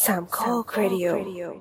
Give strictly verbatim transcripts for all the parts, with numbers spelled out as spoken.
สามข้อครดิโอ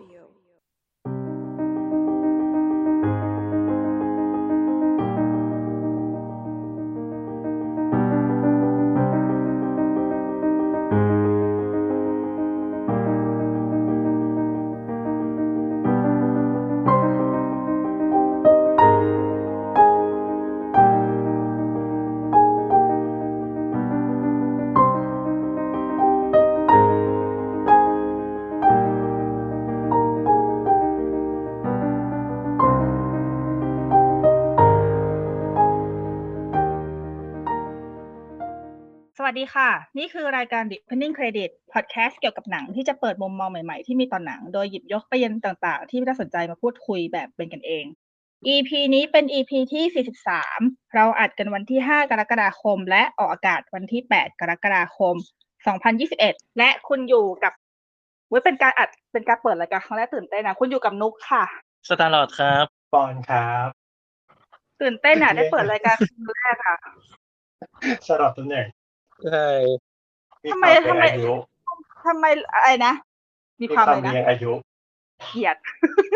สวัสดีค่ะนี่คือรายการ Depending Credit Podcast เกี่ยวกับหนังที่จะเปิดมุมมองใหม่ๆที่มีต่อหนังโดยหยิบยกประเด็นต่างๆที่น่าสนใจมาพูดคุยแบบเป็นกันเอง อี พี นี้เป็น อี พี ที่สี่สิบสามเราอัดกันวันที่ห้ากรกฎาคมและออกอากาศวันที่แปดกรกฎาคมสองพันยี่สิบเอ็ดและคุณอยู่กับเว้ยเป็นการอัดเป็นการเปิดรายการครั้งแรกตื่นเต้นนะคุณอยู่กับนุกค่ะสตาร์ลอร์ดครับปอนครับตื่นเต้นอ่ะได้เปิดรายการครั้งแรกอ่ะสลับตำแหน่งใช่ทำไมทำไมทำไมอะไรนะมีความอะไรนะมีอายุเกียด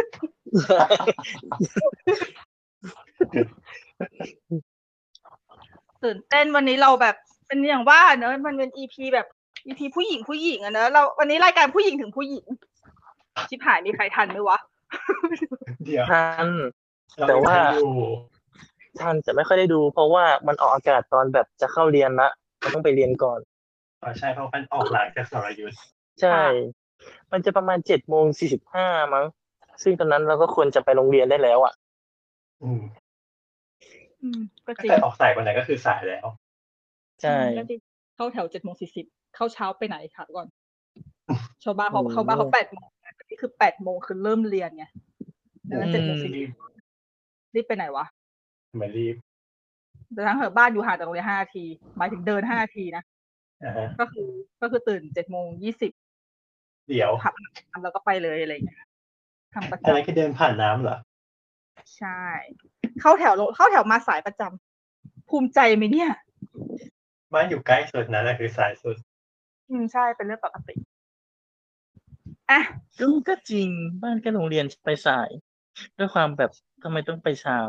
ตื่นเต้นวันนี้เราแบบเป็นอย่างว่าเนอะมันเป็น อี พี แบบ อี พี ผู้หญิงผู้หญิงอะเนอะเราวันนี้รายการผู้หญิงถึงผู้หญิงชิบหายมีใครทันไหมวะเดี๋ยวทันแต่ว่าทันแต่ไม่ค่อยได้ดูเพราะว่ามันออกอากาศตอนแบบจะเข้าเรียนละมันต้องไปเรียนก่อนอ๋อใช่เพราะมันออกหลังจากสรยุทธใช่มันจะประมาณ เจ็ดโมงสี่สิบห้า มั้งซึ่งตอนนั้นเราก็ควรจะไปโรงเรียนได้แล้วอ่ะอืมอืมก็จริงแต่ออกสายกว่านั้นก็คือสายแล้วใช่เข้าแถว เจ็ดโมงสี่สิบ เข้าเช้าไปไหนค่ะก่อนชาวบ้านเขาเขาบ้านเขา แปดโมงนี่คือ แปดโมงคือเริ่มเรียนไงดังนั้น เจ็ดโมงสี่สิบ รีบไปไหนวะไม่รีบแต่ทั้งเหอะบ้านอยู่ห่างจากโรงเรียนห้านาทีหมายถึงเดินห้านาทีนะก็คือก็คือตื่น เจ็ดโมงยี่สิบเดี๋ยวขับแล้วก็ไปเลยอะไรอย่างเงี้ยทำประจำอะไรคือเดินผ่านน้ำเหรอใช่เข้าแถวเข้าแถวมาสายประจำภูมิใจไหมเนี่ยบ้านอยู่ใกล้สุดนะนั่นคือสายสุดอืมใช่เป็นเรื่องปกติอ่ะก็จริงบ้านใกล้โรงเรียนไปสายด้วยความแบบทำไมต้องไปเช้า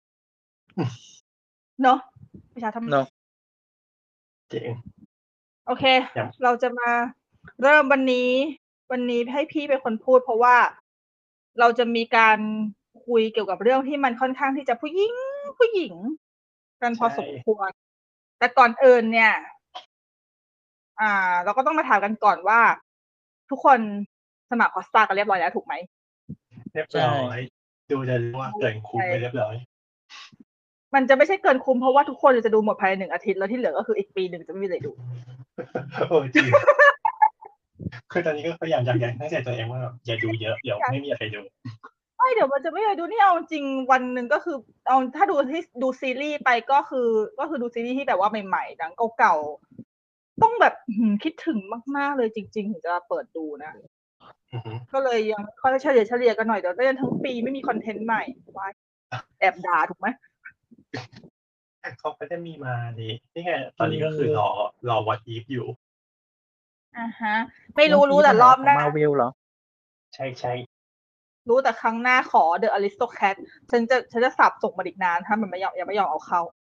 เนาะไปเช้าทำเนาะจริงโอเคเราจะมาเริ่มวันนี้วันนี้ให้พี่เป็นคนพูดเพราะว่าเราจะมีการคุยเกี่ยวกับเรื่องที่มันค่อนข้างที่จะผู้หญิงผู้หญิงกันพอสมควรแต่ก่อนอื่นเนี่ยอ่าเราก็ต้องมาถามกันก่อนว่าทุกคนสมัครคอสตากันเรียบร้อยแล้วถูกไหมเรียบร้อยดูจะรู้ว่าเกินคุ้มไปเรียบร้อยมันจะไม่ใช่เกินคุ้มเพราะว่าทุกคนจะดูหมดภายในหนึ่งอาทิตย์แล้วที่เหลือก็คืออีกปีหนึ่งจะไม่มีอะไรดูโอ้จริงคือตอนนี้ก็พยายามยับยั้งตั้งใจตัวเองว่าอย่าดูเยอะเดี๋ยวไม่มีอะไรดูไม่เดี๋ยวมันจะไม่ได้ดูนี่เอาจริงวันหนึ่งก็คือเอาถ้าดูที่ดูซีรีส์ไปก็คือก็คือดูซีรีส์ที่แบบว่าใหม่ๆหนังเก่าๆต้องแบบคิดถึงมากๆเลยจริงๆถึงจะเปิดดูนะก็เลยยังค่อยเฉลี่ยเฉลี่ยกันหน่อยเดี๋ยวได้ทั้งปีไม่มีคอนเทนต์ใหม่ว่าแอบด่าถูกไหมเขาก็จะมีมาดินี่ไงตอนนี้ก็คือรอรอ What If อยู่อ่าฮะไม่รู้รู้แต่รอบหน้า Marvel เหรอใช่ๆรู้แต่ครั้งหน้าขอ The Aristocrat ฉันจะฉันจะสับส่งมาอีกนานถ้ามันไม่ยอมยังไม่ยอมเอาเข้า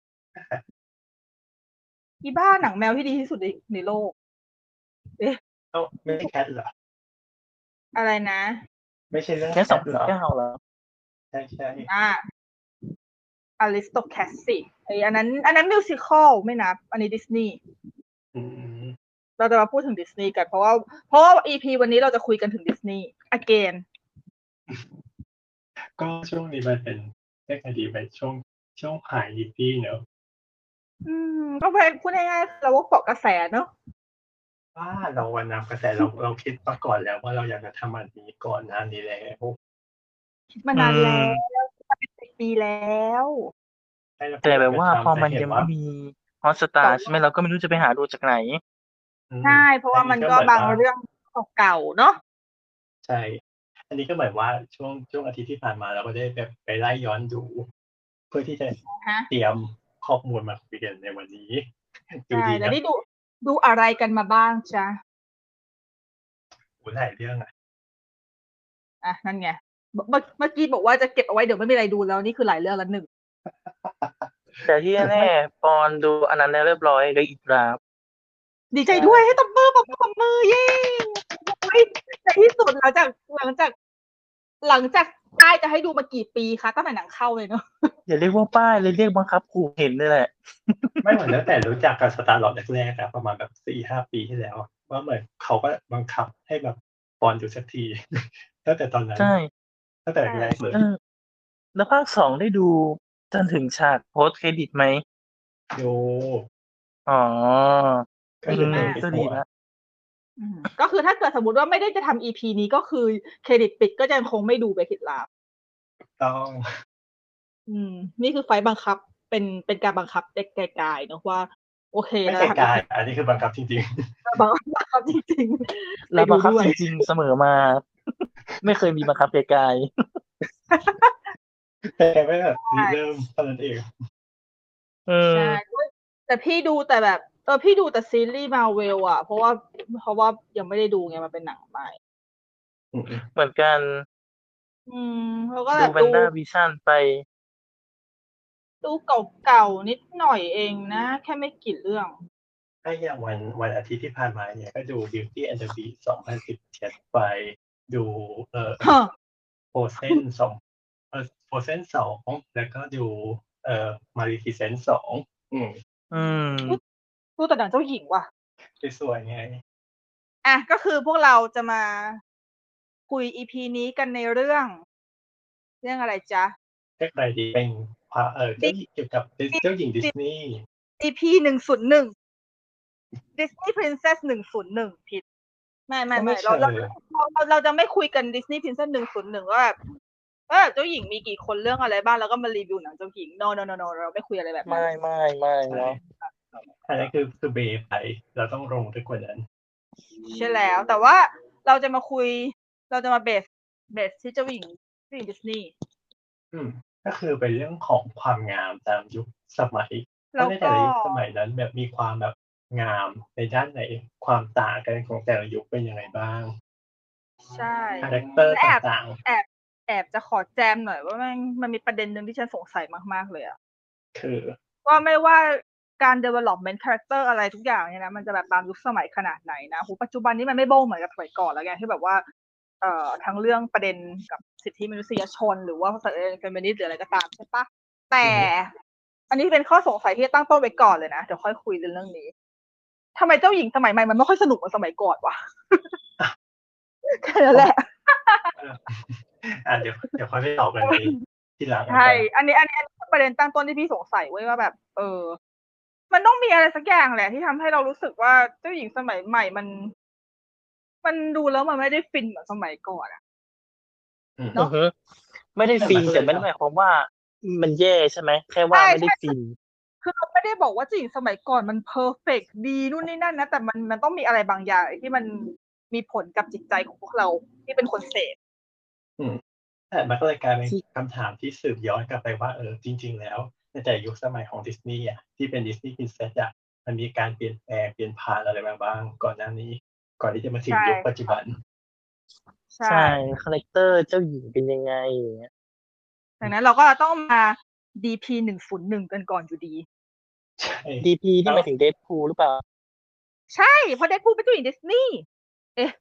อีบ้าหนังแมวที่ดีที่สุดในในโลกเอ๊ะเอ้าไม่ใช่แคทเหรออะไรนะไม่ใช่เรื่องแค่สองพันเก้าเหรอใช่ๆอ่า Aristocrat สิไอ้อันนั้นอันนั้นมิวสิคอลไม่นับอันนี้ดิสนีย์อืมเราจะมาพูดถึงดิสนีย์กันเพราะว่าเพราะว่า อี พี วันนี้เราจะคุยกันถึงดิสนีย์ again ก็ช่วงนี้มันเป็นเรียกไงดีเป็นช่วงช่วงหายดิสนีย์เนอะอืมก็พูดง่ายๆเราว่าเกาะกระแสเนอะว่าเราวันนำกระแสเราเราคิดมาก่อนแล้วว่าเราอยากจะทำอันนี้ก่อนหน้านี้แล้วคิดมานานแล้วเป็นสิบปีแล้วแต่แบบว่าพอมันยังไม่มีฮอตสตาร์ใช่ไหมเราก็ไม่รู้จะไปหาดูจากไหนใช่เพราะว่ามันก็บางเรื่องเก่าๆเนาะใช่อันนี้ก็เหมือนว่าช่วงช่วงอาทิตย์ที่ผ่านมาเราก็ได้แบบไปไล่ย้อนดูเพื่อที่จะเตรียมข้อมูลมาคุยกันในวันนี้ดูดีแล้วนี่ดูดูอะไรกันมาบ้างจ๊ะหลายเรื่องอ่ะอ่ะนั่นไงเมื่อเมื่อกี้บอกว่าจะเก็บเอาไว้เดี๋ยวไม่มีอะไรดูแล้วนี่คือหลายเรื่องละหนึ่งแต่ที่แน่ปอนดูอันนั้นแล้วเรียบร้อยเลยอีกราฟดีใจด้วยให้ตบมือตบมือตบมือเย้ในที่สุดหลังจากหลังจากหลังจากป้ายจะให้ดูมากี่ปีคะตั้งแต่หนังเข้าเลยเนาะอย่าเรียกว่าป้ายเลยเรียกบังคับขู่เห็นเลยแหละไม่เหมือนตั้งแต่รู้จักกับสตาร์ลอร์ดแรกๆอะประมาณแบบสี่ห้าปีที่แล้วว่าเหมือนเขาก็บังคับให้แบบปอนอยู่สักทีตั้งแต่ตอนนั้นใช่ตั้งแต่แรกเลยแล้วภาคสองได้ดูจนถึงฉากโพสเครดิตไหมดูอ๋อก็คือหนึ่งก็ดีนะก็คือถ้าเกิดสมมติว่าไม่ได้จะทำ อี พี นี้ก็คือเครดิตปิดก็จะคงไม่ดูไปคิดลาบต้องอืมนี่คือไฟบังคับเป็นเป็นการบังคับไกลๆเนอะว่าโอเคไม่ไกลๆอันนี้คือบังคับจริงๆบังคับจริงๆแล้วบังคับจริงๆเสมอมาไม่เคยมีบังคับไกลๆแต่ไม่แบบเริ่มตอนนั้นเองใช่แต่พี่ดูแต่แบบเออพี่ดูแต่ซีรีส์มาเวลอ่ะเพราะว่าเพราะว่ายังไม่ได้ดูไงมันเป็นหนังใหม่เหมือนกันอืมแล้วก็แบบดูแวนด้าวิชั่นไปดูเก่าๆนิดหน่อยเองนะแค่ไม่กี่เรื่องถ้าอย่างวันวันอาทิตย์ที่ผ่านมาเนี่ยก็ดู Beauty and the Beast สองพันสิบเจ็ดไปดูเอ่อ Frozen สองเอ่อ Frozen สองแล้วก็ดูเอ่อ Maleficent สองอืมอืมดูแต่หนังเจ้าหญิงว่ะสวยๆไงอ่ะก็คือพวกเราจะมาคุย อี พี นี้กันในเรื่องเรื่องอะไรจ๊ะเรื่องอะไรดีเป็นเอ่อเจ้าหญิงเกี่ยวกับเจ้าหญิงดิสนีย์อี พี หนึ่งศูนย์หนึ่ง Disney Princess หนึ่งศูนย์หนึ่งผิดไม่ไม่ไม่เราเราเราเราจะไม่คุยกัน Disney Princess หนึ่งศูนย์หนึ่งว่าแบบว่าแบบเจ้าหญิงมีกี่คนเรื่องอะไรบ้างแล้วก็มารีวิวหนังเจ้าหญิง no no no no เราไม่คุยอะไรแบบนั้นไม่ไม่ไม่เนาะอันนั้นคือคือเบย์ไปเราต้องลงด้วยกว่านั้นใช่แล้วแต่ว่าเราจะมาคุยเราจะมาเบสเบสที่เจ้าหญิงเจ้าหญิงดิสนีย์อืมก็คือเป็นเรื่องของความงามตามยุคสมัยเพราะในแต่ละยุคสมัยนั้นแบบมีความแบบงามในด้านไหนความต่างกันของแต่ละยุคเป็นยังไงบ้างใช่คาแรคเตอร์ต่างๆแอบแอบจะขอแจมหน่อยว่ามันมันมีประเด็นนึงที่ฉันสงสัยมากๆเลยอ่ะคือว่าไม่ว่าการ development character อะไรทุกอย่างเนี่ยนะมันจะแบบตามยุคสมัยขนาดไหนนะโหปัจจุบันนี้มันไม่โบ้เหมือนกับสมัยก่อนแล้วไงที่แบบว่าเอ่อทั้งเรื่องประเด็นกับสิทธิมนุษยชนหรือว่าเฟมินิสต์หรืออะไรก็ตามใช่ปะแต่อันนี้เป็นข้อสงสัยที่ตั้งต้นไว้ก่อนเลยนะเดี๋ยวค่อยคุยเรื่องนี้ทำไมเจ้าหญิงสมัยใหม่มันไม่ค่อยสนุกเหมือนสมัยก่อนวะแค่นั้นแหละอ่ะเดี๋ยวเดี๋ยวค่อยไปตอบกันทีหลังใช่อันนี้อันนี้ประเด็นตั้งต้นที่พี่สงสัยไว้ว่าแบบเออมันต้องมีอะไรสักอย่างแหละที่ทำให้เรารู้สึกว่าเจ้าหญิงสมัยใหม่มันมันดูแล้วมันไม่ได้ฟินเหมือนสมัยก่อนอะเนาะไม่ได้ฟินแต่ไม่ได้หมายความว่ามันแย่ใช่ไหมแค่ว่าไม่ได้ฟินคือเราไม่ได้บอกว่าเจ้าหญิงสมัยก่อนมันเพอร์เฟกต์ดีนู่นนี่นั่นนะแต่มันมันต้องมีอะไรบางอย่างที่มันมีผลกับจิตใจของพวกเราที่เป็นคนเสพอืมแต่มันก็เลยกลายเป็นคำถามที่สืบย้อนกลับไปว่าเออจริงๆแล้วในแต่ยุคสมัยของดิสนีย์อ่ะที่เป็นดิสนีย์พรินเซสอ่ะมันมีการเปลี่ยนแปลงเปลี่ยนผ่านอะไรมาบ้างก่อนหน้านี้ก่อนที่จะมาถึงยุคปัจจุบันใช่คาแรคเตอร์เจ้าหญิงเป็นยังไงดังนั้นเราก็ต้องมา ดี พี หนึ่งศูนย์หนึ่งกันก่อนอยู่ดีใช่ดี พี ที่หมายถึงเดดพูลหรือเปล่าใช่เพราะเดดพูลเป็นเจ้าหญิงดิสนีย์เอ๊ะ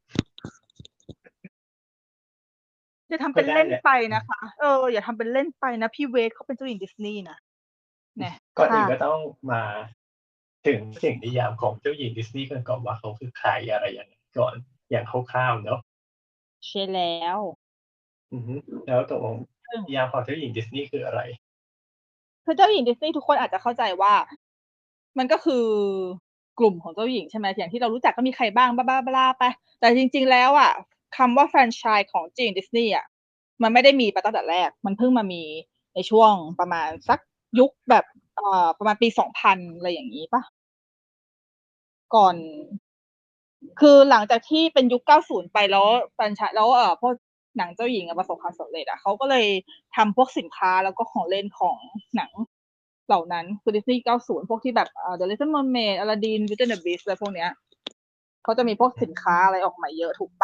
อย่าทำเป็นเล่นไปนะคะเอออย่าทำเป็นเล่นไปนะพี่เวทเขาเป็นเจ้าหญิงดิสนีย์นะเนี่ยก่อนอื่นก็ต้องมาถึงสิ่งนิยามของเจ้าหญิงดิสนีย์กันก่อนว่าเขาคือใครอะไรอย่างไรก่อนอย่างคร่าวๆเนาะใช่แล้วอือฮึแล้วตกลงนิยามของเจ้าหญิงดิสนีย์คืออะไรคือเจ้าหญิงดิสนีย์ทุกคนอาจจะเข้าใจว่ามันก็คือกลุ่มของเจ้าหญิงใช่ไหมอย่างที่เรารู้จักก็มีใครบ้างบ้าบ้าไปแต่จริงๆแล้วอ่ะคำว่าแฟรนไชส์ของเจ้าหญิงดิสนีย์อ่ะมันไม่ได้มีมาตั้งแต่แรกมันเพิ่งมามีในช่วงประมาณสักยุคแบบเอ่อประมาณปีสองพันอะไรอย่างนี้ป่ะก่อนคือหลังจากที่เป็นยุคเก้าสิบไปแล้วแฟรนไชส์แล้วเอ่อพวกหนังเจ้าหญิงประสบความสำเร็จอ่ะเขาก็เลยทำพวกสินค้าแล้วก็ของเล่นของหนังเหล่านั้นคือดิสนีย์เก้าสิบพวกที่แบบเอ่อ The Little Mermaid Aladdin Beauty and the Beast อะไรพวกเนี้ยเขาจะมีพวกสินค้าอะไรออกมาเยอะถูกปะ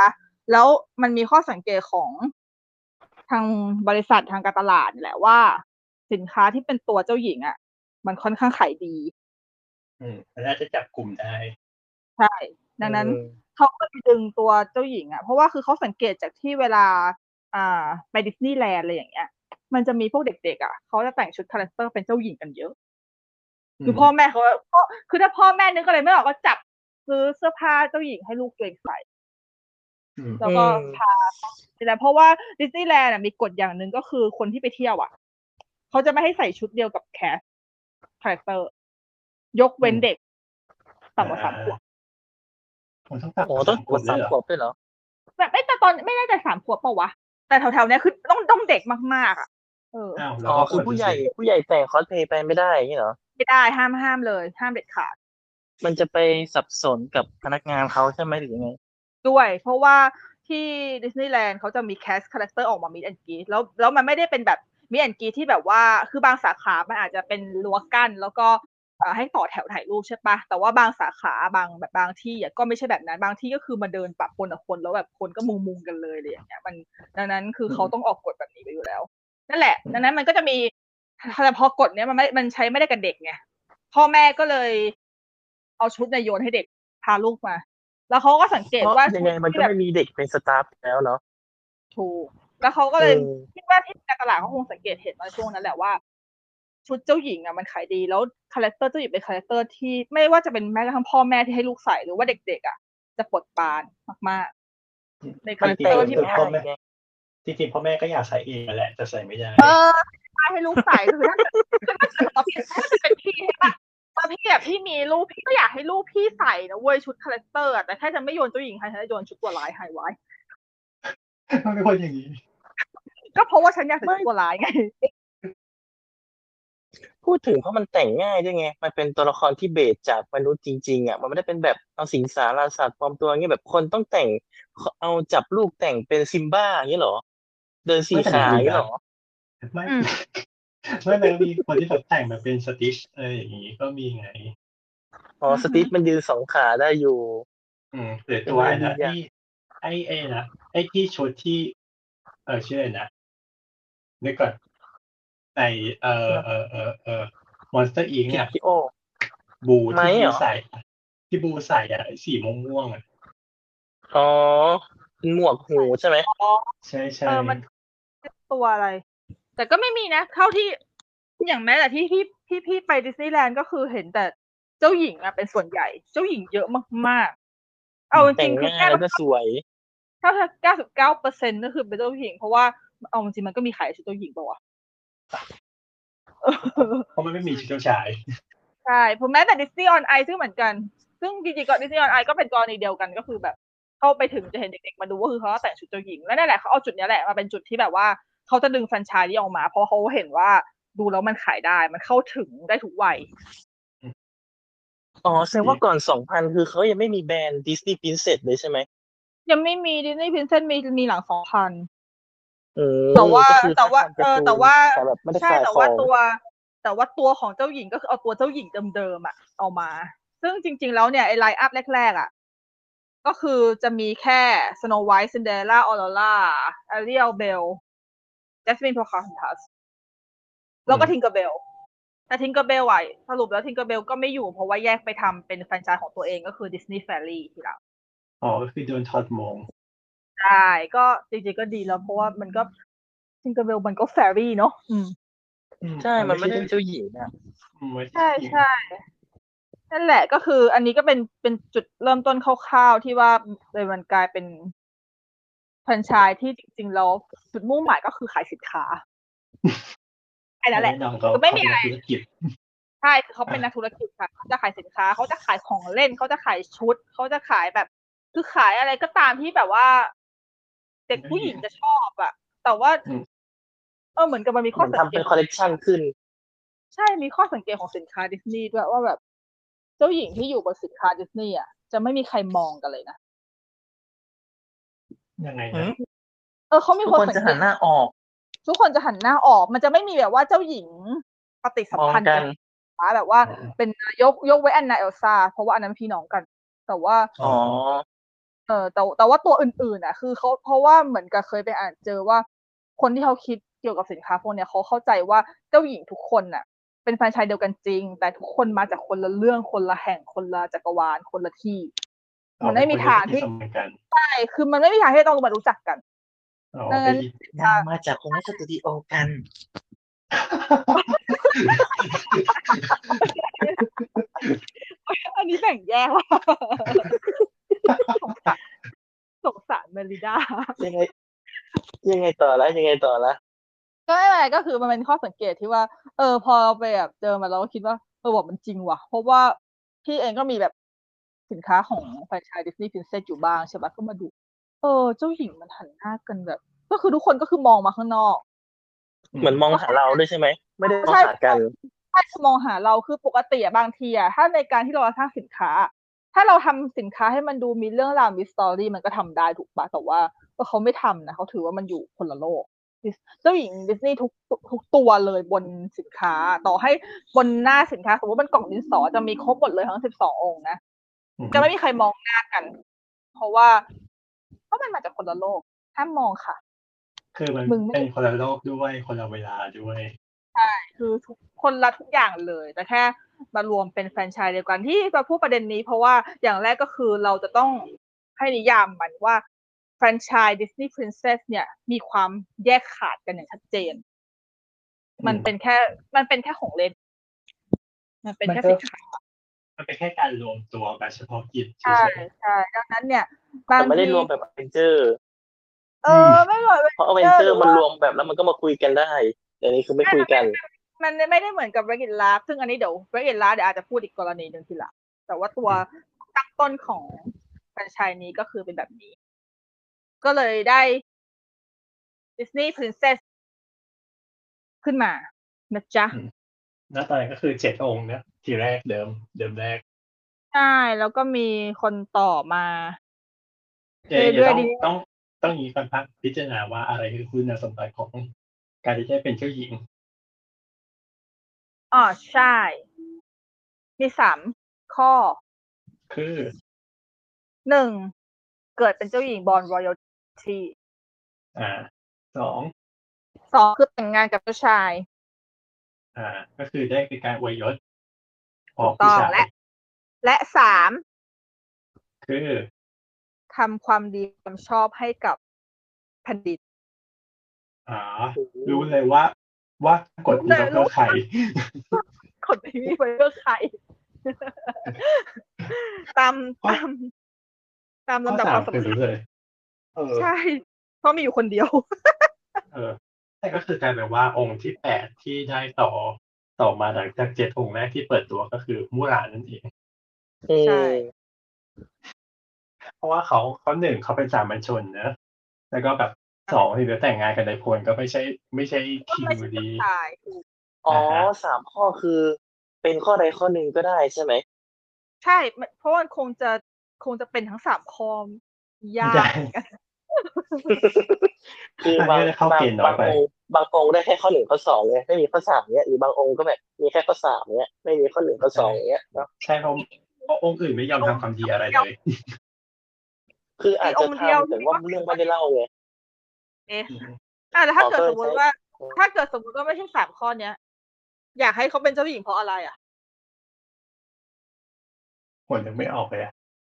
แล้วมันมีข้อสังเกตของทางบริษัททางการตลาดแหละว่าสินค้าที่เป็นตัวเจ้าหญิงอ่ะมันค่อนข้างขายดีอืมมันน่าจะจับกลุ่มได้ใช่ดังนั้นเขาก็ดึงตัวเจ้าหญิงอ่ะเพราะว่าคือเขาสังเกตจากที่เวลาอ่าไปดิสนีย์แลนด์อะไรอย่างเงี้ยมันจะมีพวกเด็กๆอ่ะเขาจะแต่งชุดคาแรคเตอร์เป็นเจ้าหญิงกันเยอะคือพ่อแม่เขาก็คือถ้าพ่อแม่นึกอะไรไม่ออกก็จับซื้อเสื้อผ้าเจ้าหญิงให้ลูกตัวเองใส่แล้วก็พาแต่เพราะว่าดิสนีย์แลนด์มีกฎอย่างหนึ่งก็คือคนที่ไปเที่ยวอ่ะเขาจะไม่ให้ใส่ชุดเดียวกับแคสคาแรคเตอร์ยกเว้นเด็กต่ำกว่าสามขวบผมต้องตัดโอ้ต้องกดสามขวบด้วยเหรอแบบไม่แต่ตอนไม่ได้แต่สามขวบเปล่าวะแต่แถวๆนี้คือต้องต้องเด็กมากๆอ่ะเอออ๋อคือผู้ใหญ่ผู้ใหญ่แต่งคอสเพลย์ไปไม่ได้อย่างนี้เหรอไม่ได้ห้ามห้ามเลยห้ามเด็ดขาดมันจะไปสับสนกับพนักงานเขาใช่ไหมหรือยังไงด้วยเพราะว่าที่ดิสนีย์แลนด์เขาจะมีแคสคาแรคเตอร์ออกมามิดแอนด์กรีดแล้วแล้วมันไม่ได้เป็นแบบมิดแอนด์กรีดที่แบบว่าคือบางสาขามันอาจจะเป็นรั้วกั้นแล้วก็ให้ต่อแถวถ่ายรูปใช่ปะแต่ว่าบางสาขาบางแบบบางที่ก็ไม่ใช่แบบนั้นบางที่ก็คือมาเดินปะปนกับคนแล้วแบบคนก็มุงมุงกันเลยอะไรอย่างเงี้ยมันดังนั้นคือเขาต้องออกกฎแบบนี้ไปอยู่แล้วนั่นแหละดังนั้นมันก็จะมีแต่พอกฎเนี้ยมันไม่มันใช้ไม่ได้กับเด็กไงพ่อแม่ก็เลยเอาชุดในโยนให้เด็กพาลูกมาแล้วเขาก็สังเกตว่ายังไงมันก็ไม่มีเด็กเป็นสตาฟแล้วเนาะถูกแล้วเขาก็เลยคิดว่าที่การตลาดเขาคงสังเกตเห็นมาช่วงนั้นแหละว่าชุดเจ้าหญิงอ่ะมันขายดีแล้วคาแรคเตอร์เจ้าหญิงเป็นคาแรคเตอร์ที่ไม่ว่าจะเป็นแม้กระทั่งพ่อแม่ที่ให้ลูกใส่หรือว่าเด็กๆอ่ะจะปลดปานมากๆในคาแรคเตอร์ที่พ่อแม่จริงๆพ่อแม่ก็อยากใส่เองแหละแต่ใส่ไม่ได้เออให้ลูกใส่คือถ้าถ้าเกิดเราเป็นเป็นพี่ใช่ปะตอนพี่แบบพี่มีลูกพี่ก็อยากให้ลูกพี่ใส่นะเว้ยชุดคาแรคเตอร์แต่แค่จะไม่โยนเจ้าหญิงให้ฉันจะโยนชุดตัวร้ายให้ไว้มันเป็นคนอย่างนี้ก็เพราะว่าฉันอยากใส่ชุดตัวร้ายไงพูดถึงเพราะมันแต่งง่ายด้วยไงมันเป็นตัวละครที่เบสจากมนุษย์จริงๆอ่ะมันไม่ได้เป็นแบบเอาสิงสารสัตว์ปลอมตัวเงี้ยแบบคนต้องแต่งเอาจับลูกแต่งเป็นซิมบ้าอย่างนี้เหรอเดินสี่ขาอย่างนี้เหรอไม่ไม่เลยมีคนที่เขาแต่งมาเป็นสติชอะไรอย่างนี้ก็มีไงอ๋อสติชมันยืนสองขาได้อยู่อืมหรือตัวไอ้นะที่ไอ้ไอ้นะไอ้ที่ชุดที่เออชื่ออะไรนะนึกก่อนในเออเออเออเออมอนสเตอร์อิงอ่ะบูที่บูใส่ที่บูใส่อ่ะสีม่วงๆอ่ะอ๋อเป็นหมวกหูใช่ไหมใช่ใช่เออมันตัวอะไรแต่ก็ไม่มีนะเท่าที่อย่างแม้แต่ที่พี่พี่พี่ไปดิสนีย์แลนด์ก็คือเห็นแต่เจ้าหญิงอะเป็นส่วนใหญ่เจ้าหญิงเยอะมากๆเอาจริงๆคือแค่แล้วก็สวยถ้าเก้าสิบเก้าเปอร์เซ็นต์ก็คือเป็นเจ้าหญิงเพราะว่าเอาจริงมันก็มีขายชุดเจ้าหญิงป่าววะเพราะมันไม่มีชุดเจ้าชายใช่ผมแม้แต่ดิสนีย์ออนไอซึ่งเหมือนกันซึ่งจริงๆก็ดิสนีย์ออนไอก็เป็นกรณีเดียวกันก็คือแบบเข้าไปถึงจะเห็นเด็กๆมาดูว่าคือเขาแต่งชุดเจ้าหญิงแล้วนั่นแหละเขาเอาจุดนี้แหละมาเป็นจุดที่แบบว่าเขาจะดึงแฟรนไชส์นี้ออกมาเพราะเขาเห็นว่าดูแล้วมันขายได้มันเข้าถึงได้ทุกวัยอ๋อแสดงว่าก่อนสองพันคือเขายังไม่มีแบรนด์ดิสนีย์พรินเซสเลยใช่ไหมยังไม่มีดิสนีย์พรินเซสมีมีหลังสองพันเออแต่ว่าแต่ว่าเออแต่ว่าใช่แต่ว่าตัวแต่ว่าตัวของเจ้าหญิงก็คือเอาตัวเจ้าหญิงเดิมๆอ่ะเอามาซึ่งจริงๆแล้วเนี่ยไอ้ไลน์อัพแรกๆอ่ะก็คือจะมีแค่ Snow White Cinderella Aurora Ariel Belle Jasmine Pocahontas แล้วก็ Tinkerbell แต่ Tinkerbell อ่ะสรุปแล้ว Tinkerbell ก็ไม่อยู่เพราะว่าแยกไปทำเป็นแฟรนไชส์ของตัวเองก็คือ Disney Fairy ทีหลังอ๋อก็คือโดนถอดมงใช่ก็จริงๆก็ดีแล้วเพราะว่ามันก็ Tinkerbell มันก็ Fairy เนาะอืมใช่มันไม่ได้เจ้าหญิงอ่ะใช่ใช่นั่นแหละก็คืออันนี้ก็เป็นเป็นจุดเริ่มต้นคร่าวๆที่ว่าเลยมันกลายเป็นแฟรนไชส์ที่จริงๆแล้วจุดมุ่งหมายก็คือขายสินค้าแค่นั้นแหละคือไม่มีอะไรใช่คือเขาเป็นนักธุรกิจค่ะเขาจะขายสินค้าเขาจะขายของเล่นเขาจะขายชุดเขาจะขายแบบคือขายอะไรก็ตามที่แบบว่าเด็กผู้หญิงจะชอบอะแต่ว่าเออเหมือนกับมันมีข้อสังเกตทำเป็นคอลเลคชันขึ้นใช่มีข้อสังเกตของสินค้าดิสนีย์ด้วยว่าแบบเจ้าหญิงที่อยู่บนสินค้าดิสนีย์อ่ะจะไม่มีใครมองกันเลยนะยังไงนะเออเขามีคนสังเกตจะหันหน้าออกทุกคนจะหันหน้าออกมันจะไม่มีแบบว่าเจ้าหญิงปฏิสัมพันธ์กันแบบว่าเป็นยกยกไว้แอนนาเอลซ่าเพราะว่าอันนั้นพี่น้องกันแต่ว่าอ๋อเออแต่แต่ว่าตัวอื่นๆอ่ะคือเขาเพราะว่าเหมือนกับเคยไปอ่านเจอว่าคนที่เขาคิดเกี่ยวกับสินค้าพวกเนี้ยเขาเข้าใจว่าเจ้าหญิงทุกคนน่ะเป็นแฟรนไชส์เดียวกันจริงแต่ทุกคนมาจากคนละเรื่องคนละแห่งคนละจักรวาลคนละที่อ๋อมันเป็ไม่นคมีนในทางที่ที่เสมอกันใช่คือมันไม่มีทางที่ต้องมารู้จักกันอ๋อดังเป็นั้น นอีนางมาจากคนละสตูดิโอกันอันนี้แบ่งแยกว่ะ สงสารสงสารเมลิดายังไง ยังไงต่อละยังไงต่อละก็ไม่เป็นไรก็คือมันเป็นข้อสังเกตที่ว่า เออ พอเราไปแบบเจอมันเราก็คิดว่าเออว่ะมันจริงว่ะ เพราะว่าพี่เองก็มีแบบสินค้าของแฟรนไชส์ Disney Princess อยู่บ้างใช่ปะก็มาดู เออ เจ้าหญิงมันหันหน้ากันแบบ ก็คือทุกคนก็คือมองมาข้างนอกเหมือนมองหาเราด้วยใช่ไหมไม่ได้มองใช่หากันใช่คือมองหาเราคือปกติอะบางทีอะถ้าในการที่เราสร้างสินค้า ถ้าเราทำสินค้าให้มันดูมีเรื่องราวมีสตอรี่มันก็ทำได้ถูกปะแต่ว่าเออเขาไม่ทำนะเขาถือว่ามันอยู่คนละโลก เจ้าหญิงดิสนีย์ทุกทุกตัวเลยบนสินค้า ต่อให้บนหน้าสินค้าสมมติมันกล่องดินสอจะมีครบหมดเลยทั้งสิบสององค์นะอือฮึจะไม่มีใครมองหน้ากัน เพราะว่าเพราะมันมาจากคนละโลกห้ามมองค่ะคือมันมึงไม่เป็นคนละโลกด้วยคนละเวลาด้วยใช่คือทุกคนละทุกอย่างเลยแต่แค่มารวมเป็นแฟรนไชส์เดียวกันที่มาพูดประเด็นนี้เพราะว่าอย่างแรกก็คือเราจะต้องให้นิยามมันว่าแฟรนไชส์ Disney Princess เนี่ยมีความแยกขาดกันอย่างชัดเจน มันอืมเป็นแค่มันเป็นแค่ของเล่น มันเป็นมันแค่ก็สินค้ามันเป็นแค่การรวมตัวแบบเฉพาะกิจเฉใช่ยใช่ดังนั้นเนี่ยบาแต่งไม่ได้ทีรวมแบบ Avenger เออไม่เหมือนเพราะ Avenger ห Avenger รือมันว่ารวมแบบแล้วมันก็มาคุยกันได้แต่อันนี้คือไม่ใช่คุยมันกัไม่นมันไม่ได้เหมือนกับ Wreck It Ralph ซึ่งอันนี้เดี๋ยว Wreck It Ralph เดี๋ยวอาจจะพูดอีกกรณีหนึ่งทีหลังแต่ว่าตัวอืมตั้งต้นของแฟรนไชส์นี้ก็คือเป็นแบบนี้ ก็เลยได้ Disney Princess ขึ้นมานะจ๊ะอืม แล้วตอนนั้นก็คือเจ็ดองค์นะทีแรกเดิม เดิมแรกใช่แล้วก็มีคนต่อมาเดี๋ยวเรื่เดี๋ยอวย ต้อๆงดีต้อง ต้องอย่างงี้ก่อนครับ พิจารณาว่าอะไรคือคุณสมบัติของการที่จะได้เป็นเจ้าหญิงอ้อ ใช่ มี สาม ข้อคือหนึ่ง เกิดเป็นเจ้าหญิง Born Royalty อา สองสอง คือแต่งงานกับเจ้าชายอา ก็คือได้เป็นการอวยยศขถอูงกผู้ต้องชาและยและ สามคือทำความดีความชอบให้กับแผ่นดินอ๋อโอ้โฮรู้เลยว่า ว่ากฎรู้นี้เลยต้องรเพืู่้อใครกฎนี้ไว้เพื่อใคร ตามข้อตาม ตามข้อลำดับสาความ สำคือคัญรู้เลย เออใช่ เพราะมีอยู่คนเดียวเออ แต่ก็คือกลายเป็นว่าองค์ที่ แปด ที่ได้ต่อ ต่อมาหลังจาก เจ็ด องค์แรกที่เปิดตัวก็คือมู่หลานนั่นเองอืใช่มเพราะว่าเขา เขา หนึ่ง เขาเป็นสามัญชนเนาะ แล้วก็แบบใชสอง ถึงจะแต่งงานกับนายพลก็ไม่ใช่ ไม่ใช่ก็คิงไม่อใช่ยู่เจ้าดีชาย ถูกอ๋ออะฮะสาม ข้อคือเป็นข้อใดข้อหนึ่งก็ได้ใช่ไหม? ใช่ มัน เพราะมันคงจะ คงจะเป็นทั้ง สาม ข้อ ยาใช่กเหมือนกันคืออันบานี้งก็จะเข้าบาเกง บณฑ์น้อาย งไปองค์ บางองค์ได้แค่ข้อ หนึ่ง ข้อ สอง ไง ไม่มีข้อ สาม เงี้ย หรือบางองค์ก็แบบมีแค่ข้อ สาม เงี้ย ไม่มีข้อ หนึ่ง ข้อใชสอง อย่างเงี้ยเนาะใช่ เพราะ เพราะองค์อื่นไม่ยอมมีอทำงค์ความดีออะไรเดีเยวลยคืออมีาจอจะงค์ทเดียวำ แต่ที่ว่าก็เรื่องถือไม่ได้เล่าไงเอ๊ะอือฮึอา แล้วอถ้า๋อเกิดก็สมมุใช้ติว่าอืมถ้าเกิดสมมุติว่าไม่ใช่ สาม ข้อเนี้ย อยากให้เขาเป็นเจ้าหญิงเพราะอะไรอะ? โอ้โฮ นึกไม่ออกเลยอะ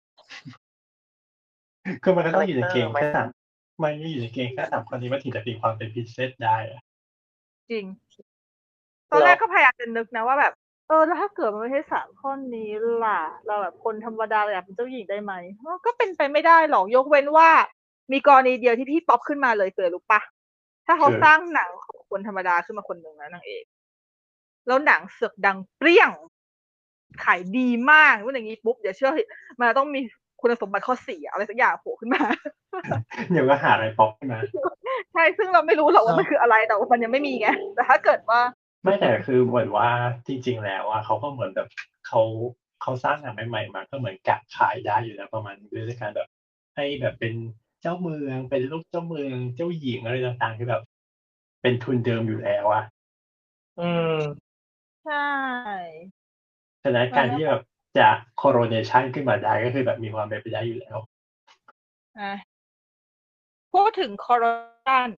คือมันก็คาต้องแรกอยู่ในเตอเกร์ณฑ์ไหม? แค่ สาม มันจะอยู่ในเกณฑ์แค่ สาม ข้อนี้มันถึงจะตีความเป็น Princess ได้อะจริง ตอนเหรอ? แรกก็พยายามจะนึกนะว่าแบบ เออ แล้วถ้าเกิดมันไม่ใช่ สาม ข้อนี้ล่ะ เราแบบคนธรรมดาเราอยากเป็นเจ้าหญิงได้ไหม? เออ ก็เป็นไปไม่ได้หรอก ยกเว้นว่า มีกรณีเดียวที่พี่ป๊อปขึ้นมาเลย คืออะไรรู้เปล่า? ถ้าเขคาือสร้างหนังของคนธรรมดาขึ้นมาคนหนึ่งนะนางเอก แล้วหนังเสือกดังเปรี้ยง ขายดีมาก พูดอย่างงี้ปุ๊บ อย่าเชื่อสิ มันจะต้องมีคุณสมบัติข้อ สี่ อะ อะไรสักอย่างโผล่ขึ้น มาเดี๋ยวก็หาอะไรป๊อปขึ้นมาใช่ ซึ่งเราไม่รู้หรอกเว่ามันออคืออะไร แต่ว่ามันยังไม่มีไง แต่ถ้าเกิดว่าไม่ แต่คือเหมือนว่าจริง ๆ แล้วอะเขาก็เหมือนแบบเขา เขาสร้างหนังใหม่ ๆ มาก็เหมือนกะขายได้อยู่แล้วประมาณหนึ่งด้วยการแบบให้แบบเป็นเจ้าเมือง เป็นลูกเจ้าเมือง เจ้าหญิง อะไรต่าง ๆ ที่แบบเป็นทุนเดิมอยู่แล้วอะอืมใช่ฉะนั้นมัการทแล้วี่แแบบบบจะ Coronation ขึ้นมาได้ ก็คือแบบมีความเป็นไปได้อยู่แล้วอ่ะพูดถึงคอร์รัปชัน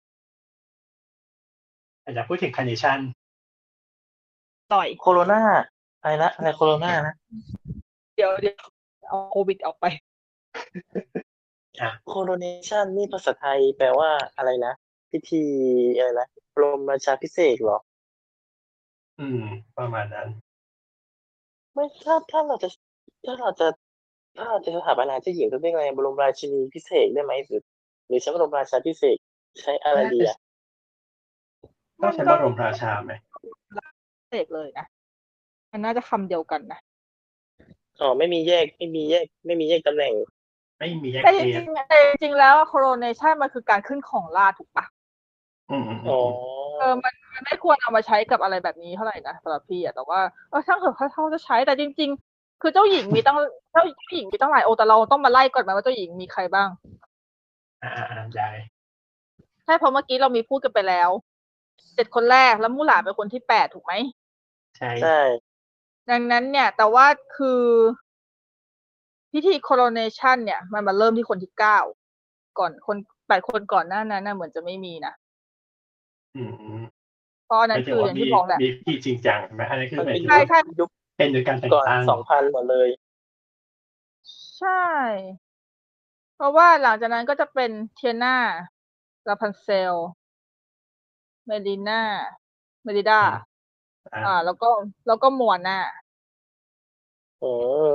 อาจจะพูดถึงคอนดิชันต่อยโคโรนาอะไรนะอะไรโคโรนานะเดี๋ยวเดี๋ยวเอาโควิดออกไปอ่ะโคโรเนชันนี่ภาษาไทยแปลว่าอะไรนะ พิธีอะไรนะบรมราชาภิเษกเหรออืม ประมาณนั้นไม่ถ้าถ้าเราจะถ้าเราจะถ้าเราจะสถาปนาเจ้าหญิงต้องเรียกอะไรบรมราชินีพิเศษได้ไหมหรือหรือใช้บรมราชาภิเษกใช้อะไรดีอ่ะต้องใช้บรมราชาไหมเสกเลยนะมันน่าจะคำเดียวกันนะอ๋อไม่มีแยกไม่มีแยกไม่มีแยกตำแหน่งไม่มีแยกแต่จเพริศงๆแต่จริงๆแล้วโคโรเนชันมันคือการขึ้นของราชย์ถูกปะอืมอืมอือ๋อมเออมันมันไม่ควรเอามาใช้กับอะไรแบบนี้เท่าไหร่นะสำหรับพี่อะแต่ว่าเออช่างเถอะเขาจะใช้แต่จริงๆคือเจ้าหญิงมีตั้งเจ้าหญิงมีตั้งหลายองค์แต่เราต้องมาไล่ก่อนไหมว่าเจ้าหญิงมีใครบ้างอ่าอ่าได้ใช่เพราะเมื่อกี้เรามีพูดกันไปแล้วเจ็ดคนแรกแล้วมู่หลานเป็นคนที่แปดถูกไหมใช่ใช่ดังนั้นเนี่ยแต่ว่าคือพิธีโคโรเนชันเนี่ยมันมาเริ่มที่คนที่เก้าก่อนคนแปดคนก่อนหน้านั้นน่ะเหมือนจะไม่มีนะอืมเพราะอันหนั้มาน ยถึคืงออว่าย่างมีที่บอกแหละมีพิธีจริงจังไหมอันนี้คือมันหมายเป็นถึงใช่ว่าใช่ยุคเป็นโดยการแต่งก่อนตั้งสองพันหมดเลยใช่ เพราะว่าหลังจากนั้นก็จะเป็นเทียนาลาพันเซลเมลิน่าเมลิดาอ่าอ่า แล้วก็แล้วก็มัวนาโอ้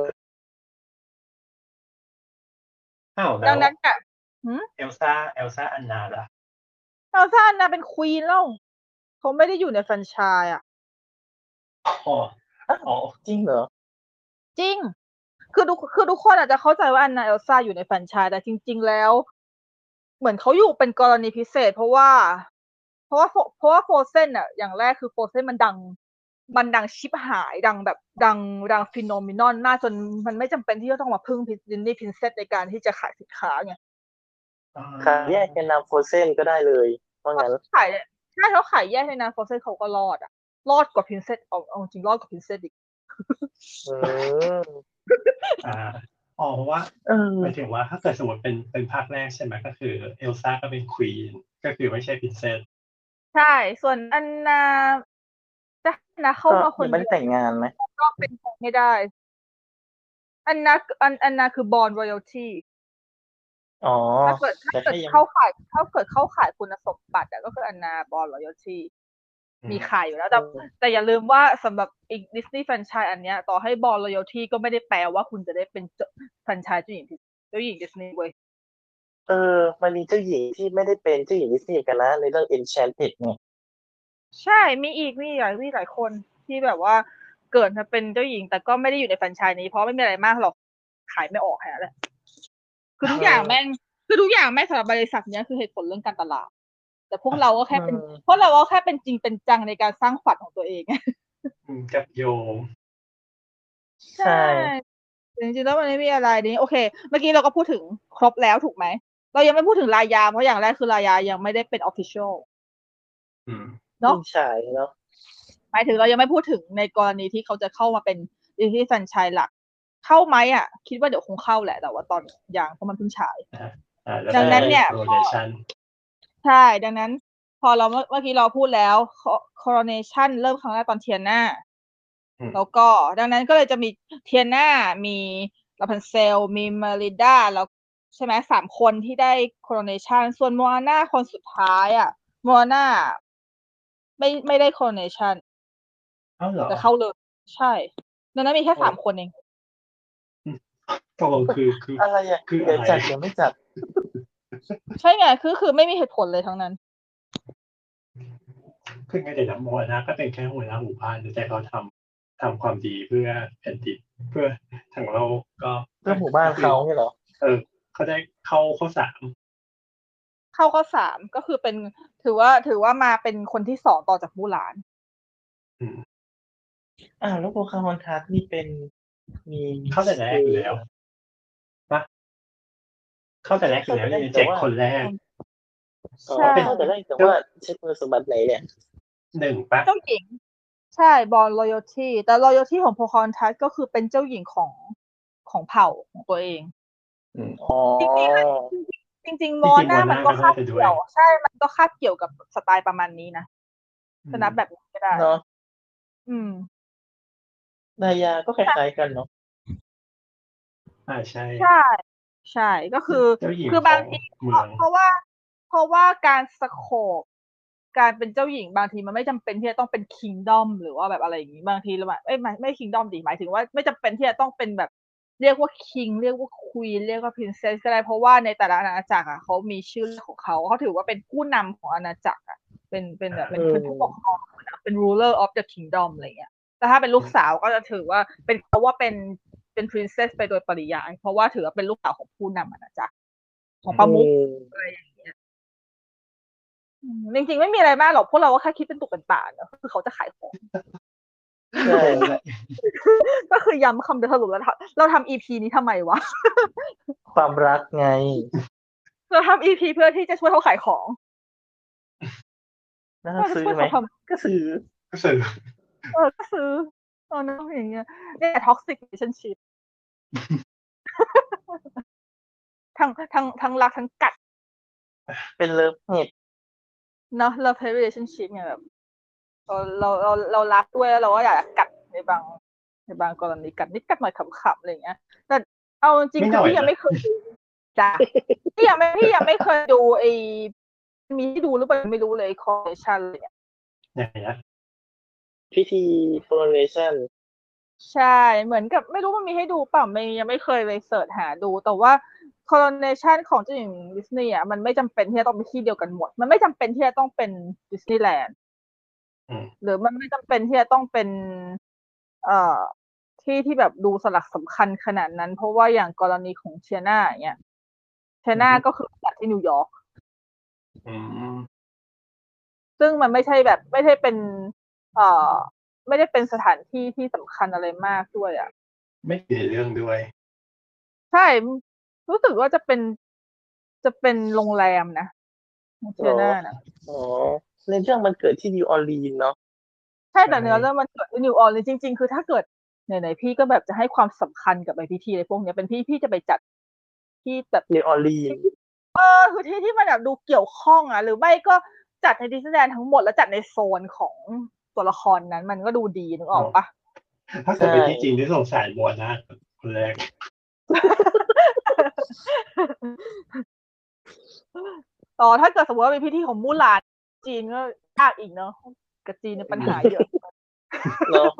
อ้าวแล้ดัวงนั้นเนี่ยหืมเอลซ่าเอลซ่าอันนาล่ะเอลซ่าน่ะเป็นควีนแล้วเขาไม่ได้อยู่ในแฟรนไชส์อ่ะอ๋ออ้าวอ๋อจริงเหรอจริง คือทุกคือทุกคนอาจจะเข้าใจว่าอันนาเอลซ่าอยู่ในแฟรนไชส์แต่จริง ๆ แล้ว เหมือนเขาอยู่เป็นกรณีพิเศษ เพราะว่า เพราะว่าเพราะว่าโฟเซนอ่ะอย่างแรกคือโฟเซนมันดัง มันดังชิบหายดังแบบดังดังฟิโนมินอนมากจนมันไม่จำเป็นที่จะต้องมาพึ่งดิสนีย์พรินเซสในการที่จะขายสินค้าไงขายแยกเป็นนามโฟเซนก็ได้เลยเพราะงั้นขายใช่เขาขายแยกในนามโฟเซนเขาก็รอดอ่ะ รอดกว่าพรินเซสเอาเอาจริงรอดกว่าพรินเซสอีกอืมอ่าอ๋อเพราะว่าเออหมายถึงว่าถ้าเกิดสมมติเป็นเป็นภาคแรกใช่ไหมก็คือเอลซ่าก็เป็นควีนก็คือไม่ใช่พรินเซสใช่ ส่วนอันนาจะนะเข้าก็มาคนยังไม่เดีได้ยวแต่งงานไหมก็เป็นไปไม่ได้ อันนาอันอันนาคือบอร์นรอยัลตี้อ๋อถ้าเกิดถ้าแต่เกิแค่ดยังเข้าข่ายถ้าเกิดเข้าข่ายคุณสมบัติอะก็คืออันนาบอร์นรอยัลตี้อืมมีขายอยู่แล้วแต่แต่อย่าลืมว่าสำหรับอีกดิสนีย์แฟรนไชส์อันเนี้ยต่อให้บอร์นรอยัลตี้ก็ไม่ได้แปลว่าคุณจะได้เป็นเจ้าแฟรนไชส์เจ้าหญิงเจ้าหญิงดิสนีย์เว้ยเออ มันมีเจ้าหญิงที่ไม่ได้เป็นเจ้าหญิงดิสนีย์กันนะในเรื่อง Enchanted ไงใช่ มีอีก มีหลายมีหลายคนที่แบบว่าเกิดมาเป็นเจ้าหญิงแต่ก็ไม่ได้อยู่ในแฟรนไชส์นี้เพราะไม่มีอะไรมากหรอกขายไม่ออกแค่นั้นแหละคือทุกอย่างแม่งคือทุกอย่างแม่งสำหรับบริษัทเนี้ยคือเหตุผลเรื่องการตลาดแต่พวกเราก็แค่เป็นอืมพวกเราก็แค่เป็นจริงเป็นจังในการสร้างฝันของตัวเองอืมกับโยมใช่จริงๆแล้วมันไม่มีอะไรนี้โอเค เมื่อกี้เราก็พูดถึงครบแล้วถูกไหมเรายังไม่พูดถึงรายาเพราะอย่างแรกคือรายายังไม่ได้เป็น official อืมเนาะผู้ชายเนาะหมายถึงเรายังไม่พูดถึงในกรณีที่เขาจะเข้ามาเป็นดิสนีย์แฟรนไชส์หลักเข้าไหมอ่ะคิดว่าเดี๋ยวคงเข้าแหละแต่ว่าตอนยังเพราะมันเพิ่งฉายอ่าแล้วดังนั้นเนี่ยโรเลชันใช่ดังนั้น พอเราเมื่อเมื่อกี้เราพูดแล้ว coronation เริ่มครั้งแรกตอนเทียนาแล้วก็ดังนั้นก็เลยจะมีเทียนามีลาพันเซลมีเมลิดาแล้วใช่ไหมสามคนที่ได้ coronation ส่วนโมอาน่าคนสุดท้ายอ่ะโมอาน่าไม่ไม่ได้ coronation เอ้าเหรอแต่เข้าเลยใช่ดังนั้นมีแค่สามคนเองตกลงคือคืออะไรอ่ะคือเดี๋ยวอะไรจัดเดี๋ยวไม่จัดใช่ไงคือคือไม่มีเหตุผลเลยทั้งนั้นคือไงเดี๋ยวนะโมอาน่าก็เป็นแค่หัวหน้าหมู่บ้านแต่เขาทำทำความดีเพื่อแผ่นดินเพื่อทั้งโลกก็เพื่อหมู่บ้านเขาเนี่ยเหรอเออเขาได้เข้าข้อสามเข้าข้อสามก็คือเป็นถือว่าถือว่ามาเป็นคนที่สองต่อจากมู่หลานอืมอ่าแล้วโปคาฮอนทัสนี่เป็นมีเข้าแต่แรกอยู่แล้วปะเข้าแต่แรกอยู่แล้วในเจ็ดคนแรกอ๋อใช่เข้าแต่แรกแต่ว่าใช้คุณสมบัติไหนเนี่ยหนึ่งปะเจ้าหญิงใช่บอล loyalty แต่ loyalty ของโพคอนทัสก็คือเป็นเจ้าหญิงของของเผ่าของตัวเองอืมอ๋อจริงๆจริงๆจมอริงๆน่า Moana มันก็ก็คาน่าบจะด้เกี่วยยว ใช่ มันก็คาบเกี่ยวกับสไตล์ประมาณนี้นะอืจะนับมแบบนี้ก็ได้เนาะอืม Raya ก็คค่ะล้าย ๆ กันเนาะอา ใช่ใช่ ใช่ ก็คือเจ้าหญิงคือขบาองงทีเมืเพราะองเพราะว่า เพราะว่าการสโกป การเป็นเจ้าหญิงบางทีมันไม่จำเป็นที่จะต้องเป็น kingdom หรือว่าแบบอะไรอย่างงี้ บางทีเราแบบ เอ๊ย ไม่ ไม่ kingdom สิ หมายถึงว่าไม่จำเป็นที่จะต้องเป็นแบบเรียกว่า king เรียกว่า queen เรียกว่า princess ก็ได้ เพราะว่าในแต่ละอาณาจักรอะเขามีชื่อเรียกของเขา เขาถือว่าเป็นผู้นำของอาณาจักรอะ เป็น เป็นแบบ เป็นอืเป็นผู้ปกมครองอะ เป็น ruler of the kingdom อะไรอย่างเงี้ย แต่ถ้าเป็นลูกสาวก็จะถือว่าเป็น เพราะว่าเป็น เป็น princess ไปโดยปริยาย เพราะว่าถือว่าเป็นลูกสาวของผู้นำอาณาจักร ของปอืระมุขมอะไรอย่างเงี้ย อืม จริง ๆ ไม่มีอะไรมากหรอก พวกเราก็แค่คิดเป็นตุเป็นตาเนาะ ก็คือเขาจะขายของใช่แค่นั้นแหละก็คือย้ำคำเดิม สรุปเราทำ เราทำ อี พี นี้ทำไมวะ? ความรักไงเราทำ อี พี เพื่อที่จะช่วยเขาขายของแล้วเราจะซื้อช่วยไหม? เขาทำก็ซื้อก็ซื้อเออ ก็ซื้อ เออ เนาะ อย่างเงี้ย เนี่ย toxic relationship ทั้ง ทั้ง ทั้งรักทั้งกัดเป็น Love-hate เนาะ love-hate relationship ไง แบบ เออ เรา เรา เรารักด้วย แล้วเราก็อยากจะกัดในบาง ในบางกรณี กัดนิดกัดหน่อยขำๆ อะไรอย่างเงี้ย แต่เอาจริงไม่ๆ คหืนอ่อพี่ยันงะไม่เคย ดู จ้ะ พี่ยังไม่ พี่ยังไม่เคยดูไอ้ มีให้ดูหรือเปล่าไม่รู้เลย Coronation อะไรเนี่ยไหนอะ? พิธี Coronation ใช่ เหมือนกับ ไม่รู้มันมีให้ดูเปล่า ไม่ ยังไม่เคยไปเซิร์ชหาดู แต่ว่า Coronation ของเจ้าหญิงดิสนีย์อะ มันไม่จำเป็นที่จะต้องเป็นที่เดียวกันหมด มันไม่จำเป็นที่จะต้องเป็นดิสนีย์แลนด์อืมหรือมันไม่จำเป็นที่จะต้องเป็น เอ่อ ที่ที่แบบดูสลักสำคัญขนาดนั้น เพราะว่าอย่างกรณีของ Tiana อย่างเงี้ยอือ Tiana ฮึก็คือจัดที่นิวยอร์กอืมซึ่งมันไม่ใช่แบบ ไม่ได้เป็น เอ่อ ไม่ได้เป็นสถานที่ที่สำคัญอะไรมากด้วยอะไม่เกี่ยวเรื่องด้วยใช่ รู้สึกว่าจะเป็น จะเป็นโรงแรมนะ ของเหรอ? Tiana น่ะอ๋อ ในเรื่องมันเกิดที่ New Orleans เนาะใช่ใชแต่เนื้อเรื่องมันเกิดที่ New Orleans จริง ๆ คือถ้าเกิด ไหน ๆ พี่ก็แบบจะให้ความสำคัญกับไอ้พิธีอะไรพวกเนี้ย เป็นพี่ พี่จะไปจัดที่แบบ New ที่ Orleans เออ คือที่ที่มันแบบดูเกี่ยวข้องอะ หรือไม่ก็จัดในดิสนีย์แลนด์ทั้งหมด แล้วจัดในโซนของตัวละครนั้น มันก็ดูดี นึกออ๋ออกเปล่า? ถ้าใเชกิดเป็นที่จริ่งนี่สงสาร Moana คนแรกอ๋อ ถ้าเกิดสมมุติว่าเป็นพิธีของมู่หลาน จีนก็ยากอีกเนาะ กับจีนเนี่ยปัญหาเยอะเนาะ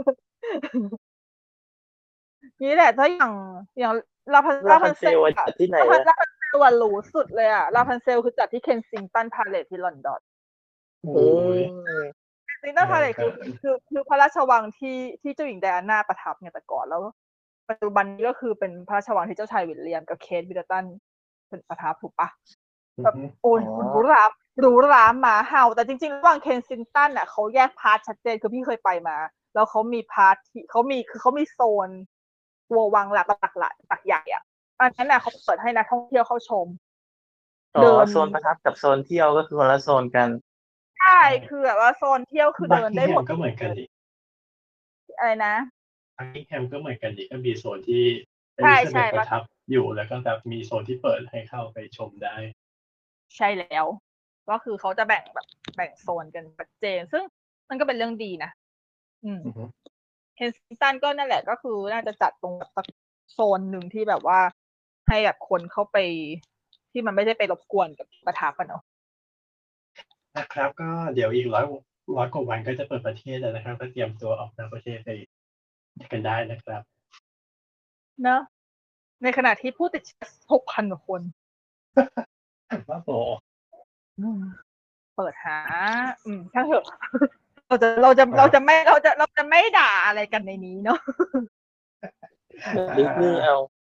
นี่แหละ ถ้าอย่าง อย่าง Rapun Rapunzel Rapunzel อะอะจัดที่ไหน Rapun อะ? Rapunzel อะหรูสุดเลยอะ Rapunzel คือจัดที่ Kensington Palace ที่ลอนดอนโอ้อืโฮม Kensington อลัง Palace กคืาอรคือ คือพระราชวังที่ ที่เจ้าหญิง Diana ประทับไงแต่ก่อน แล้วปัจจุบันนี้ก็คือเป็นพระราชวังที่เจ้าชาย William กับ Kate Middleton เป็นประทับ ถูกเปล่า? อืแบบอฮึโอ๊ยอ๋อหรูหรา หรูหราหมาเห่า แต่จริง ๆ ระหว่าง Kensington น่ะเขาแยกพาร์ตชัดเจน คือพี่เคยไปมา แล้วเขามีพาร์ตที่ เขามี คือเขามีโซนตัววังหลัก หลัก หลัก หลักใหญ่อะ อันนั้นน่ะเขาเปิดให้นักท่องเที่ยวเข้าชมอ๋อเดินโซนประทับกับโซนเที่ยวก็คือคนละโซนกันใช่ใช่คือแบบว่าโซนเที่ยวคือเดินได้หม Buckingham ดก็เหมือนกันนี่อะไรนะ? Buckingham ก็เหมือนกันนี่ ก็มีโซนที่ใช่ Elizabeth ๆปร Buck ะทับอยู่ แล้วก็แบบมีโซนที่เปิดให้เข้าไปชมได้ใช่แล้ว ก็คือเขาจะแบ่งแบบ แบ่งโซนกันชัดเจน ซึ่งมันก็เป็นเรื่องดีนะ อืมอือฮึ Kensington ก็นั่นแหละ ก็คือน่าจะจัดตรงสักโซนหนึ่งที่แบบว่าให้แบบคนเข้าไป ที่มันไม่ได้ไปรบกวนกับประทับอะเนาะนะครับ ก็เดี๋ยวอีก ร้อย ว ร้อย กว่าวันก็จะเปิดประเทศแล้วนะครับ ก็เตรียมตัวออกนอกประเทศไปกันได้นะครับเนาะ ในขณะที่ผู้ติดเชื้อ หกพัน กว่าคนบ้าบออืม เปิดหา อืม ช่างเถอะ เราจะ เราจะครเราับจะไม่ เราจะ เราจะไม่ด่าอะไรกันในนี้เนาะเหมือนดิสนีย์เอา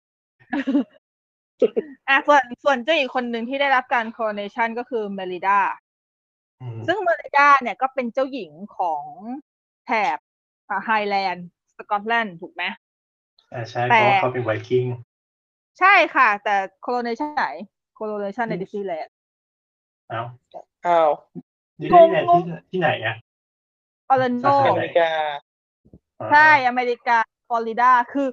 อา ส่วน ส่วนเจ้าหญิงคนหนึ่งที่ได้รับการ Coronation ก็คือ Merida อืมซึ่ง Merida เนี่ยก็เป็นเจ้าหญิงของแถบ อ่า Highland สกอตแลนด์ ถูกไหม? อา ใช่แตเพ่ราะว่าเขาเป็น Viking ใช่ค่ะ แต่ Coronation ไหน? Coronation อืมในดิสนีย์แลนด์อ้าวอ้าวดิสนีย์แลนด์งที่ง ๆที่ไหนอะ? สา Orlando ขาอไเหน? มริกาอ๋อใช่ อเมริกา ฟลอริดา คือ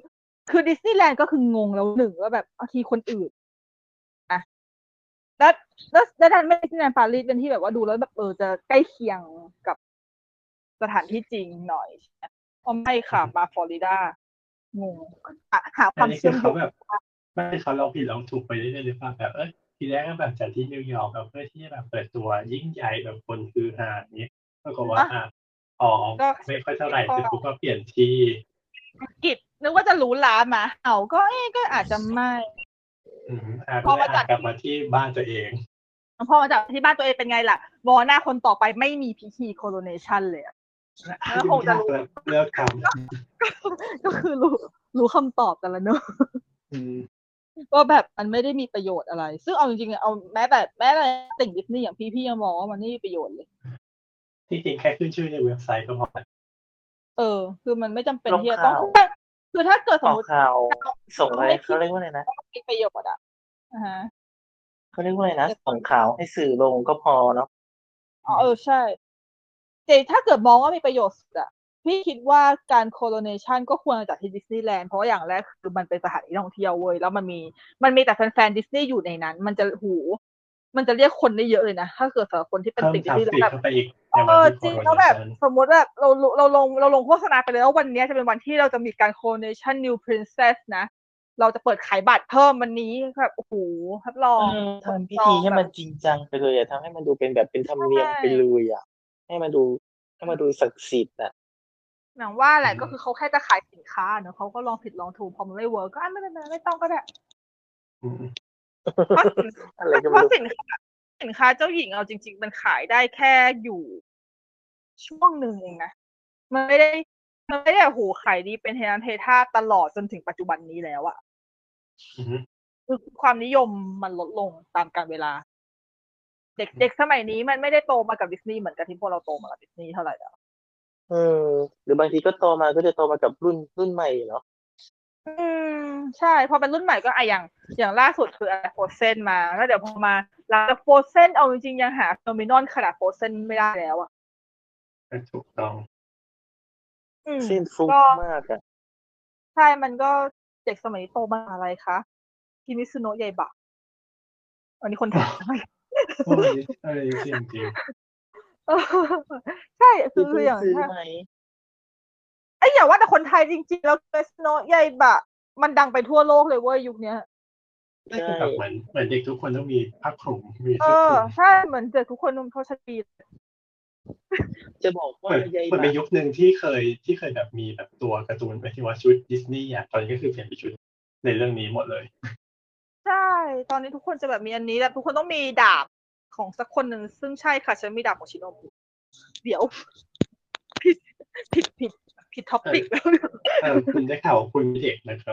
คือดิสนีย์แลนด์ก็คืองงแล้วหนึ่งว่าแบบบางทีคนอื่นอะแล้วแล้วแล้วดันไม่ดิสนีย์แลนด์ปารีสเป็นที่แบบว่าดูแล้วแบบเออจะใกล้เคียงกับสถานที่จริงหน่อยเพราะไม่ค่ะมาฟลอริดางงอะหาคอัวาน มนี้คืเชื่ออมโยเขางแบบไม่เขาลองผิดลองถูกไปเรื่อยๆหรือเปล่าแบบเอ้ยทีแรกก็แบบจัดที่นิวยอร์กแบบเพื่อที่จะแบบเปิดตัวยิ่งใหญ่แบบคนฮือฮาอย่างนี้ปรากฏว่านะอ่ะอ๋อก็ไม่ค่อยเท่าไหร่ก็เสร็จปุ๊บก็เปลี่ยนที่อังกฤษนึกว่าจะหรูหรามาเอาก็เอ๊ะก็อาจจะไม่อืมอ่ะพอก็เลยมาจัอ่ะดกลับมาที่บ้านตัวเองพอมาจากที่บ้านตัวเองเป็นไงล่ะวอหน้าคนต่อไปไม่มีพิธีโคโรเนชันเลยอะ แล้วคยุ่งงจะยากรู้แล้วเลิกทก็คือรู้รู้คำตอบกันแล้วเนอะำอืมว่าแบบมันไม่ได้มีประโยชน์อะไร ซึ่งเอาจริงๆเอาแม้แบบแม้แต่ติ่งดิสนีย์อย่างพี่พี่ยังมองว่ามันไม่มีประโยชน์เลยที่จริงแค่ขึ้นชื่อในเว็บไซต์ก็พอเออ คือมันไม่จำเป็นลงที่จะต้องข่าวคือถ้าเกิดสอมอมกติข่าว ส่งเราอะไรให้เขาเรียกว่าอะไรนะว่ามันมีประโยชน์อะอะฮะเขาเรียกว่าอะไรนะ ส่งข่าวให้สื่อลงก็พอเนาะอ๋อ เออ ใช่ แต่ถ้าเกิดมองว่ามีประโยชน์สุดอะพี่คิดว่าการโคโรเนชันก็ควรจะจัดที่ดิสนีย์แลนด์เพราะว่าอย่างแรกคือมันเป็นสถานที่ท่องเที่ยวเว้ยแล้วมันมีมันมีแต่แฟนๆดิสนีย์อยู่ในนั้น มันจะโอ้โฮมันจะเรียกคนได้เยอะเลยนะ ถ้าเกิดสำหรับคนที่เป็นเพิ่มติ่งดิทสรานีย์ฟแล้วฟิกแบบเข้าไปอีกเอในวันอที่จริงโคโรแล้วเนแบบชันสมมุติแบบเราเราลงเราลงโฆษณาไปเลยว่าวันเนี้ยจะเป็นวันที่เราจะมีการ Coronation New Princess นะ เราจะเปิดขายบัตรเพิ่มวันนี้แบบโอ้โฮรับรอเอง อ ทำพิจอธีงให้แบมับนจริงจังไปเลยอะ ทำให้มันดูเป็นแบบเป็นธรรมใชเนียมไป่เลยอะ ให้มันดู ให้มันดูศักดิ์สิทธิ์อะอย่างว่าแหละอืมก็คือเขาแค่จะขายสินค้าอะเนาะ เขาก็ลองผิดลองถูก พอมันไม่เวิร์กก็ อา ไม่เป็นไรไม่ต้องก็ได้อืมเพราะสินอะไรก็เพไม่ราะรู้สินค้า สินค้าเจ้าหญิงเอาจริง ๆ มันขายได้แค่อยู่ ช่วงหนึ่งเองนะ มันไม่ได้ มันไม่ได้ โอ้โฮ ขายดีเป็นเทน้ำเทท่าตลอดจนถึงปัจจุบันนี้แล้วอะอือฮึคือความนิยมมันลดลงตามกาลเวลา เด็ก เด็กสมัยนี้มันไม่ได้โตมากับดิสนีย์เหมือนกับที่พวกเราโตมากับดิสนีย์เท่าไรแล้วเออ หรือบางทีก็โตมาก็จะโตมากับรุ่น รุ่นใหม่เนาะอืม ใช่ พอเป็นรุ่นใหม่ก็ อะ อย่าง อย่างล่าสุดคืออะไร Frozen มา แล้วเดี๋ยวพอมาหลังจาก Frozen เอาจริงๆยังหา Phenomenon ขนาด Frozen ไม่ได้แล้วอะก็ ถูกต้องอืมสิ้นฟลุกก็มากอะใช่ มันก็เด็กสมัยนี้โตมากับอะไรคะ Kimetsu no Yaiba อันนี้คนไทยโอ้ อันนี้ อันนี้จริง ๆเออ ใช่คคืืออเพิ่งอย่างถ้าซื้อไหม? เอ๊ย อย่าว่าแต่คนไทยจริง ๆ แล้ว Kimetsu no Yaiba มันดังไปทั่วโลกเลยเว้ยยุคเนี้ยก็ใชคือแบบเหมือน เหมือนเด็กทุกคนต้องมีผ้าคลุม มีเออชุดคลุมใช่ เหมือนเด็กทุกคนต้อง เขา ชจะบอกว่เหามือน เหมือนมียายบะยุคหนึ่งที่เคย ที่เคยแบบมีแบบตัวการ์ตูน หมายถึงว่าชุดดิสนีย์อะ ตอนนี้ก็คือเปลี่ยนเป็นชุดในเรื่องนี้หมดเลย ใช่ ตอนนี้ทุกคนจะแบบมีอันนี้แบบทุกคนต้องมีดาบของสักคนหนึ่ง ซึ่งใช่ค่ะ ฉันมีดาบของ Shinobu เดี๋ยว ผิด ผิด ผิด ผิดเออ topic แล้วเออ คุณได้ข่าวว่าคุณมีเด็กนะครับ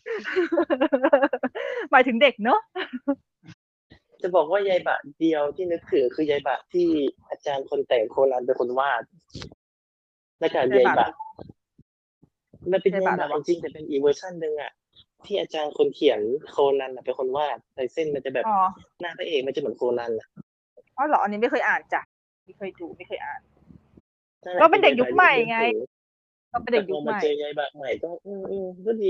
หมายถึงเด็กเนาะจะบอกว่ายายบะเดียวที่นึกถึงคือยายบะที่อาจารย์คนแต่งโคนันเป็นคนวาด แล้วกับยายบะ มันเป็นยายยาบะยอะไรบะวะ? จริง ๆ แต่เป็นอีกเวอร์ชันหนึ่งอะ ที่อาจารย์คนเขียนโคนันน่ะเป็นคนวาด ลายเส้นมันจะแบบอ๋อหน้าพระเอกมันจะเหมือนโคนันน่ะอ้าวเหรอ? อันนี้ไม่เคยอ่านจ้ะ ไม่เคยดู ไม่เคยอ่านนั่นแหลก็ะเคป็ืนเด็กอยายยุบะคที่ใหม่นึกไงถึงก็เป็นแตเด่็กพยุคใหม่อมาเจอยายบะใหม่ก็ อืม ๆ ก็ดี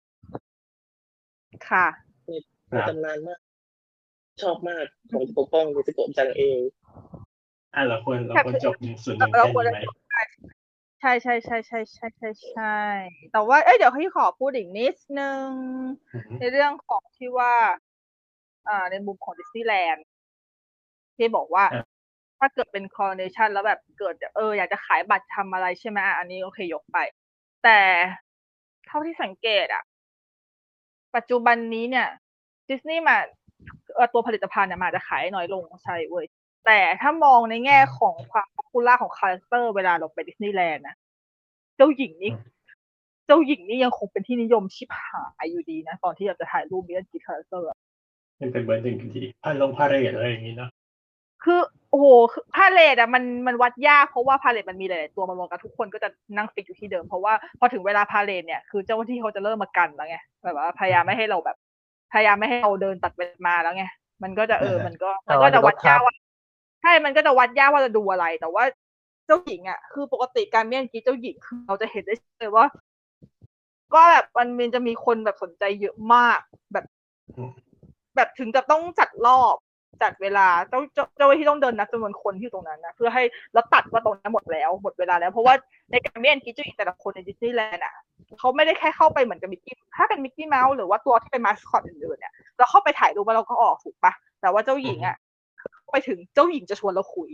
ค่ะในคในรับตำนานมาก ชอบมาก ผมปกป้อง Nezuko จังเองอา เราควร เราควรจบ หนึ่งศูนย์หเออนึ่งเรแคา่ควรจนี้ไะหม? จบได้ ใช่ ๆ ๆ ๆ ๆ ๆ ๆ แต่ว่า เอ๊ย เดี๋ยวพี่ขอพูดอีกนิดหนึ่งอือฮึในเรื่องของที่ว่า อ่า ในมุมของดิสนีย์แลนด์ ที่บอกว่าอาถ้าเกิดเป็น Coronation แล้วแบบเกิด เออ อยากจะขายบัตรทำอะไรใช่ไหม อา อันนี้โอเคยกไป แต่เท่าที่สังเกตอะ ปัจจุบันนี้เนี่ย ดิสนีย์มา เอ่อ ตัวผลิตภัณฑ์เนี่ยมันอาจจะขายได้น้อยลง ใช่เว้ย แต่ถ้ามองในแง่ของความ Popular ของคาแรกเตอร์เวลาเราไปดิสนีย์แลนด์นะ เจ้าหญิงนี่อืมเจ้าหญิงนี่ยังคงเป็นที่นิยมชิบหายอยู่ดีนะ ตอนที่เราจะถ่ายรูป Meet and Greet คาแรกเตอร์อะยังเป็นเบอร์ หนึ่ง อยู่ดี พาลงพาเหรด อะไรอย่างงี้เนาะคือ โอ้โฮ คือพาเหรดอะมัน มันวัดยาก เพราะว่าพาเหรดมันมีหลาย ๆ ตัวมารวมกัน ทุกคนก็จะนั่งฟิกซ์อยู่ที่เดิม เพราะว่าพอถึงเวลาพาเหรดเนี่ย คือเจ้าหน้าที่เขาจะเริ่มมากันแล้วไง แบบว่าพยายามไม่ให้เราแบบ พยายามไม่ให้เราเดินตัดไปมาแล้วไง มันก็จะ เออ มันก็อมั๋อนก็เดจีะ๋ยวรถทวัดยาับกว่า ใช่ มันก็จะวัดยากว่าจะดูอะไร แต่ว่าเจ้าหญิงอะ คือปกติการ Meet and Greet เจ้าหญิง คือเราจะเห็นได้เลยว่าก็แบบมันมันจะมีคนแบบสนใจเยอะมากแบบแบบถึงจะต้องจัดรอบจัดเวลาเจ้าเจ้าเจ้าที่ต้องเดินนับจำนวนคนที่อยู่ตรงนั้นนะเพื่อให้แล้วตัดว่าตรงนั้นหมดแล้วหมดเวลาแล้วเพราะว่าในการเรียนกิจจุแต่ละคนในดิสนีย์แลนด์อ่ะเขาไม่ได้แค่เข้าไปเหมือนกับมิกกี้ถ้าเป็นมิกกี้เมาส์หรือว่าตัวที่เป็นมาสคอตอื่นๆเนี่ยเราเข้าไปถ่ายรูปแล้วเราก็ออกถูกปะแต่ว่าเจ้าหญิงอ่ะไปถึงเจ้าหญิงจะชวนเราคุย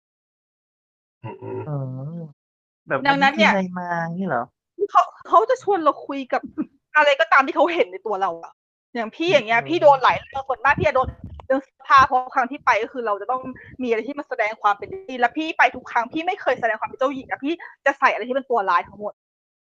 แบบดังนั้นเนี่ยมานี่เหรอเขาเขาจะชวนเราคุยกับอะไรก็ตามที่เขาเห็นในตัวเราอะอย่างพี่อย่างเงี้ยพี่โดนหลายเรื่องคนมากพี่โดนเรื่องพาเพราะครั้งที่ไปก็คือเราจะต้องมีอะไรที่มันแสดงความเป็นดีแล้วพี่ไปทุกครั้งพี่ไม่เคยแสดงความเป็นเจ้าหญิงอะพี่จะใส่อะไรที่เป็นตัวร้ายทั้งหมด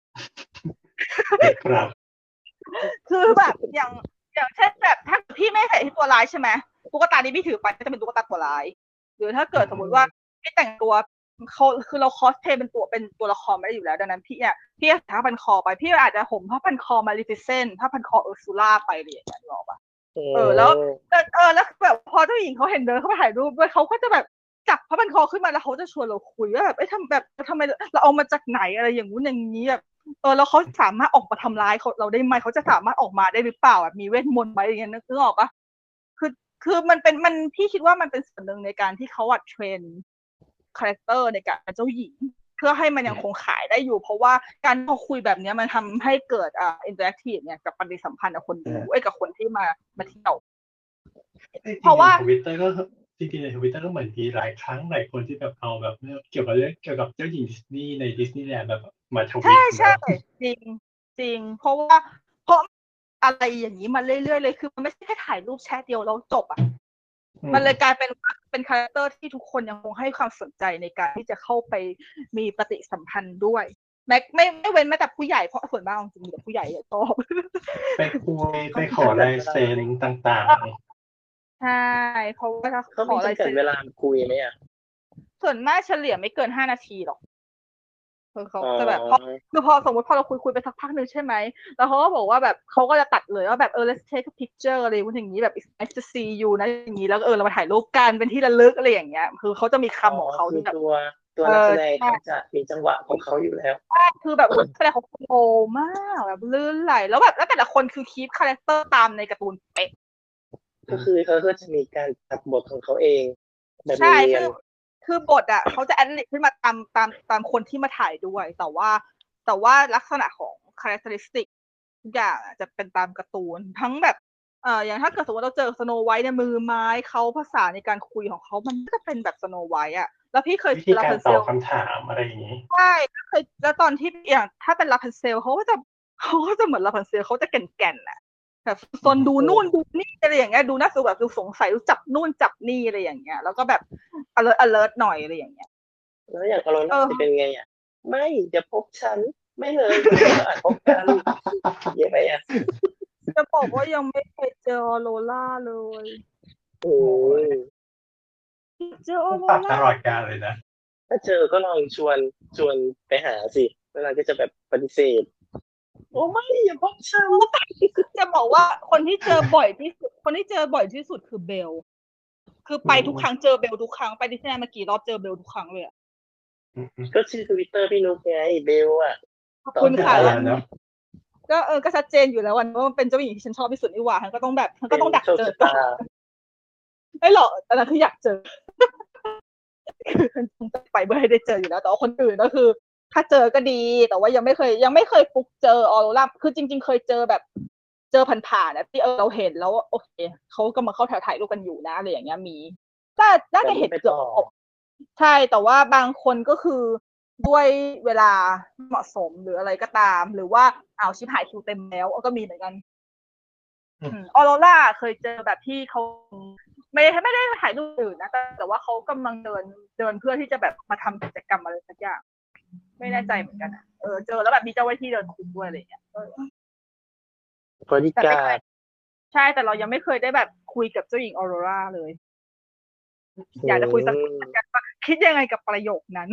ครับคือแบบอย่างอย่างเช่นแบบถ้าพี่ไม่ใส่ที่ตัวร้ายใช่ไหมตุ๊กตาที่พี่ถือไปจะเป็นตุ๊กตาตัวร้ายหรือถ้าเกิดสมมติว่าพี่แต่งตัวเขาคือเราคอสเพลย์เป็นตัวเป็นตัวละครไม่ได้อยู่แล้วดังนั้นพี่เนี่ยพี่ถ้าพันคอไปพี่อาจจะห่มผ้าพันคอมาลิฟิเซนผ้าพันคอเออร์ซูล่าไปเลยอย่างเงี้ยหรอปะเออแล้วเออแล้วแบบพอเจ้าหญิงเขาเห็นเดินเขาไปถ่ายรูปด้วยเขาก็จะแบบจับผ้าพันคอขึ้นมาแล้วเขาจะชวนเราคุยว่าแบบไอ้ทำแบบทำไมเราเอามาจากไหนอะไรอย่างงู้นอย่างนี้แบบเออแล้วเขาสามารถออกมาทำร้ายเขาเราได้ไหมเขาจะสามารถออกมาได้หรือเปล่าแบบมีเวทมนต์ไหมอย่างเงี้ยนึกออกปะคือคือมันเป็นมันพี่คิดว่ามันเป็นส่วนหนึ่งในการที่เขาอัดเทรนคาแรคเตอร์ในการเป็นเจ้าหญิงเพื่อให้มันยังคงขายได้อยู่เพราะว่าการพอคุยแบบนี้มันทำให้เกิดอ่าอินเตอร์แอคทีฟเนี่ยกับปฏิสัมพันธ์กับคนดูไอ้กับคนที่มามาเที่ยวเพราะว่าทวิตเตอร์ก็จริงๆในทวิตเตอร์ก็เหมือนมีหลายครั้งหลายคนที่แบบเอาแบบเกี่ยวกับเรื่องเกี่ยวกับเจ้าหญิงดิสนีย์ในดิสนีย์แลนด์แบบมาทวิตใช่ใช่จริงจริงเพราะว่าเพราะอะไรอย่างนี้มาเรื่อยๆเลยคือมันไม่ใช่แค่ถ่ายรูปแชทเดียวแล้วจบอ่ะมันเลยกลายเป็นเป็นคาแรคเตอร์ที่ทุกคนยังคงให้ความสนใจในการที่จะเข้าไปมีปฏิสัมพันธ์ด้วยแม้ไม่ไม่เว้นแม้แต่ผู้ใหญ่เพราะส่วนมากจริงๆแต่ผู้ใหญ่ชอบไปคุยไปขอลายเซ็นต่างๆใช่เพราะว่าเขาขอลายเซ็นเวลาคุยไหมอ่ะส่วนมากเฉลี่ยไม่เกินห้านาทีหรอกคือเขาจะแบบพอคือพอสมมติพอเราคุยคุยไปสักพักนึงใช่ไหมแล้วเขาก็บอกว่าแบบเขาก็จะตัดเลยว่าแบบเออ let's take a picture อะไรอย่างนี้แบบ it's nice to see you นะอย่างนี้แล้วเออเรามาถ่ายรูปกันเป็นที่ระลึกอะไรอย่างเงี้ยคือเขาจะมีคำของเขาที่แบบตัวตัวนักแสดงเขาจะมีจังหวะของเขาอยู่แล้วคือแบบแสดงเขาโตมากแบบลื่นไหลแล้วแบบแล้วแต่ละคนคือคีปคาแรคเตอร์ตามในการ์ตูนเป๊ะก็คือเขาก็จะมีการตัดบทของเขาเองแบบใช่คือคือบทอ่ะเขาจะแอดลิปขึ้นมาตามตามตามคนที่มาถ่ายด้วยแต่ว่าแต่ว่าลักษณะของคาแรคเตอริสติกทุกอย่างจะเป็นตามการ์ตูนทั้งแบบเอ่ออย่างถ้าเกิดสมมติเราเจอสโนไวท์เนี่ยมือไม้เขาภาษาในการคุยของเขามันก็จะเป็นแบบสโนไวท์อ่ะแล้วพี่เคยวิธีการตอบคำถามอะไรอย่างนี้ใช่เคยแล้วตอนที่อย่างถ้าเป็นลาพันเซลเขาก็จะเขาก็จะเหมือนลาพันเซลเขาจะแก่นๆอ่ะแบบซนดูนู่นดูนี่อะไรอย่างเงี้ยดูน่าสูแบบดูสงสัยดูจับนู่นจับนี่อะไรอย่างเงี้ยแล้วก็แบบ alert alert หน่อยอะไรอย่างเงี้ยแล้วอย่างอโรน่าจะเป็นไงอ่ะไม่อย่าพบฉันไม่เลยอ่านพบกันเย่ไปอ่ะจะบอกว่ายังไม่เคยเจออโรล่าเลยโอ้ยเจออโรล่าตลอดกาลเลยนะถ้าเจอก็ลองชวนชวนไปหาสิแล้วเราก็จะแบบปฏิเสธโอ้ไม่อย่าพบฉันจะบอกว่าคนที่เจอบ่อยที่สุดคนที่เจอบ่อยที่สุดคือเบลคือไปทุกครั้งเจอเบลทุกครั้งไปดิสนีย์แลนด์มากี่รอบเจอเบลทุกครั้งเลยอ่ะก็ชื่อทวิตเตอร์พี่นุ๊กไงเบลอ่ะขอบคุณค่ะก็เออก็ชัดเจนอยู่แล้วว่ามันเป็นเจ้าหญิงที่ฉันชอบที่สุดนี่หว่าฉันก็ต้องแบบฉันก็ต้องดักเจอก่อนไม่หรอกแต่นั้นคืออยากเจอคือฉันจะไปเพื่อให้ได้เจออยู่แล้วแต่ว่าคนอื่นก็คือถ้าเจอก็ดีแต่ว่ายังไม่เคยยังไม่เคยฟุกเจอออโรราคือจริงๆเคยเจอแบบเจอผ่านๆนะที่เออเราเห็นแล้วโอเคเขากำลังเข้าแถวถ่ายรูปกันอยู่นะอะไรอย่างเงี้ยมีแต่น่าจะเห็นเกือบใช่แต่ว่าบางคนก็คือด้วยเวลาเหมาะสมหรืออะไรก็ตามหรือว่าเอาชิปหายคิวเต็มแล้วก็มีเหมือนกันออโรราเคยเจอแบบที่เขาไม่ได้ไม่ได้ถ่ายรูปอื่นนะแต่แต่ว่าเขากำลังเดินเดินเพื่อที่จะแบบมาทำกิจกรรมอะไรสักอย่างไม่แน่ใจเหมือนกันเออเจอแล้วแบบมีเจ้าหน้าที่เดินคุมด้วยอะไรอย่างเงี้ยบริการใช่แต่เรายังไม่เคยได้แบบคุยกับเจ้าหญิงออโรราเลยอยากจะคุยสักกันว่าคิดยังไงกับประโยคนั้น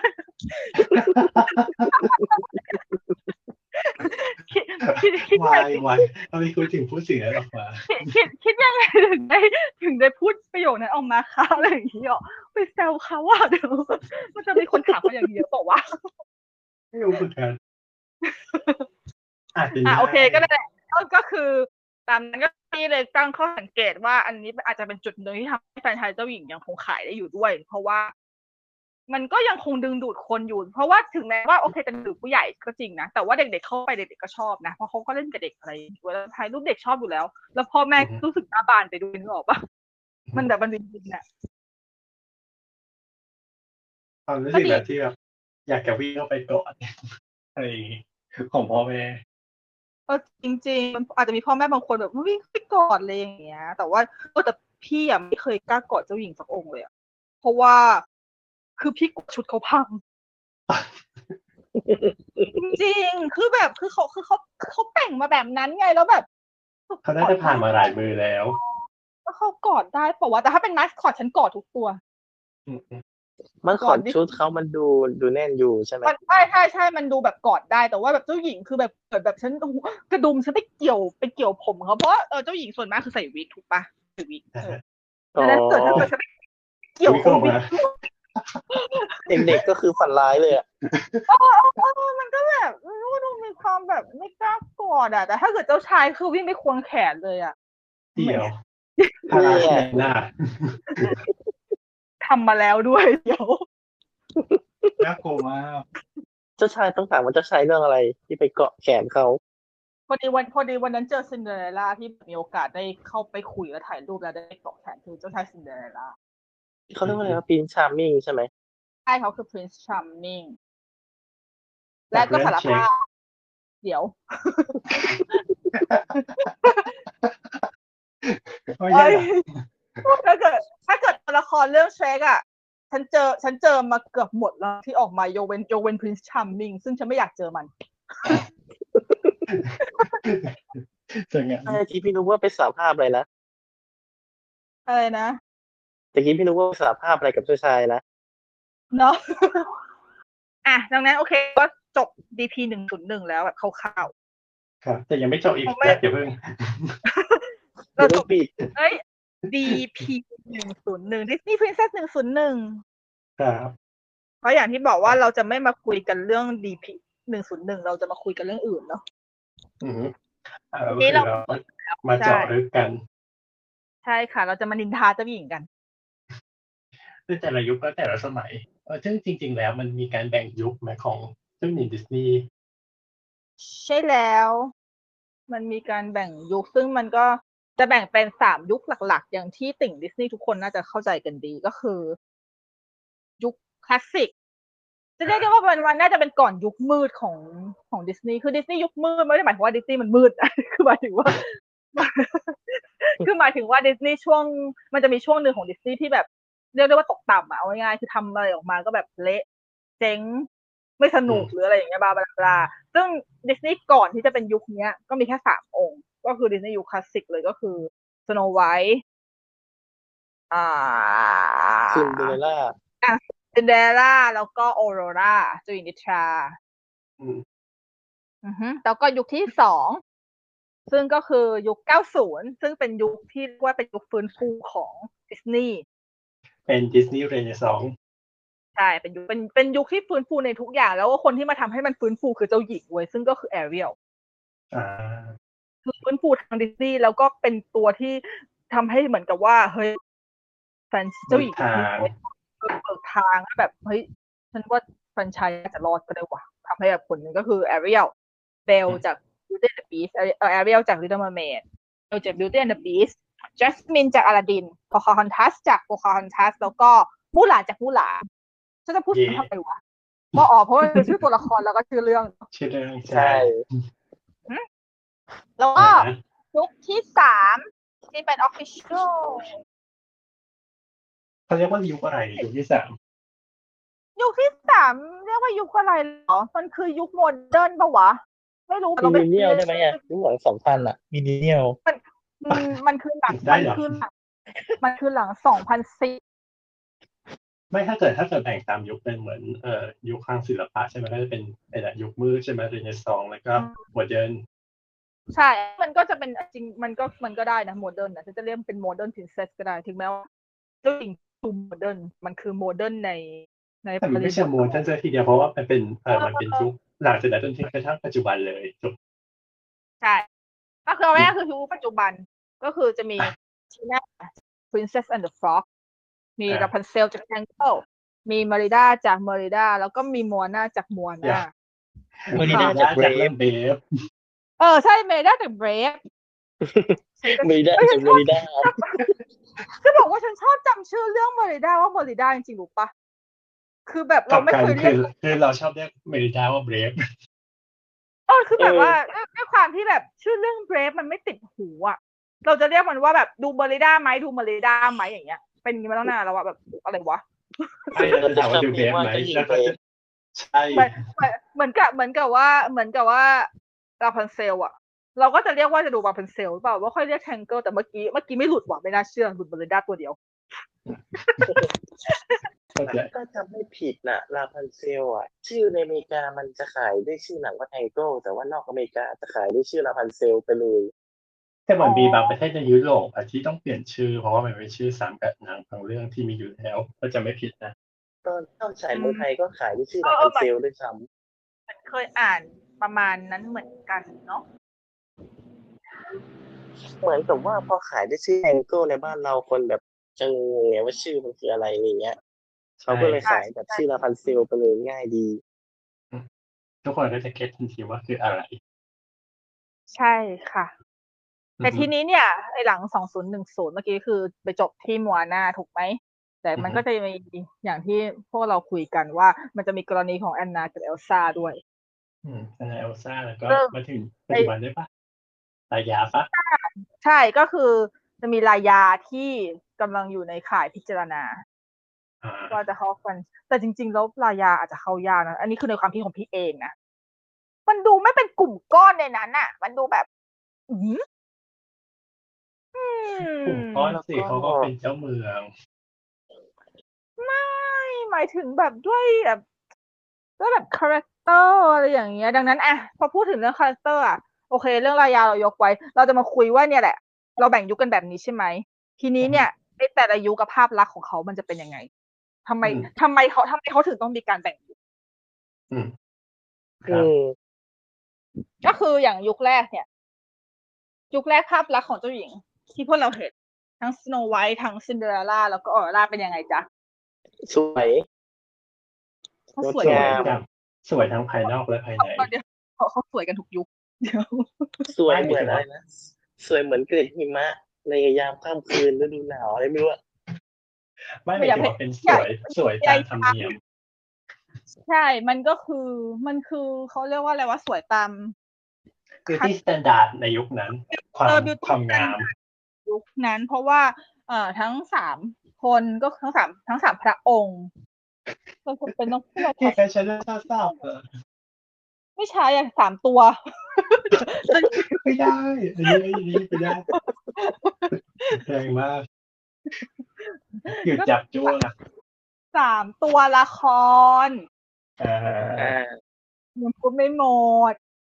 คิดคิดคิดวายวายเราไม่คุยถึงพูดสิ่งนั้นออกมาคิดคิดยังไงถึงได้ถึงได้พูดประโยคนั้นออกมาคะอะไรอย่างนี้หรอไปแซวเขาว่าเดี๋ยวมันจะมีคนถามเขาอย่างนี้เปล่าวะไม่รู้เหมือนกันอาจเป็นอ่ะได้โอเคก็ได้ก็ก็คือตามนั้นก็พี่เลยตั้งข้อสังเกตว่าอันนี้อาจจะเป็นจุดหนึ่งที่ทำให้แฟรนไชส์เจ้าหญิงยังคงขายได้อยู่ด้วย เพราะว่ามันก็ยังคงดึงดูดคนอยู่ เพราะว่าถึงแม้ว่าโอเคจะดึงดูดผู้ใหญ่ก็จริงนะแต่ว่าเด็กๆเข้าไปเด็กๆก็ชอบนะเพราะเขาก็เล่นกับเด็กอะไรอยู่แล้วถ่ายรูปเด็กชอบอยู่แล้ว แล้วพ่อแม่รู้สึกตาบานไปด้วยนึกออกปะมันแบบมันจริงๆเนี่ยความรู้สึกแบบที่แบบอยากจะวิ่งเข้าไปกอดอะไรอย่างงี้ของพ่อแม่เออจริงๆมันอาจจะมีพ่อแม่บางคนแบบวิ่งไปกอดอะไรอย่างเงี้ยแต่ว่าเออแต่พี่อ่ะไม่เคยกล้ากอดเจ้าหญิงสักองค์เลยอ่ะเพราะว่าคือพี่กลัวชุดเขาพัง จริงๆคือแบบคือเขาคือเขาเขาแต่งมาแบบนั้นไงแล้วแบบเขาน่าจะผ่านมาหลายมือแล้วแล้วเขากอดได้เปล่าวะแต่ถ้าเป็นมาสคอตฉันกอดทุกตัวอืมมันขอดชุดเขามันดูดูแน่นอยู่ใช่ไหมมันใช่ใช่ใช่มันดูแบบกอดได้แต่ว่าแบบเจ้าหญิงคือแบบเกิดแบบฉันโอ้โหกระดุมฉันไปเกี่ยวไปเกี่ยวผมเขาเพราะว่าเออเจ้าหญิงส่วนมากคือใส่วิกถูกปะใส่วิกเอออ๋อดังนั้นเกิดถ้าเกิดฉันไปเกี่ยววิ่งคอนอกวิกมาเด็กๆก็คือฝันร้ายเลยอ่ะเออเออมันก็แบบมันดูมีความแบบไม่กล้ากอดอ่ะแต่ถ้าเกิดเจ้าชายคือวิ่งไปควงแขนเลยอ่ะเดี๋ยวพาราที่ไหนล่ะทำมาแล้วด้วยเดี๋ยวน่ากลัวมากเจ้าชายต้องถามว่าเจ้าชายเรื่องอะไรที่ไปเกาะแขนเขาพอดีวันพอดีวันนั้นเจอซินเดอเรลล่าที่มีโอกาสได้เข้าไปคุยและถ่ายรูปแล้วได้เกาะแขนคือเจ้าชายซินเดอเรลล่าเขาเรียกว่าอะไรว่าปีนชาร์มมิ่งใช่ไหมใช่เขาคือ Prince Charming และก็สารภาพเดี๋ยวเอ้ยถ้าเกิดถ้าเกิดตัวละครเรื่องเชคอะฉันเจอฉันเจอมาเกือบหมดแล้วที่ออกมาโยเวนโยเวน Prince Charming ซึ่งฉันไม่อยากเจอมันจะไงไอ้ที่พี่นึกว่าไปสารภาพอะไรนะอะไรนะแต่กี้พี่นึกว่าไปสารภาพอะไรกับเจ้าชายนะเนาะ อ่ะดังนั้นโอเคก็จบ ดี พี หนึ่งศูนย์หนึ่งแล้วแบบคร่าวครับ แต่ยังไม่จบอีกผมไม่อย่าเพิ่งๆเดี๋ยวต้องปิดเอ้ย ดี พี หนึ่งศูนย์หนึ่ง Disney Princess หนึ่งศูนย์หนึ่งครับเพราะอย่างที่บอกว่าเราจะไม่มาคุยกันเรื่อง ดี พี หนึ่งศูนย์หนึ่ง เราจะมาคุยกันเรื่องอื่นเนาะอืมอ่าทีก็นี้คือเราเรามาเจาะลึกกันใช่ค่ะ เราจะมานินทาเจ้าหญิงกันซึ่งแต่ละยุคและแต่ละสมัยเออซึ่งจริง ๆ แล้วมันมีการแบ่งยุคไหมของเจ้าหญิงดิสนีย์ใช่แล้ว มันมีการแบ่งยุคซึ่งมันก็จะแบ่งเป็นสามยุคหลักๆ อย่างที่ติ่งดิสนีย์ทุกคนน่าจะเข้าใจกันดีก็คือ ยุคคลาสสิกจะเรียกได้ว่ามันมันน่าจะเป็นก่อนยุคมืดของของดิสนีย์คือดิสนีย์ยุคมืดไม่ได้หมายถึงว่าดิสนีย์มันมืด คือหมายถึงว่า คือหมายถึงว่าดิสนีย์ช่วงมันจะมีช่วงหนึ่งของดิสนีย์ที่แบบเรียกได้ว่าตกต่ำอะเอาง่ายๆคือทำอะไรออกมาก็แบบเละเจ๊งไม่สนุกหรืออะไรอย่างเงี้ยบลาบลาบลาซึ่งดิสนีย์ก่อนที่จะเป็นยุคนี้ก็มีแค่สามองค์ก็คือดิสนีย์ยุคคลาสสิกเลยก็คือสโนไวท์อ่าซินเดอเรลล่าซินเดอเรลล่าแล้วก็ออโรราเจ้าหญิงนิทราอืมอือฮึแล้วก็ยุคที่สองซึ่งก็คือยุคเก้าสิบซึ่งเป็นยุคที่เรียกว่าเป็นยุคฟื้นฟูของดิสนีย์เป็นดิสนีย์เรเนซองส์ใช่เป็นยุคเป็นเป็นยุคที่ฟื้นฟูในทุกอย่างแล้วก็คนที่มาทำให้มันฟื้นฟูคือเจ้าหญิงเว้ยซึ่งก็คือแอเรียลอ่าคือฟื้นฟูทางดิสนีย์แล้วก็เป็นตัวที่ทำให้เหมือนกับว่าเฮ้ยแฟนเจ้าหญิงทางเปิดทางแบบเฮ้ยฉันว่าแฟรนไชส์จะรอดก็ได้ว่ะทำให้แบบคนหนึ่งก็คือแอเรียลเบลจาก Beauty and the Beast เออแอเรียลจาก Little Mermaid เบลจาก Beauty and the Beast จัสมินจากอลาดินโพคาฮอนทัสจากโพคาฮอนทัสแล้วก็มูหลานจากมูหลานฉันจะพูดถึงทำไมวะเพราะอ๋อเพราะมันคือชื่อตัวละครแล้วก็ชื่อเรื่องชื่อเรื่องใช่แล้วก็ยุคที่สามที่เป็น official เขาเรียกว่ายุคอะไรยุคที่สามยุคที่สามเรียกว่ายุคอะไรเหรอมันคือยุคโมเดิร์นปะวะไม่รู้มิลเลนเนียลได้ไหมอ่ะยุคหลังสองพันอ่ะมิลเลนเนียลมันมันคือหลังมันคือหลังมันคือหลังสองพันสี่ไม่ถ้าเกิดถ้าเกิดแบ่งตามยุคเป็นเหมือนเอ่อยุคทางศิลปะใช่ไหมก็จะเป็นไอ้ยุคมืดใช่ไหมเรเนซองส์แล้วก็โมเดิร์นใช่มันก็จะเป็นจริงมันก็มันก็ได้นะโมเดิร์นนะจะเรียกเป็นโมเดิร์นพรินเซสก็ได้ถึงแม้ว่าเจ้าหญิงคือโมเดิร์นมันคือโมเดิร์นในในแต่มันไม่ใช่โมเดิร์นซะทีเดียวเพราะว่ามันเป็นเอ่อมันเป็นยุคหลังจากนั้นจนถึงกระทั่งปัจจุบันเลยจบก็คือแรกคือยุคปัจจุบันก็คือจะมีทีน่า Princess and the Frog มี Rapunzel จาก Tangle มีเมริดาจากเมริดาแล้วก็มีมัวนาจากมัวนาเมริดาจากเบรฟเออใช่เมริดาจากเบรฟเมริดาจากเมริดาจะบอกว่าฉันชอบจำชื่อเรื่องเมริดาว่าเมริดาจริงๆรู้ปะคือแบบเราไม่เคยเรียกคือเราชอบเรียกเมริดาว่าเบรฟเออคือแบบว่าด้วยความที่แบบชื่อเรื่องเบรฟมันไม่ติดหูอ่ะเราจะเรียกมันว่าแบบดูเมริดาไหมดูเมริดาไหมอย่างเงี้ยเป็นอย่างนี้มาตั้งนานแล้วว่าแบบอะไรวะไม่เราถามว่าดูเบรฟไหมแล้วก็ใช่เหมือนเหมือนกับเหมือนกับว่าเหมือนกับว่าราพันเซลอ่ะเราก็จะเรียกว่าจะดูราพันเซลหรือเปล่าว่าค่อยเรียกแทงเกิลแต่เมื่อกี้เมื่อกี้ไม่หลุดว่ะไม่น่าเชื่อหลุดเมริดาตัวเดียวก็จำไม่ผิดน่ะราพันเซลอ่ะชื่อในอเมริกามันจะขายด้วยชื่อหนังว่าแทงเกิลแต่ว่านอกอเมริกาจะขายด้วยชื่อราพันเซลไปเลยแต่เหมือนมีบางประเทศในยุโรปที่ต้องเปลี่ยนชื่อเพราะว่ามันเป็นชื่อซ้ำกับหนังบางเรื่องที่มีอยู่แล้วก็จะไม่ผิดนะตอนเข้าฉายเมืองไทยก็ขายด้วยชื่อราพันเซลด้วยซ้ำเคยอ่านประมาณนั้นเหมือนกันเนาะเหมือนกับว่าพอขายด้วยชื่อแองเกิลในบ้านเราคนแบบจะงงไงว่าชื่อมันคืออะไรอย่างเงี้ยเขาก็เลยขายแบบชื่อราพันเซลไปเลยง่ายดีทุกคนก็จะเก็ตทันทีว่าคืออะไรใช่ค่ะแต่ทีนี้เนี่ยไอ้หลังสองพันสิบเมื่อกี้คือไปจบที่มัวนาถูกไหมแต่มันก็จะมีอย่างที่พวกเราคุยกันว่ามันจะมีกรณีของแอนนากับเอลซ่าด้วยอืมแอนนาเอลซ่าแล้วก็มาถึงปัจจุบันได้ปะลายาปะใช่ก็คือจะมีลายาที่กำลังอยู่ในข่ายพิจารณาว่าจะเข้ากันแต่จริงๆแล้วลายาอาจจะเข้ายากนะอันนี้คือในความคิดของพี่เองนะมันดูไม่เป็นกลุ่มก้อนในนั้นอ่ะมันดูแบบอืมกลุ่มก้อนสิเขาก็เป็นเจ้าเมืองไม่หมายถึงแบบด้วยแบบด้วยแบบคาแรคเตอร์อะไรอย่างเงี้ยดังนั้นอะพอพูดถึงเรื่องคาแรคเตอร์อะโอเคเรื่องรายาเรายกไว้เราจะมาคุยว่าเนี่ยแหละเราแบ่งยุคกันแบบนี้ใช่ไหมทีนี้เนี่ยในแต่ละยุคกับภาพลักษณ์ของเขามันจะเป็นยังไงทำไมทำไมเขาทำไมเขาถึงต้องมีการแบ่งยุคอืมครับก็คืออย่างยุคแรกเนี่ยยุคแรกภาพลักษณ์ของเจ้าหญิงที่พวกเราเห็นทั้งสโนว์ไวท์ทั้งซินเดอเรลล่าแล้วก็ออร่าเป็นยังไงจ๊ะสวยเขาสวยกันสวยทั้งภายนอกและภายในเขาเขาสวยกันทุกยุคเดี๋ยวสวยเหมือนอะไรนะสวยเหมือนเกล็ดหิมะในยามค่ำคืนฤดูหนาวอะไรไม่รู้อะไม่ไม่ถือว่าเป็นสวยสวยตามธรรมเนียมใช่มันก็คือมันคือเขาเรียกว่าอะไรว่าสวยตาม beauty standard ในยุคนั้นความความงามยุคนั้นเพราะว่าเอ่อทั้งสามคนก็ทั้งสามทั้งสามพระองค์ก็เป็นต้องพูดที่ใครใช้เรื่องทราบเออไม่ใช่อ่ะสามตัวไม่ได้อันนี้อันนี้ไม่ได้แรงมากหยุดจับจ้วงสามตัวละครอ่ายังพูดไม่หมด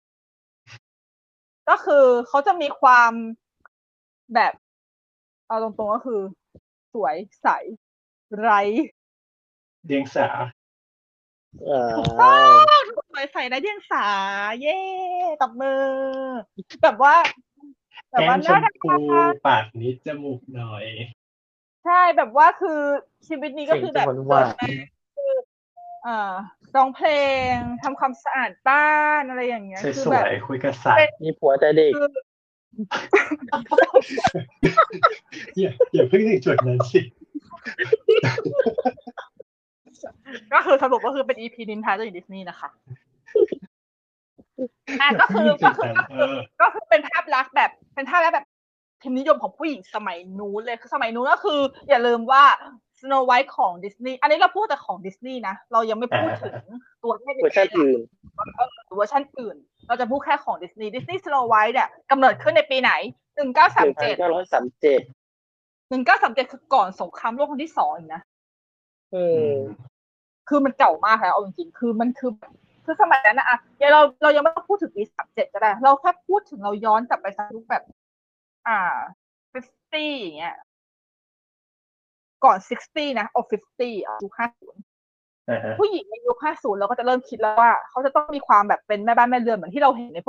ก็คือเขาจะมีความแบบเอาตรงๆก็คือสวยใสไร้เดียงสาถูกต้องสวยใสไร้เดียงสาเย้ตบมือแบบว่าแบบว่าน่ารักปากนิดจมูกหน่อยใช่แบบว่าคือชีวิตนี้ก็คือแบบว่าคืออ่าร้องเพลงทำความสะอาดบ้านอะไรอย่างเงี้ยคือแบบคุยกับสัตว์มีผัวแต่เด็กอย่าอย่าเพิ่งถึงจุดนั้นสิก็คือสรุปก็คือเป็น อี พี นินทาเจ้าหญิงดิสนีย์นะคะอ่ะก็คือก็คือก็คือก็คือเป็นภาพลักษณ์แบบเป็นภาพลักษณ์แบบพิมพ์นิยมของผู้หญิงสมัยนู้นเลยคือสมัยนู้นก็คืออย่าลืมว่า Snow White ของดิสนีย์อันนี้เราพูดแต่ของดิสนีย์นะเรายังไม่พูดถึงตัวเวอร์ชันอื่นเวอร์ชันอื่นเราจะพูดแค่ของดิสนีย์ดิสนีย์ Snow White เนี่ยกำเนิดขึ้นในปีไหนหนึ่งเก้าสามเจ็ดหนึ่งพันเก้าร้อยสามสิบเจ็ดหนึ่งเก้าสามเจ็ดคือก่อนสงครามโลกครั้งที่สองอีกนะเออคือมันเก่ามากแล้วเอาจริงๆคือมันคือคือสมัยนั้นนะอะเดี๋ยวเราเรายังไม่ต้องพูดถึงปีสามเจ็ดก็ได้เราแค่พูดถึงเราย้อนกลับไปสักยุคแบบอ่าห้าสิบอย่างเงี้ยก่อนหกสิบนะเอาห้าสิบอ่ะยุคห้าสิบผู้หญิงในยุคห้าสิบเราก็จะเริ่มคิดแล้วว่าเขาจะต้องมีความแบบเป็นแม่บ้านแม่เรือนเหมือนที่เราเห็นในพวกแบบ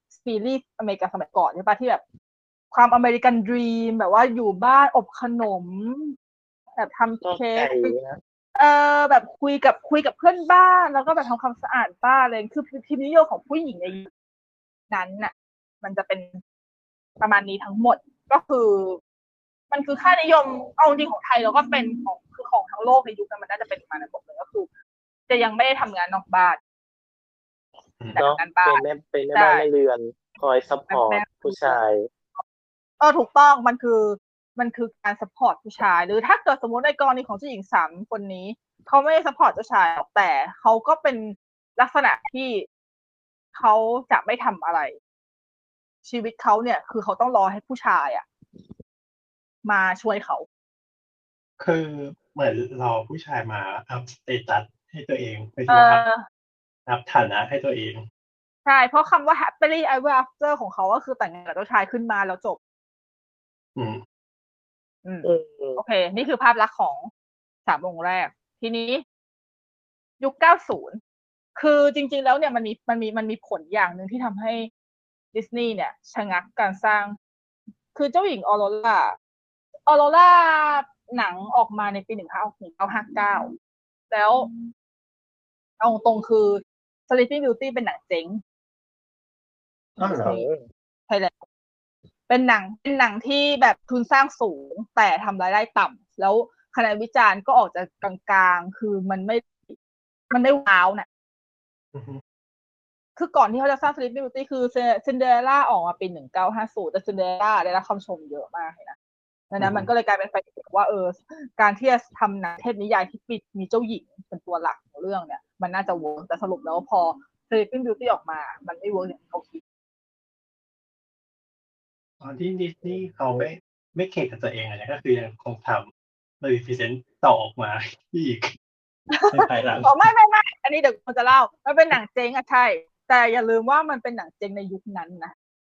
ซีรีส์อเมริกันสมัยก่อนใช่ปะที่แบบความอเมริกันดรีมแบบว่าอยู่บ้านอบขนมแบบทำเค้กเออแบบคุยกับคุยกับเพื่อนบ้านแล้วก็แบบทำความสะอาดบ้านเลยคือพิมพ์นิยมของผู้หญิงในนั้นน่ะมันจะเป็นประมาณนี้ทั้งหมดก็คือมันคือค่านิยมเอาจริงของไทยเราก็เป็นของคือของทั้งโลกในยุคนั้นมันน่าจะเป็นประมาณนั้นหมดเลยก็คือจะยังไม่ได้ทำงานนอกบ้านแต่ทำงานบ้านเป็นแม่เป็นแม่บ้านแม่เรือนคอยซัพพอร์ตผู้ชายเออถูกต้องมันคือมันคือการซัพพอร์ตผู้ชายหรือถ้าเกิดสมมติในกรณีของเจ้าหญิงสามคนนี้เขาไม่ได้ซัพพอร์ตเจ้าชายแต่เขาก็เป็นลักษณะที่เขาจะไม่ทำอะไรชีวิตเขาเนี่ยคือเขาต้องรอให้ผู้ชายอ่ะมาช่วยเขาคือเหมือนรอผู้ชายมาอัพสเตตัสให้ตัวเองไม่ใช่ว่าอัพฐานะให้ตัวเองใช่เพราะคำว่า happily ever after ของเขาก็คือแต่งงานกับเจ้าชายขึ้นมาแล้วจบอืมอืมโอเคนี่คือภาพลักษณ์ของสามองค์แรกทีนี้ยุคเก้าสิบคือจริงๆแล้วเนี่ยมันมีมันมีมันมีผลอย่างหนึ่งที่ทำให้ดิสนีย์เนี่ยชะงักการสร้างคือเจ้าหญิงออโรราออโรราหนังออกมาในปีหนึ่งพันเก้าร้อยห้าสิบเก้าแล้วเอาตรงคือ Sleeping Beauty เป็นหนังเจ๊งอ๋อเหรอใช่แล้วเป็นหนังเป็นหนังที่แบบทุนสร้างสูงแต่ทำรายได้ต่ำแล้วคะแนนวิจารณ์ก็ออกจากกลางๆคือมันไม่มันไม่ว้าวน่ะคือก่อนที่เขาจะสร้าง Sleeping Beauty คือ Cinderella ออกมาปีหนึ่งพันเก้าร้อยห้าสิบแต่ Cinderella ได้รับคำชมเยอะมากเลยนะดังนั้นมันก็เลยกลายเป็นไฟว่าเออการที่จะทำหนังเทพนิยายที่มีเจ้าหญิงเป็นตัวหลักของเรื่องเนี่ยมันน่าจะเวิร์กแต่สรุปแล้วพอ Sleeping Beauty ออกมามันไม่เวิร์กอย่างที่เขาคิดตอนที่ดิสนีย์เขาไม่ไม่เข็ดกับตัวเองอะไรก็คือยังคงทำ Maleficent ต่อออกมาอีกในภายหลังอ๋อไม่ไม่ไม่อันนี้เดี๋ยวผมจะเล่ามันเป็นหนังเจ๊งอะใช่แต่อย่าลืมว่ามันเป็นหนังเจ๊งในยุคนั้นนะ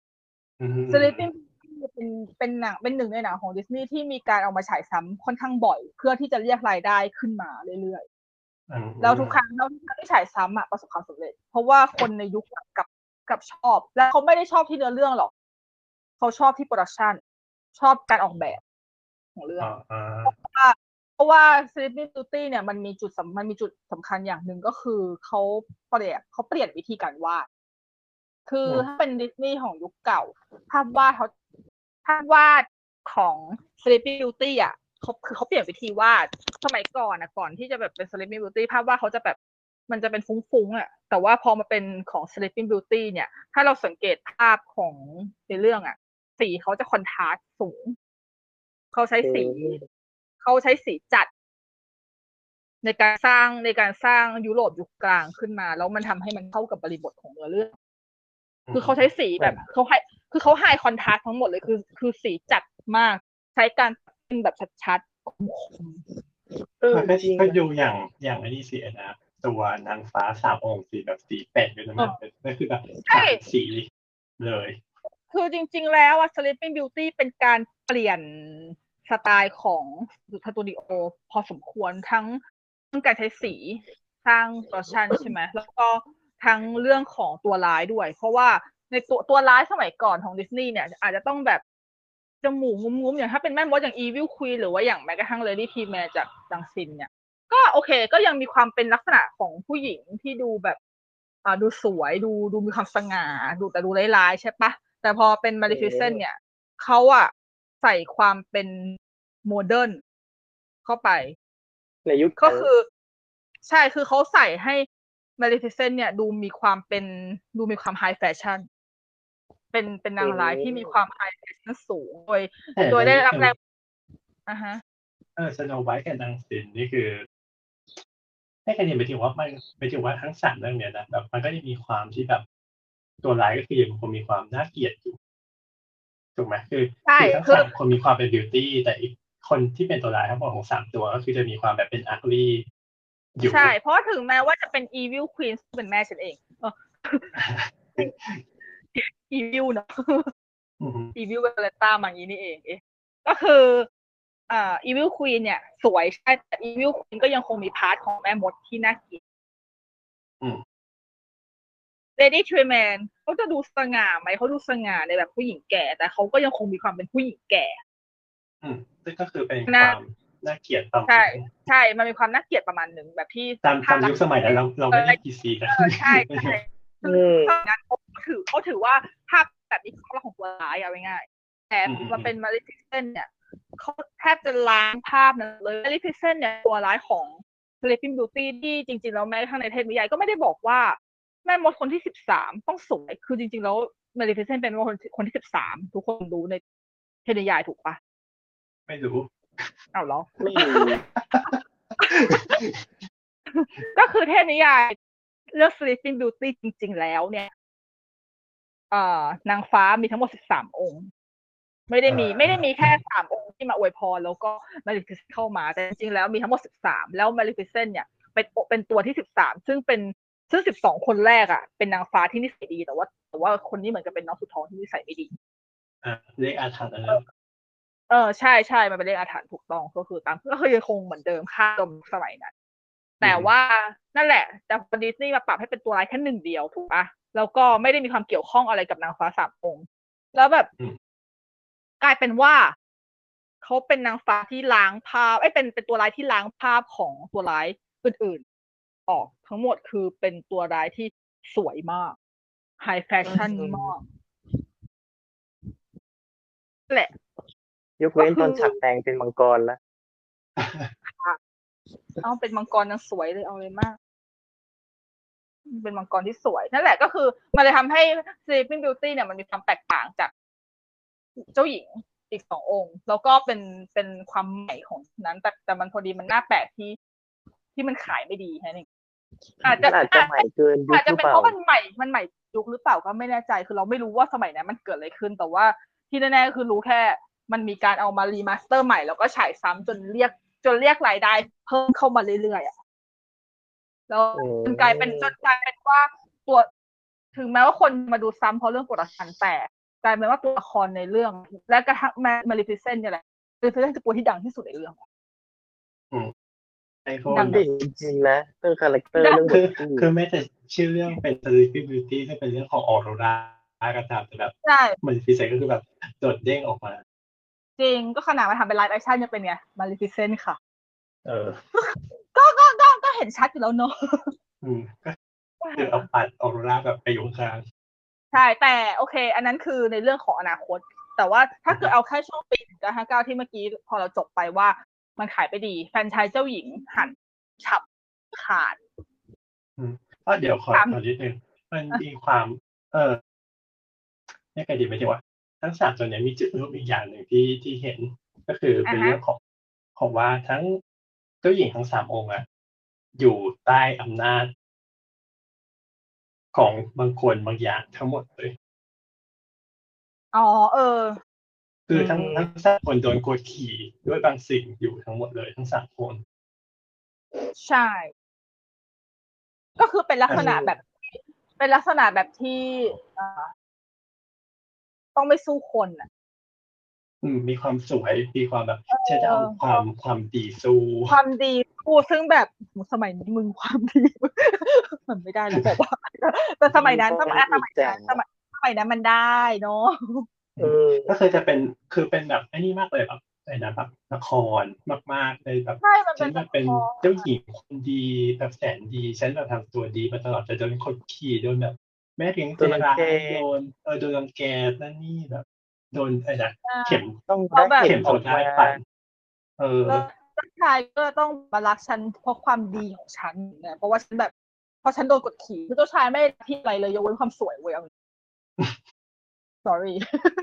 Sleepingเป็นเป็นหนังเป็นหนึ่งในหนังของดิสนีย์ที่มีการเอามาฉายซ้ำค่อนข้างบ่อยเพื่อที่จะเรียกรายได้ขึ้นมาเรื่อยๆแล้วทุกครั้งแล้วที่ฉายซ้ำอ่ะประสบความสำเร็จเพราะว่าคนในยุคกับกับชอบแล้วเขาไม่ได้ชอบที่เนื้อเรื่องหรอกเขาชอบที่โปรดักชันชอบการออกแบบของเรื่องเพราะว่าเพราะว่า Sleeping Beauty เนี่ยมันมีจุดมันมีจุดสำคัญอย่างหนึ่งก็คือเขาเปลี่ยนเขาเปลี่ยนวิธีการวาดคือถ้าเป็นดิสนีย์ของยุคเก่าภาพวาดเขาภาพวาดของ Sleeping Beauty อ่ะเขาคือเขาเปลี่ยนวิธีวาดสมัยก่อนนะก่อนที่จะแบบเป็น Sleeping Beauty ภาพวาดเขาจะแบบมันจะเป็นฟุ้งๆอ่ะแต่ว่าพอมาเป็นของ Sleeping Beauty เนี่ยถ้าเราสังเกตภาพของในเรื่องอ่ะสีเขาจะคอนทราสต์สูงเขาใช้สีเขาใช้สีจัดในการสร้างในการสร้างยุโรปยุคกลางขึ้นมาแล้วมันทำให้มันเข้ากับบริบทของเนื้อเรื่องคือเขาใช้สีแบบเขาให้คือเขาไฮคอนทราสต์ทั้งหมดเลยคือคือสีจัดมากใช้การเป็นแบบชัดๆคมๆเออก็ดูอย่างอย่างไอ้นี่สินะตัวนางฟ้าสามองค์สีแบบสีแปดอยู่นั่นก็คือแบบสีเลยคือจริงๆแล้วอะ Sleeping Beauty เป็นการเปลี่ยนสไตล์ของสตูดิโอพอสมควรทั้งเรื่องการใช้สีสร้างโปรดักชันใช่ไหมแล้วก็ทั้งเรื่องของตัวร้ายด้วยเพราะว่าในตัวตัวร้ายสมัยก่อนของดิสนีย์เนี่ยอาจจะต้องแบบจมูกงุ้มๆอย่างถ้าเป็นแม่มดอย่าง Evil Queen หรือว่าอย่างแม้กระทั่ง Lady P-Man จากดังซินเนี่ยก็โอเคก็ยังมีความเป็นลักษณะของผู้หญิงที่ดูแบบอ่าดูสวยดูดูมีความสง่าดูแต่ดูร้ายๆใช่ปะแต่พอเป็น Maleficent เนี่ยเขาอะใส่ความเป็นโมเดิร์นเข้าไปในยุคก็คือใช่คือเขาใส่ให้ Maleficent เนี่ยดูมีความเป็นดูมีความไฮแฟชั่นเป็นเป็นนางร้ายที่มีความไฮแฟชั่นสูงโดยโดยได้รับแรงอ่าฮะเออ Snow White กับนางสินนี่คือให้คะแนนไปถึงว่ามันไปถึงว่าทั้งสามเรื่องเนี้ยนะแบบมันก็จะมีความที่แบบตัวร้ายก็คือยังคงมีความน่าเกลียดอยู่ถูกไหมคือคือทั้งสามคนมีความเป็นบิวตี้แต่อีกคนที่เป็นตัวร้ายทั้งหมดของสามตัวก็คือจะมีความแบบเป็นอักลี่อยู่ใช่เพราะถึงแม้ว่าจะเป็น Evil Queen เป็นแม่ฉันเองEvil เนาะ Evil Vendetta มาอย่างนี้นี่เองเอ๊ะก็คืออ่า Evil Queen เนี่ยสวยใช่แต่ Evil Queen ก็ยังคงมีพาร์ทของแม่มดที่น่าเกลียด Lady Tremaine เขาจะดูสง่าไหมเขาดูสง่าในแบบผู้หญิงแก่แต่เขาก็ยังคงมีความเป็นผู้หญิงแก่อืมซึ่งก็คือเป็นความน่าเกลียดประมาณใช่ใช่มันมีความน่าเกลียดประมาณหนึ่งแบบที่ตามตามยุคสมัยนั้นเราเราไม่ได้พีซีกันใช่ใช่งั้นเขาถือเขาถือว่าภาพแบบนี้เขาของตัวร้ายเอาง่ายๆแต่มาเป็น Maleficent เนี่ยเขาแทบจะล้างภาพนั้นเลย Maleficent เนี่ยตัวร้ายของ Sleeping Beauty ที่จริงๆแล้วแม้ทั้งในเทพนิยายก็ไม่ได้บอกว่าแม่มดคนที่สิบสามต้องสวยคือจริงๆแล้ว Maleficent เป็นคนคนที่สิบสามทุกคนรู้ในเทพนิยายถูกปะไม่รู้อ้าวเหรอไม่รู้ก็คือเทพนิยายเรื่อง Sleeping Beauty จริงๆแล้วเนี่ยเอ่อนางฟ้ามีทั้งหมดสิบสามองค์ไม่ได้มีไม่ได้มีแค่สามองค์ที่มาอวยพรแล้วก็ Maleficent เข้ามาแต่จริงๆแล้วมีทั้งหมดสิบสามแล้ว Maleficent เนี่ยเป็นเป็นตัวที่สิบสามซึ่งเป็นซึ่งสิบสองคนแรกอ่ะเป็นนางฟ้าที่นิสัยดีแต่ว่าแต่ว่าคนนี้เหมือนกับเป็นน้องสุดท้องที่นิสัยไม่ดีอ่าเรียกอาถรรพ์อะไรเออใช่ใช่มันเป็นเรื่องอาถรรพ์ถูกต้องก็คือตามก็คือยังคงเหมือนเดิมค่าดมสมัยนั้นแต่ว่านั่นแหละแต่ดิสนีย์มาปรับให้เป็นตัวร้ายแค่หนึ่งเดียวถูกปะแล้วก็ไม่ได้มีความเกี่ยวข้องอะไรกับนางฟ้าสามองค์แล้วแบบกลายเป็นว่าเขาเป็นนางฟ้าที่ล้างภาพไอ้เป็นเป็นตัวร้ายที่ล้างภาพของตัวร้ายอื่นๆออกทั้งหมดคือเป็นตัวร้ายที่สวยมากไฮแฟชั่นมากแหละยกเว้นตอนฉากแปลงเป็นมังกรแล้วเอาเป็นมังกรยังสวยเลยเอาเลยมากเป็นมังกรที่สวยนั่นแหละก็คือมันเลยทำให้ Sleeping Beauty เนี่ยมันมีความแตกต่างจากเจ้าหญิงอีกสององค์แล้วก็เป็นเป็นความใหม่ของนั้นแต่แต่มันพอดีมันน่าแปลกที่ที่มันขายไม่ดีแค่นี้อาจจะอาจจะใหม่เกินยุคอาจจะเป็นเพราะมันใหม่มันใหม่ยุคหรือเปล่าก็ไม่แน่ใจคือเราไม่รู้ว่าสมัยนั้นมันเกิดอะไรขึ้นแต่ว่าที่แน่ๆคือรู้แค่มันมีการเอามารีมาสเตอร์ใหม่แล้วก็ฉายซ้ำจนเรียกจนเรียกรายได้เพิ่มเข้ามาเรื่อยๆอ่ะแล้วมันกลายเป็นจนกลายเป็นว่าตัวถึงแม้ว่าคนมาดูซ้ำเพราะเรื่องโปรดักชันแต่กลายเป็นว่าตัวละครในเรื่องและกระทั่งมาริฟิเซนต์เนี่ยแหละมาริฟิเซนต์คือตัวที่ดังที่สุดในเรื่องอืมไอโฟนดังจริงๆนะเรื่องคาแรคเตอร์เรื่องคือคือแม้แต่ชื่อเรื่องเป็น Sleeping Beauty ที่เป็นเรื่องของออโรราก็ตามแต่แบบมาริฟิเซนต์ก็คือแบบโดดเด้งออกมาจริงก็ขนาดมาทำเป็นไลฟ์แอคชั่นยังเป็นไงมาริฟิเซนต์ค่ะเออก็ก็ก็ก็เห็นชัดอยู่แล้วเนอะอืมก็คือเอาปัดออโรราแบบไปอยู่ข้างใช่แต่โอเคอันนั้นคือในเรื่องของอนาคตแต่ว่าถ้าเกิดเอาแค่ช่วงปีหนึ่งพันเก้าร้อยห้าสิบเก้าที่เมื่อกี้พอเราจบไปว่ามันขายไปดีแฟรนไชส์เจ้าหญิงหันฉับขาดอืมก็เดี๋ยวขอขอนิดนึงมันมีความเออนี่ใครดีไปที่ว่าทั้งสามตัวนี้มีจุดร่วมอีกอย่างหนึ่งที่ที่เห็นก็คือเป็นเรื่องของของว่าทั้งเจ้าหญิงทั้งสามองค์อะอยู่ใต้อำนาจของบางคนบางอย่างทั้งหมดเลยอ๋อเออคือทั้งทั้งสามคนโดนกดขี่ด้วยบางสิ่งอยู่ทั้งหมดเลยทั้งสามคนใช่ก็คือเป็นลักษณะแบบเป็นลักษณะแบบที่ต้องไม่สู้คนอ่ะอืมมีความสวยมีความแบบใช้เอาความความดีสู้ความดีสู้ซึ่งแบบสมัยนี้มึงความดีมันไม่ได้แล้วแบบว่าแต่สมัยนั้นสมัยสมัยนั้นสมัยสมัยนั้นมันได้เนาะเออก็คือจะเป็นคือเป็นแบบไอ้นี่มากเลยแบบไอ้นะแบบละครมากๆเลยแบบฉันแบบเป็นเจ้าหญิงคนดีแบบแสนดีฉันแบบทำตัวดีมาตลอดแต่โดนคนขี่โดนแบบแม่เลี้ยงใจร้ายโดนเออโดนรังแกนั่นนี่แบบโดนไอ้นะเข็มต้องได้เข็มโซดาปั่นเออผู้ชายก็ต้องมารักฉันเพราะความดีของฉันเนี่ยเพราะว่าฉันแบบเพราะฉันโดนกดขี่คือเจ้าชายไม่ที่อะไรเลยยกเว้นความสวยเว้ย sorry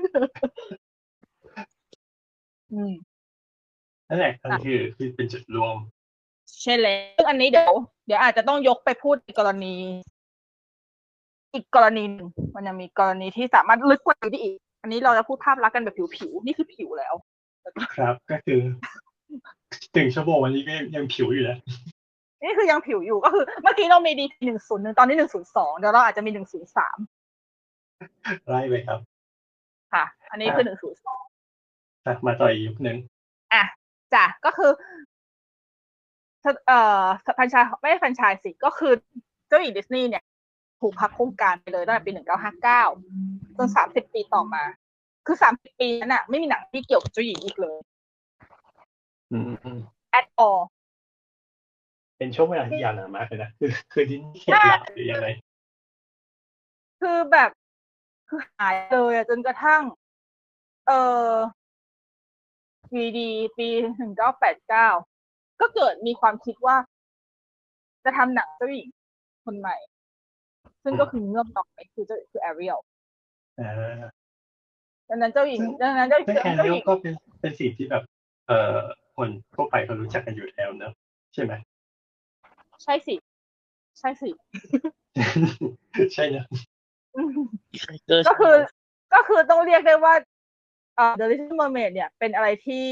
อืมนั่นแหละก็คือคือเป็นจุดรวมใช่เลยซึ่งอันนี้เดี๋ยวเดี๋ยวอาจจะต้องยกไปพูดในกรณีอีกกรณีนึงมันยังมีกรณีที่สามารถลึกกว่านี้ได้อีกอันนี้เราจะพูดภาพลักษณ์กันแบบผิวๆนี่คือผิวแล้วครับก็คือถึงชั่วโมงวันนี้ก็ยังผิวอยู่นะนี่คือยังผิวอยู่ก็คือเมื่อกี้เรามีดีหนึ่งศูนย์หนึ่งตอนนี้หนึ่งศูนย์สองเดี๋ยวเราอาจจะมีหนึ่งศูนย์สามไล่ไปครับค่ะอันนี้คือหนึ่งศูนย์สองมาต่ออีกยุคนึงอ่ะจ้ะก็คือเอ่อแฟรนไชส์ไม่ใช่แฟรนไชส์สิก็คือเจ้าหญิงดิสนีย์เนี่ยถูกพักโครงการไปเลยตั้งแต่ปีหนึ่งเก้าห้าเก้าจนสามสิบปีต่อมาคือสามสิบปีนั้นน่ะไม่มีหนังที่เกี่ยวกับเจ้าหญิงอีกเลยอืม at all เป็นช่วงเวลาที่ยาวนานมากเลยนะคือคือดินเข็ดหลับหรือยังไงคือแบบคือหายเลยจนกระทั่งเออวีดีปีหนึ่งเก้าแปดเก้าก็เกิดมีความคิดว่าจะทำหนังเจ้าหญิงคนใหม่ซึ่งก็คือเงือกน้อยคือเจ้าคือแอเรียลอ่าดังนั้นเจ้าหญิงดังนั้นเจ้าหญิงแอเรียลก็เป็นเป็นสิ่งที่แบบเอ่อคนทั่วไปเขารู้จักกันอยู่แล้วเนอะใช่ไหมใช่สิใช่สิใช่เนอะก็คือก็คือต้องเรียกได้ว่าเอ่อ The Little Mermaid เนี่ยเป็นอะไรที่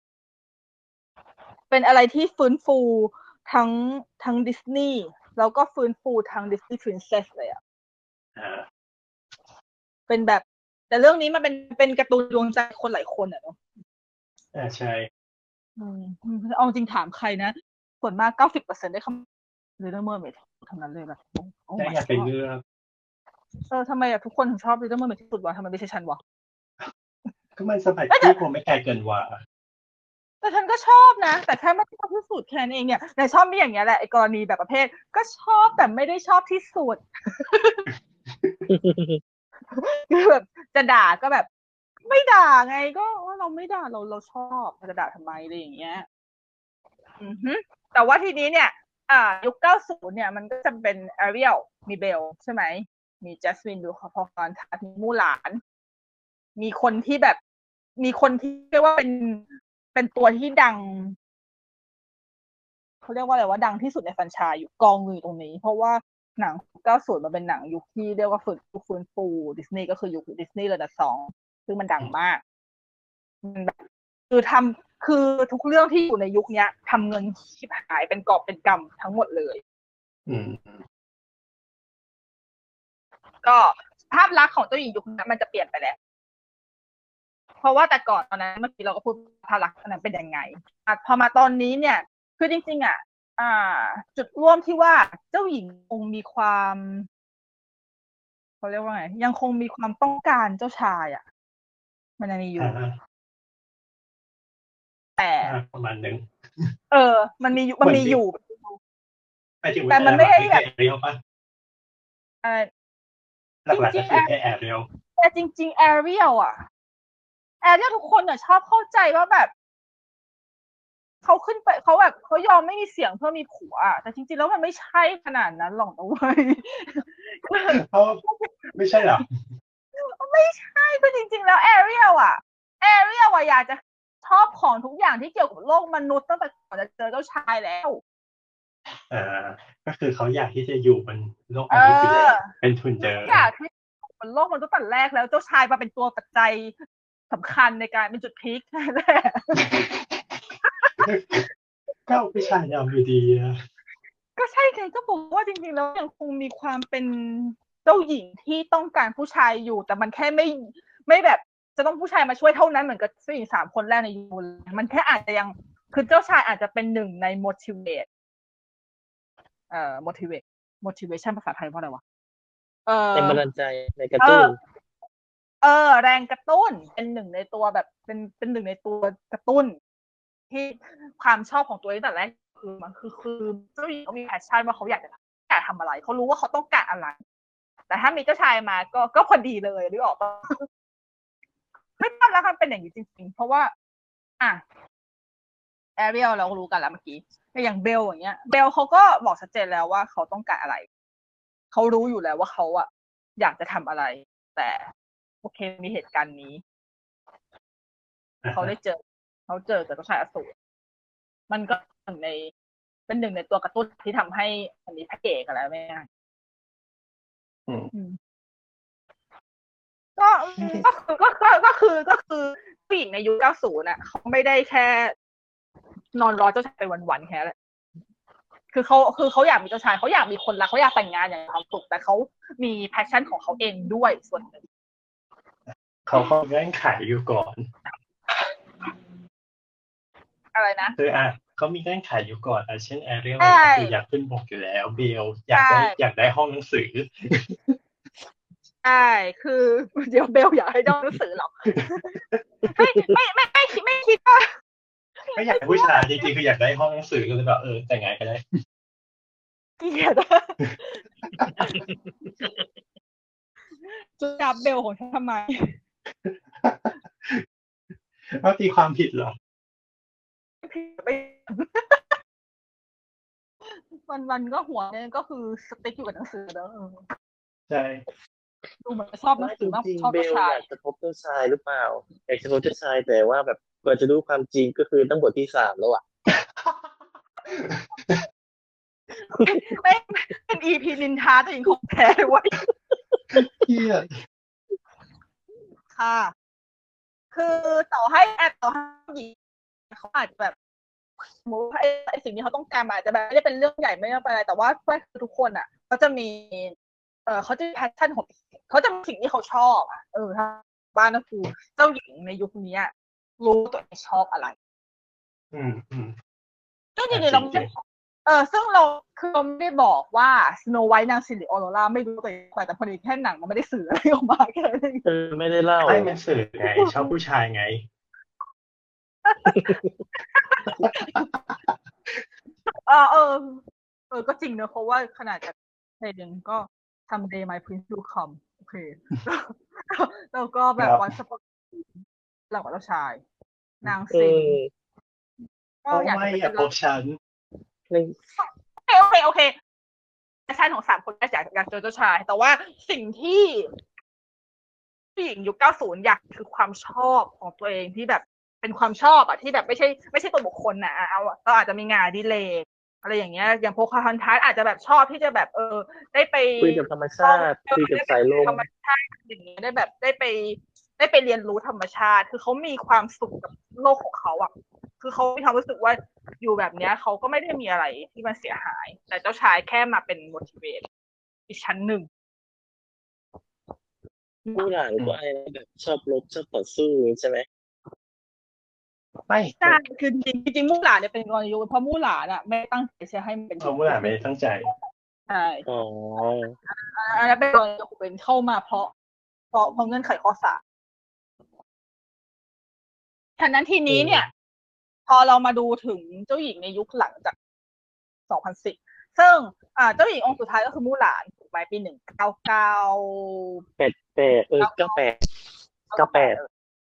เป็นอะไรที่ฟื้นฟูทั้งทั้งดิสนีย์แล้วก็ฟื้นฟูทั้งดิสนีย์พรินเซสเลยอ่ะเป็นแบบแต่เรื่องนี้มันเป็นเป็นการ์ตูนดวงใจคนหลายคนอ่ะเนาะอ่าใช่อืมเอาจริงถามใครนะส่วนมาก เก้าสิบเปอร์เซ็นต์ ได้คำ Little Mermaid ทั้งนั้นเลยแบบโอ้อยากเป็นเงือกเออทำไมอะทุกคนถึงชอบ Little Mermaid ที่สุดวะทำไมไม่ใช่ฉันวะก็มันสมัยที่ผมไม่ไกลเกินว่าแต่ฉันก็ชอบนะแต่แค่ไม่ชอบที่สุดแค่นั้นเองเนี่ยแต่ชอบมีอย่างเงี้ยแหละไอ้กรณีแบบประเภทก็ชอบแต่ไม่ได้ชอบที่สุดคือแบบจะด่าก็แบบไม่ด่าไงก็เราไม่ด่าเราเราชอบจะด่าทำไมอะไรอย่างเงี้ยอือฮึแต่ว่าทีนี้เนี่ยอ่ายุคเก้าสิบเนี่ยมันก็จะเป็นแอเรียลมีเบลใช่ไหมมีแจสมินดูพอฟอนทัสมีมู่หลานมีคนที่แบบมีคนที่เรียกว่าเป็นเป็นตัวที่ดังเขาเรียกว่าอะไรว่าดังที่สุดในแฟรนไชส์อยู่กองอยู่ตรงนี้เพราะว่าหนังเก้าสิบมันเป็นหนังยุคที่เรียกว่าฟื้นฟื้นฟูดิสนีย์ก็คือยุคดิสนีย์เรเนซองส์ซึ่งมันดังมากมันแบบคือทำคือทุกเรื่องที่อยู่ในยุคนี้ทำเงินชิบหายเป็นกอบเป็นกำทั้งหมดเลยอืมก็ภาพลักษณ์ของเจ้าหญิงยุคนั้นมันจะเปลี่ยนไปแล้วเพราะว่าแต่ก่อนตอนนั้นเมื่อกี้เราก็พูดภาพลักษณ์นั้นเป็นยังไงพอมาตอนนี้เนี่ยคือจริงๆอ่ะอ่าจุดร่วมที่ว่าเจ้าหญิงคงมีความเขาเรียกว่าไงยังคงมีความต้องการเจ้าชายอ่ะมันยังมีอยู่แต่ประมาณนึงเออมันมีอยู่มันมีอยู่แต่มันไม่ได้แบบเรียวป่ะเออหลักๆก็คือแค่แอเรียลแต่จริงๆแอเรียลอ่ะแอเรียลทุกคนอ่ะชอบเข้าใจว่าแบบเขาขึ้นไปเขาแบบเขายอมไม่มีเสียงเพื่อมีผัวแต่จริงๆแล้วมันไม่ใช่ขนาดนั้นหรอกนะเว้ยไม่ใช่หรอไม่ใช่คือจริงๆแล้วแอเรียลอ่ะแอเรียลอ่ะอยากจะชอบของทุกอย่างที่เกี่ยวกับโลกมนุษย์ตั้งแต่ก่อนจะเจอเจ้าชายแล้วอ่าก็คือเขาอยากที่จะอยู่บนโลกมนุษย์อยู่แล้วเป็นทุนเดิมอยากที่บนโลกมนุษย์ตั้งแต่แรกแล้วเจ้าชายมาเป็นตัวปัจจัยสำคัญในการเป็นจุดพีคแรกก็ไม่ใช่ยอมอยู่ดีนะก็ใช่ไงก็บอกว่าจริงๆแล้วยังคงมีความเป็นเจ้าหญิงที่ต้องการผู้ชายอยู่แต่มันแค่ไม่ไม่แบบจะต้องผู้ชายมาช่วยเท่านั้นเหมือนกับเจ้าหญิงสามคนแรกในยูนมันแค่อาจจะยังคือเจ้าชายอาจจะเป็นหนึ่งใน motivate เอ่อ motivate motivation ภาษาไทยว่าอะไรวะเออแรงบันดาลใจในกระตุ้นเออแรงกระตุ้นเป็นหนึ่งในตัวแบบเป็นเป็นหนึ่งในตัวกระตุ้นที่ความชอบของตัวเองแต่แรกคือมันคือคือเจ้าหญิงเขามีแพชชั่นว่าเขาอยากจะอยากทำอะไรเขารู้ว่าเขาต้องการอะไรแต่ถ้ามีเจ้าชายมาก็ก็พอดีเลยหรือออกป่ะไม่ทราบแล้วมันเป็นอย่างนี้จริงๆเพราะว่าอ่ะแอเรียลเราก็รู้กันแล้วเมื่อกี้อย่างเบลอย่างเงี้ยเบลเขาก็บอกชัดเจนแล้วว่าเขาต้องการอะไรเขารู้อยู่แล้วว่าเขาอะอยากจะทำอะไรแต่โอเคมีเหตุการณ์นี้เขาได้เจอเขาเจอกับเจ้าชายอสูรมันก็หนึ่งในเป็นหนึ่งในตัวกระตุ้นที่ทำให้อันนี้พระเอกกันแล้วไม่ง่ายก็ก็คือก็ก็ก็คือก็คือผู้หญิงในยุคเก้าสิบน่ะเขาไม่ได้แค่นอนรอเจ้าชายไปวันๆแค่แหละคือเขาคือเขาอยากมีเจ้าชายเขาอยากมีคนรักเขาอยากแต่งงานอย่างมีความสุขแต่เขามีแพชชั่นของเขาเองด้วยส่วนหนึ่งเขาเขาเงื่อนไขอยู่ก่อนอะไรนะคืออ่ะก็มีเงื่อนไขอยู่ก่อนอ่ะเช่นแอเรียลใช่ก็คืออยากขึ้นบกอยู่แล้วเบลอยากได้ใช่อยากได้ห้องหนังสือใช่คือเดี๋ยวเบลอยากให้ได้หนังสือหรอกไม่ไม่ไม่ไม่คิดไม่คิดว่าไม่อยากเป็นผู้ชายจริงๆคืออยากได้ห้องหนังสือก็เลยแบบเออแต่งงานก็ได้เกลียดจะจับเบลของฉันทำไมเอาตีความผิดเหรอวันวันๆก็หัวเนี่ยก็คือสติ๊กอยู่กับหนังสือแล้วเออใช่ดูเหมือนชอบหนังว่าสืจอมากริงชอบๆเบผู้ลชาอย ยากจะพบเจ้าชายหรือเปล่าอยากจะพบเจ้าชายแต่ว่าแบบกว่าจะรู้ความจริงก็คือตั้งบทที่สามแล้วอ่ะไม่เป็น อี พี นินทาตัวเองของแท้เลยเว้ยเหี้ยค่ะ คือต่อให้แอดต่อให้หญิงเขาอาจจะแบบสมมติว่าไอ้ไอ้สิ่งที่เขาต้องการมันอาจจะแบบไม่ได้เป็นเรื่องใหญ่ไม่ได้เป็นอะไรแต่ว่าเพื่อนทุกคนอ่ะเขาจะมี เออเขาจะมีแพชชั่นของเขาจะมีสิ่งที่เขาชอบอ่ะเออถ้าบ้านก็คือเจ้าหญิงในยุคนี้รู้ตัวเองชอบอะไรอืมอืมซึ่งจริงๆเราไม่เออซึ่งเราคือเราไม่ได้บอกว่าสโนไวท์นางซินหรือออโรราไม่รู้ตัวเองอะไรแต่พอดีแค่หนังมันไม่ได้สื่ออะไรออกมาแค่นั้นเองเออไม่ได้เล่าให้มันสื่อไงชอบผู้ชายไงเออเออเออก็จริงเนอะเพราะว่าขนาดจากเพลงก็ทำ Day My Prince Will Come โอเค แล้วก็แบบครับวันสปอร์ตหลังกับเจ้าชาย นางเอซินอก็โอ้อยากไม่จะเป็นอย่าพบฉันในโอเคโอเคโอเคแฟชั่นของสามคนแรกอยากอยากเจอเจ้าชาย แต่ว่าสิ่งที่ผู้หญิงยุคเก้าสิบอยากคือความชอบของตัวเองที่แบบเป็นความชอบอะที่แบบไม่ใช่ไม่ใช่ตัวบุคคลนะเอาเราอาจจะมีงานอดิเรกอะไรอย่างเงี้ยอย่างโพคาฮอนทัสอาจจะแบบชอบที่จะแบบเออได้ไปคุยกับธรรมชาติคุยกับสายลมธรรมชาติอย่างเงี้ยได้แบบได้ไปได้ไปเรียนรู้ธรรมชาติ คือเขามีความสุขกับโลกของเขาอะคือเขามีความรู้สึกว่าอยู่แบบเนี้ยเขาก็ไม่ได้มีอะไรที่มันเสียหาย แต่เจ้าชายแค่มาเป็น motivate อีกชั้นหนึ่งมู่หลานก็อะไรนะแบบชอบรบชอบต่อสู้ใช่ไหมไม่ใช่คือจริงจริงๆมู่หลานเนี่ยเป็นกรณียกเว้นเพราะมู่หลานอะไม่ตั้งใจจะให้มันเป็นเอาเมื่อไหร่ไม่ได้ตั้งใจใช่อ๋ออันนั้นเป็นกรณียกเว้นเข้ามาเพราะเพราะเพราะเงื่อนไขข้อสามฉะนั้นทีนี้เนี่ย พอเรามาดูถึงเจ้าหญิงในยุคหลังจากสองพันสิบซึ่งอ่าเจ้าหญิงองค์สุดท้ายก็คือมู่หลานถูกไหมปีหนึ่งเก้าเก้าแปดแปดเออเก้าแปดเก้าแปด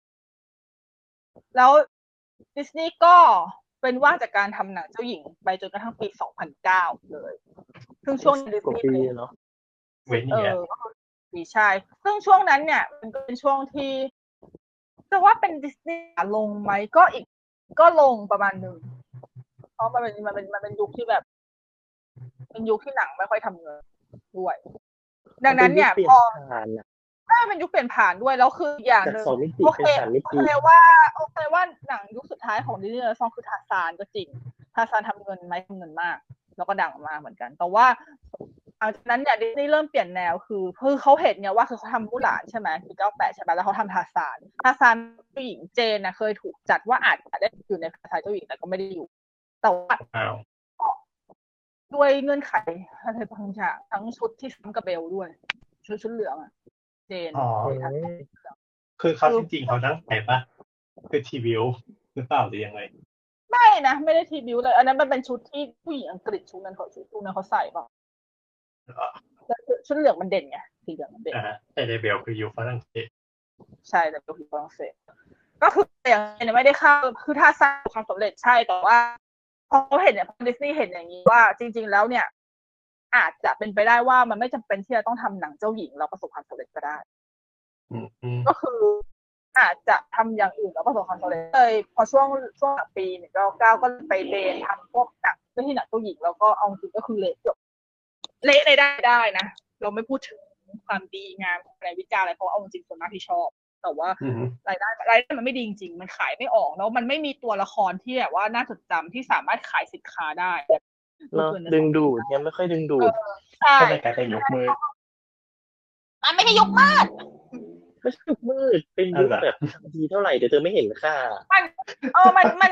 แล้วดิสนีย์ก็เป็นว่างจากการทำหนังเจ้าหญิงไปจนกระทั่งปีสองพันเก้าเลยซึ่งช่วงดิสกว่านีย์ปีเนาะเว้นเอเนี่ยอปีใช่ซึ่งช่วงนั้นเนี่ยมันก็เป็นช่วงที่จะว่าเป็นดิสนีย์ลงไหมก็อีกก็ลงประมาณหนึ่งเพราะมันเป็นมันเป็นมันเป็นยุคที่แบบ เป็นยุคที่หนังไม่ค่อยทำเงินด้วย ดังนั้นเนี่ยพอผ่านอ่ะถ้าเป็นยุคเปลี่ยนผ่านด้วยแล้วคืออย่างจากหนึ่งสองมิติโอเคเป็นสามมิโอติเคว่าโอเคว่าหนังยุคสุดท้ายของดิสนีย์ซองคือทาซานก็จริงทาซานทำเงินไหมทำเงินมาก แล้วก็ดังมากเหมือนกัน แต่ว่าหลังจากนั้นเนี่ยดิสนีย์เริ่มเปลี่ยนแนวคือคือเขาเห็นเนี่ยว่าคือเขาทำมู่หลานใช่ไหมปีเก้าแปดใช่ไหมแล้วเขาทำทาซานทาซานผู้หญิงเจนนะเคยถูกจัดว่าอาจจะได้อยู่ในทาซานเจ้าหญิงแต่ก็ไม่ได้อยู่ แต่ว่าอ้าวด้วยเงื่อนไขอะไรบางอย่างทั้งชุดที่ซ้ำกับเบลด้วย ชุดชุดเหลืองอะเจนอ๋อในทาซานคือเขาจริงๆเขาตั้งใจปะคือทีวิวหรือเปล่าหรือยังไงไม่นะไม่ได้ทีบิวเลย อันนั้นมันเป็นชุดที่ผู้หญิงอังกฤษชุดนั้นเขาชุดนั้นเขาใส่ป่ะแล้วชุดเหลืองมันเด่นไงสีเหลืองมันเด่นอ่าแต่เดเบลคืออยู่ฝรั่งเศสใช่แต่เป็นฝรั่งเศสก็คืออย่างเนี่ยไม่ได้เข้าคือถ้าสร้างความสำเร็จใช่แต่ว่าพอเขาเห็นเนี่ยพอดิสนีย์เห็นอย่างนี้ว่าจริง ๆ แล้วเนี่ย อาจจะเป็นไปได้ว่ามันไม่จำเป็นที่จะต้องทำหนังเจ้าหญิงแล้วประสบความสำเร็จก็ได้อืมอืมก็คืออาจจะทำอย่างอื่นแล้วประสบความสำเร็จเลยพอช่วงช่วงปีหนึ่งเก้าเก้าก็ไปเรียนทำพวกหนังไม่ใช่หนังเจ้าหญิงแล้วก็เอาจริงก็คือเละจบเละเลยได้ได้นะเราไม่พูดถึงความดีงามอะไรวิจารณ์อะไรเพราะเอาจริงส่วนมากที่ชอบ แต่ว่ารายได้รายได้มันไม่ดีจริงๆมันขายไม่ออกแล้วมันไม่มีตัวละครที่แบบว่าน่าจดจำที่สามารถขายสินค้าได้เนาะดึงดูดยังไม่ค่อยดึงดูดใช่ก็เลยกลายเป็นยกมือมันไม่ใช่ยกมากไม่ใช่ยุคมืดเป็นยุคแบบทำดีเท่าไหร่แต่เธอไม่เห็นค่ามันเออมันมัน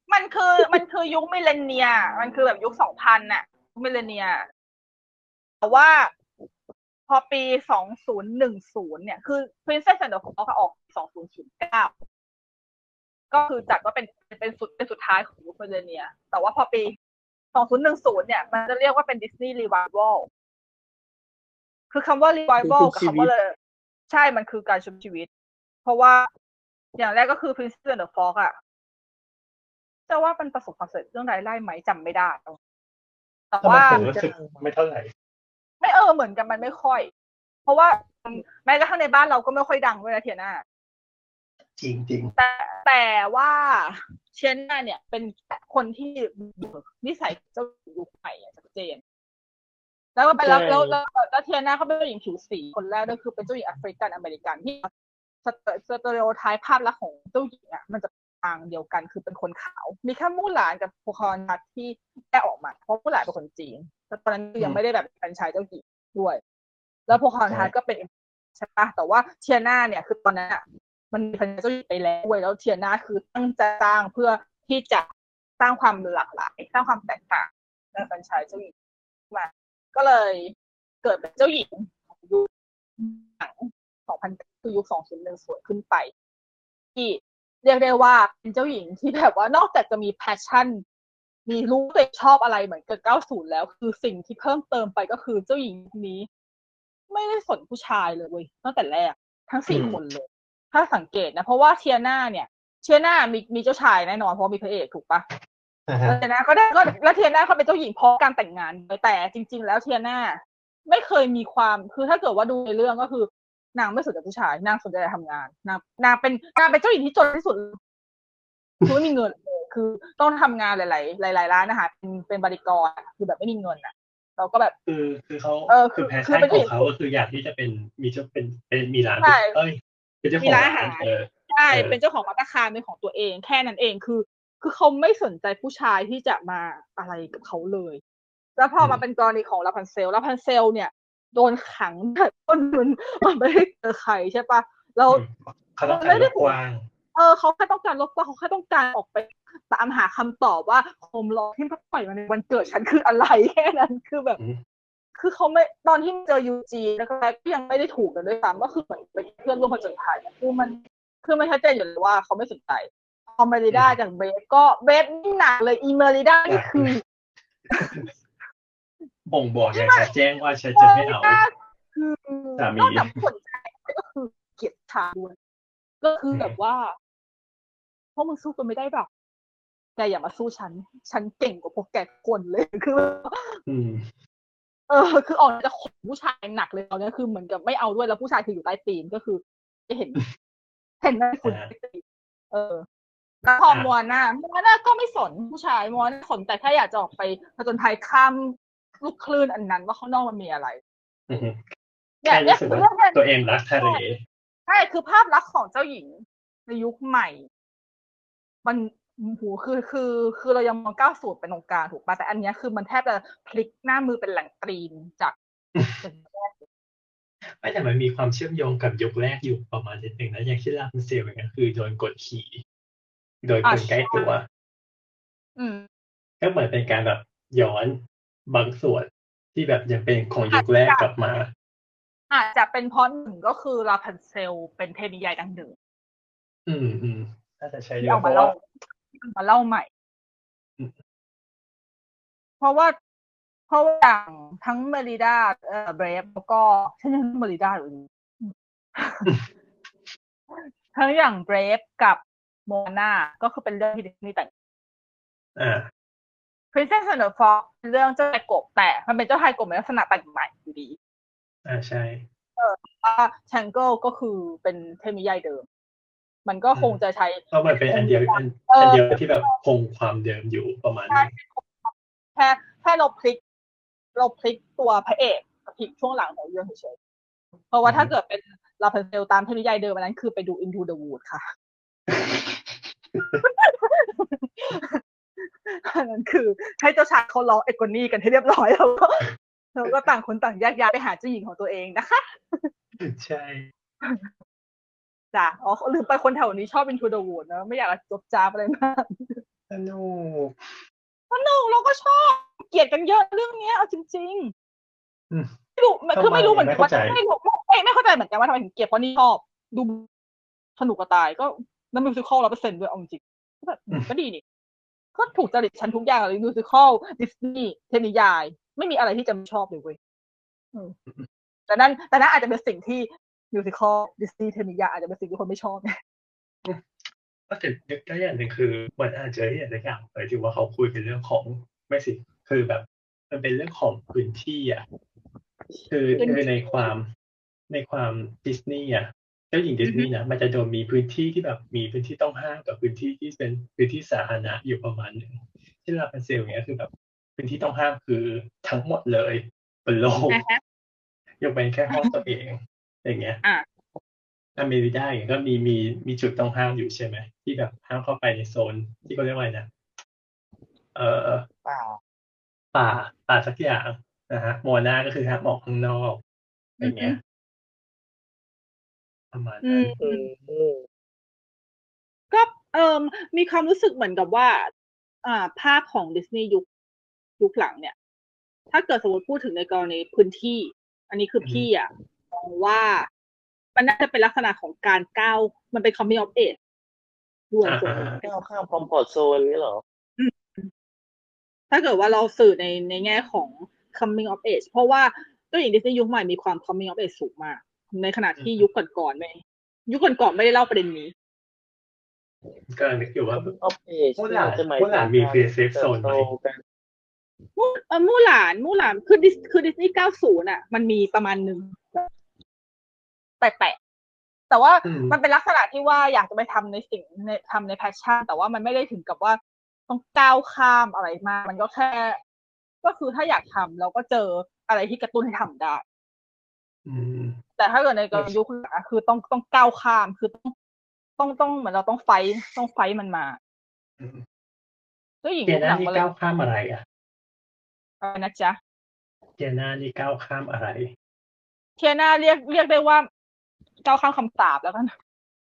มันคือมันคือยุคมิลเลนเนียมันคือแบบยุคสองพันน่ะมิลเลนเนียแต่ว่าพอปีสองพันสิบเนี่ยคือ Princess and the Frog ออกสองพันเก้าก็คือจัดว่าเป็นเป็นสุดเป็นสุดท้ายของยุคมิลเลนเนียแต่ว่าพอปีสองพันสิบเนี่ยมันจะเรียกว่าเป็น Disney Revival คือคำว่า Revival กับคำว่าเลยใช่มันคือการชุบชีวิตเพราะว่าอย่างแรกก็คือ Princess and the Frog อ่ะจะว่าเป็นประสบความสำเร็จเรื่องรายได้ไหมจำไม่ได้แต่ว่าผมรู้สึกไม่เท่าไหร่ไม่เออเหมือนกันมันไม่ค่อยเพราะว่าแม้กระทั่งในบ้านเราก็ไม่ค่อยดังด้วยนะเทียน่าจริงจริงแต่แต่ว่าเทียน่าเนี่ยเป็นคนที่นิสัยเจ้าหญิงยุคใหม่ชัดเจนแล้วก็ไปแล้วแล้วแล้วเทียน่าเขาเป็นเจ้าหญิงผิวสีคนแรกก็คือเป็นเจ้าหญิงแอฟริกันอเมริกันที่สเตอริโอไทป์ภาพลักษณ์ของเจ้าหญิงอ่ะมันจะทางเดียวกันคือเป็นคนขาวมีแค่มู่หลานกับโพคอนทัสที่แยกออกมาเพราะมู่หลานเป็นคนจีนแต่ตอนนั้นยังไม่ได้แบบเป็นชายเจ้าหญิงด้วยแล้วโพคอนทัสก็เป็นใช่ปะแต่ว่าเทียน่าเนี่ยคือตอนนั้นมันมีเป็นเจ้าหญิงไปแล้วด้วยแล้วเทียน่าคือตั้งใจสร้างเพื่อที่จะสร้างความหลากหลายสร้างความแตกต่างในเป็นชายเจ้าหญิงมาก็เลยเกิดเป็นเจ้าหญิงยุคหนังสองพันคือยุคสองพันหนึ่งสวยขึ้นไปที่เรียกได้ว่าเป็นเจ้าหญิงที่แบบว่านอกจากจะมีแพชชั่นมีรู้ตัวชอบอะไรเหมือนเกิดเก้าสิบแล้วคือสิ่งที่เพิ่มเติมไปก็คือเจ้าหญิงนี้ไม่ได้สนผู้ชายเลยเว้ยตั้งแต่แรกทั้งสี่คนเลยถ้าสังเกตนะเพราะว่าเทียน่าเนี่ยเทียน่ามีมีเจ้าชายแน่นอนเพราะมีพระเอกถูกปะแล้วเทียน่าก็ได้ก็แล้วเทียน่าเขาเป็นเจ้าหญิงเพราะการแต่งงานแต่จริงๆแล้วเทียน่าไม่เคยมีความคือถ้าเกิดว่าดูในเรื่องก็คือนางไม่สนใจผู้ชายนางสนใจทำงานนางนางเป็นนางเป็นเจ้าหญิงที่จนที่สุดคือไม่มีเงินเลยคือต้องทำงานหลายๆหลายๆร้านอาหารเป็นเป็นบริกรคือแบบไม่มีเงินอ่ะเราก็แบบคือคือเขาเออคือแพชชั่นของเขาก็คืออยากที่จะเป็นมีจะเป็นเป็นมีร้านเอ้ยเป็นเจ้าของร้านเออใช่เป็นเจ้าของภัตตาคารเป็นของตัวเองแค่นั้นเองคือคือเขาไม่สนใจผู้ชายที่จะมาอะไรกับเขาเลยแล้วพอมาเป็นกรณีของลาพันเซลลาพันเซลเนี่ยโดนขังแบบต้นมันมันไม่ได้เจอใครใช่ปะแล้วเขาต้องการลบกว้างเออเขาแค่ต้องการลบกว้างเขาแค่ต้องการออกไปตามหาคำตอบว่าโคมลอยที่เขาปล่อยมาในวันเกิดฉันคืออะไรแค่นั้นคือแบบคือเขาไม่ตอนที่เจอยูจีแล้วก็ยังไม่ได้ถูกกันด้วยซ้ำก็คือเหมือนเป็นเพื่อนร่วมผจญภัยคือมันคือมันชัดเจนอยู่เลยว่าเขาไม่สนใจพอเมริด้าจากเบฟก็เบฟนี่หนักเลยอีเมริด้านี่คือบ่งบอกอย่างชัดแจ้งว่าฉันจะไม่เอาคือสามีนอกจากสนใจก็คือเกลียดชาด้วยก็คือแบบว่าพวกมึงสู้กันไม่ได้แบบแกอย่ามาสู้ฉันฉันเก่งกว่าพวกแกคนเลยคือเออคือออกจะข่มผู้ชายหนักเลยตอนนี้คือเหมือนกับไม่เอาด้วยแล้วผู้ชายคืออยู่ใต้ตีนก็คือจะเห็นเห็นได้คุณเออแล้วพอมัวหน้ามัวหน้าก็ไม่สนผู้ชายมัวหน้าสนแต่แค่อยากจะออกไปผจญภัยข้ามลูกคลื่นอันนั้นว่าข้างนอกมันมีอะไรเนี่ยเนี่ยตัวเองรักทะเลใช่คือภาพลักษณ์ของเจ้าหญิงในยุคใหม่มันหูคือคือคือเรายังมองเก้าสิบเป็นองค์การถูกป่ะแต่อันนี้คือมันแทบจะพลิกหน้ามือเป็นแหล่งตรีนจากไม่แต่มันมีความเชื่อมโยงกับยุคแรกอยู่ประมาณนิดนึงนะอย่างที่ลาพันเซลอย่างเงี้ยคือโดนกดขี่โดยคนใกล้ตัวก็เหมือนเป็นการแบบย้อนบางส่วนที่แบบยังเป็นของยุคแรกกลับมาอาจจะเป็นเพราะหนึ่งก็คือลาพันเซลเป็นเทพนิยายดังเดิมอืมอืมน่าจะใช่เอามาเล่ามาเล่าใหม่เพราะว่าเพราะว่าอย่างทั้งเมริด้าเอ่อเบรฟแล้วก็ฉันยังเมริด้าอยู่ทั้งอย่างเบรฟกับโมนาก็คือเป็นเรื่องที่ดิสนีย์แต่งอ่า Princess and the Frog เป็นเรื่องเจ้าชายกบแต่มันเป็นเจ้าชายกบในลักษณะแต่งใหม่อยู่ดีอ่าใช่เออว่า Tangle ก็คือเป็นเทพนิยายเดิมมันก็คงจะใช้เพราะมันเป็นอันเดียวอันอันเดียวที่แบบคงความเดิมอยู่ประมาณนี้แค่แค่เราพลิกเราพลิกตัวพระเอกพลิกช่วงหลังของเรื่องเฉยๆเพราะว่าถ้าเกิดเป็นลาพันเซลตามเทพนิยายเดิมอันนั้นคือไปดู Into the Woods ค่ะอันนั้นคือให้เจ้าชายเขาร้องเอกนี่กันให้เรียบร้อยแล้วก็เราก็ต่างคนต่างแยกย้ายไปหาเจ้าหญิงของตัวเองนะคะใช่จ้ะอ๋อลืมไปคนแถวนี้ชอบ Into the Woods นะไม่อยากจบจ้าอะไรมากสนุกสนุกเราก็ชอบเกลียดกันเยอะเรื่องนี้เอาจริงๆไม่รู้คือไม่รู้เหมือนกันว่าไม่รู้ไม่ไม่เข้าใจเหมือนกันว่าทำไมถึงเกลียดเพราะนี่ชอบดูสนุกกว่าตายก็น้ำมิวสิคอลร้อยเปอร์เซ็นต์ด้วยเอาจริงก็แบบก็ดีนี่ก็ถูกจริตฉันทุกอย่างเลยมิวสิคอลดิสนีย์เทพนิยายไม่มีอะไรที่จะไม่ชอบเลยเว้ยแต่นั่นแต่นั่นอาจจะเป็นสิ่งที่มิวสิคอลดิสนีย์เทพนิยายอาจจะเป็นสิ่งที่คนไม่ชอบก็แต่นึกได้อย่างหนึ่งคือมันอาจจะอย่างไรอย่างไปที่ว่าเขาคุยกันเรื่องของไม่สิคือแบบมันเป็นเรื่องของพื้นที่อ่ะคือคือในความในความดิสนีย์อ่ะเจ้าหญิงดิสนีย์นะมันจะโดนมีพื้นที่ที่แบบมีพื้นที่ต้องห้ามกับพื้นที่ที่เป็นพื้นที่สาธารณะอยู่ประมาณนึงที่ราพันเซลเนี้ยคือแบบพื้นที่ต้องห้ามคือทั้งหมดเลยบนโลกยกเว้นแค่ห้องตัวเองอย่างเงี้ยอเมริกาอย่างเงี้ยก็มีมีมีจุดต้องห้ามอยู่ใช่ไหมที่แบบห้ามเข้าไปในโซนที่เขาเรียกว่าอะไรนะเอ่อป่าป่าป่าสักอย่างนะฮะโมนาก็คือห้ามออกข้างนอกอย่างเงี้ยประมาณนั้นก็เอ่อมีความรู้สึกเหมือนกับว่าอ่าภาคของดิสนีย์ยุคยุคหลังเนี่ยถ้าเกิดสมมติพูดถึงในกรณีพื้นที่อันนี้คือพี่อ่ะมองว่ามันน่าจะเป็นลักษณะของการก้าวมันเป็น coming of age ด้วยส่วนหนึ่งก้าวข้ามคอมฟอร์ตโซนนี่เหรอถ้าเกิดว่าเราสื่อในในแง่ของ coming of age เพราะว่าเจ้าหญิงดิสนีย์ยุคใหม่มีความ coming of age สูงมากในขณะที่ยุคก่อนๆไม่ยุคก่อนๆไม่ได้เล่าประเด็นนี้ก็นึกอยู่ว่ามู่หลานมู่หลานมีเพย์เซฟโซนไหมมู่เออมู่หลานมู่หลานคือดิสคือดิสนีย์เก้าสิบอ่ะมันมีประมาณนึงแปลกๆแต่ว่ามันเป็นลักษณะที่ว่าอยากจะไปทำในสิ่งในทำในแพชชั่นแต่ว่ามันไม่ได้ถึงกับว่าต้องก้าวข้ามอะไรมากมันก็แค่ก็คือถ้าอยากทำเราก็เจออะไรที่กระตุ้นให้ทำได้แต่ถ้าเกิดในกรณียุคนั้นคือต้องต้องก้าวข้ามคือต้องต้องต้องเหมือนเราต้องไฟต้องไฟมันมาเจ้าหญิงเจน่านี่ก้าวข้ามอะไรอ่ะอะไรนะจ๊ะเจน่านี่ก้าวข้ามอะไรเทียน่าเรียกเรียกได้ว่าก้าวข้ามคำสาปแล้วกัน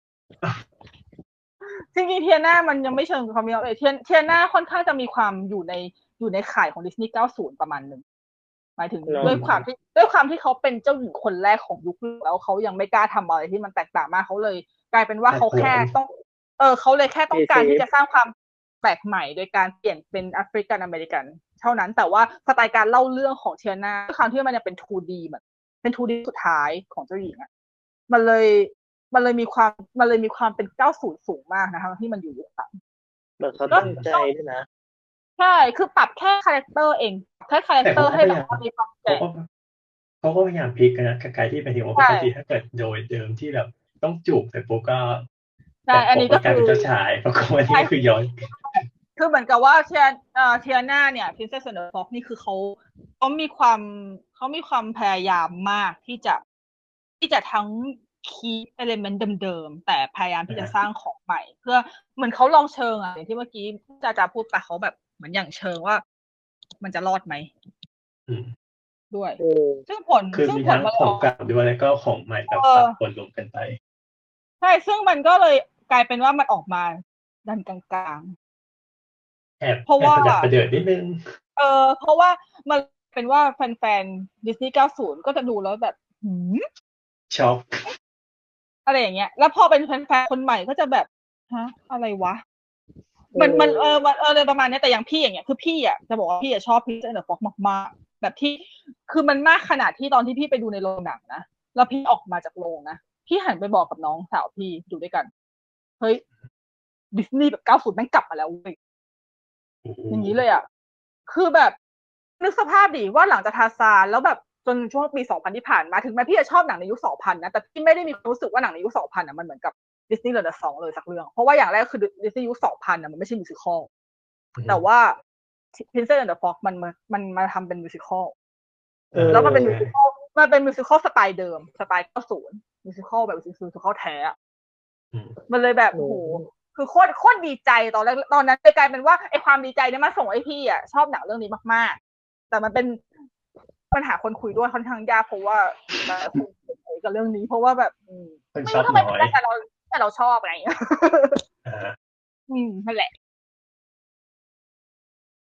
จริงๆเทียน่ามันยังไม่เชิงความมีอะไรเทียเทียน่าค่อนข้างจะมีความอยู่ในอยู่ในข่ายของดิสนีย์เก้าสิบประมาณนึงหมายถึงด้วยความที่ด้วยความที่เขาเป็นเจ้าหญิงคนแรกของยุคแล้วเขายังไม่กล้าทำอะไรที่มันแตกต่างมากเขาเลยกลายเป็นว่าเขาแค่ต้องเออเขาเลยแค่ต้องการที่จะสร้างความแปลกใหม่โดยการเปลี่ยนเป็นแอฟริกันอเมริกันเท่านั้นแต่ว่าสไตล์การเล่าเรื่องของเทียน่าด้วยความที่มันยังเป็น ทู ดี เหมือนเป็น ทู ดี สุดท้ายของเจ้าหญิงอ่ะมันเลยมันเลยมีความมันเลยมีความเป็นเก้าสิบสูงมากนะคะที่มันอยู่ยุคนั้นแบบเขาตั้งใจด้วยนะใช่คือปรับแค่คาแรคเตอร์เองแค่คาแรคเตอร์ให้แบบมีความแปลกเขาก็พยายามพลิกนะกลายที่ไปถึงว่าปกติถ้าเกิดโดยเดิมที่แบบต้องจูบแต่ปุ๊บก็ใช่อันนี้ก็คือเจ้าชายปรากฏว่านี่คือย้อนคือเหมือนกับว่าเทียเอ่อเทียน่าเนี่ย Princess and the Frog นี่คือเขาเขามีความเขามีความพยายามมากที่จะที่จะทั้งคีปเอลิเมนต์เดิมๆแต่พยายามที่จะสร้างของใหม่เพื่อเหมือนเขาลองเชิงอ่ะอย่างที่เมื่อกี้จ่าจ่าพูดไปเขาแบบเหมือนอย่างเชิงว่ามันจะรอดไหมด้วยซึ่งผลคือมีทั้งของเก่าด้วยแล้วก็ของใหม่แบบปนรวมกันไปใช่ซึ่งมันก็เลยกลายเป็นว่ามันออกมาดันกลางๆแอบเพราะว่าประเดิดนิดนึงเออเพราะว่ามันเป็นว่าแฟนๆดิสนีย์เก้าสิบก็จะดูแล้วแบบหืมช็อกอะไรอย่างเงี้ยแล้วพอเป็นแฟนๆคนใหม่ก็จะแบบฮะอะไรวะมันมันเออมันเออเลยประมาณนี้แต่อย่างพี่อย่างเงี้ยคือพี่อ่ะจะบอกว่าพี่อ่ะชอบPrincess and the Frogมากๆแบบที่คือมันมากขนาดที่ตอนที่พี่ไปดูในโรงหนังนะแล้วพี่ออกมาจากโรงนะพี่หันไปบอกกับน้องสาวพี่ดูด้วยกันเฮ้ยดิสนีย์แบบเก้าสิบแม่งกลับมาแล้วเว้ยอย่างนี้เลยอ่ะคือแบบนึกสภาพดิว่าหลังจากทาซานแล้วแบบจนช่วงปีสองพันที่ผ่านมาถึงแม้พี่จะชอบหนังในยุคสองพันนะแต่พี่ไม่ได้มีความรู้สึกว่าหนังในยุคสองพันอ่ะมันเหมือนกับดิสนีย์เดอะสองเลยสักเรื่องเพราะว่าอย่างแรกคือดิสนีย์ยุคสองพันอ่ะมันไม่ใช่มิวสิคอลแต่ว่า Princess and the Frog มันมันมาทำเป็นมิวสิคอลแล้วมันเป็นมิวสิคอลมันเป็นมิวสิคอลสไตล์เดิมสไตล์เก้าสิบมิวสิคอลแบบมิวสิคอลแท้มันเลยแบบโอ้โหคือโคตรโคตรดีใจตอนแรกตอนนั้นเลยกลายเป็นว่าไอ้ความดีใจเนี่ยมาส่งไอ้พี่อ่ะชอบหนังเรื่องนี้มากๆแต่มันเป็นปัญหาคนคุยด้วยค่อนข้างยากเพราะว่าคุยกับเรื่องนี้เพราะว่าแบบไม่รู้ทำไมแต่เราแต่เราชอบไงอืมนั่นแหละ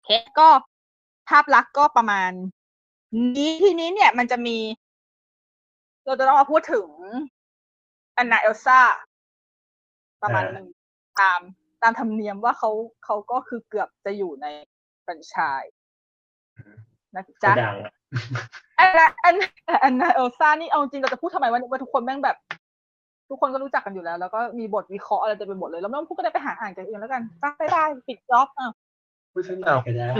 เคก็ภาพลักษณ์ก็ประมาณนี้ทีนี้เนี่ยมันจะมีเราจะต้องมาพูดถึงแอนนาเอลซ่าประมาณนึงตามตามธรรมเนียมว่าเขาเขาก็คือเกือบจะอยู่ในแฟรนไชส์นะจ๊ะแอนนาแอนแอนนาเอลซ่านี่เอาจริงเราจะพูดทำไมว่าทุกคนแม่งแบบทุกคนก็รู้จักกันอยู่แล้วแล้วก็มีบทวิเคราะห์อะไรเต็มไปหมดเลยแล้วไม่ต้องพูดก็ได้ไปหาอ่านกันเองแล้วกันได้ได้ปิดจ็อบอ่ะพูดสักหน่อยก็ได้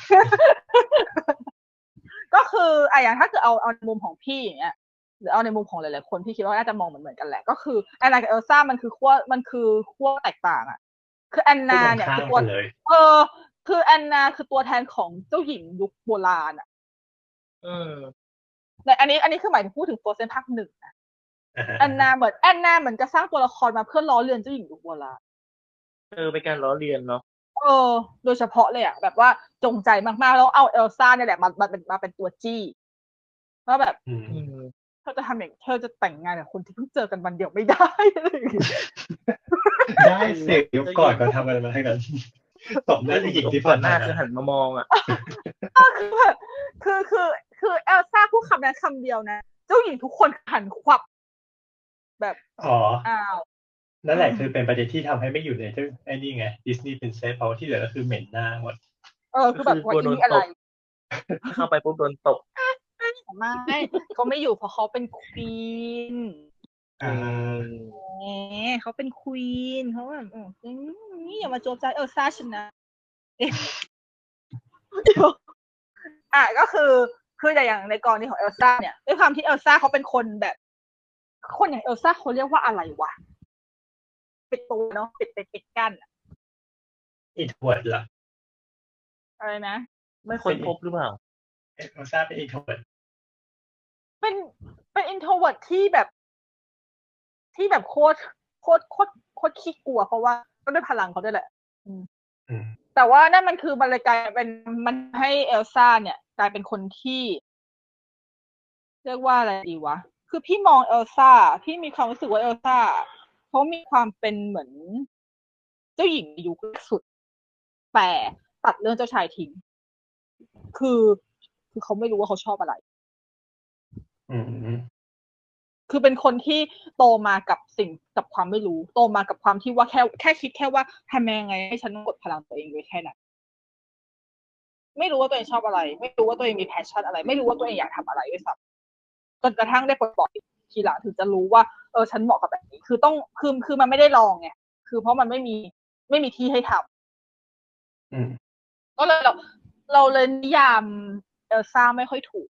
ก็คืออ่ะอย่างถ้าเกิดเอาเอาในมุมของพี่อย่างเงี้ยหรือเอาในมุมของหลายๆคนพี่คิดว่าน่าจะมองเหมือนเหมือนกันแหละก็คือแอนนากับเอลซ่ามันคือขั้วมันคือขั้วแตกต่างอ่ะคือแอนนาเนี่ยคือตัวเออคือแอนนาคือตัวแทนของเจ้าหญิงยุคโบราณอ่ะเออแต่อันนี้อันนี้คือหมายถึงพูดถึงโฟร์เซนภาคหนึ่งนะแอนนาเหมือนแอนนาเหมือนจะสร้างตัวละครมาเพื่อล้อเลียนเจ้าหญิงยุคโบราณเออเป็นการล้อเลียนเนาะเออโดยเฉพาะเลยอ่ะแบบว่าจงใจมากๆแล้วเอาเอลซ่าเนี่ยแหละมามาเป็นมาเป็นตัวจี้ว่าแบบเธอจะทำอย่างเธอจะแต่งงานกับคนที่เพิ่งเจอกันวันเดียวไม่ได้ได้เสกยุคก่อนก็ทำอะไรมาให้กันตบหน้าหญิงที่ผ่านหน้าจะหันมามองอ่ะคือแบบคือคือคือเอลซ่าพูดคำนั้นคำเดียวนะเจ้าหญิงทุกคนหันควับแบบอ๋ออ้าวนั่นแหละคือเป็นประเด็นที่ทำให้ไม่อยู่ในเจ้าไอ้นี่ไงดิสนีย์พรินเซสเพราะที่เหลือก็คือเหม็นหน้าหมดเออคือแบบว่าอีอะไรเข้าไปปุ๊บโดนตกไม่เขาไม่อยู่เพราะเขาเป็นควีนอ่าเขาเป็นควีนเขาแบบนี่อย่ามาโจมตีเอลซ่าฉันนะอ่ะก็คือคืออย่างในกรณีของเอลซ่าเนี่ยด้วยความที่เอลซ่าเขาเป็นคนแบบคนอย่างเอลซ่าเขาเรียกว่าอะไรวะปิดตัวเนาะปิดปิดปิดกั้นอินโทรเวิร์ตเหรออะไรนะไม่ค้นพบหรือเปล่าเอลซ่าเป็นอินโทรเวิร์ตเป็นเป็นอินโทรเวิร์ตที่แบบที่แบบโคตรโคตรโคตรโคตรขี้กลัวเพราะว่าก็ด้วยพลังเขาด้วยแหละแต่ว่านั่นมันคือมันเลยกลายเป็นมันให้เอลซ่าเนี่ยกลายเป็นคนที่เรียกว่าอะไรดีวะคือพี่มองเอลซ่าพี่มีความรู้สึกว่าเอลซ่าเขามีความเป็นเหมือนเจ้าหญิงยุคสุดแต่ตัดเรื่องเจ้าชายทิ้งคือคือเขาไม่รู้ว่าเขาชอบอะไรอืมคือเป็นคนที่โตมากับสิ่งกับความไม่รู้โตมากับความที่ว่าแค่แค่คิดแค่ว่าทำยังไงให้ฉันกดพลังตัวเองไว้แค่นั้นไม่รู้ว่าตัวเองชอบอะไรไม่รู้ว่าตัวเองมีแพชชั่นอะไรไม่รู้ว่าตัวเองอยากทำอะไรด้วยซ้ำจนกระทั่งได้ปลดปล่อยทีหลังถึงจะรู้ว่าเออฉันเหมาะกับแบบนี้คือต้องคือคือมันไม่ได้ลองไงคือเพราะมันไม่มีไม่มีที่ให้ทำก็เลยเราเราเลยนิยามเอลซ่าไม่ค่อยถูก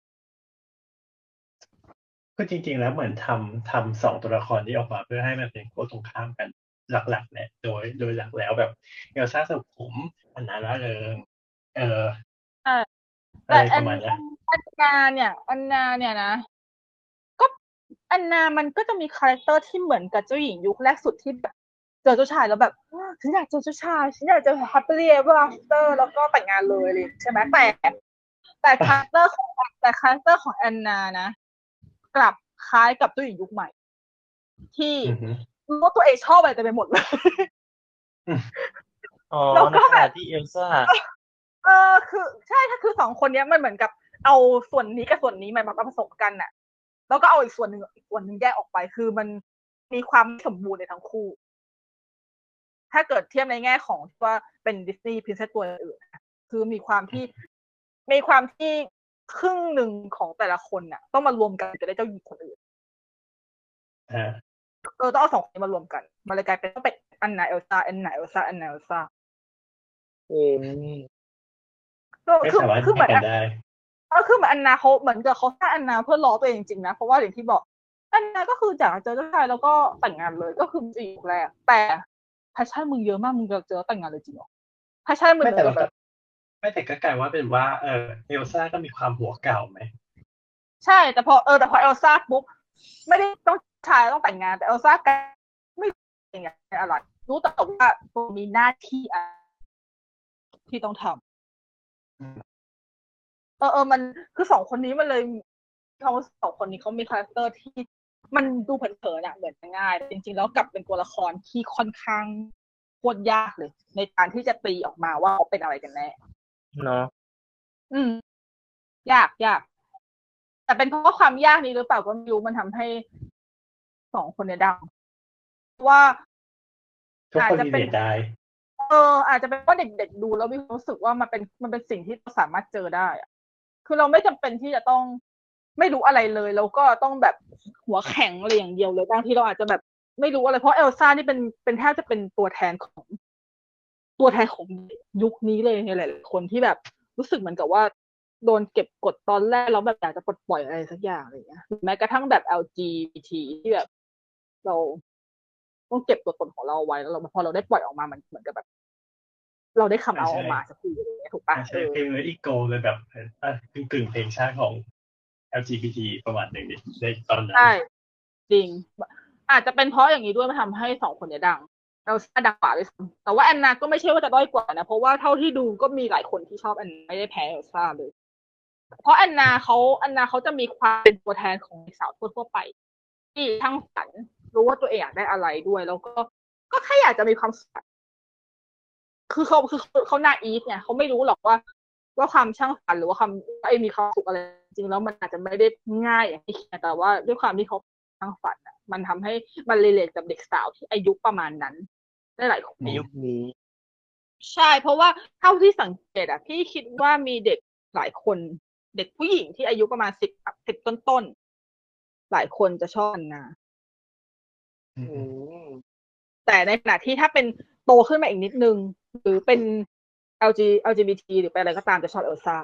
ก็จริงๆแล้วเหมือนทำทำสองตัวละครที่ออกมาเพื่อให้มันเป็นขั้วตรงข้ามกันหลักๆเนี่ยโดยโดยหลักแล้วแบบเอลซ่าสุขุมอันนาร่าเริงเออแต่อันอันนาเนี่ยอันนาเนี่ยนะก็อันนามันก็จะมีคาแรคเตอร์ที่เหมือนกับเจ้าหญิงยุคแรกสุดที่แบบเจอเจ้าชายแล้วแบบฉันอยากเจอเจ้าชายฉันอยากเจอ happily ever after แล้วก็แต่งงานเลยเลยใช่ไหมแต่แต่คาแรคเตอร์ของแต่คาแรคเตอร์ของแอนนานะกลับคล้ายกับเจ้าหญิงยุคใหม่ที่รู้ว่าตัวเองชอบอะไรเต็มไปหมดเลยอ๋อแล้วก็แบบที่เอลซ่าเออคือใช่ถ้าคือสองคนนี้มันเหมือนกับเอาส่วนนี้กับส่วนนี้มาผสมกันน่ะแล้วก็เอาอีกส่วนหนึ่งอีกส่วนหนึ่งแยกออกไปคือมันมีความสมบูรณ์ในทั้งคู่ถ้าเกิดเทียบในแง่ของว่าเป็นดิสนีย์พรินเซสตัวอื่นคือมีความที่มีความที่ครึ่งหนึ่งของแต่ละคนน่ะต้องมารวมกันจะได้เจ้าหญิงคนอื่นเออต้องเอาสองคนมารวมกันมันเลยกลายเป็นต้องเป็นอันนาเอลซ่าอันนาเอลซ่าอันนาเอลซ่าเอืคือคือเหมือนก็คือเหมือนอันนาเขาเหมือนกับเขาสร้างอันนาเพื่อล้อตัวเองจริงนะเพราะว่าอย่างที่บอกอันนาก็คือจากเจอเจ้าชายแล้วก็แต่งงานเลยก็คือจีบแรกแต่แพชชั่นมึงเยอะมากมึงจะเจอแต่งงานเลยจริงเหรอแพชชั่นมึงแบบไม่แต่ก็กลายว่าเป็นว่าเออเอลซ่าก็มีความหัวเก่าไหมใช่แต่พอเออแต่พอเอลซ่าปุ๊บไม่ได้ต้องชายต้องแต่งงานแต่เอลซ่าไม่อย่างเงี้ยอะไรรู้แต่ว่ามีหน้าที่ที่ต้องทำเออเออมันคือสองคนนี้มันเลยเขาสองคนนี้เขามีคาแรคเตอร์ที่มันดูเผินๆอ่ะเหมือนง่ายจริงๆแล้วกลับเป็นตัวละครที่ค่อนข้างโคตรยากเลยในการที่จะตีออกมาว่าเขาเป็นอะไรกันแน่เนาะอืมยากยากแต่เป็นเพราะว่าความยากนี้หรือเปล่าก็ไม่รู้มันทำให้สองคนเนี่ยดังว่าทุกอาคนจจะเป็นรีเลทได้เอออาจจะเป็นเพราะเด็กๆดูแล้วมีความรู้สึกว่ามันเป็นมันเป็นสิ่งที่เราสามารถเจอได้อะคือเราไม่จำเป็นที่จะต้องไม่รู้อะไรเลยแล้วก็ต้องแบบหัวแข็งอะไรอย่างเดียวเลยบางทีเราอาจจะแบบไม่รู้อะไรเพราะเอลซ่านี่เป็นเป็นแทบจะเป็นตัวแทนของตัวแทนของยุคนี้เลยในหลายๆคนที่แบบรู้สึกเหมือนกับว่าโดนเก็บกดตอนแรกแล้วแบบอยากจะปลดปล่อยอะไรสักอย่างอะไรอย่างเงี้ยแม้กระทั่งแบบ แอล จี บี ที ที่แบบเราต้องเก็บตัวตนของเราไว้แล้วเราพอเราได้ปล่อยออกมามันเหมือนกับแบบ เราได้คำเอาออกมาสักทีอะไรเงี้ยถูกปะเอใช่อเพลงเลยอีโกเลยแบบกึ่งกึ่งเพลงชาติของ แอล จี บี ที ประมาณหนึ่งในตอนนั้นใช่จริงอาจจะเป็นเพราะอย่างนี้ด้วยมันทำให้สองคนเนี้ยดังเราดังกว่าด้วยซ้ำแต่ว่าแอนนาก็ไม่ใช่ว่าจะด้อยกว่านะเพราะว่าเท่าที่ดูก็มีหลายคนที่ชอบแอนนาไม่ได้แพ้เอลซ่าเลยเพราะแอนนาเขาแอนนาเขาจะมีความเป็นตัวแทนของสาวทั่วๆไปที่ทั้งฝันรู้ว่าตัวเองอยากได้อะไรด้วยแล้วก็ก็แค่อยากจะมีความสุขคือเขาคือเขาหน้าอีฟเนี่ยเขาไม่รู้หรอกว่าว่าความช่างฝันหรือว่าความไอ้มีความสุขอะไรจริงแล้วมันอาจจะไม่ได้ง่ายอย่างที่คิดแต่ว่าด้วยความที่เขาช่างฝันอ่ะมันทำให้มันรีเลทกับเด็กสาวที่อายุประมาณนั้นได้หลายคนในยุคนี้ใช่เพราะว่าเท่าที่สังเกตอ่ะพี่คิดว่ามีเด็กหลายคนเด็กผู้หญิงที่อายุประมาณสิบสิบต้นๆหลายคนจะชอบอันนาอืมแต่ในขณะที่ถ้าเป็นโตขึ้นมาอีกนิดนึงหรือเป็น แอล จี แอล จี บี ที หรือเป็นอะไรก็ตามจะชอบเอลซ่า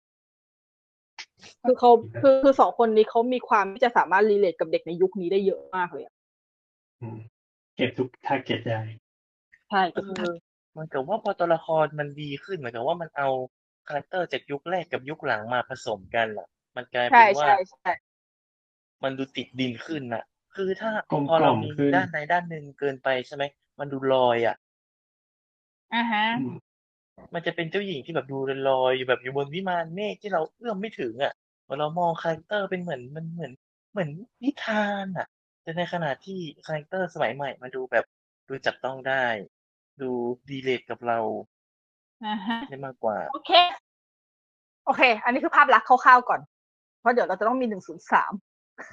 คือเขาคือคือสองคนนี้เขามีความที่จะสามารถรีเลทกับเด็กในยุคนี้ได้เยอะมากเลยอ่ะเก็บทุกทาร์เก็ตได้ใช่เออเหมือนกับว่าพอตัวละครมันดีขึ้นเหมือนกับว่ามันเอาคาแรคเตอร์จากยุคแรกกับยุคหลังมาผสมกันอ่ะมันกลายใช่เป็นว่าใช่ใช่มันดูติดดินขึ้นอ่ะคือถ้ากลมกพอเรามีล่อมขึ้นด้านใดด้านหนึ่งเกินไปใช่ไหมมันดูลอยอ่ะอ่าฮะมันจะเป็นเจ้าหญิงที่แบบดูลอยๆอยู่แบบอยู่บนวิมานเมฆที่เราเอื้อมไม่ถึงอ่ะพอเรามองคาแรคเตอร์เป็นเหมือนมันเหมือนเหมือนนิทานอ่ะแต่ในขณะที่คาแรคเตอร์สมัยใหม่มาดูแบบดูจับต้องได้ดูดีเลทกับเราอ่าฮะได้มากกว่าโอเคโอเคอันนี้คือภาพลักษณ์คร่าวๆก่อนเพราะเดี๋ยวเราจะต้องมีหนึ่งศูนย์สาม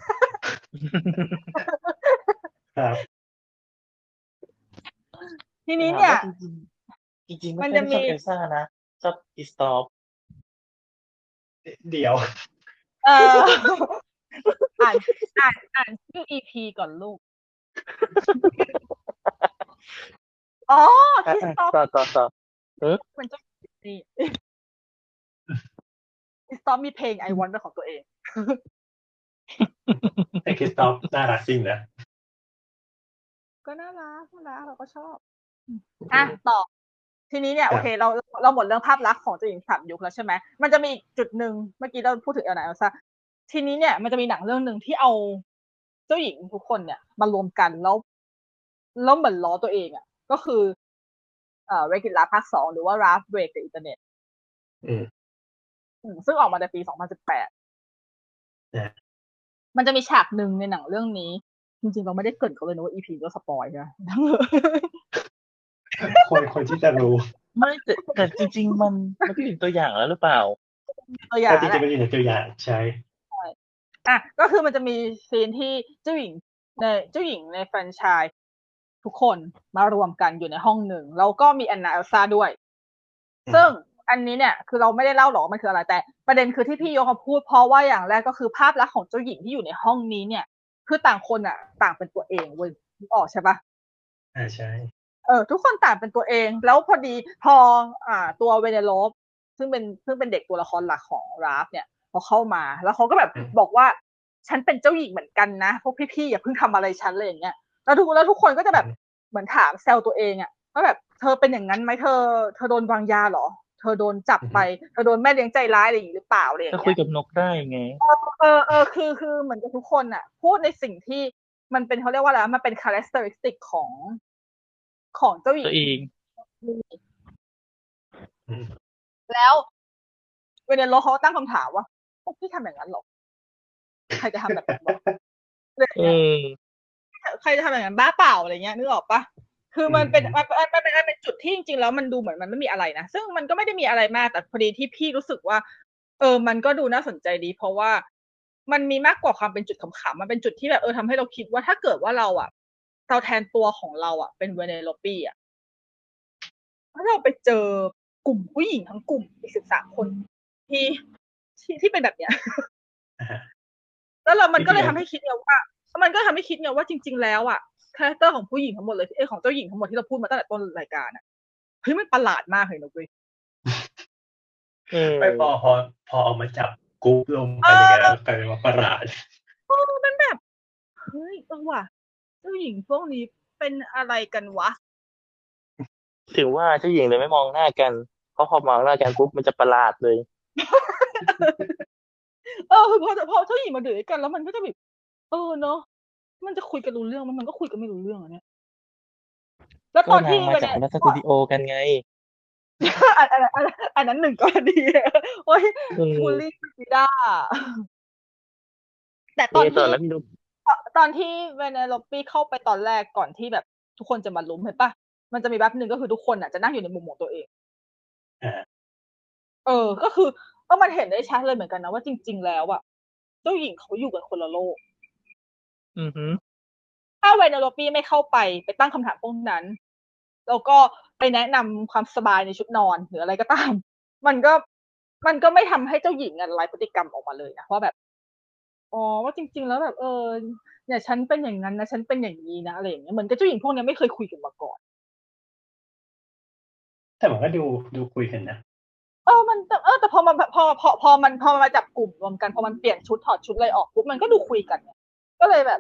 ครับทีนี้ถามเนี่ยว่าจริงๆจริงๆไม่มันจะมีค่อยได้ชอบเอลซ่านะชอบอีสตอปเดี๋ยวเอ่ออ่านอ่านอ่านชื่อ อี พี ก่อนลูกอ๋ออ่ะอ่ะคริสตอฟต่อต่อต่อเออมันจะนี่คริสตอฟมีเพลง I Want เป็นของตัวเองแต่คริสตอฟน่ารักจริงนะก็น่ารักน่ารักเราก็ชอบอ่ะต่อทีนี้เนี่ยโอเคครับเราเราหมดเรื่องภาพลักษณ์ของเจ้าหญิงสามยุคแล้วใช่ไหมมันจะมีอีกจุดหนึ่งเมื่อกี้เราพูดถึงเอลนาเอลซ่าทีนี้เนี่ยมันจะมีหนังเรื่องหนึ่งที่เอาเจ้าหญิงทุกคนเนี่ยมารวมกันแล้วแล้วเหมือนล้อตัวเองอ่ะก็คือเอ่อเรกิลาภาคสองหรือว่า Ralph Break the Internet อืมอืมซึ่งออกมาในปีสองพันสิบแปดนะมันจะมีฉากหนึ่งในหนังเรื่องนี้จริงๆเราไม่ได้เกริ่นเขาเลยนะว่า อี พี ก็สปอยใช่ไหมคนคนที่จะรู้ไม่แต่แต่จริงๆมันมันก็เป็นตัวอย่างแล้วหรือเปล่าตัวอย่าถ้างนั่นแหละจริงๆมันอยู่ในตัวอย่างใช่อ่ะก็คือมันจะมีซีนที่เจ้าหญิงในเจ้าหญิงในแฟรนไชส์ทุกคนมารวมกันอยู่ในห้องหนึ่งแล้วก็มีแอนนาเอลซ่าด้วยซึ่งอันนี้เนี่ยคือเราไม่ได้เล่าหรอกว่ามันคืออะไรแต่ประเด็นคือที่พี่โยเขาพูดเพราะว่าอย่างแรกก็คือภาพลักษณ์ของเจ้าหญิงที่อยู่ในห้องนี้เนี่ยคือต่างคนอ่ะต่างเป็นตัวเองเว้ยนึกออกใช่ปะอ่าใช่เออทุกคนต่างเป็นตัวเองแล้วพอดีพออ่าตัวเวเนโลฟซึ่งเป็นซึ่งเป็นเด็กตัวละครหลักของราฟเนี่ยพอเข้ามาแล้วเขาก็แบบบอกว่าฉันเป็นเจ้าหญิงเหมือนกันนะพวกพี่ๆอย่าเพิ่งทำอะไรฉันเลยอย่างเงี้ยแล้วทุกแล้วทุกคนก็จะแบบเหมือนถามแซวตัวเองอะว่าแบบเธอเป็นอย่างนั้นไหมเธอเธอโดนวางยาเหรอเธอโดนจับไปเธอโดนแม่เลี้ยงใจร้ายอะไรอย่างนี้หรือเปล่าอะไรอย่างเงี้ยถ้าคุยกับนกได้ไงเออเออคือคือเหมือนกับทุกคนอะพูดในสิ่งที่มันเป็นเขาเรียกว่าอะไรมันเป็น characteristic ของของเจ้าหญิงตัวเองแล้วเวเนโรเขาตั้งคำถามว่าพวกพี่ทำอย่างนั้นหรอใครจะทำแบบนั้นหรออะไรเอเงี้ยอใครจะทำอย่างนั้นบ้าเปล่าอะไรเงี้ยนึกออกปะคือมันเป็นมันมันมันเป็นจุดที่จริงๆแล้วมันดูเหมือนมันไม่มีอะไรนะซึ่งมันก็ไม่ได้มีอะไรมากแต่พอดีที่พี่รู้สึกว่าเออมันก็ดูน่าสนใจดีเพราะว่ามันมีมากกว่าความเป็นจุดขำๆมันเป็นจุดที่แบบเออทำให้เราคิดว่าถ้าเกิดว่าเราอ่ะเราแทนตัวของเราอ่ะเป็นเวเนโลปี้อ่ะถ้าเราไปเจอกลุ่มผู้หญิงทั้งกลุ่มอีกสิบสามคนที่ที่ที่เป็นแบบเนี้ยแล้วเรามันก็เลยทำให้คิดไงว่ามันก็ทำให้คิดไงว่าจริงๆแล้วอ่ะคาแรคเตอร์ของผู้หญิงทั้งหมดเลยเออของเจ้าหญิงทั้งหมดที่เราพูดมาตั้งแต่ต้นรายการอ่ะเฮ้ยมันประหลาดมากเลยนะเว้ยไม่พอพอพอเอามาจับกรุ๊ปรวมกันอย่างเงี้ยกลายเป็นว่าประหลาดโอ้มันแบบเฮ้ยเออว่ะเจ้าหญิงพวกนี้เป็นอะไรกันวะถึงว่าเจ้าหญิงเลยไม่มองหน้ากันเพราะพอมองหน้ากันปุ๊บมันจะประหลาดเลยเออพอพอเจ้าหญิงมาเดือดกันแล้วมันก็จะแบบเออเนาะมันจะคุยกันรู้เรื่องมันมันก็คุยกันไม่รู้เรื่องอ่ะเนี่ยแล้วตอนที่มาจากคนละสตูดิโอกันไงอันอันอันอันนั้นหนึ่งกรณีโอ้ยบูลลี่ไม่ได้แต่ตอนที่ตอนที่เวเนโลปี้เข้าไปตอนแรกก่อนที่แบบทุกคนจะมาลุ้มเห็นปะมันจะมีแป๊บนึงก็คือทุกคนอ่ะจะนั่งอยู่ในมุมของตัวเองเออก็คือก็มันเห็นได้ชัดเลยเหมือนกันนะว่าจริงๆแล้วอ่ะเจ้าหญิงเขาอยู่กันคนละโลกอือฮึถ้าเวเนโลปี้ไม่เข้าไปไปตั้งคำถามพวกนั้นแล้วก็ไปแนะนำความสบายในชุดนอนหรืออะไรก็ตามมันก็มันก็ไม่ทำให้เจ้าหญิงอะลายพฤติกรรมออกมาเลยนะว่าแบบอ๋อว่าจริงๆแล้วแบบเออเนี่ยฉันเป็นอย่างนั้นนะฉันเป็นอย่างนี้นะอะไรอย่างเงี้ยเหมือนกับเจ้าหญิงพวกนี้ไม่เคยคุยกันมาก่อนแต่มันก็ดูดูคุยกันนะเออมันเออแต่พอมันพอพอพอมันพอมาจับกลุ่มรวมกันพอมันเปลี่ยนชุดถอดชุดอะไรออกปุ๊บมันก็ดูคุยกันก็เลยแบบ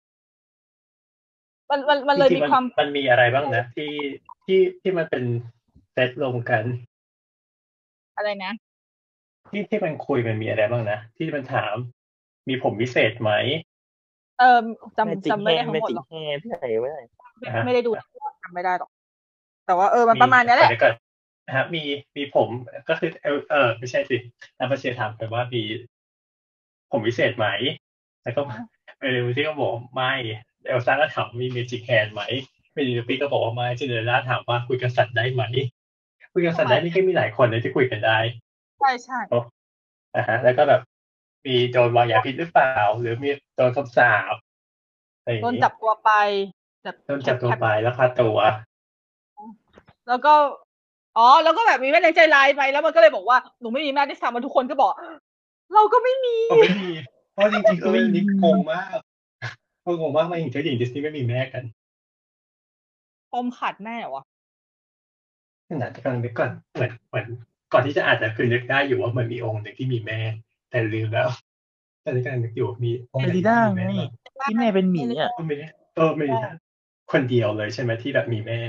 มันมันมันเลยมีความมันมีอะไรบ้างนะที่ที่ที่มันเป็นเซตลงกันอะไรนะที่ที่มันคุยมันมีอะไรบ้างนะที่มันถามมีผมวิเศษไหมเออจำจำไม่ได้ทั้งหมดหรอกไม่ไม่ได้ไม่ได้ไม่ได้ดูจำไม่ได้หรอกแต่ว่าเออมันประมาณนี้แหละนะครับมีมีผมก็คือเออเออไม่ใช่สินักประเชียถามไปว่ามีผมวิเศษไหมแล้วก็เออที่ก็บอกไม่เอลซ่าก็ถามมีเมจิกแฮนด์ไหมเมจิกปีก็บอกว่าไม่ซินเดอเรลล่าถามว่าคุยกับสัตว์ได้ไหมคุยกับสัตว์ได้นี่ก็มีหลายคนเลยที่คุยกันได้ใช่ใช่อ่าฮะแล้วก็แบบมีโดนวางยาพิษหรือเปล่าหรือมีโดนคำสาปโดนจับตัวไปโดนจับตัวไปแล้วพาตัวแล้วก็อ๋อแล้วก็แบบมีแม่ในใจร้ายไปแล้วมันก็เลยบอกว่าหนูไม่มีแม่ที่สามทุกคนก็บอกเราก็ไม่มีไม่มีเพราะจริงๆก็ไม่มีงงมากงงมากมาถึงเจ้าหญิงดิสนีย์ไม่มีแม่กันปมขาดแม่วะขนาดกำลังนึกก่อนเหมือนเหมือนก่อนที่จะอาจจะคือนึกได้อยู่ว่ามันมีองค์หนึ่งที่มีแม่แต่ลืมแล้วแต่ในการนึกอยู่มีองค์ไหนที่มีแม่ที่แม่เป็นหมีอ่ะไม่ได้เออไม่ได้คนเดียวเลยใช่ไหมที่แบบมีแม่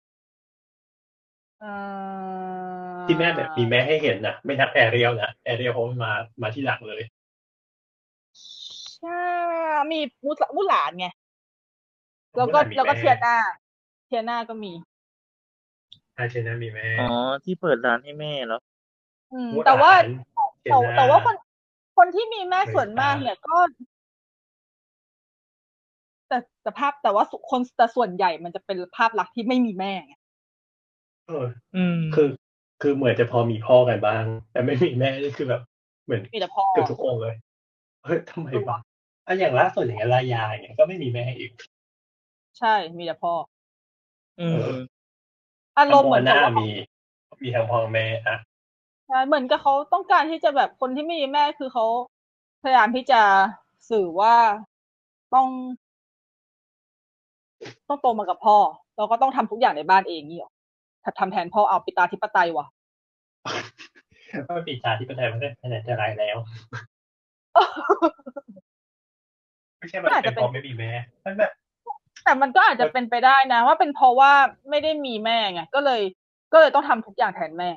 ที่แม่แบบมีแม่ให้เห็นนะไม่นับแอเรียลนะแอเรียลเขามามาที่หลังเลยใช่มีมูมูหลานไงแล้วก็แล้วก็เทียนาเทียนาก็มีใช่เทียนามีแม่อ๋อที่เปิดร้านให้แม่แล้วแต่ว่าแต่แต่ว่าคนคนที่มีแม่ส่วนมากเนี่ยก็แต่แต่ภาพแต่ว่าคนแต่ส่วนใหญ่มันจะเป็นภาพลักษณ์ที่ไม่มีแม่ไงเออคือคือเหมือนจะพอมีพ่อกันบ้างแต่ไม่มีแม่นี่คือแบบเหมือนมีแต่พ่อเกือบทุกองค์เลยเฮ้ยทำไมวะอ่ะอย่างล่าสุดอย่างรายาอย่างเงี้ยก็ไม่มีแม่อีกใช่มีแต่พ่ออืมอารมณ์เหมือนกับว่ามีมีทั้งพ่อแม่อ่ะใช่เหมือนกับเขาต้องการที่จะแบบคนที่ไม่มีแม่คือเขาพยายามที่จะสื่อว่าต้องต้องโตมากับพ่อเราก็ต้องทำทุกอย่างในบ้านเองนี่หรอถ้าทำแทนพ่อเอาปิตาธิปไตยวะก็ปิตาธิปไตยมันก็ขนาดจะไรแล้วไม่ใช่มันเป็นเพราะไม่มีแม่มันแบบแต่มันก็อาจจะเป็นไปได้นะว่าเป็นเพราะว่าไม่ได้มีแม่ไงก็เลยก็เลยต้องทำทุกอย่างแทนแม่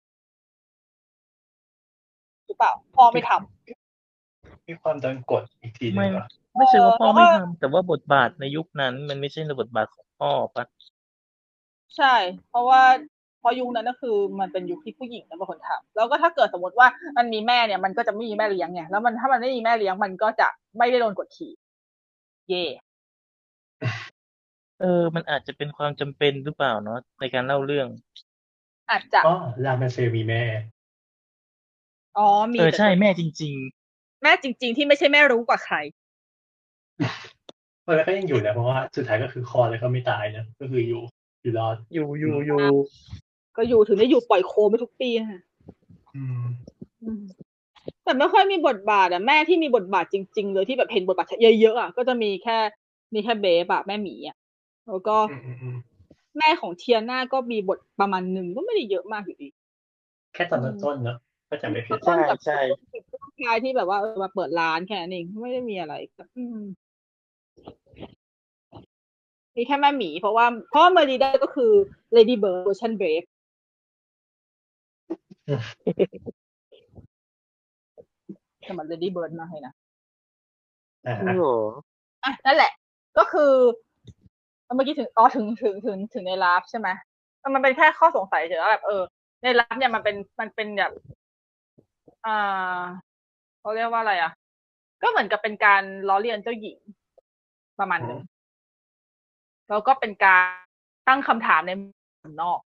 หรือเปล่าพ่อไม่ทำมีความโดนกดอีกทีนึงไม่ใช่ว่าพ่อไม่ทำแต่ว่าบทบาทในยุคนั้นมันไม่ใช่ในบทบาทของพ่อปะใช่เพราะว่าพอยุคนั้นก็คือมันเป็นยุคที่ผู้หญิงเป็นคนทำแล้วก็ถ้าเกิดสมมติว่ามันมีแม่เนี่ยมันก็จะไม่มีแม่เลี้ยงไงแล้วมันถ้ามันไม่มีแม่เลี้ยงมันก็จะไม่ได้โดนกดขี่เย่เออมันอาจจะเป็นความจำเป็นหรือเปล่าเนาะในการเล่าเรื่องอาจจะอ๋อรามเซลมีแม่อ๋อมีเออแต่ใช่ตัวแม่จริงแม่จริง ๆ ที่ไม่ใช่แม่รู้กว่าใครเออแล้วก็ยังอยู่นะเพราะว่าสุดท้ายก็คือคลอดแล้วก็ไม่ตายนะก็คืออยู่อยู่รอดๆ อยู่ออืยู่มอยู่ก็อยู่ถึงได้อยู่ปล่อยโคไปทุกปีค่ะอืมอืมแต่ไม่ค่อยมีบทบาทอะแม่ที่มีบทบาทจริง ๆ เลยที่แบบเห็นบทบาทเยอะๆอะก็จะมีแค่มีแค่เบฟอะแม่หมีอะแล้วก็อืมอืมอืมแม่ของเทียน่าก็มีบทประมาณหนึ่งก็ไม่ได้เยอะมากอยู่ดีแค่ตอนต้นๆเนอะก็จำไม่ผิดใช่ต้นกับใช่ติดต้นท้ายที่แบบว่าเออมาเปิดร้านแค่นั้นเองไม่ได้มีอะไรอืมมีแค่แม่หมีเพราะว่าเพราะว่าเมอริด้าก็คือ Lady Bird เวอร์ชัน Brave สมัย Lady Bird มากเลยนะอ่าจริงเหรออ่ะนั่นแหละ ก็คือเมื่อกี้ถึงอ๋อถึงถึงถึงถึงในลาฟใช่ไหมมันเป็นแค่ข้อสงสัยเฉยว่าแบบเออในลาฟเนี่ยมันเป็นมันเป็นแบบอ่าเขาเรียกว่าอะไรอ่ะก็เหมือนกับเป็นการล้อเลียนเจ้าหญิงประมาณหนึ่งแล้วก็เป็นการตั้งคำถามในมุมนอก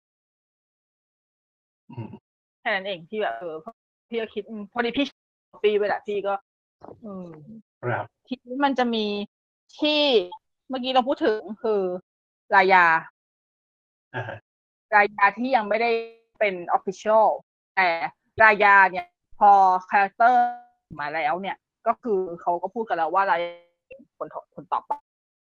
แค่นั้นเองที่แบบเออพี่ก็คิดพอดีพี่ปีไปแหละพี่ก็อืมครับทีนี้มันจะมีที่เมื่อกี้เราพูดถึงคือรายาอ่ารายาที่ยังไม่ได้เป็น official แต่รายาเนี่ยพอคาแรคเตอร์มาแล้วเนี่ยก็คือเขาก็พูดกันแล้วว่ารายคนคนต่อไป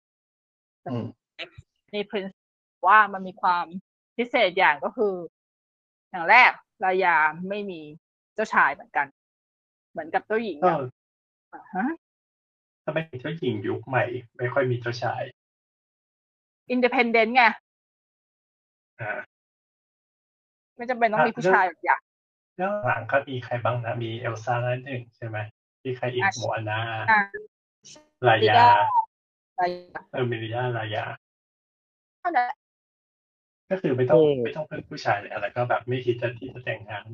ใน Prince ว่ามันมีความพิเศษอย่างก็คืออย่างแรกรายาไม่มีเจ้าชายเหมือนกันเหมือนกับเจ้าหญิงก็อย่างฮะถ้าเป็นเจ้าหญิงยุคใหม่ไม่ค่อยมีเจ้าชาย independent ไงอ่าไม่จำเป็นต้องมีผู้เรื่องชายอย่างเรื่องหลังก็มีใครบ้างนะมีเอลซ่าหนึ่งใช่ไหมมีใครอีกอาโมอาน่าอ่าลายาดิก้ารายาเออเมริยาลายาเท่านั้นก็คือไม่ต้อืองมไม่ต้องเป็นผู้ชายเลยอะไรก็แบบไม่คิดจะที่จะแต่งงาน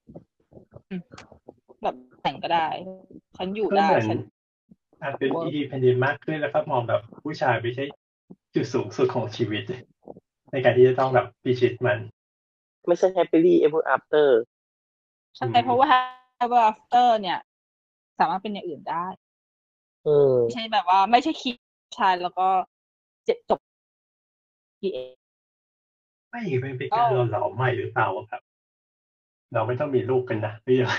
แบบแต่งก็ได้ ฉันอยู่ก็เหมือนได้ฉันอาจเป็นเวิอีร์กดีเพนเดนมากขึ้นแล้วก็มองแบบผู้ชายไม่ใช่จุดสูงสุดของชีวิตในการที่จะต้องแบบพิชิตมันไม่ใช่ happily ever after ใช่เพราะว่า Ever After เนี่ย สามารถเป็นอย่างอื่นได้อืมไม่ใช่แบบว่าไม่ใช่คิดชายแล้วก็เจ็บจบทีเองไม่เป็นเป็นก็การหล่อหลอมใหม่หรือเปล่าว่าแบบเราไม่ต้องมีลูกกันนะหรือยังไง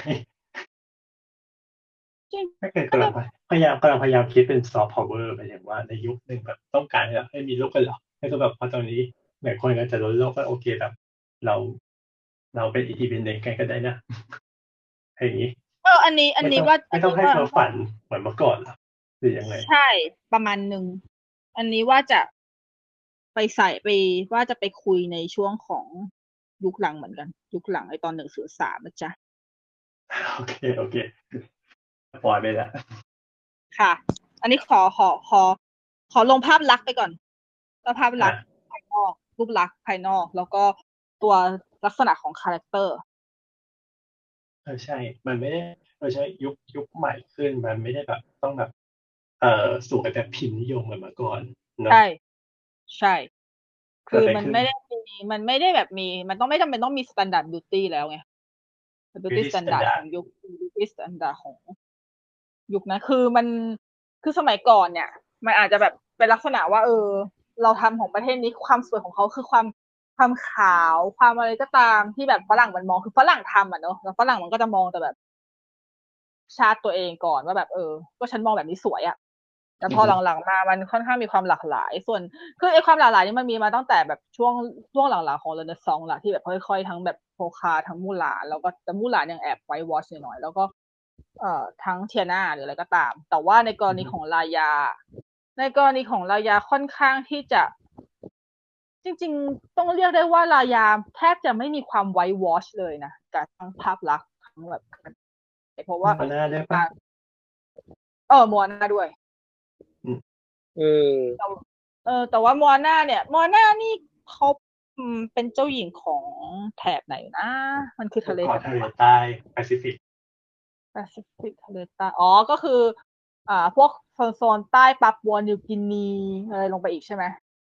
จริงถ้าเกิดก็จะกำลังพยายามกำลังพยายามคิดเป็นซอฟต์พาวเวอร์หมายถึงว่าในยุคหนึ่งแบบต้องการแบบให้มีลูกกันเหรอแล้วก็แบบพอตอนนี้หลายคนก็จะลดโลกก็โอเคแบบเราเราเป็นอินดิเพนเดนต์กันก็ได้นะอย่างนี้เอออันนี้อันไม่ต้องนี้ว่าอัไม่ต้องให้นนี้ว่าเพ้อฝันเหมือนเมื่อก่อนหรอหรือยังไงใช่ประมาณหนึ่งอันนี้ว่าจะไปใส่ไปว่าจะไปคุยในช่วงของยุคหลังเหมือนกัน ยุคหลังไอตอนหนึ่งศูนย์สามนะจ๊ะโอเคโอเคปล่อยไปแล้วค่ะ อันนี้ขอขอขอขอลงภาพลักษณ์ไปก่อนแล้วภาพลัอ่ะกษณ์ภายนอกรูปลักษณ์ภายนอก แล้วก็ตัวลักษณะของคาแรคเตอร์เออใช่มันไม่ได้เออใช่ยุคยุคใหม่ขึ้นมันไม่ได้แบบต้องแบบเอ่อสวยแบบพิมพ์นิยมเหมือนเมื่อก่อนเนาะใช่ใช่ คือเกิดอะไรขึ้นมันไม่ได้มีมันไม่ได้แบบมี มันต้องไม่จำเป็นต้องมีสแตนดาร์ดบิวตี้แล้วไงบิวตี้ beauty สแตนดาร์ดข standard องยุคบิวตี้สแตนดาร์ดของยุคนั้นคือมันคือสมัยก่อนเนี่ย มันอาจจะแบบเป็นลักษณะว่า เออ เราทำของประเทศนี้ความสวยของเขาคือความความขาวความอะไรก็ตามที่แบบฝรั่งมันมองคือฝรั่งทำอ่ะเนอะแล้วฝรั่งมันก็จะมองแต่แบบชาติตัวเองก่อนว่าแบบเออก็ฉันมองแบบนี้สวยอ่ะแต่พอหลังๆมามันค่อนข้างมีความหลากหลายส่วนคือไอ้ความหลากหลายนี่มันมีมาตั้งแต่แบบช่วงช่วงหลังๆของเรเนซองส์แหละที่แบบค่อยๆทั้งแบบโพคาทั้งมูหลานแล้วก็แต่มูหลานยังแอบไวท์วอชหน่อยๆแล้วก็เอ่อทั้งเทียนาหรืออะไรก็ตามแต่ว่าในกรณีของลายาในกรณีของลายาค่อนข้างที่จะจริงๆต้องเรียกได้ว่าลายาแทบจะไม่มีความไวท์วอชเลยนะกับทั้งภาพลักษณ์ทั้งแบบเพราะว่ามาหน้าได้ปะเออมัวนาด้วยอืมเออแต่ว่ามัวนาเนี่ยมัวนานี่เขาอืมเป็นเจ้าหญิงของแถบไหนนะมันคือทะเลเกาะแถบไหนวะทะเลใต้แปซิฟิกแปซิฟิกทะเลใต้อ๋อก็คืออ่าพวกโซนโซนใต้ปัปปัวนิวกินีอะไรลงไปอีกใช่ไหม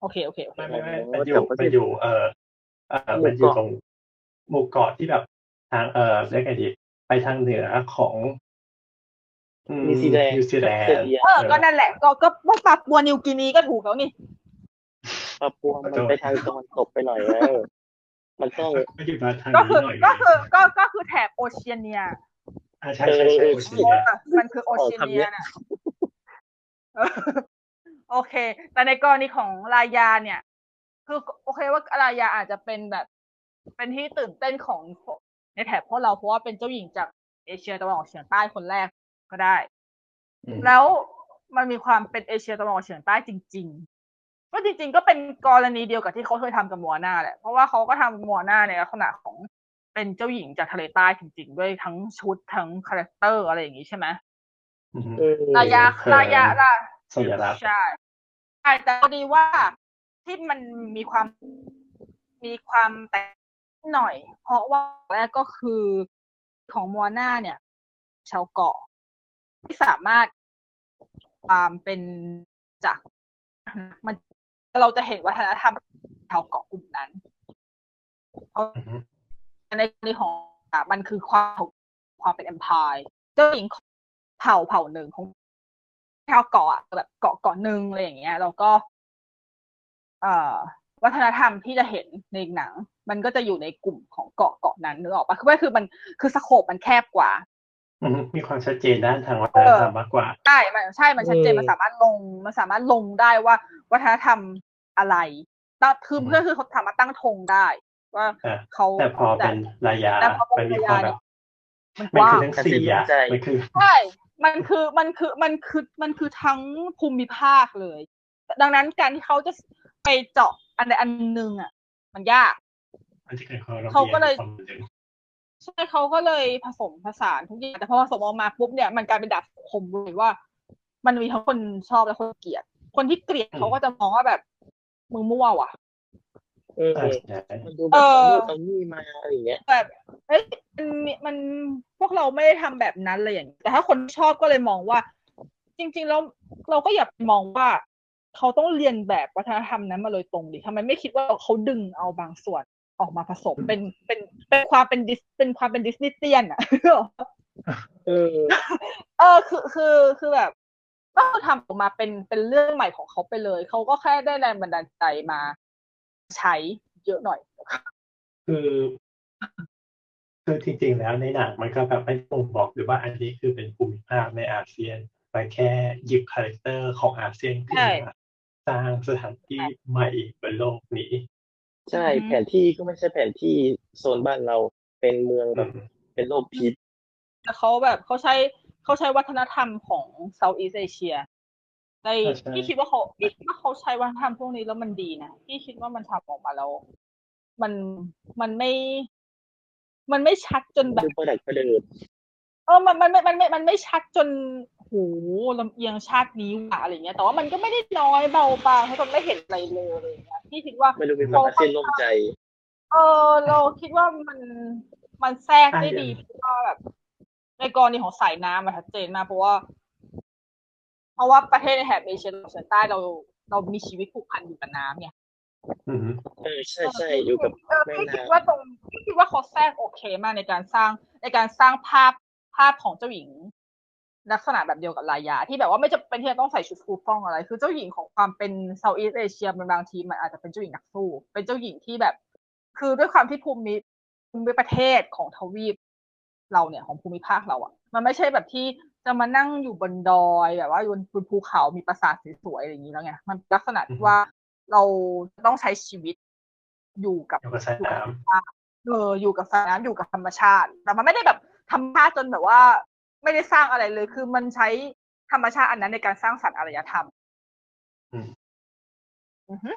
โอเคโอเคโอเคไม่ไม่ไม่มันอยู่มันอยู่เอ่อเอ่อหมู่มันอยู่เกาะตรงหมู่เกาะที่แบบทางเอ่อเรียกไงดีไปทางเหนือของอืมนิวซีแลนด์นิวซีแลออสเตรนด์เลียเออเออก็นั่นแหละ ก็ก็พวกปาปัวนิวกินีก็ถูกแล้วนี่ปาปัวมันไปทางตะวันตกไปหน่อยเออมันต้องก็อยู่มาทางก็นี้คือหน่อยก็คือก็ก็คือแถบโอเชียเนียอ่าใช่ใช่ใช่โอเชียเออมันคือโอเชียเนียน่ะเออโอเค แต่ในกรณีของรายาเนี่ย คือโอเคว่ารายาอาจจะเป็นแบบ เป็นที่ตื่นเต้นของในแถบพวกเราเพราะว่าเป็นเจ้าหญิงจากเอเชียตะวันออกเฉียงใต้คนแรกก็ได้อืมแล้วมันมีความเป็นเอเชียตะวันออกเฉียงใต้จริง ๆ ก็จริง ๆ ก็เป็นกรณีเดียวกับที่เขาเคยทำกับมัวนาแหละ เพราะว่าเขาก็ทำมัวนาในลักษณะของเป็นเจ้าหญิงจากทะเลใต้จริง ๆ ด้วยทั้งชุดทั้งคาแรคเตอร์อะไรอย่างนี้ใช่ไหมอืมเออรายาเขินรายาล่ะสัญลักษณ์ใช่ใช่แต่พอดีว่าที่มันมีความมีความแตกหน่อย เพราะว่าแรกก็คือของมัวนาเนี่ย ชาวเกาะที่สามารถความเป็นจากมันเราจะเห็นวัฒนธรรมชาวเกาะกลุ่มนั้นเพราะอือฮึในกรณีของมันคือความความเป็น empire เจ้าหญิงเผ่าเผ่าหนึ่งของชาวเกาะอะแบบเกาะเกาะหนึ่งอะไรอย่างเงี้ยแล้วก็เอ่อวัฒนธรรมที่จะเห็นในหนัง มันก็จะอยู่ในกลุ่มของเกาะเกาะนั้นนึกออกปะคือว่าคือมันคือสโคปมันแคบกว่าอือฮึมีความชัดเจนด้านทางวัฒนธรรมมากกว่าใช่มันใช่มันชัดเจนมันสามารถลงมันสามารถลงได้ว่าวัฒนธรรมอะไรตั้งคืออืมเพื่อคือเขาสามารถตั้งธงได้ว่าอ่ะเขาแต่พอเป็นรายาแต่พอเป็นมันมีรายาความแบเนี่บยมันกมันว้าคืงอทั้งสี่อ่ะมันคือใช่ มันคือมันคือมันคือมันคือทั้งภูมิภาคเลย ดังนั้นการที่เขาจะไปเจาะอันใดอันหนึ่งอ่ะ มันยากมันจะเกิดความระเขาก็เลยความบันเทิงใช่เขาก็เลยผสมผสานทุกอย่างแต่พอผสมออกมาปุ๊บเนี่ยมันกลายเป็นดาบสังคมเลยว่า มันมีทั้งคนชอบและคนเกลียด คนที่เกลียดเขาก็จะมองว่าแบบมึงมั่วว่ะเออใช่ใช่มันดูแบบเอานู่นเอานี่มาอะไรอย่างเงี้ยแบบเฮ้ยมันมันพวกเราไม่ได้ทำแบบนั้นเลยอย่างนี้แต่ถ้าคนชอบก็เลยมองว่า จริงๆแล้วเราก็อย่าไปมองว่า เขาต้องเรียนแบบวัฒนธรรมนั้นมาโดยตรงดิทำไมไม่คิดว่าเขาดึงเอาบางส่วนออกมาผสมเป็นเป็นเป็นความเป็นดิสเป็นความเป็นดิสนีย์เตียนอ่ะเออเออคือคือคือแบบก็ทำออกมาเป็นเป็นเรื่องใหม่ของเขาไปเลยเขาก็แค่ได้แรงบันดาลใจมาใช้เยอะหน่อยคือคือจริงๆแล้วในหนังมันก็แบบไม่ต้องบอกหรือว่าอันนี้คือเป็นภูมิภาคในอาเซียนไปแค่หยิบคาแรคเตอร์ของอาเซียนขึ้นมาสร้างสถานที่ใหม่บนโลกนี้ใช่แผนที่ก็ไม่ใช่แผนที่โซนบ้านเราเป็นเมืองแบบเป็นโลกทิพย์แต่เขาแบบเขาใช้เขาใช้วัฒนธรรมของ Southeast Asia ในใช่พี่คิดว่าเขาพี่คิดว่าเขาใช้วัฒนธรรมพวกนี้แล้วมันดีนะพี่คิดว่ามันทำออกมาแล้ว มันมันไม่ มันไม่ชัดจนแบบดูประดักประเดิดเออมันมันไม่มันไม่มันไม่ชัดจนโหลำเอียงชาตินี้ว่ะอะไรเงี้ยแต่ว่ามันก็ไม่ได้น้อยเบาบางให้คนไม่เห็นอะไรเลยอะไรเงี้ยพี่คิดว่าไม่รู้มีความอาเซียนร่วมใจเออเราคิดว่ามันมันแทรกได้ดีเพราะว่าแบบในกรณีของสายน้ำมันชัดเจนมากเพราะว่า เพราะว่าประเทศในแถบเอเชียตะวันออกเฉียงใต้เราเรามีชีวิตผูกพันอยู่กับน้ำเนี่ยอืมเออใช่ใช่อยู่กับเออแม่พี่คิดน้ำว่าตรงพี่คิดว่าเขาแทรกโอเคมากในการสร้างในการสร้างภาพภาพของเจ้าหญิง ลักษณะแบบเดียวกับรายาที่แบบว่าไม่จำเป็นที่จะต้องใส่ชุดฟูฟ่องอะไรคือเจ้าหญิงของความเป็นเซาท์อีสต์เอเชียมันบางทีมันอาจจะเป็นเจ้าหญิงนักสู้เป็นเจ้าหญิงที่แบบ คือด้วยความที่ภูมิภูมิประเทศของทวีปเราเนี่ยของภูมิภาคเราอ่ะมันไม่ใช่แบบที่จะมานั่งอยู่บนดอยแบบว่าอยู่บนภูเขามีปราสาทสวยๆอะไรอย่างนี้แล้วไงมันลักษณะที่ว่าเราต้องใช้ชีวิตอยู่กับอยู่กับสายน้ำเอออยู่กับสายน้ำอยู่กับธรรมชาติแต่มันไม่ได้แบบธรรมชาติจนแบบว่าไม่ได้สร้างอะไรเลยคือมันใช้ธรรมชาติอันนั้นในการสร้างสรรค์อารยธรรมอืมอือฮึ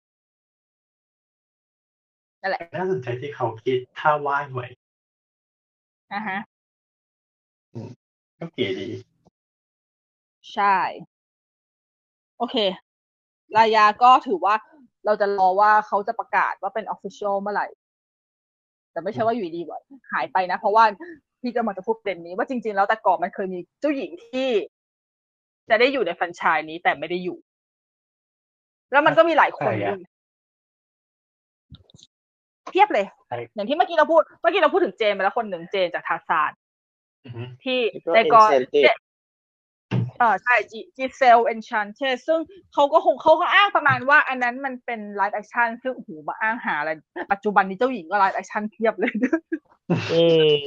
นั่นแหละน่าสนใจที่เขาคิดท่าว่ายใหม่อ่าฮะอืมก็เก๋ดีใช่โอเครายาก็ถือว่าเราจะรอว่าเขาจะประกาศว่าเป็น official เมื่อไหร่แต่ไม่ใช่ว่าอยู่ดีๆว่าหายไปนะเพราะว่าพี่จะมาจะพูดประเด็นนี้ว่าจริงๆแล้วแต่ก่อนมันเคยมีเจ้าหญิงที่จะได้อยู่ในแฟรนไชส์นี้แต่ไม่ได้อยู่แล้วมันก็มีหลายคใครนด้อ่ะวยเทียบเลยใครอย่างที่เมื่อกี้เราพูดเมื่อกี้เราพูดถึงเจนไปแล้วคนหนึ่งเจนจากทาร์ซานอือฮึที่แล้วก็ในกอ Enchanted เออใช่ Giselle Enchanted ซึ่งเขาก็คงเขาก็อ้างประมาณว่าอันนั้นมันเป็นไลฟ์แอคชั่นซึ่งโอ้โหมาอ้างหาอะไรปัจจุบันนี้เจ้าหญิงก็ไลฟ์แอคชั่นเทียบเลยอืม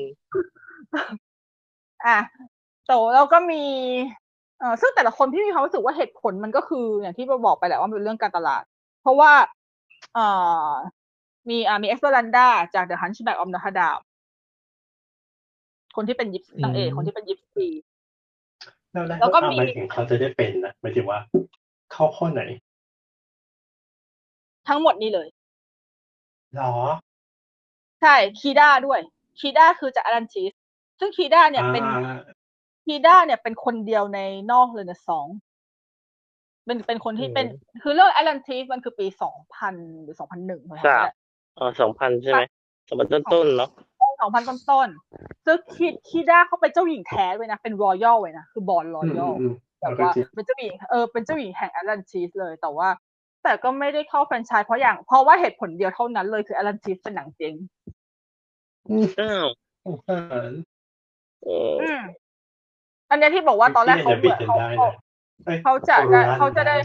อ่ะแต่เราก็มีเอ่อซึ่งแต่ละคนพี่มีความรู้สึกว่าเหตุผลมันก็คืออย่างที่เราบอกไปแหละว่ามันเป็นเรื่องการตลาด เพราะว่าเอ่อมีอ่ามีเอสเปอรันดาจาก The Hunchback of Notre Dame คนที่เป็นยิปนางเอกคนที่เป็นยิปซีแล้วแล้วแล้วก็อ่ะมีหมายถึงเขาจะได้เป็นนะหมายถึงว่า เข้าข้อไหนทั้งหมดนี้เลยหรอใช่คีด้าด้วยคีด้าคือจากอลันชีสซึ่งคีด้าเนี่ยอ่าเป็นคีด้าเนี่ยเป็นคนเดียวในนอกเลยนะสองเป็นเป็นคนที่เป็นอืมคือเรื่องแอลันชีสมันคือปีสองพันหรือสองพันหนึ่งอะไรสามแหละอ๋อสองพันใช่ไหมสองพันต้นๆเนาะสองพันต้นๆซึ่งคีคีด้าเขาเป็นเจ้าหญิงแท้เลยนะเป็นรอยัลเลยนะคือบอลรออืมยัลอืมแบบแล้วก็ว่าจริงเป็นเจ้าหญิงเออเป็นเจ้าหญิงแห่งแอลันชีสเลยแต่ว่า แต่ก็ไม่ได้เข้าแฟรนไชส์เพราะอย่างเพราะว่าเหตุผลเดียวเท่านั้นเลยคือแอลันชีสเป็นหนังเจ๊งอ้าวสงสารเอออืมอันเนี้ยที่บอกว่าตอนแรกเขาเหมือนเขาเขาเขาจะได้เขาจะได้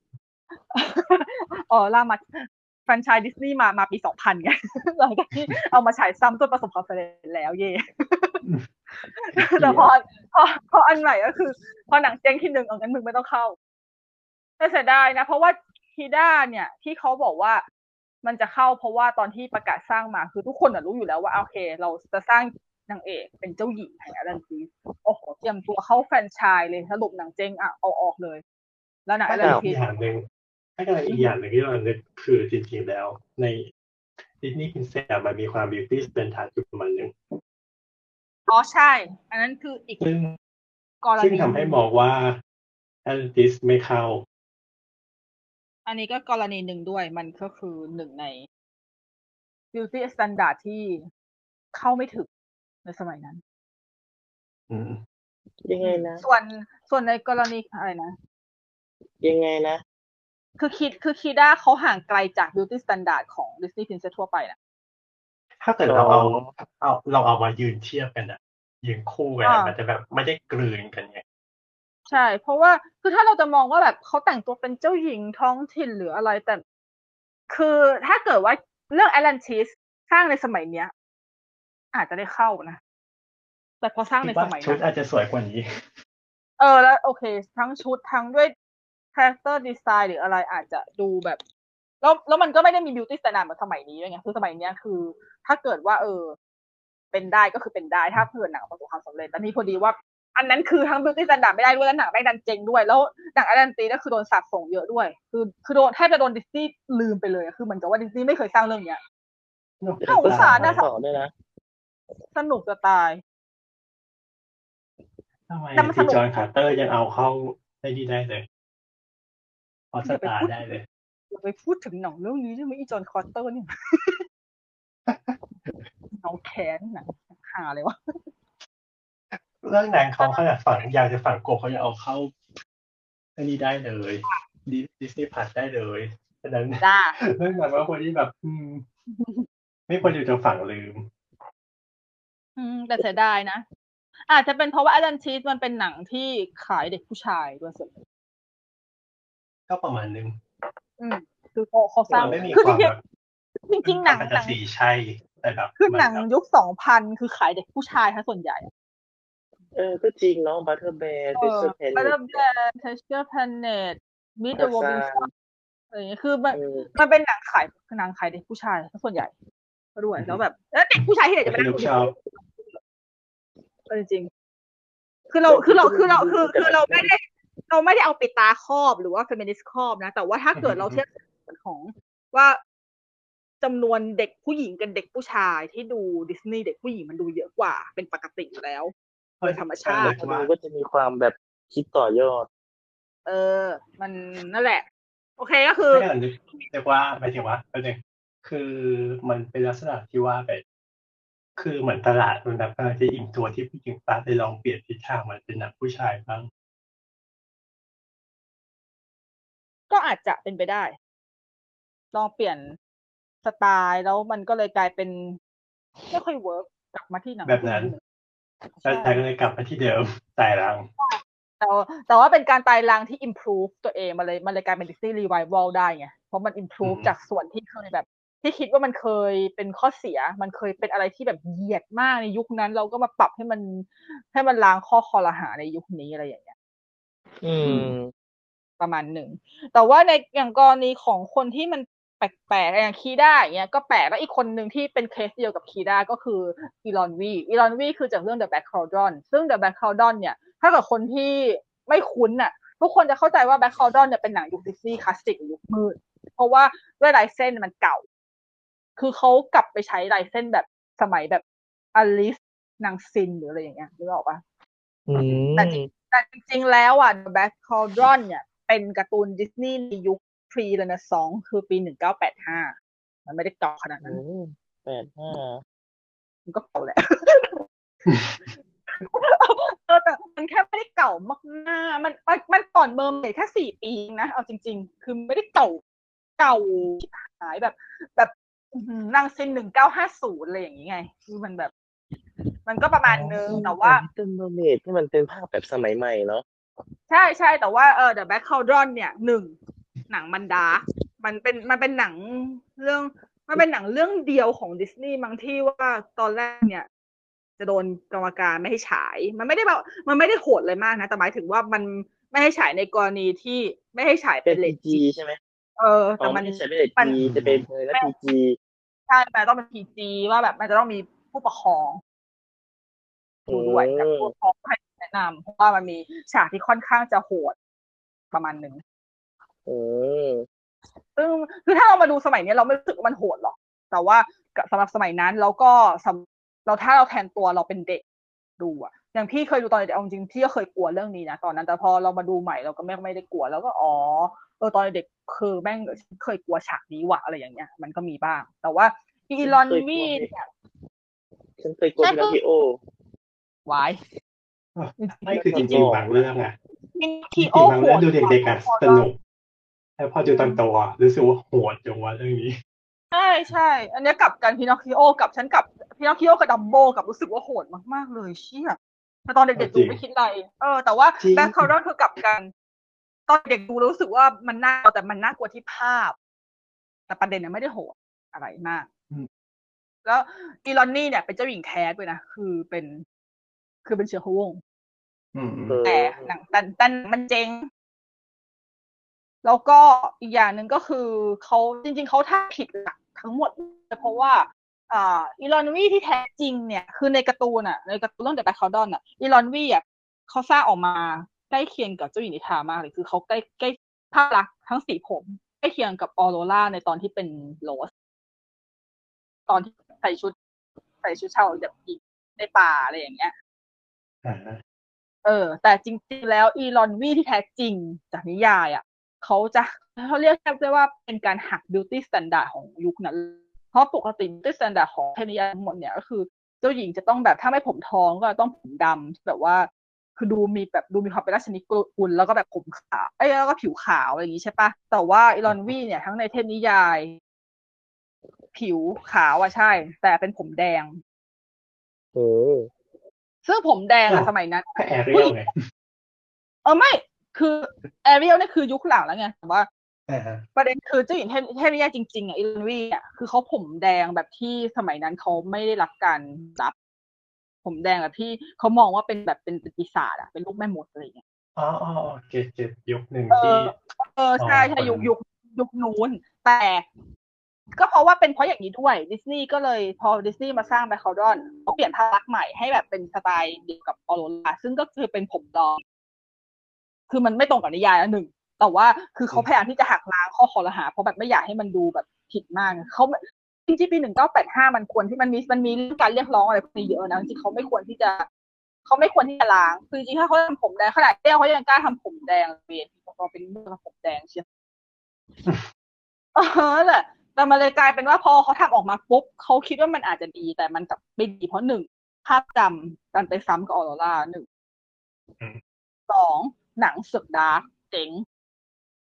อ๋อล่ามาแฟรนไชส์ดิสนีย์มามาปีสองพันไง หลังจากที่เอามาฉายซ้ำจนประสบความสำเร็จแล้วเย่ แต่พอพอพออันใหม่ก็คือ พอหนังเจ๊งทีหนึ่งเอางั้นมึงไม่ต้องเข้าแต่เสียดายนะเพราะว่าคีด้าเนี่ยที่เขาบอกว่ามันจะเข้าเพราะว่าตอนที่ประกาศสร้างมาคือทุกคนรู้อยู่แล้วว่าโอเคเราจะสร้างนางเอกเป็นเจ้าหญิงแห่งแอตแลนติสโอ้โหเตรียมตัวเข้าแฟรนไชส์เลยสรุปหนังเจ๊งอ่ะเอาออกเลย แล้วหนังแอตแลนอีติกสอย่างหนึ่งถ้าเกิดอีกอย่างหนึ่งที่เรานึกคือจริงๆแล้ว ในดิสนีย์พรินเซสมันมีความบิวตี้สแตนดาร์ดอยู่ประมาณนึงอ๋อใช่ อันนั้นคืออีกซึ่งกรซึ่งณีทำให้มองว่าแอตแลนติสไม่เข้าอันนี้ก็กรณีหนึ่งด้วยมันก็คือหนึ่งใน beauty standard ที่เข้าไม่ถึงในสมัยนั้นอืมยังไงนะส่วนส่วนในกรณีอะไรนะยังไงนะคือคิดคือคีด้าเขาห่างไกลจาก beauty standard ของ Disney Princess ทั่วไปนะถ้าเกิดเราเอาเอาเราเอามายืนเทียบกันอะยืนคู่กันอ่ามันจะแบบไม่ได้กลืนกันไงใช่ เพราะว่าคือถ้าเราจะมองว่าแบบเขาแต่งตัวเป็นเจ้าหญิงท้องถิ่นหรืออะไรแต่ คือถ้าเกิดว่าเรื่อง Atlantis สร้างในสมัยเนี้ย อาจจะได้เข้านะ แต่พอสร้างในสมัยชุดนั้นอาจจะสวยกว่านี้เออแล้วโอเค ทั้งชุดทั้งด้วย character design หรืออะไรอาจจะดูแบบ แล้วแล้วมันก็ไม่ได้มี beauty standard เหมือนสมัยนี้ด้วยไงคือสมัยเนี้ยคือ ถ้าเกิดว่า เออ เป็นได้ก็คือเป็นได้ถ้าเผื่อหนังประสบความสำเร็จแต่นี่พอดีว่า อันนั้นคือทั้ง beauty standard ไม่ได้ด้วยแล้วหนังได้ดันเจงด้วยแล้วหนังแอตแลนติสก็คือโดนสาปส่งเยอะด้วย คือคือโดนแทบจะโดนดิสนีย์ลืมไปเลยคือเหมือนกับว่าดิสนีย์ไม่เคยสร้างเรื่องเนี้ยแต่ก็สารต่อด้วยนะสนุกจะตายทำไมแต่มันสที่นุกจอห์นคาร์เตอร์ยังเอาเข้าได้ดีได้เลยออสตาร์ได้เลยอย่าไปพูดถึงหนังเรื่องนี้ใช่ไหมอีจอห์นคอร์เตอร์เนี่ย น้องแค้นหนังหาเลยวะเรื่องหนังเขาขนาดฝังอยากจะฝังกบเขายังเอาเข้าอันนี้ได้เลยดิสนีย์พลัสได้เลยฉะนั้นจ้าเรื่องหนังว่าคนที่แบบ อืม ไม่ควรอยู่จะฝังลืมอืมแต่เสียดายนะ อาจจะเป็นเพราะว่า Atlantis มันเป็นหนังที่ขายเด็กผู้ชายด้วยส่วนหนึ่งก็ประมาณนึงอืมคือเขาเขาสร้างมันไม่มีคือความจริงแบบๆจริงๆหนังมันหจะนังสีใช่แต่แบบคือหนังมันแบบยุคสองพันคือขายเด็กผู้ชายทั้งส่วนใหญ่เออ ก็จริงเนาะ Butterbear เออ Treasure Planet Butterbear Treasure Planet Meet the Tarzan Robinson อะไรอย่างเงี้ยคือมันเออมันเป็นหนังขายหนังขายเด็กผู้ชายทั้งส่วนใหญ่ด้วยแล้วแบบแล้วเด็กผู้ชายที่ไหนจะไปนั่งลูดูกชอบเออจริงๆคือเราคือเราคือเราคือคือเราไม่ได้เราไม่ได้เอาปิดตาครอบหรือว่าเฟมินิสต์ครอบนะแต่ว่าถ้าเกิดเราเทียบของว่าจำนวนเด็กผู้หญิงกับเด็กผู้ชายที่ดูดิสนีย์เด็กผู้หญิงมันดูเยอะกว่าเป็นปกติอยู่แล้วโดยธรรมชาติดูก็จะมีความแบบคิดต่อยอดเออ มันนั่นแหละ โอเคก็คือไม่ได้นึกเรียกว่าหมายถึงว่าประเด็นคือมันเป็นลักษณะที่ว่าแบบคือเหมือนตลาดมันแบบกำลังจะอิ่มตัวที่ผู้หญิงป้าไปลองเปลี่ยนทิศทางมันเป็นหนังผู้ชายบ้างก็อาจจะเป็นไปได้ลองเปลี่ยนสไตล์แล้วมันก็เลยกลายเป็นไม่ค่อยเวิร์กกลับมาที่หนังแบบนั้นแล้วแต่ก็เลยกลับมาที่เดิมตายรังแต่แต่ว่าเป็นการตายรังที่ improve ตัวเองมันเลยมันเลยกลายเป็น Disney Revival ได้ไงเพราะมัน improve จากส่วนที่เคยแบบที่คิดว่ามันเคยเป็นข้อเสียมันเคยเป็นอะไรที่แบบเหยียดมากในยุคนั้นเราก็มาปรับให้มันให้มันล้างข้อคอรหาในยุคนี้อะไรอย่างเงี้ยอืมประมาณหนึ่งแต่ว่าในอย่างกรณีของคนที่มันแปลกๆอย่างคีด้าอย่างเงี้ยก็แปลกแล้วอีกคนหนึ่งที่เป็นเคสเดียวกับคีด้าก็คืออีลอนวีอีลอนวีคือจากเรื่อง The Black Cauldron ซึ่ง The Black Cauldron เนี่ยถ้าเกิดคนที่ไม่คุ้นน่ะทุกคนจะเข้าใจว่า Black Cauldron เนี่ยเป็นหนังยุคดิสนีย์คลาสสิกยุคมืดเพราะว่าด้วยลายเส้นมันเก่าคือเขากลับไปใช้ลายเส้นแบบสมัยแบบอลิสนางซินหรืออะไรอย่างเงี้ยนึกออกปะแต่จริงแต่จริงๆแล้วอ่ะ The Black Cauldron เนี่ยเป็นการ์ตูนดิสนีย์ในยุค pre-Renaissance คือปีหนึ่งเก้าแปดห้ามันไม่ได้เก่าขนาดนั้นแปดห้ามันก็เก่าแหละเออแต่มันแค่ไม่ได้เก่ามากๆมันมันก่อนเมอร์เมดแค่สี่ปีนะเอาจริงๆคือไม่ได้เก่าเก่าหายแบบแบบนางซินหนึ่งเก้าห้าศูนย์อะไรอย่างนี้ไงคือมันแบบมันก็ประมาณนึงแต่ว่าเป็นเมอร์เมดที่มันเป็นภาพแบบสมัยใหม่เนาะใช่ใช่แต่ว่าเออ The Black Cauldron เนี่ยหนึ่งหนังมันดาร์กมันเป็นมันเป็นหนังเรื่องมันเป็นหนังเรื่องเดียวของดิสนีย์มั้งที่ว่าตอนแรกเนี่ยจะโดนกรรมการไม่ให้ฉายมันไม่ได้แบบมันไม่ได้โหดเลยมากนะแต่หมายถึงว่ามันไม่ให้ฉายในกรณีที่ไม่ให้ฉายเป็นเลทจีใช่ไหมเออแต่มันไม่ใช่เป็นเลทจีจะเป็นเออแล้วพีจีใช่แต่ต้องเป็นพีจีว่าแบบมันจะต้องมีผู้ปกครองดูด้วยแต่ผู้ปกครองให้แนะนำเพราะว่ามันมีฉากที่ค่อนข้างจะโหดประมาณหนึ่งซึ่งคือถ้าเรามาดูสมัยนี้เราไม่รู้สึกว่ามันโหดหรอกแต่ว่าสำหรับสมัยนั้นแล้วก็เราถ้าเราแทนตัวเราเป็นเด็กดูอะอย่างพี่เคยดูตอนเด็กเอาจริงพี่ก็เคยกลัวเรื่องนี้นะตอนนั้นแต่พอเรามาดูใหม่เราก็ไม่ไม่ได้กลัวแล้วก็อ๋อเออตอนเด็กคือแม่งเคยกลัวฉากนี้ว่ะอะไรอย่างเงี้ยมันก็มีบ้างแต่ว่าอีลอนวีเนี่ยฉันเคยกลัวพินอคคิโอวายไม่คือจริงๆบางเรื่องอะจริงๆบางเรื่องดูเด็กๆอะสนุกแต่พอดูตอนโตอะรู้สึกว่าโหดจังวะเรื่องนี้ใช่ใช่อันนี้กับกันพินอคคิโอกับฉันกับพินอคคิโอกับดัมโบกับรู้สึกว่าโหดมากๆเลยเชี่ยแต่ตอนเด็กๆดูไม่คิดอะไรเออแต่ว่าแบ็คคาร์ดอนคือกับกันตอนเด็กดูรู้สึกว่ามันน่าแต่มันน่ากลัวที่ภาพแต่ประเด็นเนี่ยไม่ได้โหดอะไรมากแล้วอีลอนนี่เนี่ยเป็นเจ้าหญิงแท้ด้วยนะคือเป็นคือเป็นเชื้อพระวงศ์แต่หนังตันตันมันเจ๊งแล้วก็อีกอย่างหนึ่งก็คือเขาจริงๆเขาท่าผิดหลักทั้งหมดเพราะว่าอ่าอีลอนวีที่แท้จริงเนี่ยคือในการ์ตูนอ่ะในการ์ตูนเรื่อง The Black Cauldron อ่ะอีลอนวีอ่ะเขาสร้างออกมาใกล้เคียงกับเจ้าหญิงนิทรามากเลยคือเขาใกล้ใกล้ภาพลักษณ์ทั้งสีผมใกล้เคียงกับออโรราในตอนที่เป็นโรสตอนที่ใส่ชุดใส่ชุดชาวแบบอีกในป่าอะไรอย่างเงี้ยเออแต่จริงๆแล้วอีลอนวีที่แท้จริงจากนิยายอ่ะเขาจะเขาเรียกได้ว่าเป็นการหัก beauty standard ของยุคนั้นเพราะปกติ beauty standard ของเทพนิยายทั้งหมดเนี่ยก็คือเจ้าหญิงจะต้องแบบถ้าไม่ผมทองก็ต้องผมดำแบบว่าคือดูมีแบบดูมีความเป็นราชนิกูลแล้วก็แบบผมขาวไอ้แล้วก็ผิวขาวอะไรอย่างนี้ใช่ปะแต่ว่าอีลอนวีเนี่ยทั้งในเทพนิยายผิวขาวอ่ะใช่แต่เป็นผมแดงโอ้ซึ่งผมแดงอะสมัยนั้นแอเรียลไงเออไม่คือแอเรียลนี่คือยุคหลังแล้วไงแต่ว่าประเด็นคือเจ้าหญิงเทพนิยายจริงๆอ่ะอีลอนวีอ่ะคือเขาผมแดงแบบที่สมัยนั้นเขาไม่ได้รับการรับผมแดงแบบที่เขามองว่าเป็นแบบเป็นปีศาจอ่ะเป็นลูกแม่มดอะไรอย่างเงี้ยอ๋ออ๋อเจ็ดเจ็ดยุคหนึ่งที่เออใช่ใช่ยุคยุคยุคนู้นแต่ก็เพราะว่าเป็นเพราะอย่างนี้ด้วยดิสนีย์ก็เลยพอดิสนีย์มาสร้างแบ็คคาร์ดอนเขาเปลี่ยนภาพลักษณ์ใหม่ให้แบบเป็นสไตล์เดียวกับออโรราซึ่งก็คือเป็นผมดองคือมันไม่ตรงกับนิยายแล้วหนึ่งแต่ว่าคือเขาพยายามที่จะหักล้างข้อคอรหาเพราะแบบไม่อยากให้มันดูแบบผิดมากเขาจริงๆปีหนึ่งเก้าแปดห้ามันควรที่มันมีมันมีเรื่องการเรียกร้องอะไรพวกนี้เยอะนะจริงๆเขาไม่ควรที่จะเขาไม่ควรที่จะล้างคือจริงๆถ้าเขาทำผมแดงขนาดเตี้ยเขายังกล้าทำผมแดงเวียนพอเป็นเรื่องผมแดงเชียวเออแหละแต่มันเลยกลายเป็นว่าพอเขาทำออกมาปุ๊บเขาคิดว่ามันอาจจะดีแต่มันกลับไม่ดีเพราะหนึ่งภาพจำกันไปซ้ำกับออโรราหนึ่งสองหนังสึกดาร์กเจ๋ง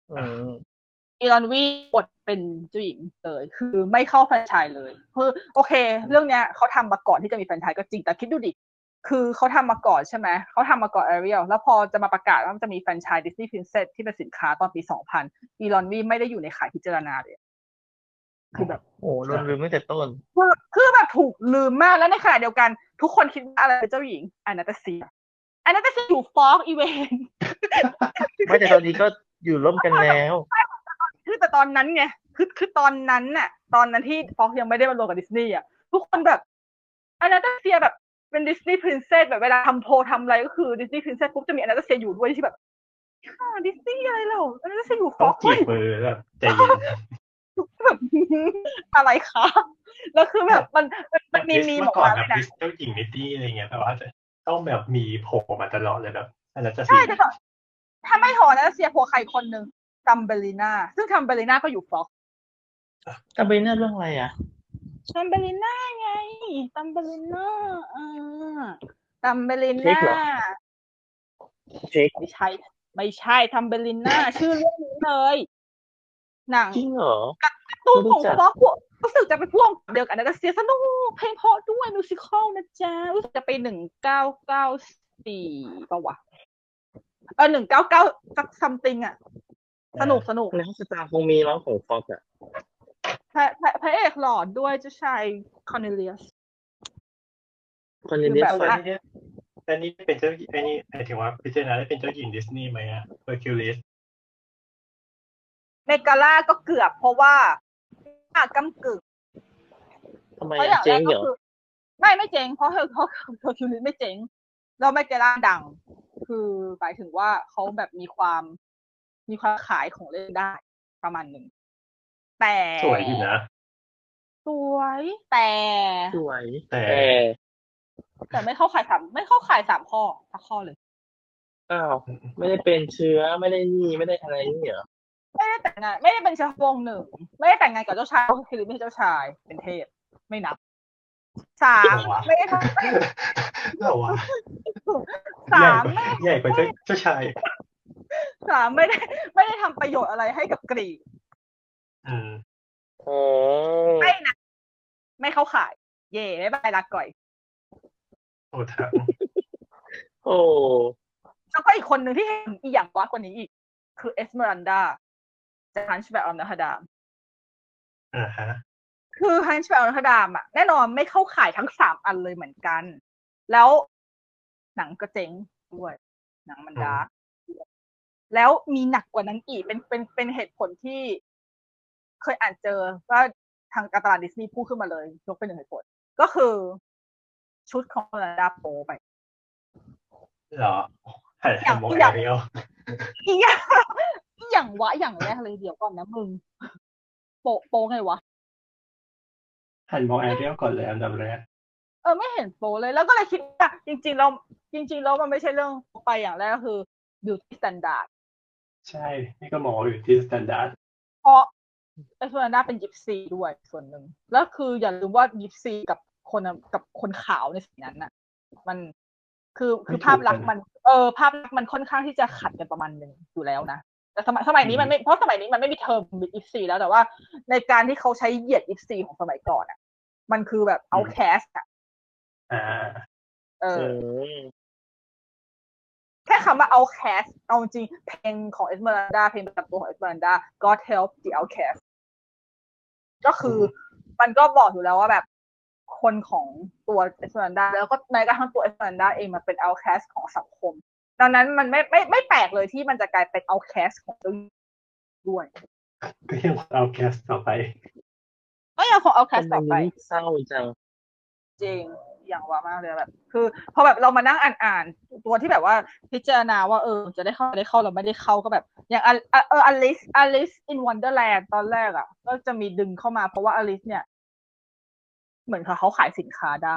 อืมอีลอนวีบทเป็นเจ้าหญิงเลยคือไม่เข้าแฟรนไชส์เลยคือโอเค เรื่องเนี้ยเขาทำมาก่อนที่จะมีแฟรนไชส์ก็จริงแต่คิดดูดิคือเขาทำมาก่อนใช่ไหมเขาทำมาก่อนแอเรียลแล้วพอจะมาประกาศว่ามันจะมีแฟรนไชส์ดิสนีย์พรินเซสที่เป็นสินค้าตอนปีสองพันอีลอนวีไม่ได้อยู่ในข่ายพิจารณาเลยคือแบบโอ้โดนลืมตั้งแต่ต้นคือคือแบบถูกลืมมากแล้วในขณะเดียวกันทุกคนคิดว่าอะไรเป็นเจ้าหญิงอานาตาเซียอานาตาเซียอยู่ฟอกอีเวนไม่แต่ตอนนี้ก็อยู่ร่วมกันแล้วคือแต่ตอนนั้นไงคือคือตอนนั้นน่ะตอนนั้นที่ฟ็อกยังไม่ได้มารวมกับดิสนีย์อ่ะทุกคนแบบอนาตาเซียแบบเป็นดิสนีย์พรินเซสแบบเวลาทำโพลทำอะไรก็คือดิสนีย์พรินเซสปุ๊บจะมีอนาตาเซียอยู่ด้วยที่แบบค่ะดิสนีย์อะไรเหรออนาตาเซียอยู่ฟต้อ็อกงจีบมือแบบใจเย็นแบบอะไรคะแล้วคือแบบมันมันมีมีเมื่ออกอก่อนมาเลยนะแบบดิสเจ้าหญิงนิตตี้อะไรเงี้ยแบบว่าต้องแบบมีโผล่มาตลอดเลยแบบอันนั้นจะใช่สีแต่ถ้าไม่โผล่อนาตาเซียโผล่ใครคนหนึ่งตัมเบลิน่าซึ่งตัมเบลิน่าก็อยู่ฟ็อกตาเบน่าเรื่องอะไรอ่ะตัมเบลิน่าไงตัมเบลิน่าอ่าตัมเบลิน่าเช็คเหรอเช็คไม่ใช่ไม่ใช่ตัมเบลิน่าชื่อเรื่องนี้เลยหนังจริงเหรอการ์ตูนของไม่รู้จักฟ็อกรู้สึกจะเป็นพ่วงเดียวกันนะแต่เสียสนุกเพลงเพราะด้วยมิวสิคอลนะจ๊ะรู้สึกจะไปหนึ่งเก้าเก้าสี่ป่าวะเออหนึ่งเก้าเก้าสักซัมติงอ่ะสนุกสนุกแล้วสตาร์คงมีร้องของฟอกอ่ะพระพระพระเอกหล่อด้วยเจ้าชายคอร์เนเลียสคนในคือแบบเน็ตไฟอันนี้อันนี้เป็นเจ้าอันนี้หมายถึงว่าพิจารณาได้เป็นเจ้าหญิงดิสนีย์ไหมอะเฮอร์คิวลิสเมกาล่าก็เกือบเพราะว่าก้ำกึ่งทำไมเพราะออ่ะย่างแรเจ๊งเหรอกก็คือไม่ไม่เจ๊งเพราะเธอเขาเธอคิวลิสไม่เจ๊งแล้วไม่เกล่าดัง คือหมายถึงว่าเขาแบบมีความมีความขายของเล่นได้ประมาณหนึ่งแต่สวยอยู่นะสวยแต่สวยแต่แต่แต่ไม่เข้าขายสามไม่เข้าขายสามข้อสักข้อเลยอ้าวไม่ได้เป็นเชื้อไม่ได้นี่ไม่ได้อะไรนี่เหรอไม่ได้แต่งงานไม่ได้เป็นเชื้อวงหนึ่งไม่ได้แต่งงานกับเจ้าชายเพราะคิริไม่ใช่เจ้าชายเป็นเทพไม่นับสามเหรอวะไม่ได้ทเหรอวะำสาใหญ่มกว่าไม่ใหญ่กว่าเจ้าเจ้าชายสามไม่ได้ไม่ได้ทำประโยชน์อะไรให้กับกรีกอืมอ๋อไม่นะไม่เข้าขาย เย่ไม่บายรักก่อยโอ้ทั้งโอ้แล้วก็อีกคนหนึ่งที่เห็นอีกอย่างว้ากว่านี้อีก คือเอสเมรันดาจากฮันช์แบ็กออฟนอตเทอร์ดามอ่าฮะคือฮันช์แบ็กออฟนอตเทอร์ดามอ่ะแน่นอนไม่เข้าขายทั้งสามอันเลยเหมือนกัน แล้วหนังก็เจ๊งด้วย หนังมันดาร์กแล้วมีหนักกว่านั้นอีกเป็นเป็นเป็นเหตุผลที่เคยอ่านเจอว่าทางการตลาดดิสนีย์พูดขึ้นมาเลยยกเป็นหนึ่งเหตุผลก็คือชุดของเมรันดาโปไปเหรอหันอหัย่าน งมองอีอย่างแอเรียลอีอย่างอีอย่างวะอย่างแรกเลยเดี๋ยวก่อนนะมึงโปโปไงวะหันมองแอเรียลก่อนเลยอันดับแรกเออไม่เห็นโปเลยแล้วก็เลยคิดว่าจริงๆเราจริงๆแล้วมันไม่ใช่เรื่องไปอย่างแรกก็คือ beauty standard ใช่นี่ก็มองอยู่ที่สแตนดาร์ดเพราะไอ้ส่วนนั้นเป็นยิปซีด้วยส่วนหนึ่งแล้วคืออย่าลืมว่ายิปซีกับคนกับคนขาวในสิ่งนั้นน่ะมันคือคือภาพลักษณ์มันเออภาพลักษณ์มันค่อนข้างที่จะขัดกันประมาณหนึ่งอยู่แล้วนะแต่สมัยสมัยนี้มันไม่เพราะสมัยนี้มันไม่มีเทอมยิปซีแล้วแต่ว่าในการที่เขาใช้เหยียดยิปซีของสมัยก่อนอ่ะมันคือแบบเอาแคสอ่ะอ่าเอออืมแค่คำว่า outcast เอาจริงเพลงของ Esmeralda เพลงประจำตัวของ Esmeralda God Help the Outcast ก็คือมันก็บอกอยู่แล้วว่าแบบคนของตัว Esmeralda แล้วก็แม้กระทั่งตัว Esmeralda เองมันเป็น outcast ของสังคมดังนั้นมันไม่ไม่ไม่แปลกเลยที่มันจะกลายเป็น outcast ของตัวด้วยก็ยังเอาแคสต่อไปก็ยังคง outcast ทำไมต่อไปมันเศร้าจังจริงอย่างว่ามากเลยแบบคือพอแบบเรามานั่งอ่านๆตัวที่แบบว่าพิจารณาว่าเออจะได้เข้าได้เข้าเราไม่ได้เข้าก็แบบอย่างเออ Alice Alice in Wonderland ตอนแรกอ่ะก็จะมีดึงเข้ามาเพราะว่า Alice เนี่ยเหมือนเขาขายสินค้าได้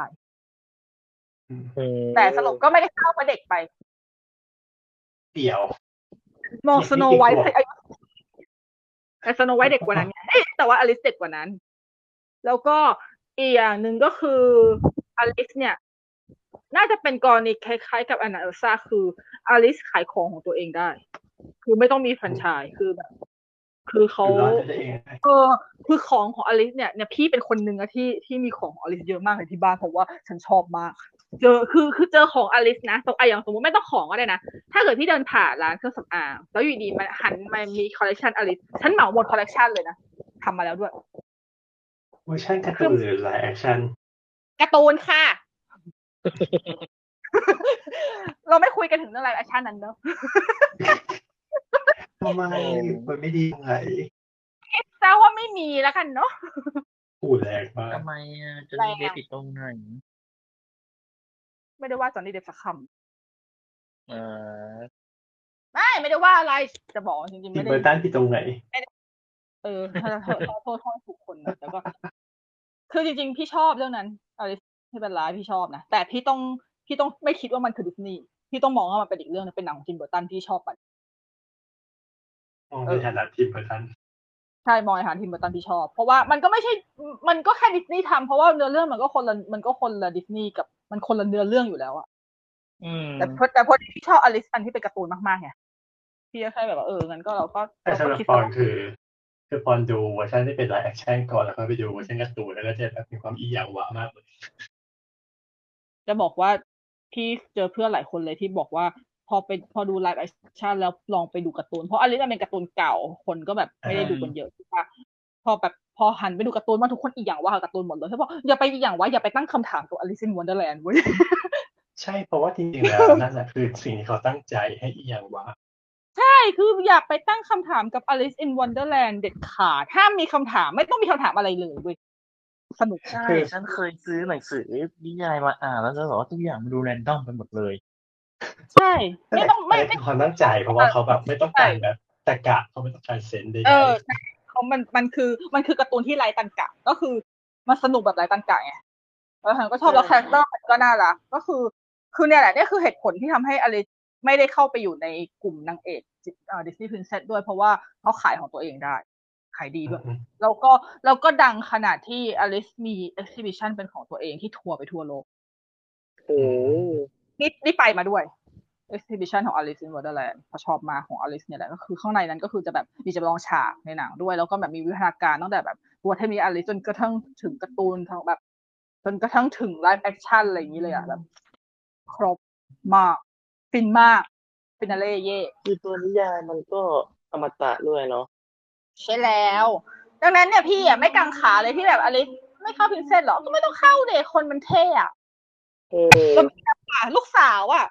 แต่สรุปก็ไม่ได้เข้าเพราะเด็กไปเดี่ยวมอง Snow White แต่ Snow White เด็กกว่านั้นไงแต่ว่า Alice เด็กกว่านั้นแล้วก็อีกอย่างหนึ่งก็คือ Alice เนี่ยน่าจะเป็นกรณีคล้ายๆกับอนาเอลซ่าคืออลิซขายของของตัวเองได้คือไม่ต้องมีแฟรนไชส์คือแบบคือเขาอยู่รอดได้เองเออคือของของอลิซเนี่ยเนี่ยพี่เป็นคนหนึ่งอะที่ที่มีของของอลิซเยอะมากเลยที่บ้านเพราะว่าฉันชอบมากเจอคือคือเจอของอลิซนะตรงไอ้อย่างสมมติไม่ต้องของก็ได้นะถ้าเกิดพี่เดินผ่านร้านเครื่องสำอางแล้วอยู่ดีมันหันมามีคอลเลคชันอลิซฉันเหมาหมดคอลเลคชันเลยนะทำมาแล้วด้วยเวอร์ชันการ์ตูนหรือไลฟ์แอคชั่นการ์ตูนค่ะ เราไม่คุยกันถึงเรื่องไลฟ์แอคชั่นนั้นเนอะทำไมมันไม่ดียังไงคิดซะว่าไม่มีแล้วกันเนาะพูดแรงมากทำไมอ่ะจอห์นนี่เดปผิดตรงไหนไม่ได้ว่าจอห์นนี่เดปสักคำอ่าไม่ไม่ได้ว่าอะไรจะบอกจริงๆไม่ได้เบอร์ตันผิดตรงไหนเออถ้าโทษโทษโทษถูกคนนะแต่ก็คือจริงๆพี่ชอบเรื่องนั้นอะไรที่เป็นร้ายพี่ชอบนะแต่พี่ต้องพี่ต้องไม่คิดว่ามันคือดิสนีย์พี่ต้องมองว่ามันเป็นอีกเรื่องนึงเป็นหนังของทิมเบอร์ตันที่ชอบมันมองในฐานะทีมเบอร์ตันใช่มองในฐานะทิมเบอร์ตันที่ชอบเพราะว่ามันก็ไม่ใช่มันก็แค่ดิสนีย์ทำเพราะว่าเนื้อเรื่องมันก็คนละมันก็คนละดิสนีย์กับมันคนละเนื้อเรื่องอยู่แล้วอะแต่แต่พอพี่ชอบอลิซอันที่เป็นการ์ตูนมากๆไงพี่ก็แค่แบบว่าเอองั้นก็เราก็แต่สำหรับปอนคือคือปอนดูเวอร์ชันที่เป็นไลฟ์แอคชั่นก่อนแล้วก็ไปดูเวอร์ชันการ์ตูนแล้วก็จะแบบมีความอีหยังวะมากเลยจะบอกว่าพี่เจอเพื่อนหลายคนเลยที่บอกว่าพอไปพอดูไลฟ์แอคชั่นแล้วลองไปดูการ์ตูนเพราะอลิซเป็นการ์ตูนเก่าคนก็แบบไม่ได้ดูกันเยอะใช่ปะพอแบบพอหันไปดูการ์ตูนว่าทุกคนอีกอย่างว่าการ์ตูนหมดเลยเขาบอกอย่าไปอีกอย่างว่าอย่าไปตั้งคำถามตัวอลิซอินวันเดอร์แลนด์เว้ยใช่เพราะว่าจริงๆแล้วนั่นแหละคือสิ่งที่เขาตั้งใจให้อีหยังวะใช่คืออย่าไปตั้งคำถามกับ Alice in Wonderland เด็ดขาดห้ามมีคำถามไม่ต้องมีคำถามอะไรเลยเว้ยสนุกใช่ฉันเคยซื้อหนังสือนิยายมาอ่านแล้วจะบอกว่าทุกอย่างมันดูแรนดอมไปหมดเลยใช่ไม่ต้องไม่ไม่ความตั้งใจเพราะว่าเขาแบบไม่ต้องการแบบตรรกะเขาไม่ต้องการเซนส์ได้เออใช่เขามันมันคือมันคือการ์ตูนที่ไร้ตรรกะก็คือมันสนุกแบบไร้ตรรกะไงแล้วฉันก็ชอบแล้วคาแรคเตอร์มันก็น่ารักก็คือคือเนี่ยแหละนี่คือเหตุผลที่ทำให้อลิซไม่ได้เข้าไปอยู่ในกลุ่มนางเอกดิสนีย์พรินเซสด้วยเพราะว่าเขาขายของตัวเองได้ขายดีด้วยแล้วก็แล้วก็ดังขนาดที่อลิซมีเอ็กซิบิชันเป็นของตัวเองที่ทัวร์ไปทั่วโลกโอ้นี่นี่ไปมาด้วยexhibition ของ Alice in Wonderland เขาชอบมากของ Alice เนี่ยแหละก็คือข้างในนั้นก็คือจะแบบมีจำลองฉากในหนังด้วยแล้วก็แบบมีวิวัฒนาการตั้งแต่แบบตัวเทมี Alice จนกระทั่งถึงการ์ตูนทั้งแบบจนกระทั่งถึง live action อะไรอย่างนี้เลยอ่ะแบบครบมากฟินมากฟินาเล่เย่คือตัวนิยายมันก็อมตะด้วยเนาะใช่แล้วดังนั้นเนี่ยพี่อ่ะไม่กังขาเลยที่แบบ Alice ไม่เข้าพินเซสหรอก็ไม่ต้องเข้าเด็กคนมันเท่อะลูกสาวอ่ะ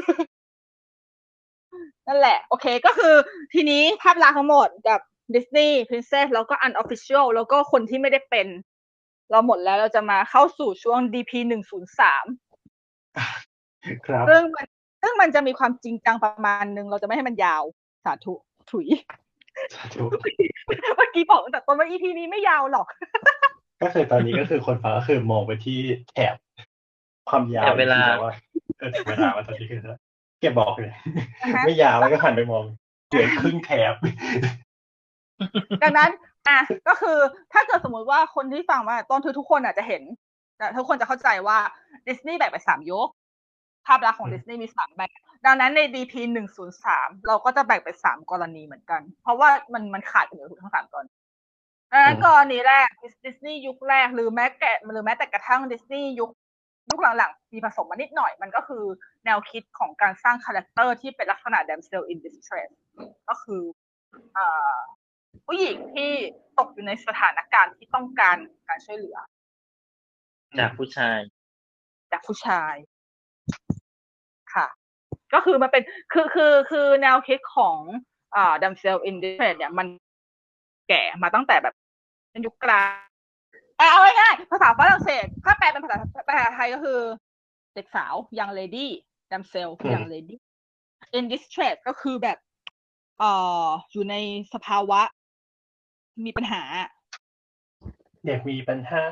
นั่นแหละโอเคก็คือทีนี้ภาพลักษณ์ทั้งหมดกับ Disney Princess แล้วก็ Unofficial แล้วก็คนที่ไม่ได้เป็นเราหมดแล้วเราจะมาเข้าสู่ช่วง ดี พี หนึ่งศูนย์สามครับซึ่งมันซึ่งมันจะมีความจริงจังประมาณนึงเราจะไม่ให้มันยาวสาธุถุยสาธุเมื่อกี้บอกตั้งแต่ต้นว่า อี พี นี้ไม่ยาวหรอกก็คือตอนนี้ก็คือคนฟังก็คือมองไปที่แถบความยาวเวลาว่าเออเวลาว่าตอนนี้คือเก็บบอกเลยไม่ยาวแล้วก็หันไปมองเหลือครึ่งแถบดังนั้นอ่ะก็คือถ้าเกิดสมมติว่าคนที่ฟังมาต้นทุกคนอาจจะเห็นทุกคนจะเข้าใจว่าดิสนีย์แบ่งเป็นสามยกภาพลักษณ์ของดิสนีย์มีสามแบบดังนั้นใน ดี พี หนึ่งศูนย์สามเราก็จะแบ่งเป็นสามกรณีเหมือนกันเพราะว่ามันมันขาดกันอยู่ทั้งสามกรณีดังนั้นกรณีแรกดิสนีย์ยุคแรกหรือแม้แต่หรือแม้แต่กระทั่งดิสนีย์ยุคยุคหลังๆมีผสมมานิดหน่อยมันก็คือแนวคิดของการสร้างคาแรคเตอร์ที่เป็นลักษณะ damsel in distress ก็คืออ่าผู้หญิงที่ตกอยู่ในสถานการณ์ที่ต้องการการช่วยเหลือจากผู้ชายจากผู้ชายค่ะก็คือมันเป็นคือคือคือแนวคิดของอ่า damsel in distress เนี่ยมันแก่มาตั้งแต่แบบเป็นยุคกลางเอาง่ายๆภาษาฝรั่งเศสถ้าแปลเป็นภาษาแปลไทยก็คือเด็กสาว young lady damsel young lady in distress ก็คือแบบเอ่ออยู่ในสภาวะมีปัญหาเด็กมีปัญหา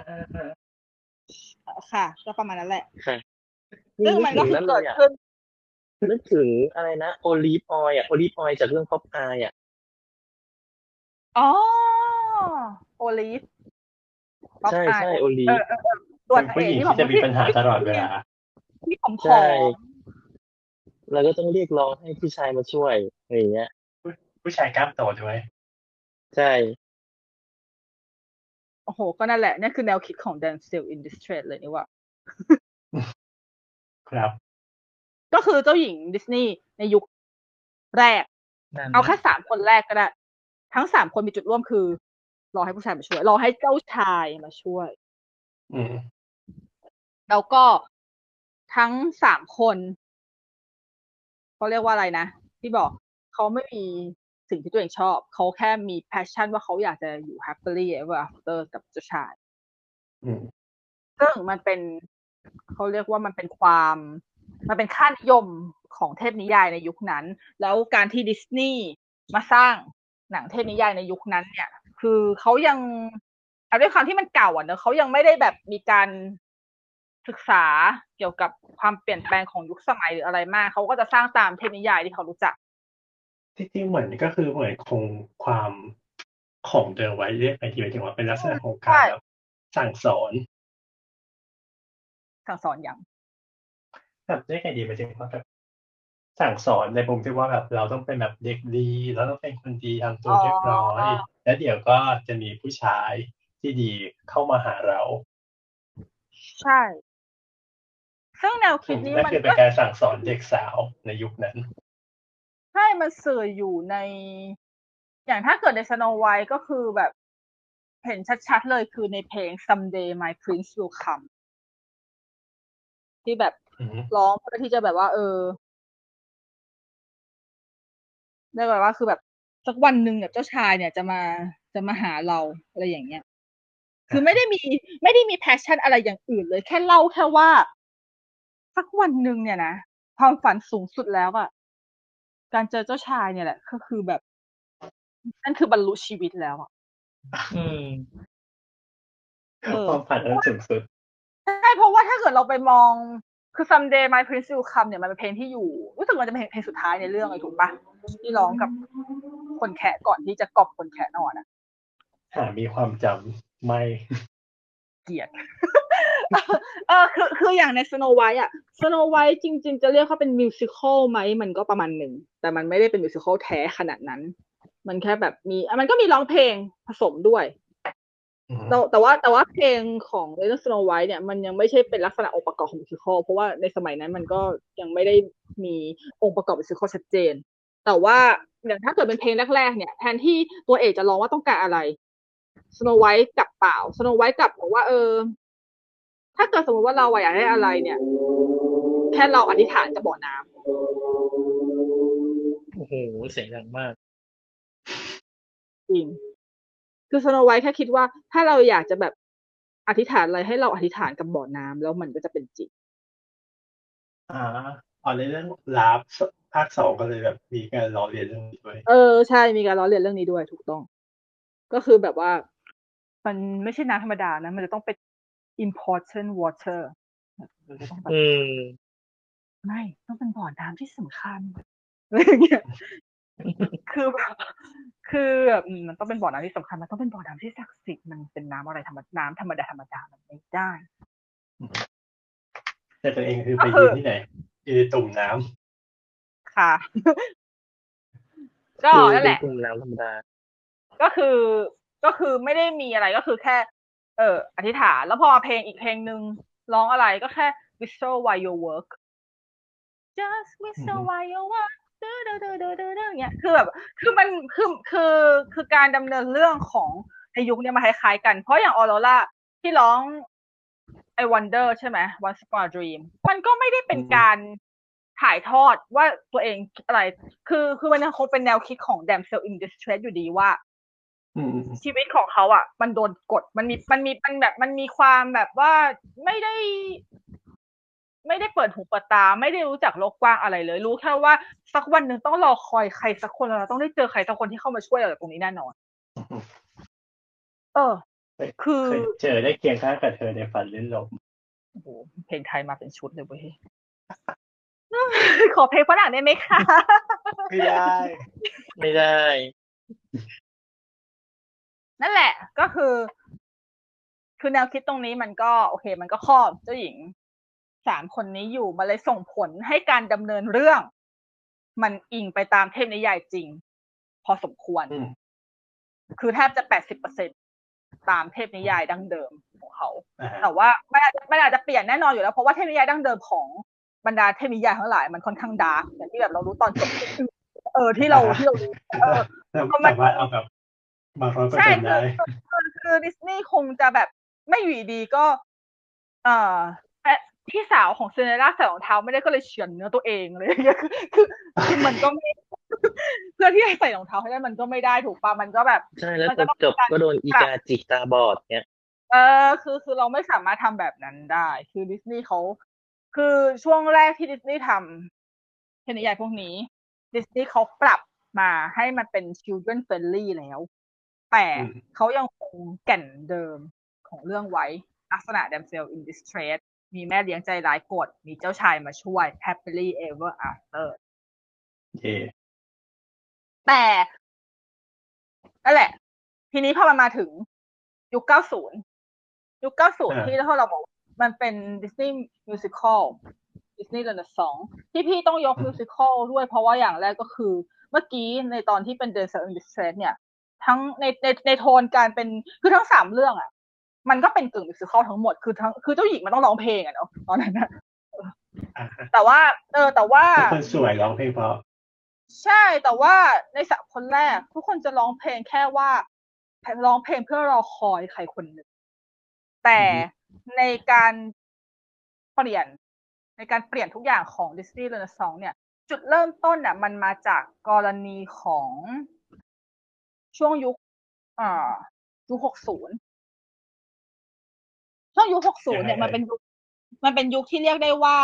ค่ะก็ประมาณนั้นแหละค่ะซึ่งมันก็เกิดขึ้นนึกถึงอะไรนะโอลีฟออยล์อ่ะโอลีฟออยล์จากเรื่องป๊อปอายอ่ะอ๋อโอลีฟใช่ใช่โอลีฟตัวผู้หญิงที่จะมีปัญหาตลอดเวลาที่ผมขอแล้วก็ต้องเรียกร้องให้ผู้ชายมาช่วยอะไรอย่างเงี้ยผู้ชายกล้ามโตด้วยใช่โอ้โหก็นั่นแหละนี่คือแนวคิดของ Damsel in Distress เลยนี่ว่าครับก็คือเจ้าหญิงดิสนีย์ในยุคแรกเอาแค่สามคนแรกก็ได้ทั้งสามคนมีจุดร่วมคือรอให้ผู้ชายมาช่วยรอให้เจ้าชายมาช่วยอืมแล้วก็ทั้งสามคนเขาเรียกว่าอะไรนะที่บอกเขาไม่มีสิ่งที่ตัวเองชอบเขาแค่มี passion ว่าเขาอยากจะอยู่ happily ever after กับเจ้าชายอืมซึ่งมันเป็นเขาเรียกว่ามันเป็นความมันเป็นค่านิยมของเทพนิยายในยุคนั้นแล้วการที่ดิสนีย์มาสร้างหนังเทพนิยายในยุคนั้นเนี่ยคือเขายังเอาด้วยความที่มันเก่าอ่ะเนอะเขายังไม่ได้แบบมีการศึกษาเกี่ยวกับความเปลี่ยนแปลงของยุคสมัยหรืออะไรมากเขาก็จะสร้างตามเทพนิยายที่เขารู้จักที่จริงเหมือนก็คือเหมือนคงความของเดิมไว้เรียกไปทีหมายถึงว่าเป็นลักษณะของการแบบสั่งสอนสั่งสอนอย่างแบบเรียกไงดีหมายถึงว่าแบบสั่งสอนในมุมที่ว่าแบบเราต้องเป็นแบบเด็กดีเราต้องเป็นคนดีทำตัวเรียบร้อยแล้วเดี๋ยวก็จะมีผู้ชายที่ดีเข้ามาหาเราใช่ซึ่งแนวคิดนี้นั่นมันคือเป็นการสั่งสอนเด็กสาวในยุคนั้นใช่มันสื่ออยู่ในอย่างถ้าเกิดใน Snow White ก็คือแบบเห็นชัดๆเลยคือในเพลง Someday My Prince Will Come ที่แบบร้องเพื่อที่จะแบบว่าเออเรียกว่าคือแบบสักวันหนึ่งเนี่ยเจ้าชายเนี่ยจะมาจะมาหาเราอะไรอย่างเงี้ยคือไม่ได้มีไม่ได้มีแพชชั่นอะไรอย่างอื่นเลยแค่เล่าแค่ว่าสักวันหนึ่งเนี่ยนะความฝันสูงสุดแล้วอะการเจอเจ้าชายเนี่ยแหละก็คือแบบนั่นคือบรรลุชีวิตแล้วอะอืมความฝันอันสูงสุดใช่เพราะว่าถ้าเกิดเราไปมองคือ Someday My Prince Will Come เนี่ยมันเป็นเพลงที่อยู่รู้สึกมันจะเป็นเพลงสุดท้ายในเรื่องเลยถูกปะที่ร้องกับคนแคะก่อนที่จะกอบคนแคะนอนอะหามีความจำไม่เกลียดเออคือคืออย่างใน Snow White อะ Snow White จริงๆจะเรียกเขาเป็นมิวสิคอลไหมมันก็ประมาณหนึ่งแต่มันไม่ได้เป็นมิวสิคอลแท้ขนาดนั้นมันแค่แบบมีมันก็มีร้องเพลงผสมด้วยแต่แต่ว่าแต่ว่าเพลงของเรื่อง Snow White เนี่ยมันยังไม่ใช่เป็นลักษณะองค์ประกอบของมิวสิคอลเพราะว่าในสมัยนั้นมันก็ยังไม่ได้มีองค์ประกอบมิวสิคอลชัดเจนแต่ว่าอย่างถ้าเกิดเป็นเพลงแรกๆเนี่ยแทนที่ตัวเอกจะร้องว่าต้องการอะไร Snow White กลับเปล่า Snow White กลับบอกว่าเออถ้าเกิดสมมติว่าเราอยากได้อะไรเนี่ยแค่เราอธิษฐานจะบ่อน้ำโอ้โหเสียงดังมากจริงคือสโนไวท์แค่คิดว่าถ้าเราอยากจะแบบอธิษฐานอะไรให้เราอธิษฐานกับบ่อน้ำแล้วมันก็จะเป็นจริงอ่าอ๋อในเรื่องลาฟภาคสองก็เลยแบบมีการล้อเลียนเรื่องนี้ด้วยเออใช่มีการล้อเลียนเรื่องนี้ด้วยถูกต้องก็คือแบบว่ามันไม่ใช่น้ำธรรมดานะมันจะต้องเป็น important water อืมไม่ต้องเป็นบ่อน้ำที่สำคัญอะไรอย่างเงี้ยคือแบบคือแบบมันต้องเป็นบ่อน้ำที่สำคัญมันต้องเป็นบ่อน้ำที่ศักดิ์สิทธิ์มันเป็นน้ำอะไรธรรมน้ำธรรมดาธรรมดามันไม่ได้แต่ตัวเองคือไปยืนที่ไหนยืนตุ่มน้ำค่ะก็นั่นแหละตุ่มน้ำธรรมดาก็คือก็คือไม่ได้มีอะไรก็คือแค่เอออธิษฐานแล้วพอเพลงอีกเพลงหนึ่งร้องอะไรก็แค่ whistle while you work just whistle while you work เด้อเด้อเด้อเด้อเด้ออย่างเงี้ยคือแบบคือมันคือคือคือการดำเนินเรื่องของในยุคนี้มาคล้ายๆกันเพราะอย่างออโรราที่ร้อง I Wonder ใช่ไหม Once Upon a Dream มันก็ไม่ได้เป็นการถ่ายทอดว่าตัวเองอะไรคือคือมันยังคงเป็นแนวคิดของ Damsel in Distress อยู่ดีว่าชีวิตของเขาอ่ะมันโดนกดมันมีมันมีมันแบบมันมีความแบบว่าไม่ได้ไม่ได้เปิดหูเปิดตาไม่ได้รู้จักโลกกว้างอะไรเลยรู้แค่ว่าสักวันหนึ่งต้องรอคอยใครสักคนเราต้องได้เจอใครสักคนที่เข้ามาช่วยเราจากตรงนี้แน่นอนเออคือเคยเจอได้เคียงข้างกับเธอในฝันเล่นลมโอ้โหเพลงไทยมาเป็นชุดเลยเว้ยขอเพลงฝรั่งได้ไหมคะไม่ได้ไม่ได้นั่นแหละก็คือคือแนวคิดตรงนี้มันก็โอเคมันก็ครอบเจ้าหญิงสามคนนี้อยู่มาเลยส่งผลให้การดำเนินเรื่องมันอิงไปตามเทพนิยายจริงพอสมควรคือแทบจะ แปดสิบเปอร์เซ็นต์ ตามเทพนิยายดั้งเดิมของเขาแต่ว่าไม่อาจจะไม่อาจจะเปลี่ยนแน่นอนอยู่แล้วเพราะว่าเทพนิยายดั้งเดิมของบรรดาเทพนิยายทั้งหลายมันค่อนข้างดาร์กอย่างที่แบบเรารู้ตอนจบเออที่เราที่เรารู้เออสามารถเอาแบบมาร้อยเปอร์เซ็นต์ได้คือคือดิสนีย์คงจะแบบไม่อยู่ดีก็เอ่อพี่สาวของซินเดอเรลล่าใส่รองเท้าไม่ได้ก็เลยเฉือนเนื้อตัวเองเลยคือคือคือมันก็ไม่เพื่อที่ให้ใส่รองเท้าให้ได้มันก็ไม่ได้ถูกป่ะมันก็แบบใช่แล้วจนจบก็โดนอีกาจิกตาบอดเนี้ยเออคือคือเราไม่สามารถทำแบบนั้นได้คือดิสนีย์เขาคือช่วงแรกที่ดิสนีย์ทำเทพนิยายพวกนี้ดิสนีย์เขาปรับมาให้มันเป็น children friendly แล้วแต่เขายังคงแก่นเดิมของเรื่องไว้ลักษณะ damsel in distress มีแม่เลี้ยงใจร้ายกดมีเจ้าชายมาช่วย happily ever after เย่แต่นั่นแหละทีนี้พอมันมาถึงยุคเก้าสิบยุคเก้าสิบที่ถ้าเราบอกมันเป็นดิสนีย์มิวสิคอลดิสนีย์เรเนซองส์ที่พี่ต้องยกมิวสิคอลด้วยเพราะว่าอย่างแรกก็คือเมื่อกี้ในตอนที่เป็น Damsel in Distress เนี่ยทั้งในในในโทนการเป็นคือทั้งสามเรื่องอ่ะมันก็เป็นกึ่งมิวสิคอลทั้งหมดคือทั้งคือเจ้าหญิงมันต้องร้องเพลงอ่ะเนาะตอนนั้นนะแต่ว่าเออแต่ว่าคนสวยร้องเพลงเพราะใช่แต่ว่าในสามคนแรกทุกคนจะร้องเพลงแค่ว่าร้องเพลงเพื่อรอคอยใครคนหนึ่งแต่ในการเปลี่ยนในการเปลี่ยนทุกอย่างของ Disney Renaissance เนี่ยจุดเริ่มต้นน่ะมันมาจากกรณีของช่วงยุคอ่ายุคหกสิบช่วงยุคหกสิบเนี่ยมันเป็นยุคมันเป็นยุคที่เรียกได้ว่า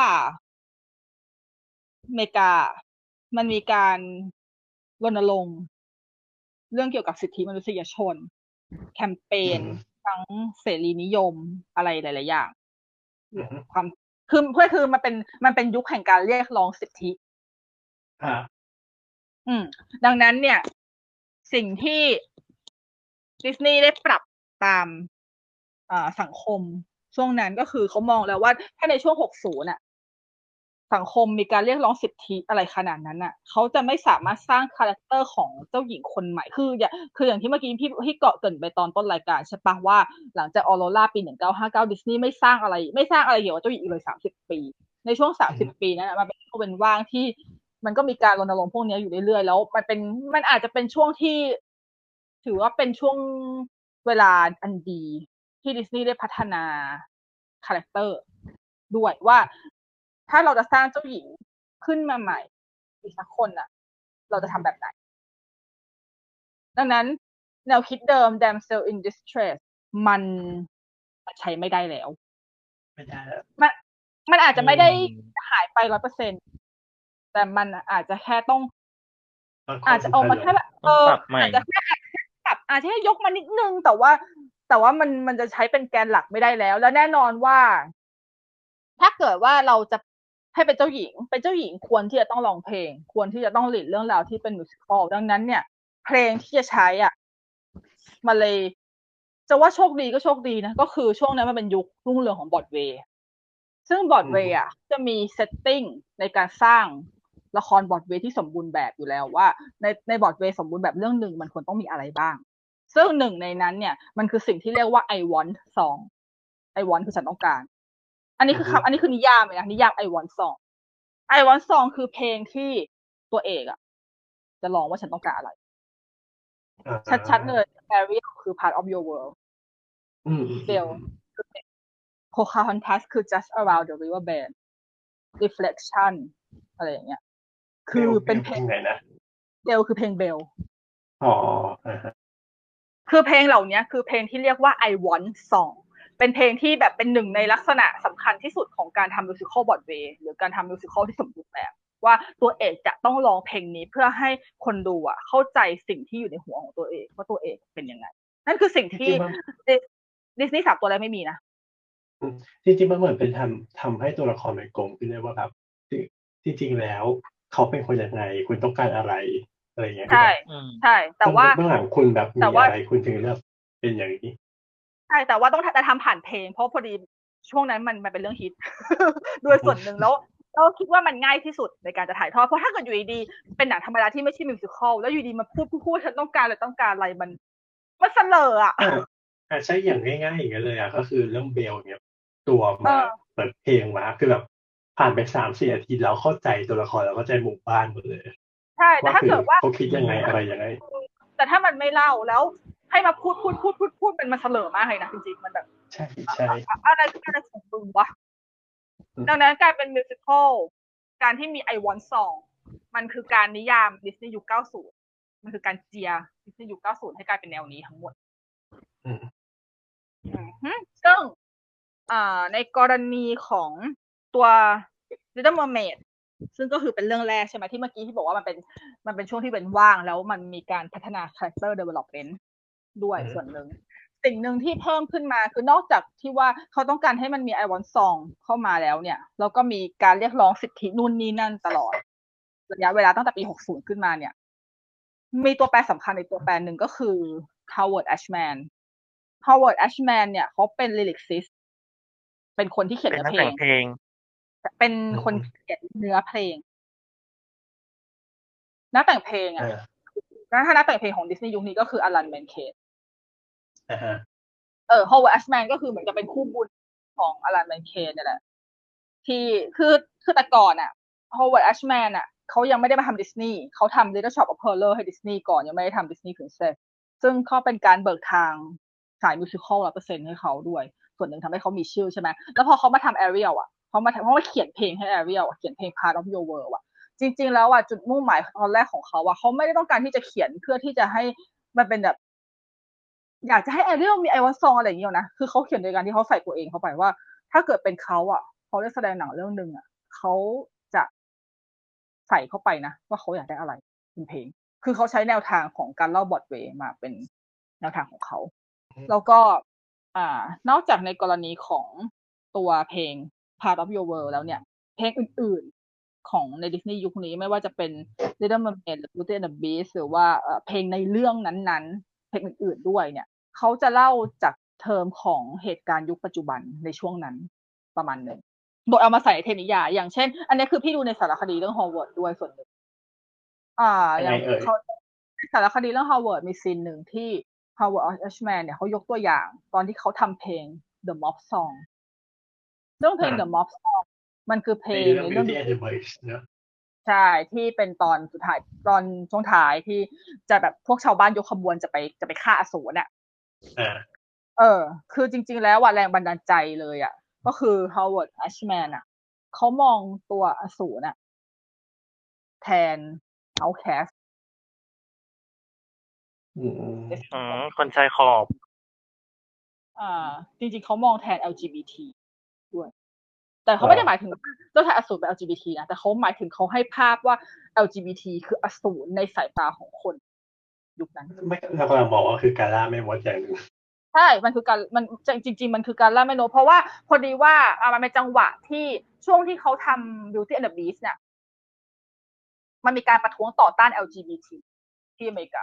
อเมริกามันมีการรณรงค์เรื่องเกี่ยวกับสิทธิมนุษยชนแคมเปญทั้งเสรีนิยมอะไรหลายๆอย่างความคือเพื่อคือมันเป็นมันเป็นยุคแห่งการเรียกร้องสิทธิอ่าอืมดังนั้นเนี่ยสิ่งที่ดิสนีย์ได้ปรับตามอ่าสังคมช่วงนั้นก็คือเขามองแล้วว่าถ้าในช่วงหกสิบน่ะสังคมมีการเรียกร้องสิทธิอะไรขนาดนั้นน่ะเขาจะไม่สามารถสร้างคาแรคเตอร์ของเจ้าหญิงคนใหม่คืออย่างคืออย่างที่เมื่อกี้พี่พี่เกาะเกริ่นไปตอนต้นรายการใช่ปะว่าหลังจากออโรราปีหนึ่งเก้าห้าเก้าดิสนีย์ไม่สร้างอะไรไม่สร้างอะไรเกี่ยวกับเจ้าหญิงเลยสามสิบปีในช่วงสามสิบปีนั้นมันเป็นช่วงเว้นว่างที่มันก็มีการรณรงค์พวกนี้อยู่เรื่อยๆแล้วมันเป็นมันอาจจะเป็นช่วงที่ถือว่าเป็นช่วงเวลาอันดีที่ดิสนีย์ได้พัฒนาคาแรคเตอร์ด้วยว่าถ้าเราจะสร้างเจ้าหญิงขึ้นมาใหม่อีกสักคนน่ะเราจะทำแบบไหนดังนั้นแนวคิดเดิม damsel in distress มันใช้ไม่ได้แล้วไม่ได้แล้วมันมันอาจจะไม่ได้หายไป ร้อยเปอร์เซ็นต์ แต่มันอาจจะแค่ต้องอาจจะเอามาแค่แบบเอออาจจะแค่ปรับอาจจะให้ยกมานิดนึงแต่ว่าแต่ว่ามันมันจะใช้เป็นแกนหลักไม่ได้แล้วแล้วแน่นอนว่าถ้าเกิดว่าเราจะให้เป็นเจ้าหญิงเป็นเจ้าหญิงควรที่จะต้องร้องเพลงควรที่จะต้องหลีดเรื่องราวที่เป็นมิวสิคอลดังนั้นเนี่ยเพลงที่จะใช้อ่ะมันเลยจะว่าโชคดีก็โชคดีนะก็คือช่วงนั้นมันเป็นยุครุ่งเรืองของบรอดเวย์ซึ่งบรอดเวย์อ่ะจะมีเซตติ้งในการสร้างละครบรอดเวย์ที่สมบูรณ์แบบอยู่แล้วว่าในในบรอดเวย์สมบูรณ์แบบเรื่องหนึ่งมันควรต้องมีอะไรบ้างซึ่งหนึ่งในนั้นเนี่ยมันคือสิ่งที่เรียกว่า I want song I want คือฉันต้องการอันนี้คือคำอันนี้คือนิยามเลยนะนิยาม I want song I want song คือเพลงที่ตัวเอกอ่ะจะร้องว่าฉันต้องการอะไรชัดๆเลย Ariel คือ part of your world Belle คือ Pocahontas คือ just around the river bend reflection อะไรอย่างเงี้ยคือเป็นเพลงไหนนะ Belle คือเพลง Belle อ๋อคือเพลงเหล่านี้คือเพลงที่เรียกว่า I want song เป็นเพลงที่แบบเป็นหนึ่งในลักษณะสำคัญที่สุดของการทำมิวสิคอลบรอดเวย์หรือการทำมิวสิคอลที่สมบูรณ์แบบว่าตัวเอกจะต้องร้องเพลงนี้เพื่อให้คนดูอ่ะเข้าใจสิ่งที่อยู่ในหัวของตัวเอกว่าตัวเอกเป็นยังไงนั่นคือสิ่งที่ดิสนีย์สามตัวแรกไม่มีนะจริงๆมันเหมือนเป็นทำทำให้ตัวละครมันกลมขึ้นได้ว่าแบบจริงๆแล้วเขาเป็นคนยังไงคุณต้องการอะไรอะไรอย่างเงี้ยใช่ใช่แต่ว่าเบื้องหลังคุณแบบมีอะไรคุณถึงเลือกเป็นอย่างนี้ใช่แต่ว่าต้องจะทำผ่านเพลงเพราะพอดีช่วงนั้นมันมันเป็นเรื่องฮิตด้วยส่วนหนึ่งแล้วก็คิดว่ามันง่ายที่สุดในการจะถ่ายทอดเพราะถ้าเกิดอยู่ดีๆเป็นหนังธรรมดาที่ไม่ใช่มิวสิคัลแล้วอยู่ดีมาพูดพูดฉันต้องการอะไรต้องการอะไรมันมันเสลออ่ะอ่าใช่อย่างง่ายๆอย่างนั้นเลยอ่ะก็คือเรื่องเบลเนี่ยตัวมาเปิดเพลงมาคือแบบผ่านไปสามสี่นาทีแล้วเข้าใจตัวละครแล้วเข้าใจหมู่บ้านหมดเลยใช่แต่ถ้าเกิดว่าเขาคิดยังไงอะไรยังไงแต่ถ้ามันไม่เล่าแล้วให้มาพูดพูดพูดพูดพูดมันมันเสลอมากเลยนะจริงๆมันแบบใช่ใช่อะไรอะไรของมึงวะดังนั้นกลายเป็นมิวสิคัลการที่มี I Want Song มันคือการนิยามดิสนีย์ยุคเก้าสิบมันคือการเจียดิสนีย์ยุคเก้าสิบให้กลายเป็นแนวนี้ทั้งหมดซึ่งในกรณีของตัว Little Mermaid ซึ่งก็คือเป็นเรื่องแรกใช่ไหมที่เมื่อกี้ที่บอกว่ามันเป็นมันเป็นช่วงที่เป็นว่างแล้วมันมีการพัฒนา character development ด้วยส่วนหนึ่งสิ่งหนึ่งที่เพิ่มขึ้นมาคือนอกจากที่ว่าเขาต้องการให้มันมี I Want Song เข้ามาแล้วเนี่ยแล้วก็มีการเรียกร้องสิทธินู่นนี่นั่นตลอดระยะเวลาตั้งแต่ปีหกสิบขึ้นมาเนี่ยมีตัวแปรสำคัญในตัวแปรหนึ่งก็คือ Howard Ashman Howard Ashman เนี่ยเขาเป็น lyricist เป็นคนที่เขียนเนื้อเพลงเป็นคนเขียนเนื้อเพลงนักแต่งเพลงอ่ะถ้านักแต่งเพลงของดิสนีย์ยุคนี้ก็คืออลันแมนเคทเออ Howard Ashman ก็คือเหมือนกับเป็นคู่บุญของอลันแมนเคทนี่แหละที่คือคือแต่ก่อนอ่ะ Howard Ashman อ่ะเขายังไม่ได้มาทำดิสนีย์เขาทำ Little Shop of Horrors ให้ดิสนีย์ก่อนยังไม่ได้ทำ Disney Princess ซึ่งเขาเป็นการเบิกทางสายมิวสิคัล ร้อยเปอร์เซ็นต์ ให้เขาด้วยส่วนหนึ่งทำให้เขามีชื่อใช่ไหมแล้วพอเขามาทำ Ariel อ่ะเขามาทำเพราะว่าเขียนเพลงให้ Ariel อ่ะเขียนเพลง Part of Your World อ่ะจริงๆแล้วอ่ะจุดมุ่งหมายตอนแรกของเขาอ่ะเขาไม่ได้ต้องการที่จะเขียนเพื่อที่จะให้มันเป็นแบบอยากจะให้ Ariel มี I Want Song อะไรอย่างเงี้ยนะคือเขาเขียนโดยการที่เขาใส่ตัวเองเข้าไปว่าถ้าเกิดเป็นเขาอ่ะเขาได้แสดงหนังเรื่องนึงอ่ะเขาจะใส่เข้าไปนะว่าเขาอยากได้อะไรเป็นเพลงคือเขาใช้แนวทางของการเล่าบอดเวย์มาเป็นแนวทางของเขาแล้วก็อ่านอกจากในกรณีของตัวเพลง Part of Your World แล้วเนี่ยเพลงอื่นๆของในดิสนีย์ยุคนี้ไม่ว่าจะเป็น Little Mermaid หรือ Beauty and the Beast หรือว่าเพลงในเรื่องนั้นๆเพลงอื่นๆด้วยเนี่ยเขาจะเล่าจากเทอมของเหตุการณ์ยุคปัจจุบันในช่วงนั้นประมาณนึงโดยเอามาใส่ในเทปนิยายอย่างเช่นอันนี้คือพี่ดูในสารคดีเรื่อง Howard ด้วยส่วนหนึ่งอ่าอย่างเขาสารคดีเรื่อง Howard มีซีนหนึ่งที่ Howard Ashman เนี่ยเขายกตัวอย่างตอนที่เขาทำเพลง The Mob Song เรื่องเพลง The Mob Song มันคือเพลงในเรื่อง Beauty and the Beast นะใช่ที่เป็นตอนสุดท้ายตอนช่วงท้ายที่จะแบบพวกชาวบ้านยกขบวนจะไปจะไปฆ่าอสูรน่ะเออคือจริงๆแล้วว่าแรงบันดาลใจเลยอ่ะก็คือ Howard Ashman อ่ะเขามองตัวอสูรน่ะแทน outcast อืมคนชายขอบอ่าจริงๆเขามองแทน แอล จี บี ที ด้วยแต่เขาไม่ได้หมายถึงเจ้าชายอสูรเป็น แอล จี บี ที นะแต่เขาหมายถึงเขาให้ภาพว่า แอล จี บี ที คืออสูรในสายตาของคนยุคนั้นไม่เรากำลังบอกว่าคือการล่าแม่มดอย่างนึงใช่มันคือการมันจริงๆมันคือการล่าแม่มดเพราะว่าพอดีว่าอ่ามันเป็นจังหวะที่ช่วงที่เขาทำ Beauty and the Beast เนี่ยมันมีการประท้วงต่อต้าน แอล จี บี ที ที่อเมริกา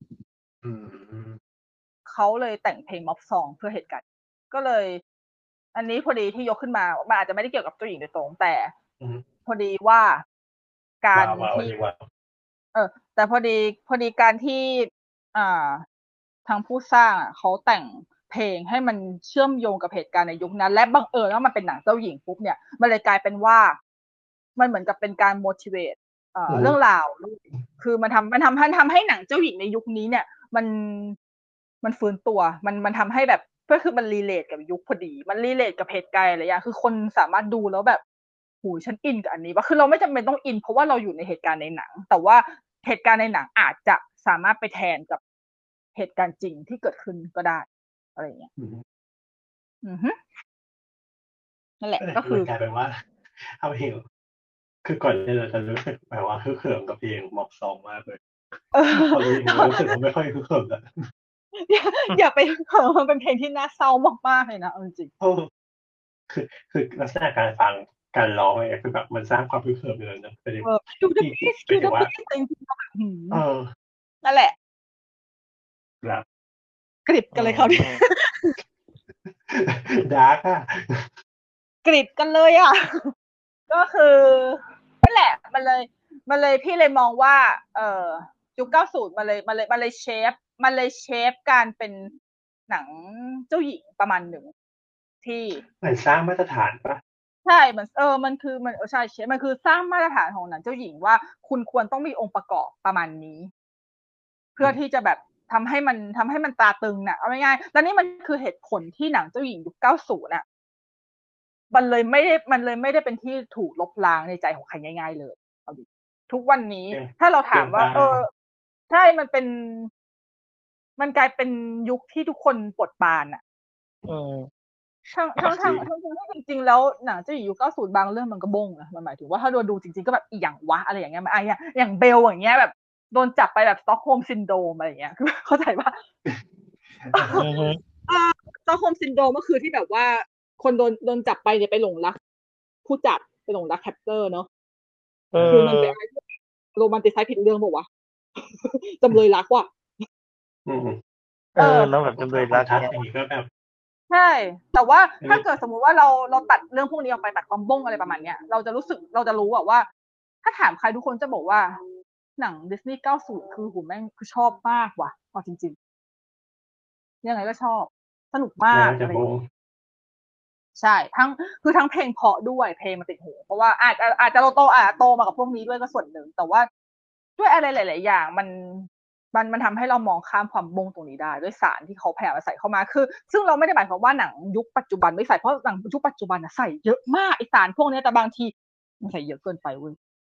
เขาเลยแต่งเพลง Mob Song เพื่อเหตุการณ์ก็เลยอันนี้พอดีที่ยกขึ้นมามันอาจจะไม่ได้เกี่ยวกับเจ้าหญิงโดยตรงแต่พอดีว่าการที่เออแต่พอดีพอดีการที่อ่าทางผู้สร้างเขาแต่งเพลงให้มันเชื่อมโยงกับเหตุการณ์ในยุคนั้นและบังเอิญว่ามันเป็นหนังเจ้าหญิงปุ๊บเนี่ยมันเลยกลายเป็นว่ามันเหมือนกับเป็นการ motivate เอ่อเรื่องราวคือมันทำมันทำมันทำให้หนังเจ้าหญิงในยุคนี้เนี่ยมันมันฟื้นตัวมันมันทำให้แบบก็คือมันรีเลทกับยุคพอดีมันรีเลทกับเหตุการณ์อะไรอย่างคือคนสามารถดูแล้วแบบโหฉันอินกับอันนี้ว่าคือเราไม่จำเป็นต้องอินเพราะว่าเราอยู่ในเหตุการณ์ในหนังแต่ว่าเหตุการณ์ในหนังอาจจะสามารถไปแทนกับเหตุการณ์จริงที่เกิดขึ้นก็ได้อะไรอย่างเงี้ยอือฮึนั่นแหละก็คือกลายเป็นว่าเอาเพลงคือก่อนที่เราจะรู้สึกแบบว่าคือเขิมกับเพลงม็อบซองมากเลยพอรู้สึกว่าไม่ค่อยคือเขิมแล้วอย่าไปเขิมมันเป็นเพลงที่น่าเศร้ามากๆเลยนะเอาจริงคือคือลักษณะการฟังการร้องเนี่ยคือแบบมันสร้างความคือเขิมเลยนะเป็นเออดูดิดูดิจริงๆเออนั่นแหละครับกริบกันเลยเขาดิดาร์กอ่ะกริบกันเลยอ่ะก็คือนั่นแหละมันเลยมันเลยพี่เลยมองว่าเอ่อยุคเก้าสิบมันเลยมันเลยมันเลยเชฟมันเลยเชฟการเป็นหนังเจ้าหญิงประมาณหนึ่งที่เหมือนสร้างมาตรฐานปะใช่มันเออมันคือมันเออใช่เชฟมันคือสร้างมาตรฐานของหนังเจ้าหญิงว่าคุณควรต้องมีองค์ประกอบประมาณนี้ เพื่อที่จะแบบทำให้มันทำให้มันตาตึงน่ะเอาง่ายๆแล้วนี่มันคือเหตุผลที่หนังเจ้าหญิงยุคเก้าสิบน่ะมันเลยไม่ได้มันเลยไม่ได้เป็นที่ถูกลบล้างในใจของใครง่ายๆเลยเอาดิทุกวันนี้ถ้าเราถามว่าเออใช่มันเป็นมันกลายเป็นยุคที่ทุกคนปวดปานอ่ะทั้งทั้งทั้งทั้งที่จริงๆแล้วหนังเจ้าหญิงยุคเก้าสิบบางเรื่องมันก็บ้งนะมันหมายถึงว่าถ้าเราดูจริงๆก็แบบอีหยังวะอะไรอย่างเงี้ยมันไอ้อย่างเบลอย่างเงี้ยแบบโดนจับไปแบบสต็อกโฮล์มซินโดรมอะไรอย่างเงี้ยคือเข้าใจป่ะสต็อกโฮล์มซินโดรมก็คือที่แบบว่าคนโดนโดนจับไปเนี่ยไปหลงรักผู้จับไปหลงรักแคปเตอร์เนาะคือมันเป็นอะไรที่โรแมนติไซด์ผิดเรื่องป่าววะจำเลยรักว่ะเออแล้วแบบจำเลยรักเนี่ยอย่างนี้ก็แบบใช่แต่ว่าถ้าเกิดสมมุติว่าเราเราตัดเรื่องพวกนี้ออกไปตัดความบ้งอะไรประมาณเนี้ยเราจะรู้สึกเราจะรู้อะว่าถ้าถามใครทุกคนจะบอกว่าหนังดิสนีย์เก้าสิบคือหูแม่งคือชอบมากว่ะเอาจริงๆยังไงก็ชอบสนุกมากอะไรใช่ทั้งคือทั้งเพลงเพราะด้วยเพลงมันติดหูเพราะว่าอาจจะอาจจะเราโตอาจโตมากับพวกนี้ด้วยก็ส่วนหนึ่งแต่ว่าด้วยอะไรหลายๆอย่างมันมันมันทำให้เรามองข้ามความบงตรงนี้ได้ด้วยสารที่เขาพยายามใส่เข้ามาคือซึ่งเราไม่ได้หมายความว่าหนังยุคปัจจุบันไม่ใส่เพราะหนังยุคปัจจุบันนะใส่เยอะมากไอสารพวกนี้แต่บางทีมันใส่เยอะเกินไปเว้ย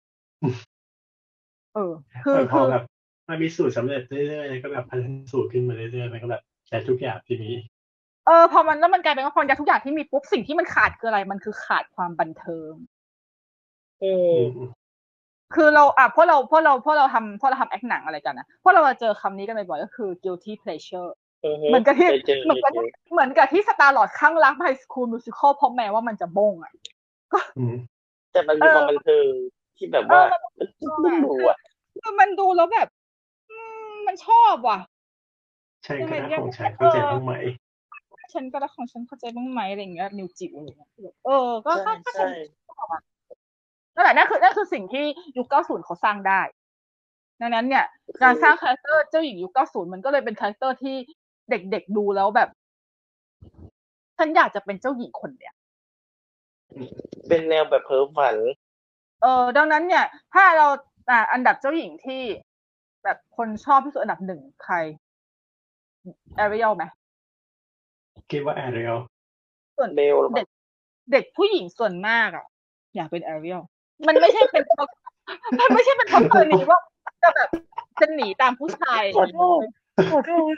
เออคือพอแบบมันมีสูตรสำเร็จเรื่อยๆก็แบบพัฒนาสูตรขึ้นมาเรื่อยๆมันก็แบบใช้ทุกอย่างที่มีเออพอมันแล้วมันกลายเป็นว่าพอทุกอย่างที่มีปุ๊บสิ่งที่มันขาดคืออะไรมันคือขาดความบันเทิงอืมคือเราอ่ะพวกเราพวกเราพวกเราทำพวกเราทำแอคหนังอะไรกันนะพวกเราเจอคำนี้กันบ่อยๆก็คือ guilty pleasure เหมือนกับที่เหมือนกับเหมือนกับที่สตาร์ลอร์ดข้างรักไฮสคูลมิวสิคอลเพราะแม้ว่ามันจะบ้งอ่ะก็แต่มันมีความบันเทิงที่แบบว่ามันมันดูอ่ะคือมันดูแล้วแบบมันชอบว่ะใช่ก็รักของฉันเข้าใจบ้างไหมฉันก็รักของฉันเข้าใจบ้างไหมอะไรอย่างเงี้ยนิวจิ๋วอะไรเงี้ยเออก็ก็ใช่นั่นแหละนั่นคือนั่นคือสิ่งที่ยุคเก้าสิบเขาสร้างได้ดังนั้นเนี่ยการสร้างคาแรคเตอร์เจ้าหญิงยุคเก้าสิบมันก็เลยเป็นคาแรคเตอร์ที่เด็กๆดูแล้วแบบฉันอยากจะเป็นเจ้าหญิงคนเนี้ยเป็นแนวแบบเพ้อฝันเออดังนั้นเนี่ยถ้าเราอ่าอันดับเจ้าหญิงที่แบบคนชอบที่สุดอันดับหนึ่งใครแอริเอลไหมคิดว่าแอเรียลส่วนเด็กเด็กผู้หญิงส่วนมากอ่ะอยากเป็นแอริเอลมันไม่ใช่เป็นมันไม่ใช่เป็นเพราะตัวนี้ว่าจะแบบจะหนีตามผู้ชายขอโทษขอโทษ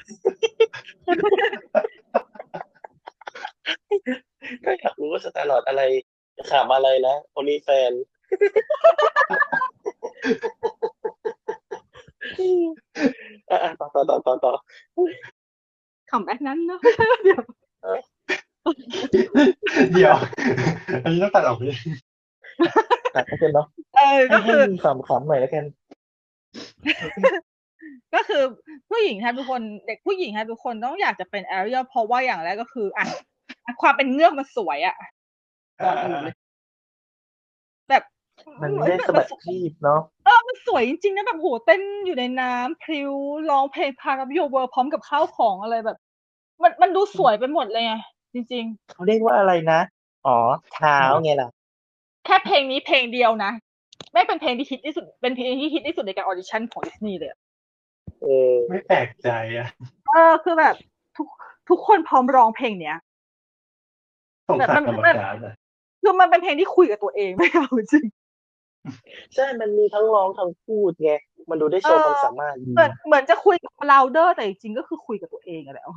ก็อยากรู้ว่าสตาร์ลอร์ดอะไรขำอะไรนะโอนี่แฟนอ่ะต่อต่อต่อต่อต่อขำแบบนั้นเนาะเดี๋ยวเดี๋ยวอันนี้ต้องตัดออกไปตัดให้เป็นเนาะเออก็คือขำขำหน่อยแล้วกันก็คือผู้หญิงทุกคนเด็กผู้หญิงทุกคนต้องอยากจะเป็นแอเรียลเพราะว่าอย่างแรกก็คืออ่ะความเป็นเงือกมันสวยอ่ะก่อนอื่นเลยแบบมันไม่ได้สะบัดจีบเนาะเออมันสวยจริงๆนะแบบโหเต้นอยู่ในน้ำพริ้วร้องเพลงพาราบิโอเวิร์พร้อมกับข้าวของอะไรแบบมันมันดูสวยไปหมดเลยไงจริงๆเขาเรียกว่าอะไรนะอ๋อเท้าไงล่ะแค่เพลงนี้เพลงเดียวนะไม่เป็นเพลงที่ฮิตที่สุดเป็นเพลงที่ฮิตที่สุดในการออดิชั่นของดิสนีย์เลยเออไม่แปลกใจอ่ะเออคือแบบทุกทุกคนพร้อมร้องเพลงเนี้ยแบบมันมันคือมันเป็นเพลงที่คุยกับตัวเองไม่เอาจริงใช่มันมีทั้งร้องทั้งพูดไงมันดูได้โชว์ความสามารถเหมือนเหมือนจะคุยกับเราเดอร์แต่จริงก็คือคุยกับตัวเองแล้ว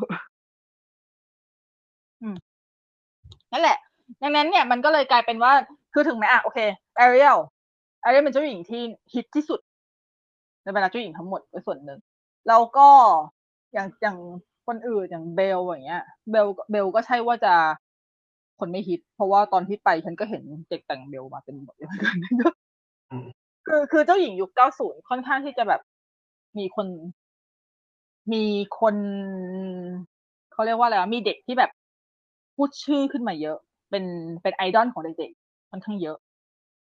นั่นแหละดังนั้นเนี่ยมันก็เลยกลายเป็นว่าคือถึงแม้อ่ะโอเคแอเรียลแอเรียลเป็นเจ้าหญิงที่ฮิตที่สุดในบรรดาเจ้าหญิงทั้งหมดเป็นส่วนหนึ่งแล้วก็อย่างอย่างคนอื่นอย่างเบลอย่างเงี้ยเบลเบลก็ใช่ว่าจะคนไม่ฮิตเพราะว่าตอนที่ไปฉันก็เห็นเด็กแต่งเบลมาเป็นหมดเลยคือคือเจ้าหญิงยุคเก้าสิบค่อนข้างที่จะแบบมีคนมีคนเขาเรียกว่าอะไรวะมีเด็กที่แบบพูดชื่อขึ้นมาเยอะเป็นเป็นไอดอลของเด็กๆค่อนข้างเยอะ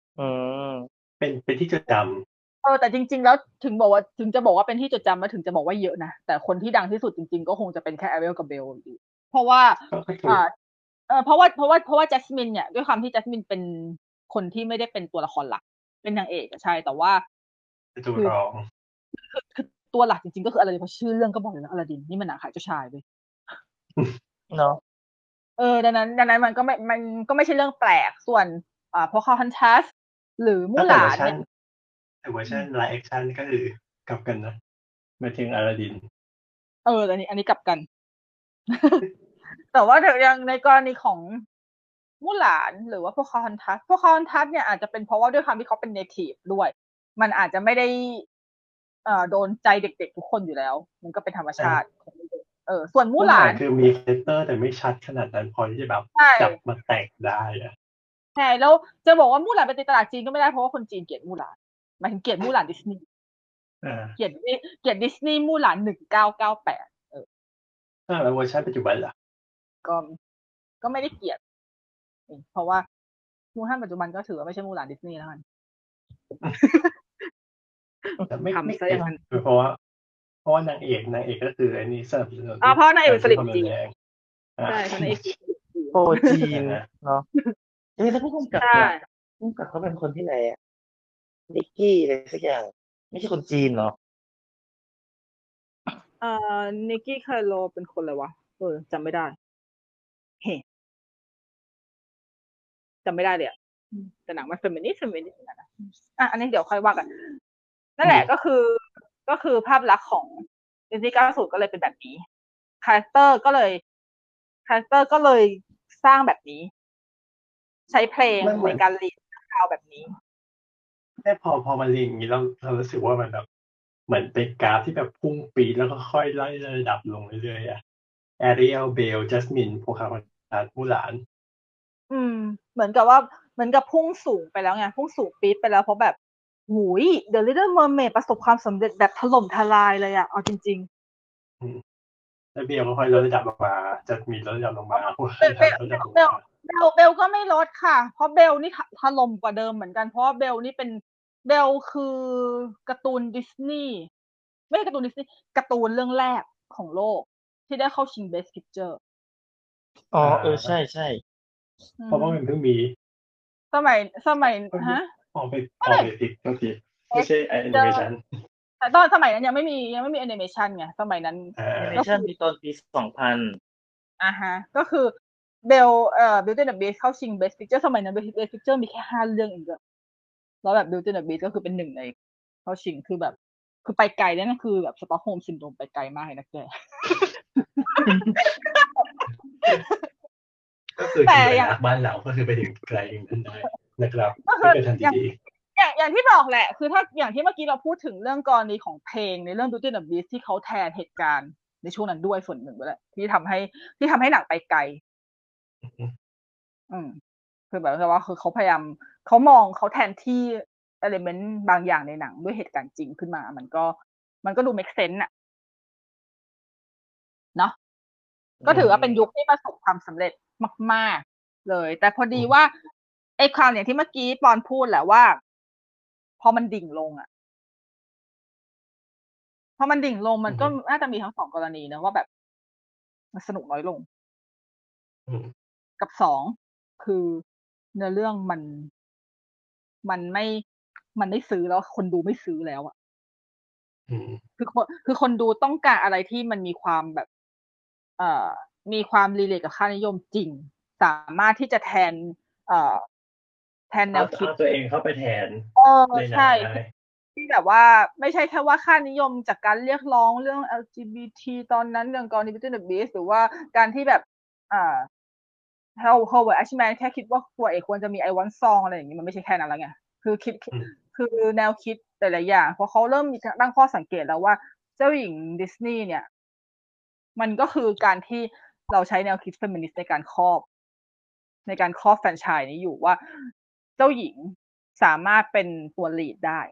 อืมเป็นเป็นที่จดจเออแต่จริงๆแล้วถึงบอกว่าถึงจะบอกว่าเป็นที่จดจำแล้วถึงจะบอกว่าเยอะนะแต่คนที่ดังที่สุดจริงๆก็คงจะเป็นแค่แอเรลกับเบลอยู่ดีเพราะว่าำก็ก็ถูอ่ากเออเพราะว่าเพราะว่าเพราะว่าแจสมินเนี่ยด้วยความที่แจสมินเป็นคนที่ไม่ได้เป็นตัวละครหลักเป็นนางเอกอะใช่แต่ว่าเป็นตัวคือรองคือคือตัวหลักจริงๆก็คืออลาดินเพราะชื่อเรื่องก็บอกเลยนะอลาดินนี่มันหนังขายเจ้าชายเลยเนาะเออดังนั้นดังนั้นมันก็ไม่มันก็ไม่ใช่เรื่องแปลกส่วนอ่าพอคาฮันทัสหรือมู่ถ้าหแต่เวอร์ชันลานเนี่ยแต่เวอร์อืมชันไลฟ์แอคชั่นก็คือกลับกันนะหมายถึงอลาดินเอออันนี้อันนี้กลับกัน แต่ว่าอย่างในกรณีของมู่หลานหรือว่าพวกคาฮันทัสพวกคาฮันทัสเนี่ยอาจจะเป็นเพราะว่าด้วยความที่เขาเป็นเนทีฟด้วยมันอาจจะไม่ได้เอ่อโดนใจเด็กๆทุกคนอยู่แล้วมันก็เป็นธรรมชาติอ่าของเด็กเออส่วนมู่มู่หลาหลานนคือมีคาแรคเตอร์แต่ไม่ชัดขนาดนั้นพอที่จะแบบใช่จับมาแต่งได้อะใช่แล้วจะบอกว่ามู่หลานเป็นตลาดจีนก็ไม่ได้เพราะว่าคนจีนเกลียดมู่หลานหมายถึงเกลียดมู่หลานดิสนีย์อ่าเกลียดเกลียดดิสนีย์มู่หลานหนึ่งเก้าเก้าแปดเอออ่าแล้วเวอร์ชันปัจจุบันล่ะก็ก็ไม่ได้เกลียดเพราะว่ามูฮันปัจจุบันก็ถือว่าไม่ใช่มู่หลานดิสนีย์แล้วกันแต่ไม่ไม่ทำซะอเก็ตย่างนั้นเพราะว่าเพราะว่านางเอกนางเอกก็คือไอ้นี่สนับสนุนอ่าเพราะนางเอกการเป็นสลิมจีนใช้ความรุนแรงอ่าใช่เพราะนางเอกเป็นสลิมจีนโปรจีนอ่าฮะเนาะเอ๊ะแล้วผู้กำกับใช่เนี่ยผู้กำกับเขาเป็นคนที่ไหนอะนิกกี้อะไรสักอย่างไม่ใช่คนจีนเนาะเอ่อนิกกี้ไคโลเป็นคนอะไรวะเออจำไม่ได้เฮ้จำไม่ได้เลยอะแต่หนังมันเฟมินิสต์เฟมินิสต์นะอ่ะอันนี้เดี๋ยวค่อยว่ากันนั่นแหละก็คือก็คือภาพลักษณ์ของดิสนีย์เก้าสิบก็เลยเป็นแบบนี้คาแรคเตอร์ก็เลยคาแรคเตอร์ก็เลยสร้างแบบนี้ใช้เพลงมันเหมือนในการลีดข่าวแบบนี้แค่พอพอมันเรียนอย่างนี้เราเรารู้สึกว่ามันแบบเหมือนเป็นกราฟที่แบบพุ่งปีดแล้วก็ค่อยไล่ระดับลงเรื่อยๆอะแอเรียลเบลจัสมินโพคาฮอนทัสมูหลานอืมเหมือนกับว่าเหมือนกับพุ่งสูงไปแล้วไงพุ่งสูงปี๊ดไปแล้วเพราะแบบหูย The Little Mermaid ประสบความสำเร็จแบบถล่มทลายเลยอะเอาจริงอืมแล้วเบลก็ค่อยลดระดับลงมาจัสมินลดระดับลงมาพูดๆเบลเบลระดับลดระดับลงเบลมาเบลเบลก็ไม่ลดค่ะเพราะเบลนี่ถล่มกว่าเดิมเหมือนกันเพราะว่าเบลนี่เป็นเบลคือการ์ตูนดิสนีย์ไม่ใช่การ์ตูนดิสนีย์การ์ตูนเรื่องแรกของโลกที่ได้เข้าชิง Best Picture อ๋ออ่เออใช่าใช่เพราะว่ามันเพิ่งมีสมัยสมัยเพิ่งฮะออกไปไม่ไม่ออกไปติดก็ติดไม่เอ็กใช่แอนิเจอเมชันแต่ตอนสมัยนั้นยังไม่มียังไม่มีแอนิเมชันไงสมัยนั้นอ่แอนิเมก็คือชันมีตอนปีสองพันอ่าฮะก็คือเบลเอ่อ Beauty and the Beast เข้าชิง Best Picture สมัยนั้น Best Picture มีแค่ห้าเรื่องเองอะแล้วแบบ Beauty and the Beast ก็คือเป็นหนึ่งในเข้าชิงคือแบบคือไปไกลนั่นคือแบบสต็อกโฮล์มซินโดรมไปไกลมากเลยนะแกก็คือแต่ทีมไลอย่างน์อัพบ้านเราก็คือไปถึงไกลอย่างนั้นได้นะครับก็คือนี่เป็นทันทีอย่างดีอย่างอย่างที่บอกแหละคือถ้าอย่างที่เมื่อกี้เราพูดถึงเรื่องกรณีของเพลงในเรื่อง Beauty and the Beast ที่เขาแทนเหตุการณ์ในช่วงนั้นด้วยส่วนหนึ่งด้วยแหละที่ทำให้ที่ทำให้หนังไปไกล อืมคือแบบว่าคือเขาพยายามเขามองเขาแทนที่เอลิเมนต์บางอย่างในหนังด้วยเหตุการณ์จริงขึ้นมา มันก็มันก็ดู make sense อะเนาะอืก็ถือว่าเป็นยุคมที่ประสบความสำเร็จมากๆเลย แต่พอดีว่าไอ้ความอย่างที่เมื่อกี้ปอนพูดแหละว่าพอมันดิ่งลงอะพอมันดิ่งลงมันก็น่าจะมีทั้งสองกรณีนะว่าแบบมันสนุกน้อยลงกับสองคือเนื้อเรื่องมันมันไม่มันไม่ซื้อแล้วคนดูไม่ซื้อแล้วอะ คือคนคือคนดูต้องการอะไรที่มันมีความแบบเอ่อมีความรีเลทกับค่านิยมจริงสามารถที่จะแทนเอ่อแทนแนเอาวคิดเอาตัวเองเข้าไปแทนเออในหนังใช่ได้ที่ที่แบบว่าไม่ใช่แค่ว่าค่านิยมจากการเรียกร้องเรื่อง แอล จี บี ที ตอนนั้นเรื่องกรณี Beauty and the Beast หรือว่าการที่แบบอ่า How Howard Ashman แค่คิดว่าตัวเอกควรจะมี I Want Song อะไรอย่างนี้มันไม่ใช่แค่นั้นแล้วไงคือคิดคือแนวคิดแต่ละอย่างเพราะเขาเริ่มมีตั้งข้อสังเกตแล้วว่าเจ้าหญิงดิสนีย์เนี่ยมันก็คือการที่เราใช้แนวคิดเฟมินิสต์ในการครอบในการครอบแฟรนไชส์นี้อยู่ว่าเจ้าหญิงสามารถเป็นตัวลีดได้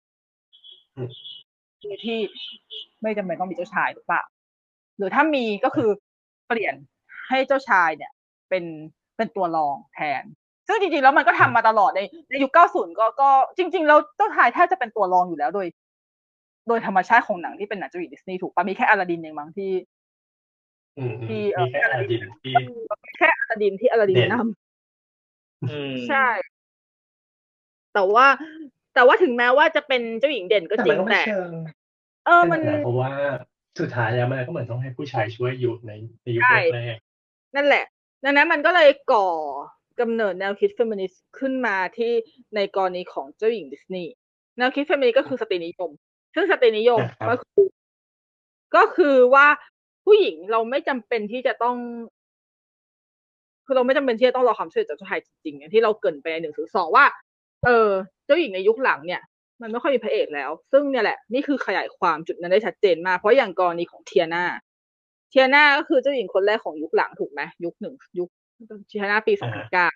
โดยที่ไม่จำเป็นต้องมีเจ้าชายหรือเปล่าหรือถ้ามีก็คือเปลี่ยนให้เจ้าชายเนี่ยเป็นเป็นตัวรองแทนซึ่งจริงๆแล้วมันก็ทำมาตลอดในในยุคเก้าสิบก็ก็จริงๆแล้วเจ้าชายแทบจะเป็นตัวรองอยู่แล้วโดย โดยธรรมชาติของหนังที่เป็นหนังเจ้าหญิงดิสนีย์ถูกปะมีแค่อลาดินเองมั้งที่อืมที่เอมีอแค่ออลาลาดิดินนที่แค่อลาดินที่อลาดินเด่นนำอืมใช่ แต่ว่า แต่ว่าถึงแม้ว่าจะเป็นเจ้าหญิงเด่นก็แต่จมัรินงก็ไม่แต่เชิงเออขมันาน ดนั้น เพราะว่าสุดท้ายแล้วมันก็เหมือนต้องให้ผู้ชายช่วยอยู่ใน ในยุคใช่แรก ๆนั่นแหละ ดังนั้นมันก็เลยก่อกำเนิดแนวคิดเฟมินิสต์ขึ้นมาที่ในกรณีของเจ้าหญิงดิสนีย์ แนวคิดเฟมินิสต์ก็คือสตรีนิยม ซึ่งสตรีนิยมอะครัก็บคือ ก็คือว่าผู้หญิงเราไม่จำเป็นที่จะต้อง คือเราไม่จำเป็นที่จะต้องรอความช่วยเหลือจากเจ้าชายจริงๆ อย่างที่เราเกริ่นไปในหนึ่ง ศูนย์ สอง ว่า เออ เจ้าหญิงในยุคหลังเนี่ย มันไม่ค่อยมีพระเอกแล้ว ซึ่งเนี่ยแหละ นี่คือขยายความจุดนั้นได้ชัดเจนมาก เพราะอย่างกรณีของ Tiana Tiana ก็คือเจ้าหญิงคนแรกของยุคหลังถูกไหม ยุค หนึ่ง ยุค Tiana ปี สอองะพัฮะนเก้า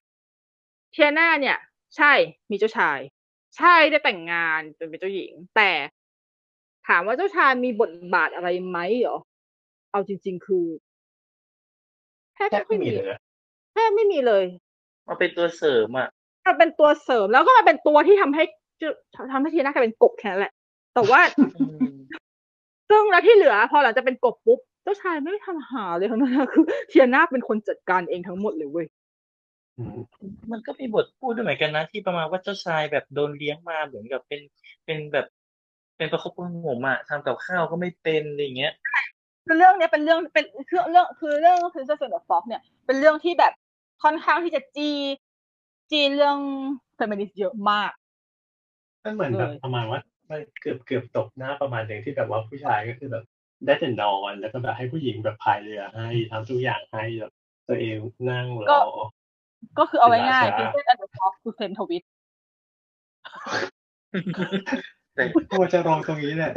Tiana เนี่ย ใช่ มีเจ้าชาย ใช่ได้แต่งงานจนเป็นเจ้าหญิง แต่ถามว่าเจ้าชายมีบทบาทอะไรไหมเหรอ เอาจริง ๆ คือ แทบแทบไมไม่ค่อ่ยมีมีเลยนะแทบไม่มีเลยมันเป็นตัวเสริมอะมันเป็นตัวเสริม แล้วก็มันเป็นตัวที่ทำให้ จ ทำให้ Tiana กลายเป็นกบแค่นั้นแหละ แต่ว่าอืมซึ่งแล้วที่เหลือพอหลังจากเป็นกบปุ๊บ เจ้าชายไม่ทำหาเลยทั้งนั้น คือ Tiana เป็นคนจัดการเองทั้งหมดเลยเว้ยอืมมันก็มีบทพูดด้วยเหมือนกันนะ ที่ประมาณว่าเจ้าชายแบบโดนเลี้ยงมาเหมือนกับเป็น เป็นแบบ เป็นประคบประหงมอะ ทำกับข้าวก็ไม่เป็น อะไรอย่างเงี้ยใช่ คือเรื่องเนี้ยเป็นเรื่อง เป็นคือเรื่อง คือเรื่อง Princess and the Frog เนี่ย เป็นเรื่องที่แบบค่อนข้างที่จะจี้ จี้เรื่อง feminist เยอะมากมันเหมือนเลแบบยประมาณว่า มันเกือบ เกือบตบหน้าประมาณหนึ่ง ที่แบบว่าผู้ชายก็คือแบบได้แต่นอน แล้วก็แบบให้ผู้หญิงแบบพายเรือให้ ทำทุกอย่างให้ แบบตัวเองนั่งรก็อก็คือเอาเป็นราง่ายชาๆ Princess and the Frog คือ Flame Twist แต่กลัวจะลงตรงนี้แหละ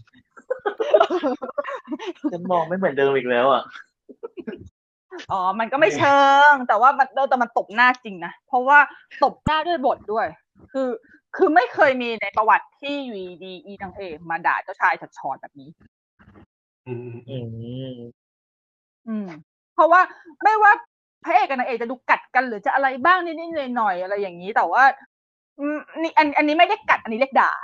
ฉันมองไม่เหมือนเดิมอีกแล้วอะอ๋อ มันก็ไม่เชิง แต่ว่ามัน เออ แต่มันตบหน้าจริงนะ เพราะว่าตบหน้าด้วยบทด้วย คือ คือไม่เคยมีในประวัติที่อยู่ดีๆ อีนางเอกมาด่าเจ้าชายฉอดๆ แบบนี้อืมอืมอืม เพราะว่าไม่ว่าพระเอกกับนางเอกจะดูกัดกัน หรือจะอะไรบ้างนิดๆ หน่อยๆ อะไรอย่างงี้ แต่ว่า อืม นี่ อัน อันนี้ไม่ได้กัด อันนี้เรียกด่า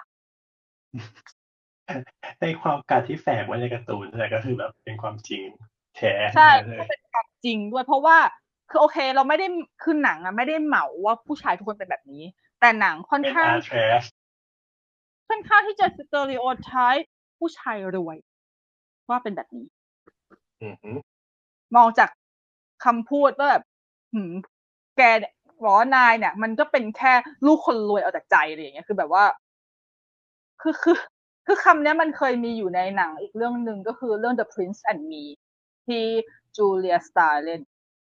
ในความกัดที่แฝงไว้ในการ์ตูนนั่นแหละ ก็คือแบบเป็นความจริงแท้ใช่ทั้งนั้นเลก็ยเป็นความจริงด้วย เพราะว่า คือโอเค เราไม่ได้ คือหนังอะไม่ได้เหมาว่าผู้ชายทุกคนเป็นแบบนี้ แต่หนังค่อนเป็นข้าง art trash ค่อนข้างที่จะ stereotype ผู้ชายรวย ว่าเป็นแบบนี้อือฮึมองจากคำพูดว่าแบบ หือ แกเนี่ย บอกว่านายเนี่ย มันก็เป็นแค่ลูกคนรวยเอาแต่ใจ อะไรอย่างเงี้ย คือแบบว่า คือ คือ คือคำเนี้ยมันเคยมีอยู่ในหนังอีกเรื่องหนึ่ง ก็คือเรื่อง The Prince and Me ที่ Julia Stiles เล่น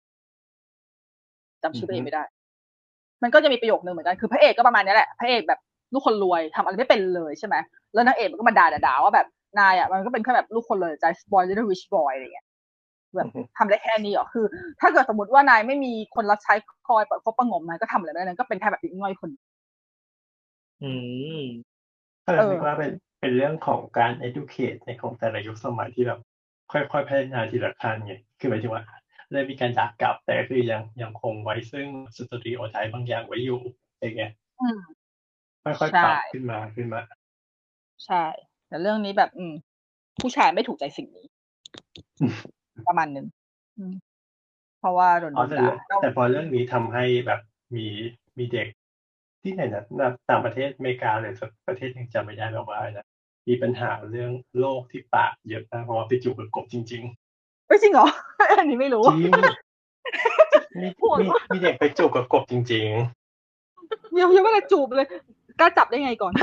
จำอืชื่ออพระฮเอึกไม่ได้ มันก็จะมีประโยคนึงเหมือนกัน คือพระเอกก็ประมาณเนี้ยแหละ พระเอกแบบลูกคนรวย ทำอะไรไม่เป็นเลย ใช่ไหม แล้วนางเอกมันก็มาด่า ๆ ๆ ว่าแบบ นายอะมันก็เป็นแค่แบบลูกคนรวยเอาแต่ใจ spoiled little rich boy อะไรอย่างเงี้ย แบอืบอฮึทำได้แค่นี้เหรอ คือถ้าเกิดสมมุติว่านายไม่มีคนรับใช้คอยประคบประหงม นายก็ทำอะไรไม่ได้ นายก็เป็นแค่แบบเด็กง่อยคนอืมก็เลเอยนึกอว่าเป็น เป็นเรื่องของการ educate ในของแต่ละยุคสมัยที่แบบค่อย ๆ พัฒนาทีละขั้นไง คือหมายถึงว่าเริ่มมีการด่ากลับ แต่ก็คือยัง ยังคงไว้ซึ่ง stereotype บางอย่างไว้อยู่ อย่างเงี้ยอืมค่อยใชๆ ปรั่ บขึ้นมา ๆใช่ แต่เรื่องนี้แบบ อืม ผู้ชายไม่ถูกใจสิ่งนี้ ประมาณหนึ่ง อืม เพราะว่าโดนอ๋อโดนแต่ด่าร แต่พอเรื่องนี้ทำให้แบบมี มีเด็ก ที่ไหนนะ แบบต่างประเทศอเมริกาหรือสักประเทศหนึ่งจำไม่ได้แบบว่าอะไรนะ มีปัญหาเรื่องโรคที่ปากเยอะมาก เพราะว่าไปจูบกับกบจริง ๆเฮ้ย จริงเหรอ? อันนี้ไม่รู้จริง มีโหดมีมากมีเด็กไปจูบกับกบจริง ๆยัง ยังไม่ทันจูบเลย กล้าจับได้ไงก่อน?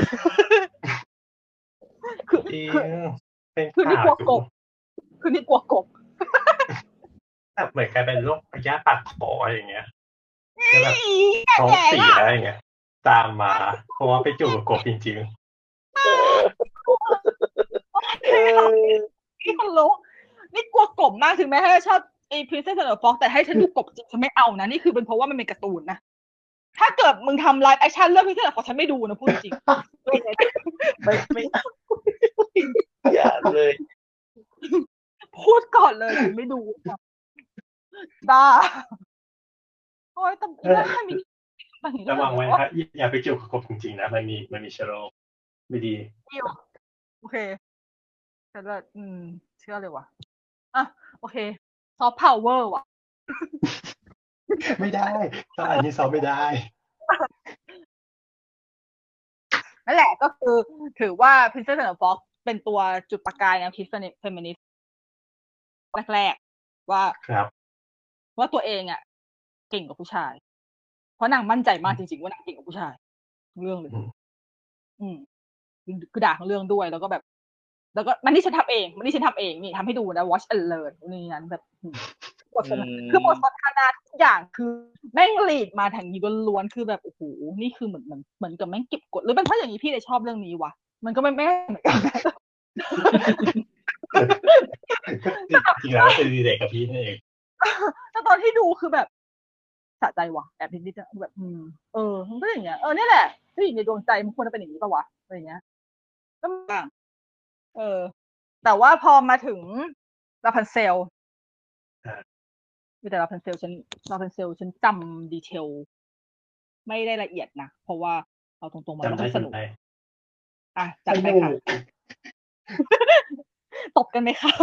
คือจริงคือเป็นคือนี่ข่าวกลัวอยู่กบ คือนี่กลัวกบแบบเหมือนกลายเป็นโรคพยาธิปากขอ อะไรอย่างเงี้ยอีแล้วแบบท้องแย่เสีๆยอะอย่างเงี้ย ตามมา เพราะว่าไปจูบกับกบจริง ๆโอ๊ย นี่คนลุก นี่กลัวกบมาก ถึงแม้ฉันจะชอบไอ้ Princess and the Frog แต่ให้ฉันดูกบจริง ฉันไม่เอานะ นี่คือเป็นเพราะว่ามันเป็นการ์ตูนนะ ถ้าเกิดมึงทำ live action เรื่อง Princess and the Frog ฉันไม่ดูนะ พูดจริง ๆไม่ ไม่ ไม่เอา อย่าเลยพูดก่อนเลย ฉันไม่ดูค่ะ บ้า โอ๊ย แต่เออแล้วถ้ามีระวังไว้นะครับอย่าไปเกี่ยวกับกบจริงๆนะมันมีมันมีเชื้อโรคไม่ดีโอเคแต่ละอืมเชื่อเลยว่ะอ่ะโอเคซอฟต์พาวเวอร์ว่ะไม่ได้ตอนอันนี้ซอฟไม่ได้นั่นแหละก็คือถือว่า Princess and the Frog เป็นตัวจุดประกายแนวคิดเฟมินิสต์แรกๆว่าครับว่าตัวเองอ่ะเก่งกว่าผู้ชายเพราะนางมั่นใจมากจริงๆว่านางเก่งกว่าผู้ชายเรื่องเลยอืมคือด่าทั้งเรื่องด้วยแล้วก็แบบแล้วก็มันนี่ฉันทำเองมันนี่ฉันทำเองนี่ทำให้ดูนะ watch and learn นี่นั้นแบบบทสนทนาคือบทสนทนาทุกอย่างคือแม่งลีดมาทางนี้ล้วนๆคือแบบโอ้โหนี่คือเหมือนเหมือนเหมือนกับแม่งเก็บกดหรือเป็นเพราะอย่างนี้พี่เลยชอบเรื่องนี้วะมันก็ไม่ไม่เหมือนกันจริงๆแล้วเป็นดีเด็กกับพี่นั่นเองแต่ตอนที่ดูคือแบบสะใจว่ะแอบนิดๆแบบอืมเออมันก็อย่างเงี้ยเออนี่แหละผู้หญิงในดวงใจมันควรจะเป็นอย่างนี้ป่ะวะอะไรอย่างเงี้ยก็บ้างเออแต่ว่าพอมาถึงลาพันเซลแต่ลาพันเซลฉันลาพันเซลฉันจำดีเทลไม่ได้ละเอียดนะเพราะว่าเอาตรงๆมันไม่สนุกอ่ะจัดไปค่ะตบกันไหมคะ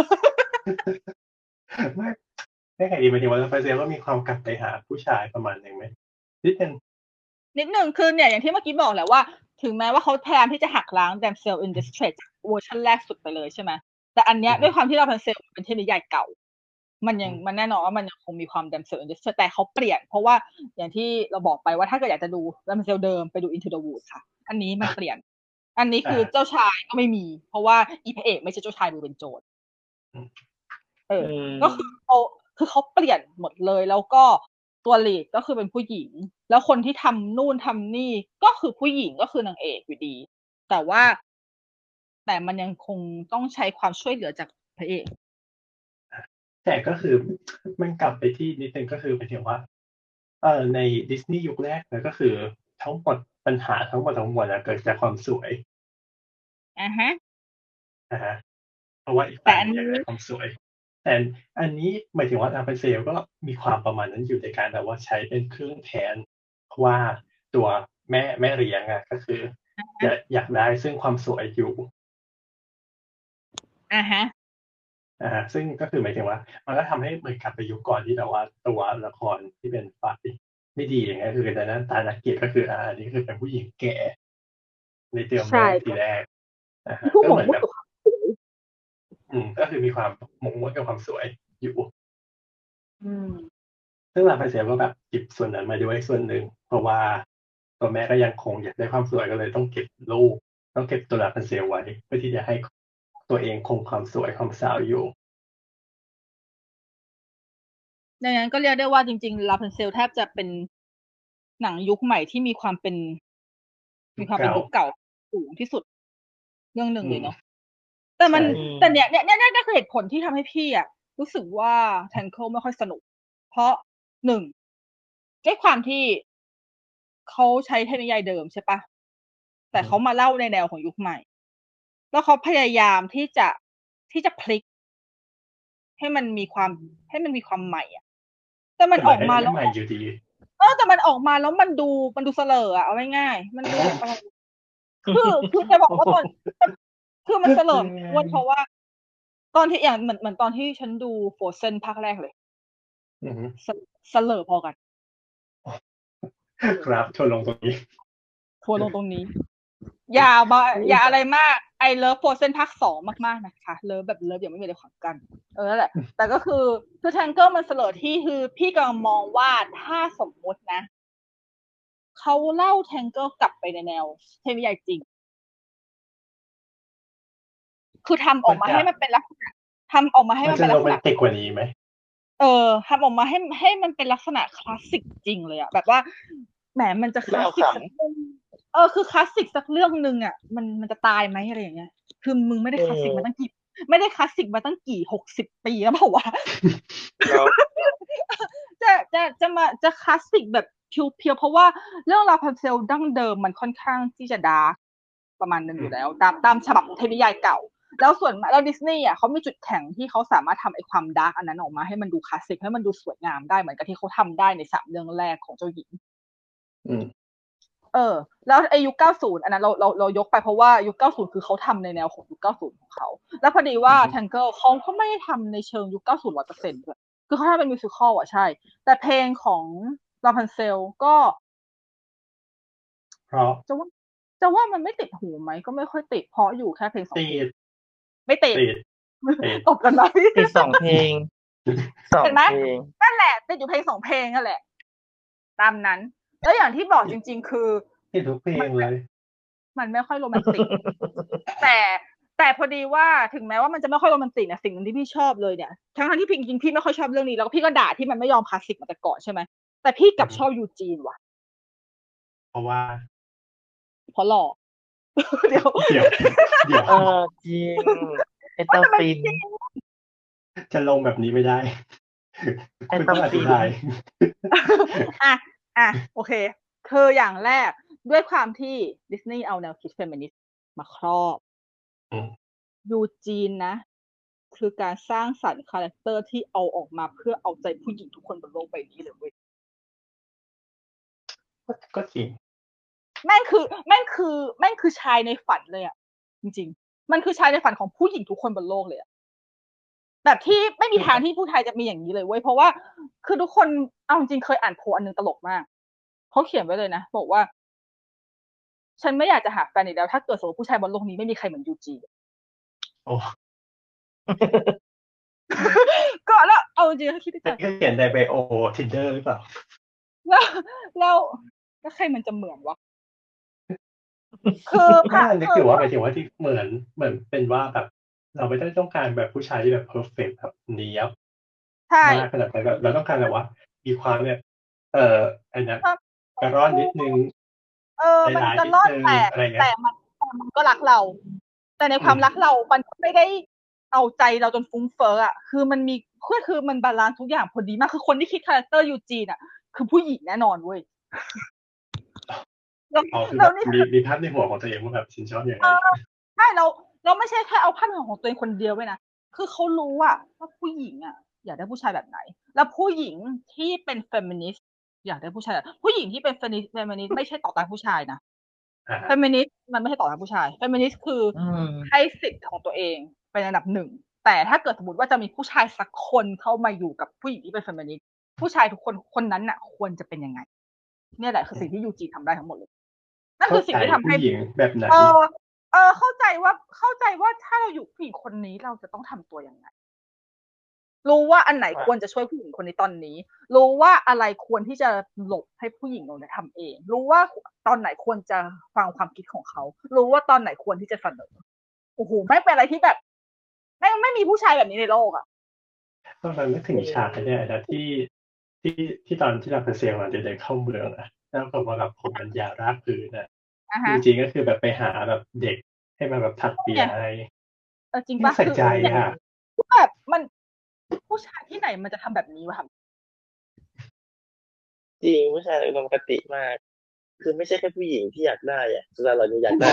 ไม่ไม่ใครดีหมายถึงว่าลาพันเซลก็มีความกลับไปหาผู้ชายประมาณนึงไหมนิดนึงนิดนึงคือเนี่ยอย่างที่เมื่อกี้บอกแหละว่าถึงแม้ว่าเขาพยายามที่จะหักล้าง damsel in distress เวอร์ชันแรกสุดไปเลยใช่ไหมแต่อันเนี้ยด้วยความที่ลาพันเซลเป็นเทพนิยายเก่ามันยังมันแน่นอนว่ามันยังคงมีความ damsel in distress แต่เขาเปลี่ยนเพราะว่าอย่างที่เราบอกไปว่าถ้าเกิดอยากจะดูลาพันเซลเดิมไปดู Into the Woods ค่ะอันนี้มันเปลี่ยนอันนี้คือเจ้าชายก็ไม่มีเพราะว่าอีพระเอกไม่ใช่เจ้าชายดูเป็นโจรเออก็คือเขาคือเขาเปลี่ยนหมดเลยแล้วก็ตัวลีดก็คือเป็นผู้หญิงแล้วคนที่ทำนู่นทำนี่ก็คือผู้หญิงก็คือนางเอกอยู่ดีแต่ว่าแต่มันยังคงต้องใช้ความช่วยเหลือจากพระเอกแต่ก็คือมันกลับไปที่นิดนึงก็คือหมายถึงว่าเออในดิสนีย์ยุคแรกนะก็คือทั้งหมดปัญหาทั้งหมดทั้งมวลเกิดจากความสวยอ่าฮะอ่าเพราะว่าอีกฝ่ายอยากได้ความสวยแต่อันนี้หมายถึงว่าลาพันเซลก็มีความประมาณนั้นอยู่ในการแบบว่าใช้เป็นเครื่องแทนเพราะว่าตัวแม่แม่เลี้ยงอ่ะก็คืออยากอยากได้ซึ่งความสวยอยู่อ่าฮะอ่าซึ่งก็คือหมายถึงว่ามันก็ทำให้เหมือนกลับไปยุคก่อนที่แบบว่าตัวละครที่เป็นฝ่ายไม่ดีอย่างเงี้ยคือแต่นั้นตานักเกียรติก็คืออ่าอันนี้คือเป็นผู้หญิงแก่ในเติมแรกทีแรกอ่าก็เหมือนแบบอืมก็คือมีความหมกมุ่นกับความสวยอยู่อืมซึ่งลาพันเซลก็แบบหยิบส่วนนั้นมาด้วยส่วนหนึ่งเพราะว่าตัวแม่ก็ยังคงอยากได้ความสวยก็เลยต้องเก็บลูกต้องเก็บตัวลาพันเซลไว้เพื่อที่จะให้ตัวเองคงความสวยความสาวอยู่ดังนั้นก็เรียกได้ว่าจริงๆลาพันเซลแทบจะเป็นหนังยุคใหม่ที่มีความเป็นมีความเป็นยุคเก่าสูงที่สุดเรื่องหนึ่งเลยเนาะแต่มันแต่เนี่ยเนี่ยเนี่ยนี่คือเหตุผลที่ทำให้พี่อ่ะรู้สึกว่าแทงเคิลไม่ค่อยสนุกเพราะหนึ่งด้วยความที่เขาใช้เทคนิคเดิมใช่ปะแต่เขามาเล่าในแนวของยุคใหม่แล้วเขาพยายามที่จะที่จะพลิกให้มันมีความให้มันมีความใหม่อ่ะแต่มันออกมาแล้วใหม่อยู่ดีเออแต่มันออกมาแล้วมันดูมันดูเสลออ่ะเอาง่ายๆมันดูอะไรคือคือจะบอกว่าตอนคือมันเสลอวันเพราะว่าตอนที่อย่างเหมือนเหมือนตอนที่ฉันดูโฟร์เซนภาคแรกเลยเสลอพอกันครับทัวลงตรงนี้ทัวลงตรงนี้อย่ามาอย่าอะไรมากไอเลิฟโฟร์เซนภาคสองมากๆนะคะเลิฟแบบเลิฟยังไม่มีอะไรขวางกันเออแหละแต่ก็คือคือแทงเกิลมันเสลอที่คือพี่กำลังมองว่าถ้าสมมตินะเขาเล่าแทงเกิลกลับไปในแนวเทพนิยายจริงคือทำออกมาให้มันเป็นลักษณะทำออกมาให้มันเป็นลักษณะติดกว่านี้ไหมเออทำออกมาให้ให้มันเป็นลักษณะคลาสสิกจริงเลยอะแบบว่าแหมมันจะคลาสสิกสักเรื่องเออคือคลาสสิกสักเรื่องนึงอะมันมันจะตายไหมอะไรอย่างเงี้ยคือมึงไม่ได้คลาสสิกมาตั้งกี่ไม่ได้คลาสสิกมาตั้งกี่หกสิบปีแล้วเปล่าวะจะจะจะมาจะคลาสสิกแบบเพียวๆเพราะว่าเรื่องราพันเซลดั้งเดิมมันค่อนข้างที่จะดาร์กประมาณนึงอยู่แล้วตามตามฉบับเทพนิยายเก่าแล้วส่วนแล้วดิสนีย์อ่ะเขามีจุดแข็งที่เขาสามารถทำไอ้ความดาร์กอันนั้นออกมาให้มันดูคลาสสิกให้มันดูสวยงามได้เหมือนกับที่เขาทำได้ในสามเรื่องแรกของเจ้าหญิงอืมเออแล้วไอ้ยุคเก้าสิบอันนั้นเราเราเรายกไปเพราะว่ายุคเก้าสิบคือเขาทำในแนวของยุคเก้าสิบของเขาแล้วพอดีว่า Tangle เขาเขาไม่ได้ทำในเชิงยุคเก้าสิบ ร้อยเปอร์เซ็นต์ ด้วยคือเขาทำเป็นมิวสิคอลอ่ะใช่แต่เพลงของ Rapunzel ก็เพราะจะว่าจะว่ามันไม่ติดหูไหมก็ไม่ค่อยติดเพราะอยู่แค่เพลงสองติเพลงดไม่ติดติดติดตบกันไหมติดสองเพลงสองเห็นไหมเพลงนั่นแหละติดอยู่เพลงสองเพลงนั่นแหละ ตามนั้น แล้วอย่างที่บอกจริง ๆ คือติดทุกเพลงเลยมันไม่ค่อยโรแมนติก แต่แต่พอดีว่าถึงแม้ว่ามันจะไม่ค่อยโรแมนติกเนี่ยสิ่งหนึงที่พี่ชอบเลยเนี่ยทั้งทั้งที่พี่จริงๆพี่ไม่ค่อยชอบเรื่องนี้แล้วก็พี่ก็ด่าที่มันไม่ยอมคลาสสิกมาแต่ก่อนใช่ไหมแต่พี่กลับอือฮึชอบยูจีนว่ะเพราะว่าเพราะหล่อ เดี๋ยวเดี๋ยวเดี๋ยวเออจริงไอ้เตาฟินจะลงแบบนี้ไม่ได้ไอ้คุณต้องตาอฟิธินบายอ่ะอ่ะโอเค คืออย่างแรกด้วยความที่ดิสนีย์เอาแนวคิดเฟมินิสต์มาครอบอืมยูจีนนะ คือการสร้างสรรค์คาแรคเตอร์ที่เอาออกมาเพื่อเอาใจผู้หญิงทุกคนบนโลกใบนี้เลยเว้ยก็ก็จริงแม่งคือแม่งคือแม่งคือชายในฝันเลยอ่ะจริงๆมันคือชายในฝันของผู้หญิงทุกคนบนโลกเลยอ่ะแบบที่ไม่มีทางที่ผู้ชายจะมีอย่างนี้เลยเว้ยเพราะว่าคือทุกคนเอาจริงๆเคยอ่านโพสต์อันนึงตลกมากเขาเขียนไว้เลยนะบอกว่า ฉันไม่อยากจะหาแฟนอีกแล้วถ้าเกิดสมมติผู้ชายบนโลกนี้ไม่มีใครเหมือนยูจีโอ้ก็แล้วเอาจริงๆถ้าคิดในใจก็เขียนในไบโอ Tinder หรือเปล่าแล้วแล้วแล้วใครมันจะเหมือนวะคือไม่ได้นึกอยู่ว่าหมายถึงว่าที่เหมือนเหมือนเป็นว่าแบบ เราไม่ได้ต้องการแบบผู้ชายที่แบบเพอร์เฟกต์แบบเนี้ยบใช่มากขนาดนั้นแบบเราต้องการแบบว่า มีความแบบเอ่อไอ้นั้นกระร่อนนิดนึงเออมันหลายๆจะรอดนิดนึงแต่อะไรเงี้ยแต่มันแต่มันก็รักเรา แต่ในความอืมรักเรามันก็ไม่ได้เอาใจเราจนฟุ้งเฟ้ออ่ะคือมันมีคือคือมันบาลานซ์ทุกอย่างพอดีมากคือคนที่คิดคาแรคเตอร์ยูจีนอ่ะคือผู้หญิงแน่นอนเว้ยแล้วอ๋อคือแบแล้วบนี่มีมีภาพในหัวของตัวเองว่าแบบฉันชอบอย่างไรใช่เราเราไม่ใช่แค่เอาภาพของตัวเองคนเดียวไว้นะคือเขารู้อะว่าผู้หญิงอะอยากได้ผู้ชายแบบไหน แล้วผู้หญิงที่เป็นเฟมินิสต์อยากได้ผู้ชายแบบผู้หญิงที่เป็นเฟมินิสต์เฟมินิสต์ไม่ใช่ต่อต้านผู้ชายนะอ่าเฟมินิสต์มันไม่ใช่ต่อต้านผู้ชายเฟมินิสต์คืออมให้สิทธิ์ของตัวเองเป็นอันดับหนึ่งแต่ถ้าเกิดสมมติว่าจะมีผู้ชายสักคนเข้ามาอยู่กับผู้หญิงที่เป็นเฟมินิสต์ผู้ชายทุกคนคนนั้นน่ะควรจะเป็นยังไงเนี่ยแหละคือสิ่งที่ยูจีทำได้ทั้งหมดเลยนั่นคือสิ่งที่ทำให้ผู้หญิงแบบไหนเออเออเข้าใจว่าเข้าใจว่าถ้าเราอยู่ผู้หญิงคนนี้เราจะต้องทำตัวยังไงรู้ว่าอันไหนควรจะช่วยผู้หญิงคนนี้ตอนนี้ รู้ว่าอะไรควรที่จะหลบให้ผู้หญิงเราเนี่ยทำเอง รู้ว่าตอนไหนควรจะฟังความคิดของเขา รู้ว่าตอนไหนควรที่จะเสนอโอ้โหไม่เป็นอะไรที่แบบไม่ไม่มีผู้ชายแบบนี้ในโลกอ่ะต้องมันไม่ถึงฉากเนี่ยนะที่ที่ที่ตอนที่เราเซลล์เดินเข้าเมืองอ่ะแล้วก็มาแบบผมมันยาวรากพื้นอ่ะอ่าจฮะริงๆก็คือแบบไปหาแบบเด็กให้มาแบบถักเปียให้เออจริงไม่ปะใส่คือใจอย่างอ่ะแบบมันผู้ชายที่ไหนมันจะทำแบบนี้วะครับจริงผู้ชายอุดมคติมาก คือไม่ใช่แค่ผู้หญิงที่อยากได้อ่ะสุดาเรายังอยากได้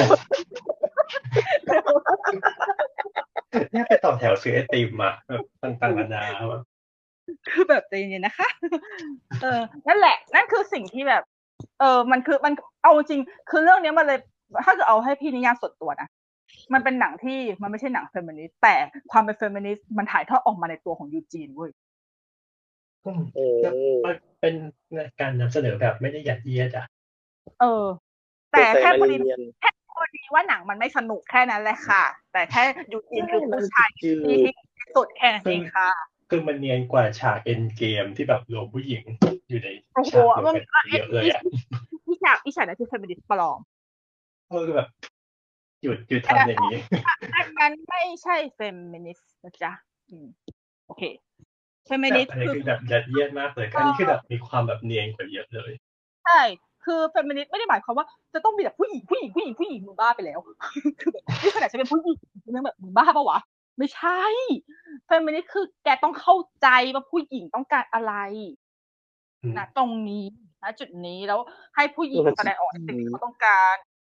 เนี่ยไปต่อแถวซื้อไอติมอ่ะแบบต่างๆนานาแบบคือแบบใจเย็นๆนะคะ เออ นั่นแหละ นั่นคือสิ่งที่แบบ เออ มันคือมันเอาจริง คือเรื่องนี้มันเลย ถ้าจะเอาให้พี่นิยามส่วนตัวนะ มันเป็นหนังที่มันไม่ใช่หนังเฟมินิสต์แต่ความเป็นเฟมินิสต์มันถ่ายทอดออกมาในตัวของยูจีนเว้ยอืมก็เป็นการนำเสนอแบบไม่ได้ยัดเยียดอ่ะเออ แต่แค่พอดีเรียนแค่พอดีว่าหนังมันไม่สนุกแค่นั้นแหละค่ะ แต่แค่ยูจีนคือผู้ชายที่ที่สุดแค่นั้นเองค่ะคือมันเนียนกว่าฉากเอ็นเกมที่แบบรวมผู้หญิงอยู่ในโอ้โหฉากเดียวมันกันเยอะเลยอ่ะพี่ฉากพี่ฉากนั้นคือเฟมินิสต์ปลอมเออแบบหยุดหยุดทำอย่างนี้อันนั้นไม่ใช่เฟมินิสต์นะจ๊ะอืมโอเคเฟมินิสต์อันนี้คือคือแบบยัดเยียดมากเลยอันนี้คือแบบมีความแบบเนียนกว่าเยอะเลยใช่คือเฟมินิสต์ไม่ได้หมายความว่าจะต้องมีแต่ผู้หญิงผู้หญิงผู้หญิงผู้หญิงมึงบ้าไปแล้ว คือแบบนี่ขนาดฉันเป็นผู้หญิงยังแบบมึงบ้าปะวะไม่ใช่เฟมินิสต์คือแกต้องเข้าใจว่าผู้หญิงต้องการอะไรณตรงนี้ณจุดนี้แล้วให้ผู้หญิงแสดงออกในสิ่งที่เขาต้องการ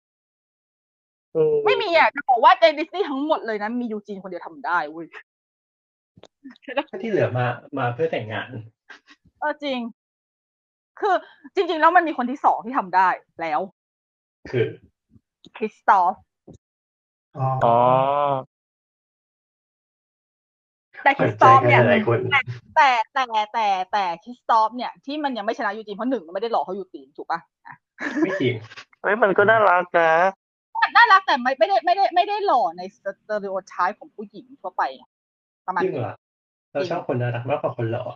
ไม่มีอ่ะจะบอกว่าในดิสนีย์ทั้งหมดเลยนะมียูจีนคนเดียวทำได้เว้ยที่เหลือมามาเพื่อแต่งงานเออจริงคือจริงๆแล้วมันมีคนที่สองที่ทำได้แล้วคือคริสตอฟอ๋อแต่คริสตอฟเนี่ยแต่แต่แต่แต่คริสตอฟเนี่ยที่มันยังไม่ชนะยูจีนเพราะหนึ่งมันไม่ได้หลอกเขายูจีนถูกป่ะไม่จริงเฮ้ยมันก็น่ารักนะน่ารักแต่ไม่ไม่ได้ไม่ได้ไม่ได้หล่อในสเตอริโอไทป์ของผู้หญิงทั่วไปประมาณจริงเหรอเราชอบคนน่ารักมากกว่าคนหล่อ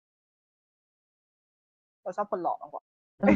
เราชอบคนหล่อมากกว่า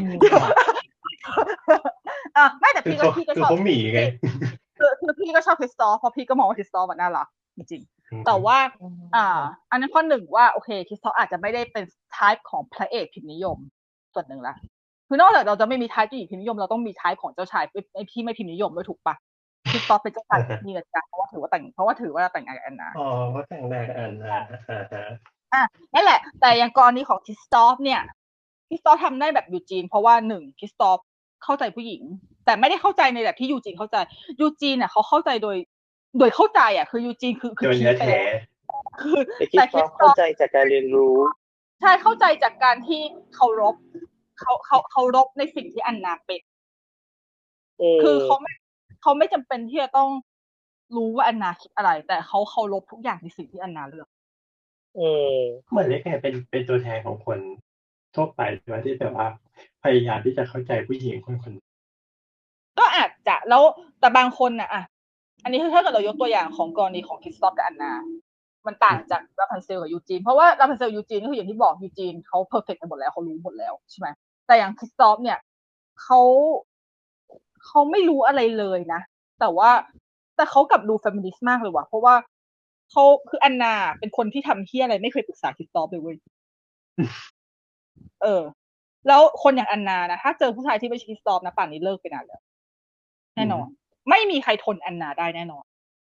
อ่ะไม่แต่พี่ก็พี่ก็ชอบเขาหมีไงคือคือพี่ก็ชอบคริสตอฟเพราะพี่ก็มองว่าคริสตอฟมันน่ารักจริงๆแต่ว่าอ่าอันนั้นข้อหนึ่งว่าโอเคคริสตอฟอาจจะไม่ได้เป็นไทป์ของพระเอกพิมพ์นิยมส่วนหนึ่งละคือนอกจากเราจะไม่มีไทป์ที่พิมพ์นิยมเราต้องมีไทป์ของเจ้าชายไอ้ที่ไม่พิมพ์นิยมด้วยถูกปะคริสตอฟเป็นเจ้าชายนี่นะจ๊ะเพราะว่าถือว่าแต่งเพราะว่าถือว่าแต่งงานกับแอนนาอ๋อเพราะแต่งงานกับแอนนาอ่ะนั่นแหละแต่อย่างกรณีของคริสตอฟเนี่ยคริสตอฟทำได้แบบยูจีนเพราะว่าหนึ่งคริสตอฟเข้าใจผู้หญิงแต่ไม่ได้เข้าใจในแบบที่ยูจีนเข้าใจยูจีนเนี่ยเขาเข้าใจโดยโดยเข้าใจอ่ะคือยูจีนคือคือคิดไปแล้วคือแต่คริสตอฟเข้าใจจากการเรียนรู้ใช่เข้าใจจากการที่เคารพเขาเขาเคารพในสิ่งที่อันนาเป็นคือเขาไม่เขาไม่จำเป็นที่จะต้องรู้ว่าอันนาคิดอะไรแต่เขาเคารพทุกอย่างในสิ่งที่อันนาเลือกเหมือนเล็กเป็นเป็นตัวแทนของคนทั่วไปที่แบบว่าพยายามที่จะเข้าใจผู้หญิงคนคนก็อาจจะแล้วแต่บางคนนะอ่ะอันนี้ถ้าเกิดเรายกตัวอย่างของกรณีของคริสตอฟกับอันนามันต่างจากราพันเซลกับยูจีนเพราะว่าราพันเซลยูจีนก็คืออย่างที่บอกยูจีนเขาเพอร์เฟกต์กันหมดแล้วเขารู้หมดแล้วใช่ไหมแต่อย่างคริสตอฟเนี่ยเขาเขาไม่รู้อะไรเลยนะแต่ว่าแต่เขากลับดูเฟมินิสต์มากเลยว่ะเพราะว่าเขาคืออันนาเป็นคนที่ทำเฮี้ยอะไรไม่เคยปรึกษาคริสตอฟเลยเว้ยเออแล้วคนอย่างอันนานะถ้าเจอผู้ชายที่ไม่ใช่คริสตอฟนะป่านนี้เลิกไปนานแล้วแน่นอนไม่มีใครทนอันนาได้แน่นอน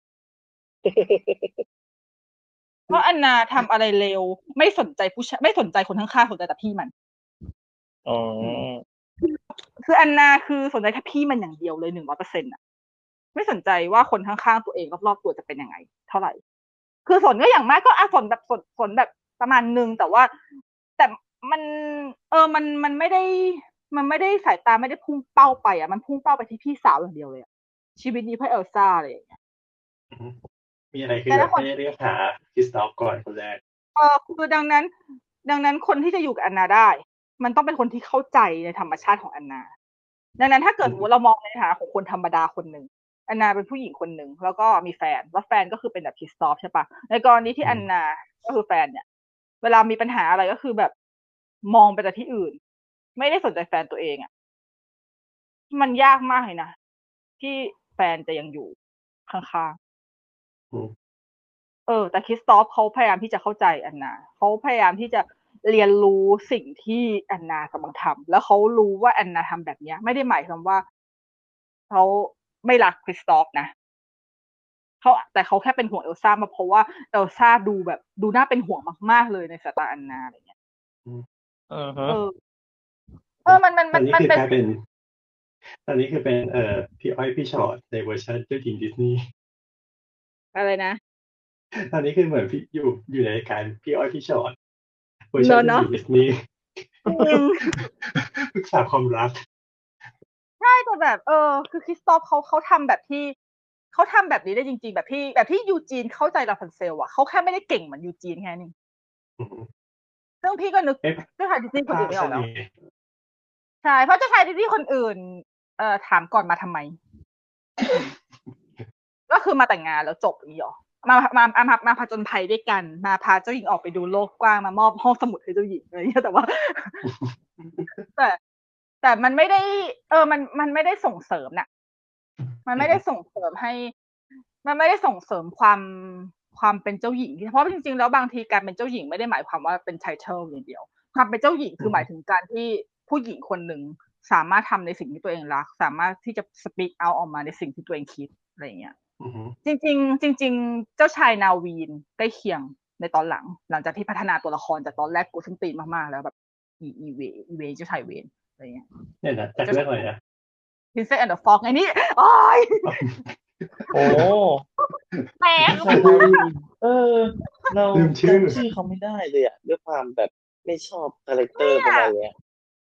เพราะอันนาทำอะไรเร็วไม่สนใจผู้ชายไม่สนใจคนข้างๆสนใจแต่พี่มันอ๋อคืออันนาคือสนใจแค่พี่มันอย่างเดียวเลยหนึ่งร้อยเปอร์เซ็นต์อ่ะไม่สนใจว่าคนข้างๆตัวเองรอบๆตัวจะเป็นยังไงเท่าไหร่คือสนก็อย่างมากก็อ่ะสนแบบสนสนแบบประมาณนึงแต่ว่าแต่มันเออมันมันไม่ได้มันไม่ได้สายตาไม่ได้พุ่งเป้าไปอ่ะมันพุ่งเป้าไปที่พี่สาวอย่างเดียวเลยชีวิตนี้เพื่อเอลซ่าอะไรอย่างเงี้ยมีอะไรคือแบบไม่ได้เรียกหาคริสตอฟก่อนคนแรกเออคือดังนั้นดังนั้นคนที่จะอยู่กับแอนนาได้มันต้องเป็นคนที่เข้าใจในธรรมชาติของแอนนาดังนั้นถ้าเกิดเรามองในฐานะของคนธรรมดาคนหนึ่งแอนนาเป็นผู้หญิงคนหนึ่งแล้วก็มีแฟนแล้วแฟนก็คือเป็นแบบคริสตอฟใช่ปะในกรณีที่แอนนาก็คือแฟนเนี่ยเวลามีปัญหาอะไรก็คือแบบมองไปแต่ที่อื่นไม่ได้สนใจแฟนตัวเองอ่ะมันยากมากเลยนะที่แฟนจะยังอยู่ข้างๆเออแต่คริสตอฟเขาพยายามที่จะเข้าใจแอนนาเขาพยายามที่จะเรียนรู้สิ่งที่แอนนากำลังทำแล้วเขารู้ว่าแอนนาทำแบบนี้ไม่ได้หมายความว่าเขาไม่รักคริสตอฟนะเขาแต่เขาแค่เป็นห่วงเอลซ่ามาเพราะว่าเอลซ่าดูแบบดูน่าเป็นห่วงมากๆเลยในสายตาแอนนาอะไรเงี้ยเออเออเออมันมันมันมันเป็นตอนนี้คือเป็นเอ่อพี่อ้อยพี่ชอตในเวอร์ชันเจ้าหญิงดิสนีย์อะไรนะตอนนี้คือเหมือนพี่อยู่อยู่ในรายการพี่อ้อยพี่ชอตเวอร์ชันเจ้าหญิงดิสนีย์ปรึกษาความรักใช่แต่แบบเออคือคริสตอฟเขาเขาทำแบบที่เขาทำแบบนี้ได้จริงๆแบบที่แบบที่ยูจีนเข้าใจราพันเซลอะเขาแค่ไม่ได้เก่งเหมือนยูจีนแค่นี้ซึ่งพี่ก็นึกเจ้าชายดิสนีย์คนอื่นไม่ออกแล้วใช่เพราะเจ้าชายดิสนีย์คนอื่นเอ่อถามก่อนมาทำไมก็คือมาแต่งงานแล้วจบอย่างนี้หรอมามามามาผจญภัยด้วยกันมาพาเจ้าหญิงออกไปดูโลกกว้างมามอบห้องสมุดให้เจ้าหญิงอะไรอย่างเงี้ยแต่ว่าแต่แต่มันไม่ได้เออมันมันไม่ได้ส่งเสริมน่ะมันไม่ได้ส่งเสริมให้มันไม่ได้ส่งเสริมความความเป็นเจ้าหญิงเพราะจริงๆแล้วบางทีการเป็นเจ้าหญิงไม่ได้หมายความว่าเป็นไทเทิลอย่างเดียวความเป็นเจ้าหญิงคือหมายถึงการที่ผู้หญิงคนหนึ่งสามารถทำในสิ่งที่ตัวเองรักสามารถที่จะ speak out ออกมาในสิ่งที่ตัวเองคิดอะไรอย่างเงี้ยจริงๆจริงๆเจ้าชายนาวีนใกล้เคียงในตอนหลังหลังจากที่พัฒนาตัวละครจากตอนแรกกูส้นตีนมากๆแล้วแบบอีอีเวอีเวเจ้าชายเวนอะไรเงี้ยเนี่ยนะจากเรื่องอะไรนะ Princess and the Frog ไอ้นี่โอ้ยโอ้แปลกเออเราจำชื่อเขาไม่ได้เลยอ่ะด้วยความแบบไม่ชอบคาแรคเตอร์ประมาณเนี้ย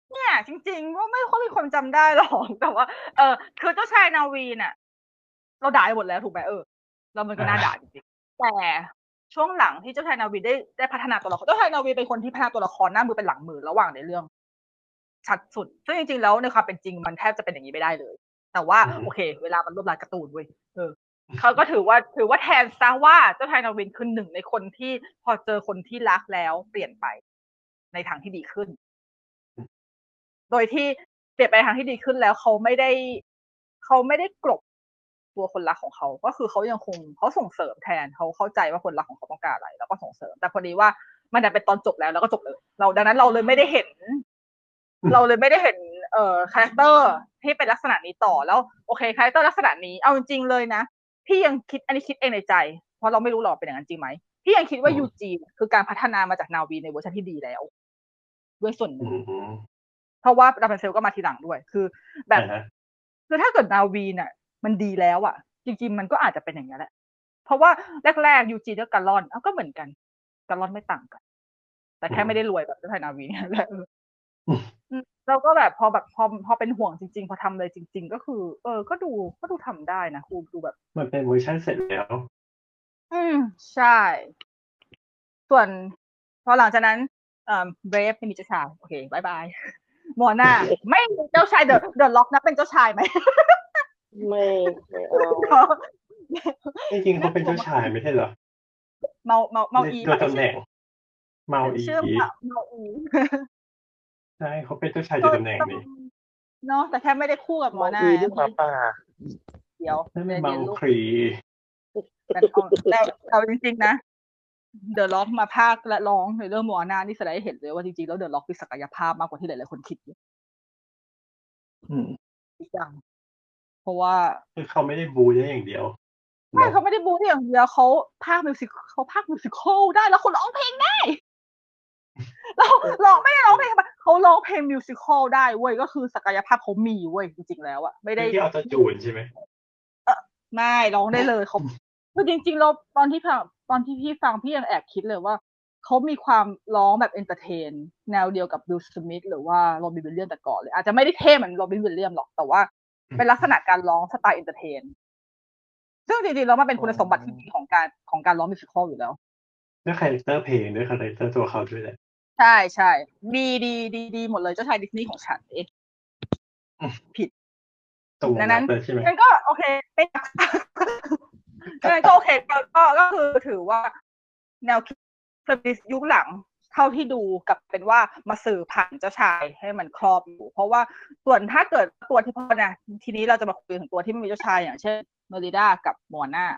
เนี่ยจริงๆว่าไม่ค่อยมีคนจำได้หรอกแต่ว่าเออคือเจ้าชายนาวีน่ะเราด่าไปหมดแล้วถูกไหมเออแล้วมันก็น่าด่าจริงๆแต่ช่วงหลังที่เจ้าชายนาวีได้ได้พัฒนาตัวละครเจ้าชายนาวีเป็นคนที่พัฒนาตัวละครหน้ามือเป็นหลังมือระหว่างในเรื่องชัดสุดซึ่งจริงๆแล้วในความเป็นจริงมันแทบจะเป็นอย่างนี้ไม่ได้เลยแต่ว่าโอเคเวลามันรวบรัดการ์ตูนเว้ยเออเขาก็ถือว่าถือว่าแทนซะว่าเจ้าชายนาวินคือหนึ่งในคนที่พอเจอคนที่รักแล้วเปลี่ยนไปในทางที่ดีขึ้นโดยที่เปลี่ยนไปทางที่ดีขึ้นแล้วเขาไม่ได้เขาไม่ได้กลบตัวคนรักของเขาก็คือเขายังคงเขาส่งเสริมแทนเขาเข้าใจว่าคนรักของเขาต้องการอะไรแล้วก็ส่งเสริมแต่พอดีว่ามันจะเป็นตอนจบแล้วแล้วก็จบเลยเราดังนั้นเราเลยไม่ได้เห็นเราเลยไม่ได้เห็นเอ่อคาแรคเตอร์ที่เป็นลักษณะนี้ต่อแล้วโอเคคาแรคเตอร์ลักษณะนี้เอาจริงๆเลยนะพี่ยังคิดอันนี้คิดเองในใจเพราะเราไม่รู้หรอกเป็นอย่างนั้นจริงไหมพี่ยังคิดว่ายูจีคือการพัฒนามาจากนาวีในเวอร์ชันที่ดีแล้วด้วยส่วนหนึ่งเพราะว่าราพันเซลก็มาทีหลังด้วยคือแบบคือถ้าเกิดนาวีเนี่ยมันดีแล้วอ่ะจริงๆมันก็อาจจะเป็นอย่างนี้แหละเพราะว่าแรกๆยูจีกับกาลอนเอ้าก็เหมือนกันกาลอนไม่ต่างกันแต่แค่ไม่ได้รวยแบบเจ้าชายนาวีเนี่ยแหละเราก็แบบพอแบบพอพอเป็นห่วงจริงๆพอทำเลยจริงๆก็คือเออก็ดูก็ดูทำได้นะครูดูแบบมันเป็นเวอร์ชันเสร็จแล้วอืมใช่ส่วนพอหลังจากนั้นเอ่อเบรฟไม่มีเจ้าชายโอเคบายบายมอร์นาไม่มีเจ้าชายเดอะเดอะล็อกนะเป็นเจ้าชายไหมไม่ไม่เอาจริงๆเขาเป็นเจ้าชายไม่ใช่เหรอเมาเมาเมาอีโดยตำแหน่งเมาอีชื่อเมาอีใช่เขาเป็นเจ้าชายโดยตำแหน่งนี้เนาะแต่แค่ไม่ได้คู่กับหมอหน้าด้วยหมาป่าเดี๋ยวนั่นเป็นเมาครีแต่แต่เอาจริงๆนะเดอะล็อกมาภาคและร้องในเรื่องหมอหน้านี่แสดงให้เห็นเลยว่าจริงๆแล้วเดอะล็อกมีศักยภาพมากกว่าที่หลายๆคนคิดอืมจังเพราะว่าคือเขาไม่ได้บูได้อย่างเดียวใช่เขาไม่ได้บูได้อย่างเดียวเขาภาคมิวสิคเขาภาคมิวสิคอลได้แล้วเขาร้องเพลงได้เราร้องไม่ได้ร้องเพลงเขาร้องเพลงมิวสิคอลได้เว้ยก็คือศักยภาพเขามีเว้ยจริงๆแล้วอะไม่ได้ที่เอาตะจูนใช่ไหมเออไม่ร้องได้เลยเขาคือจริงๆเราตอนที่ฟังตอนที่พี่ฟังพี่ยังแอบคิดเลยว่าเขามีความร้องแบบเอนเตอร์เทนแนวเดียวกับบิลสมิธหรือว่าโรบินวิลเลียมแต่ก่อนเลยอาจจะไม่ได้เท่เหมือนโรบินวิลเลียมหรอกแต่ว่าเป็นลักษณะการร้องสไตล์เอนเตอร์เทนซึ่งจริงๆแล้วมันเป็นคุณสมบัติที่ดีของการของการร้องมิวสิคอลอยู่แล้วด้วยคาแรคเตอร์เพลงด้วยคาแรคเตอร์ตัวเขาด้วยแหละใช่ใช่ดีดีดีดีหมดเลยเจ้าชายดิสนีย์ของฉันเองผิดดังนั้นงั้นก็โอเคเป็นงั้นก็โอเคก็ก็คือถือว่าแนวคิดเฟมินิสต์ยุคหลังเท่าที่ดูกับเป็นว่ามาสื่อผ่านเจ้าชายให้มันครอบอยู่เพราะว่าส่วนถ้าเกิดตัวที่พอนะทีนี้เราจะมาคุยถึงตัวที่ไม่มีเจ้าชายอย่างเช่นเมลิดากับมอร์นา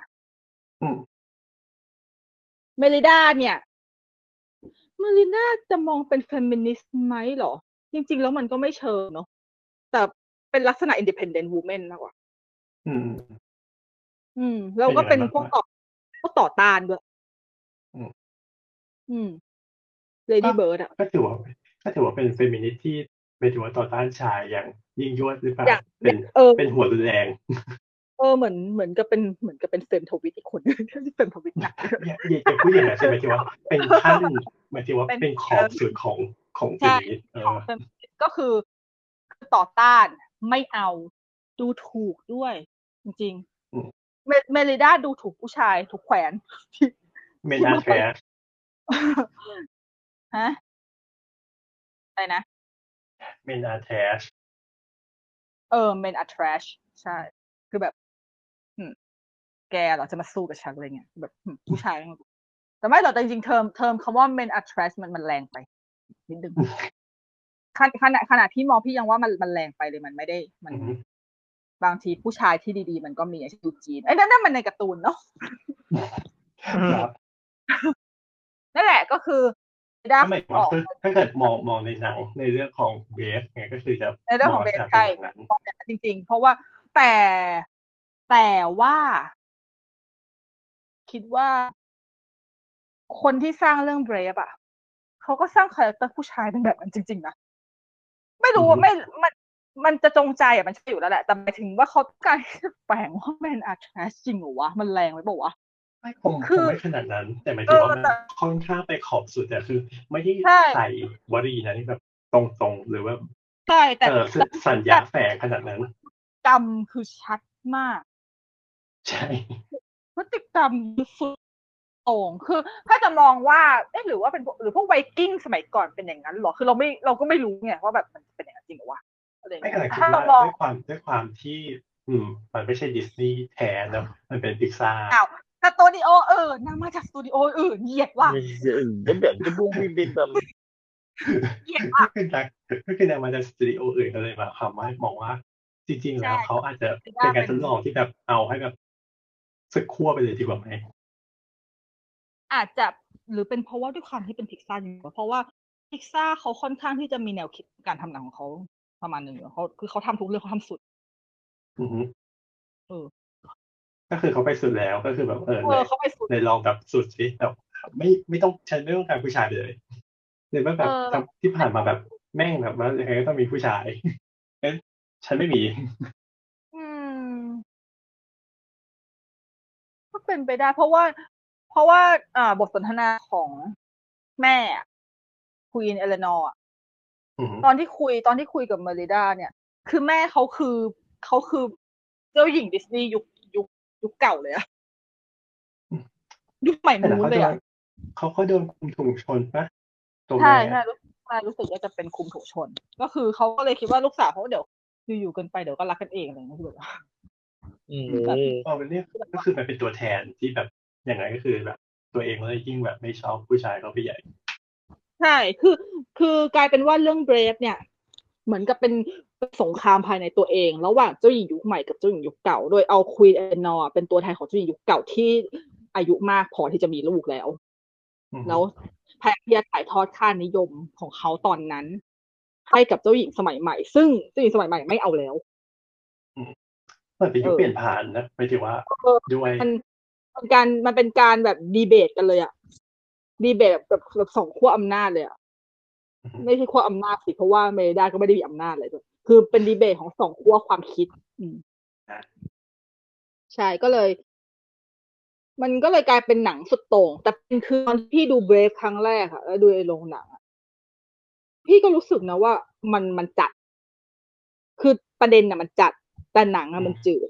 เมลิดาเนี่ยเมลิดาจะมองเป็นเฟมินิสต์ไหมหรอจริงๆแล้วมันก็ไม่เชิงเนาะแต่เป็นลักษณะ independent woman มากกว่าอืมอืมแล้วก็เป็นพวกต่อพวกต่อต้านด้วยอืมอืมเลดี้เบิร์ดอ่ะก็ถือว่าก็ถือว่าเป็นเฟมินิสต์ที่เป็นถือว่าต่อต้านชายอย่างยิ่งยวดหรือเปล่าเป็นเป็นหัวรุนแรงเออเหมือนเหมือนกับเป็นเหมือนกับเป็นเฟมทวิตอีกคนที่เฟมทวิตหนักอย่าอย่าพูดอย่างนั้นใช่ไหมที่ว่าเป็นขั้นหมายถึงว่าเป็นขอบสุดของของเฟมินิสต์ก็คือต่อต้านไม่เอาดูถูกด้วยจริงๆเมลิดาดูถูกผู้ชายถูกแขวนเมนาแทรชฮะอะไรนะเมนาแทรชเออเมนอะแทรชใช่คือแบบแกเหรอจะมาสู้กับฉันอะไรเงี้ยแบบผู้ชายแต่ไม่แต่จริงๆเทอมเทอมคำว่า men are trash มันมันแรงไปนิดนึงขนาดขนาดขนาดพี่มองพี่ยังว่ามันมันแรงไปเลยมันไม่ได้มันบางทีผู้ชายที่ดีๆมันก็มีอย่างเช่นยูจีนไอ้นั่นนั่นมันในการ์ตูนเนาะนั่นแหละก็คือถ้าไม่ถ้าเกิดมองมองในหนังในเรื่องของเบฟไงก็คือจะในเรื่องของเบฟใช่จริงๆเพราะว่าแต่แต่ว่าคิดว่าคนที่สร้างเรื่องเบรฟอ่ะเขาก็สร้างคาแรคเตอร์ผู้ชายเป็นแบบนั้นจริงๆนะไม่รู้ว่าไม่มันมันจะจงใจอ่ะมันจะอยู่แล้วแหละแต่หมายถึงว่าเขาต้องการแฝงว่าแมนอาร์แทสจริงเหรอวะมันแรงไหมบอกว่าไม่คงคงไม่ขนาดนั้นแต่หมายถึงว่ามันค่อนข้างไปขอบสุดแต่คือไม่ได้ใส่วลีนะที่แบบตรงๆหรือว่าใช่ แต่เออ สแต่สัญแตญาแฝงขนาดนั้นกรรมคือชัดมากใช่พฤติกรรมคือสุดโต่ง คือถ้าจะมองว่า เอ๊ะ หรือว่าเป็นพวก หรือพวกไวกิงสมัยก่อนเป็นอย่างนั้นเหรอ? คือเราไม่ เราก็ไม่รู้ไงว่าแบบมันเป็นอย่างนั้นจริงเหรอวะ อะไรอย่างไม่เงี้ยกำลังคิถ้าดเรวา่ามองด้วยความ ด้วยความที่ อืม มันไม่ใช่ดิสนีย์แท้เนาะ มันเป็น Pixar อ้าว สตูดิโออื่น นางมาจากสตูดิโออื่น เหยียดว่ะแบบแบบจะบูมบิมบิมบัมเหยียดก็ว่ะคือนาง ก็คือนางมาจากสตูดิโออื่น ก็เลยหมายความว่า มองว่า จริง ๆใชแล้่วเขาอาจจะคิดเวป็่านกเาปร็ทนดลองที่แบบเอาให้แบบสุดขั้วไปเลยดีกว่าไหม? อาจจะ หรือเป็นเพราะว่าด้วยความที่เป็น Pixar จริง ๆ เพราะว่า Pixar เขาค่อนข้างที่จะมีแนวคิดการทำหนังของเขาประมาณหนึ่งอยู่ เขา คือเขาทำทุกเรื่องเขาทำสุดอือฮึเออก็คือเขาไปสุดแล้ว ก็คือแบบ เออเอไหนอ เขาไปสุดไหนลองแบบสุดสิ แบบไม่ ไม่ต้อง ฉันไม่ต้องการผู้ชายไปเลย ในเมื่อเแอบบอทำ ที่ผ่านมาแบบแม่งแบบว่ายังไงก็ต้องมีผู้ชาย งั้นฉันไม่มีอืม ก็เป็นไปได้ เพราะว่า เพราะว่า อ่า บทสนทนาของแม่อะ Queen Eleanor อะอือฮึตอนที่คุย ตอนที่คุยกับ Merida เนี่ย คือแม่เขาคือ เขาคือเจ้าหญิงดิสนีย์ยุค ยุค ยุคเก่าเลยอะอืมยุคใหม่แต่นู้นเขาโดนเลยอะเขา เขาโดนคุมถุงชนเปล่า? ตัวใชแม่่อะๆ รู้ ใช่ รู้สึกว่าจะเป็นคุมถุงชน ก็คือเขาก็เลยคิดว่าลูกสาวเขาเดี๋ยว อยู่ ๆ กันไปเดี๋ยวก็รักกันเอง อะไรอย่างเงี้ย คือแบบอืแบบมเออ มันเนี่ย ก็คือมันเป็นตัวแทนที่แบบอย่างไรก็คือแบบตัวเองก็เลยยิ่งแบบไม่ชอบผู้ชายเข้าไปใหญ่ใช่ คือ คือกลายเป็นว่าเรื่อง Brave เนี่ย เหมือนกับเป็น เป็นสงครามภายในตัวเอง ระหว่างเจ้าหญิงยุคใหม่กับเจ้าหญิงยุคเก่า โดยเอา Queen Eleanor อะเป็นตัวแทนของเจ้าหญิงยุคเก่าที่อายุมากพอที่จะมีลูกแล้วอือฮแลึ้วพยายามที่จะถ่ายทอดค่านิยมของเขาตอนนั้น ให้กับเจ้าหญิงสมัยใหม่ ซึ่งเจ้าหญิงสมัยใหม่ไม่เอาแล้วอืม มันเป็นเยุคเปลี่ยออนผ่านนะ หมายถึงว่าเออด้วยมัน เป็นการ มันเป็นการแบบดีเบตกันเลยอะ ดีเบตแบบ แบบ สอง ขั้วอำนาจเลยอะอือฮึไม่ใช่ขั้วอำนาจสิ เพราะว่า Merida ก็ไม่ได้มีอำนาจอะไรด้วย คือเป็นดีเบตของ สอง ขั้วความคิด อืมอาใช่ ก็เลย มันก็เลยกลายเป็นหนังสุดโต่ง แต่ คือตอนที่ดู Brave ครั้งแรกอะ แล้วดูในโรงหนังอะ พี่ก็รู้สึกนะว่ามัน มันจัด คือประเด็นน่ะมันจัด แต่หนังออืะมันมจืด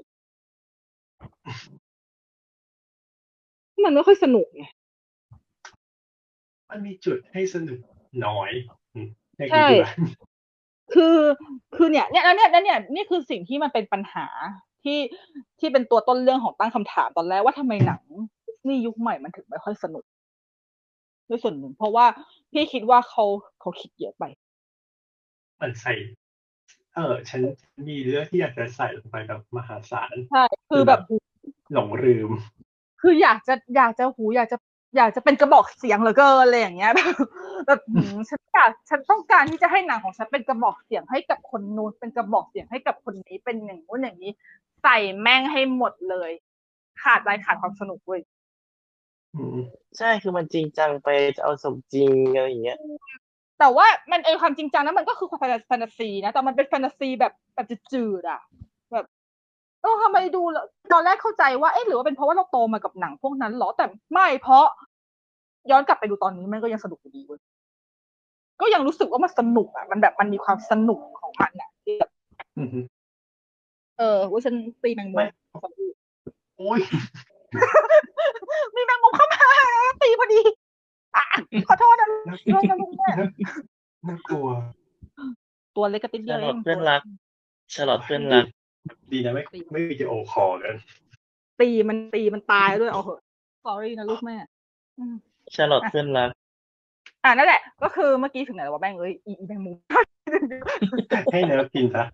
มันไม่ค่อยสนุกไงมันมีจุดให้สนุกน้อย อืม เรียกใชงี้่ดีกว่าคือ คือเนี่ย เนี่ย แล้วเนี่ย แล้วเนี่ย นี่คือสิ่งที่มันเป็นปัญหาที่ ที่เป็นตัวต้นเรื่องของตั้งคำถามตอนแรกว่า ทำไมหนังดิสนีย์ยุคใหม่มันถึงไม่ค่อยสนุก ด้วยส่วนหนึ่ง เพราะว่าพี่คิดว่าเขา เขาคิดเยอะไปมันใส่ เอ่อ ฉันมีเรื่องที่อยากจะใส่ลงไปแบบมหาศาลใช่ คจือนแแบบบบ โอ้โฮหลงลืมคืออยากจะ อยากจะ โอ้โฮ อยากจะ อยากจะเป็นกระบอกเสียงเหลือเกิน อะไรอย่างเงี้ย แบบ แบบ อื้อฮือ ฉันอยาก ฉันต้องการที่จะให้หนังของฉันเป็นกระบอกเสียงให้กับคนนู้น เป็นกระบอกเสียงให้กับคนนี้ เป็นอย่างนู้นอย่างงี้ ใส่แม่งให้หมดเลย ขาดอะไร ขาดความสนุกเว้ยอืมใช่ คือมันจริงจังไป จะเอาสมจริง อะไรอย่างเงี้ยอืม แต่ว่ามัน ไอ้ความจริงจังนั้นมันก็คือความแฟนตา แฟนตาซีนะ แต่มันเป็นแฟนตาซีแบบ แบบจืด ๆ อะ แบบ เออ ทำไมดูแล้ว ตอนแรกเข้าใจว่า เอ๊ะ หรือว่าเป็นเพราะว่าเราโตมากับหนังพวกนั้นเหรอ? แต่ไม่ เพราะ ย้อนกลับไปดูตอนนี้มันก็ยังสนุกอยู่ดีเว้ย ก็ยังรู้สึกว่ามันสนุกอะ มันแบบ มันมีความสนุกของมันน่ะ ที่แบบอือฮึเออ อุ๊ย ฉันตีแมงไมมุ่ม ขอโทษโอ๊ยมีแมงมุมเข้ามา ตีพอดี อา ขอโทษนะน่าขอโทษนะลูกแม่น่า น่ากลัวตัวเล็กกระติ๊ดเดียวเอง Charlotte เพื่ตอันวรัก Charlotte เพื่อนดรีักดีนะไม่ตีไม่วิดีโอคอลกันตีมัน ตีมันตายด้วย เอาเหอะ Sorry นะลูกแม่ อืม Charlotte อะเพื่อนรักอา นั่นแหละ ก็คือเมื่อกี้ถึงไหนแล้ววะแม่งเอ้ย อี อีแมงมุมให้เนิร์ฟกินเสีย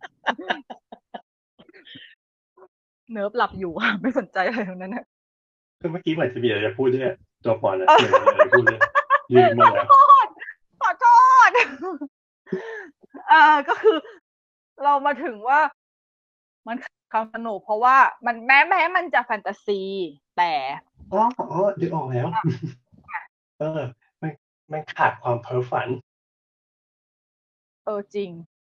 เนิร์ฟหลับอยู่ อะ ไม่สนใจอะไรทั้งนั้นน่ะคือเมื่อกี้เหมือนจะมีอะไรจะพูดด้วย ตัวปอนอะ เหมือนมีอะไรจะพูดด้วย ลืมหมดแล้วขอโทษ ขอโทษ เออ ก็คือ เรามาถึงว่า มันขาดความสนุก เพราะว่ามัน แม้ แม้มันจะแฟนตาซี แต่อ๋อ อ๋อ นึกออกแล้วค่ะ ค่ะเออ มัน มันขาดความเพ้อฝันเออ จริง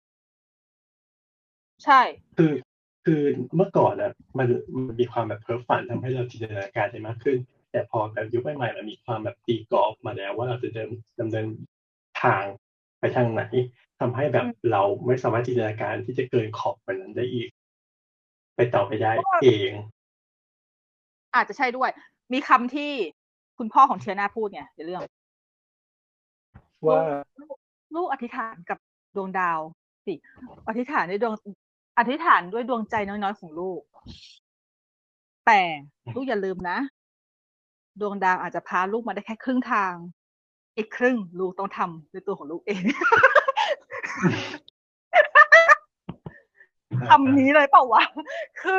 ใช่คือ คือเมื่อก่อนน่ะ มัน มันมีความแบบเพ้อฝัน ทำให้เราจินตนาการได้มากขึ้น แต่พอแบบยุคใหม่ ๆ มันมีความแบบตีกรอบมาแล้วว่า เราจะเดิน ดำเนินทางไปทางไหนทำให้แบอืบมเราไม่สามารถจินตนาการที่จะเกินขอบกว่านั้นได้อีก ไปต่อไม่ได้ก็เองอาจจะใช่ด้วย มีคำที่คุณพ่อของ Tiana พูดไงในเรื่องว่ลูาก ลูก ลูกอธิษฐานกับดวงดาวสิ อธิษฐานด้วยดวง อธิษฐานด้วยดวงใจน้อย ๆ ของลูก แต่ลูกอย่าลืมนะ ดวงดาวอาจจะพาลูกมาได้แค่ครึ่งทาง อีกครึ่งลูกต้องทำด้วยตัวของลูกเองอาคำนี้เลยเปล่าวะ? คือ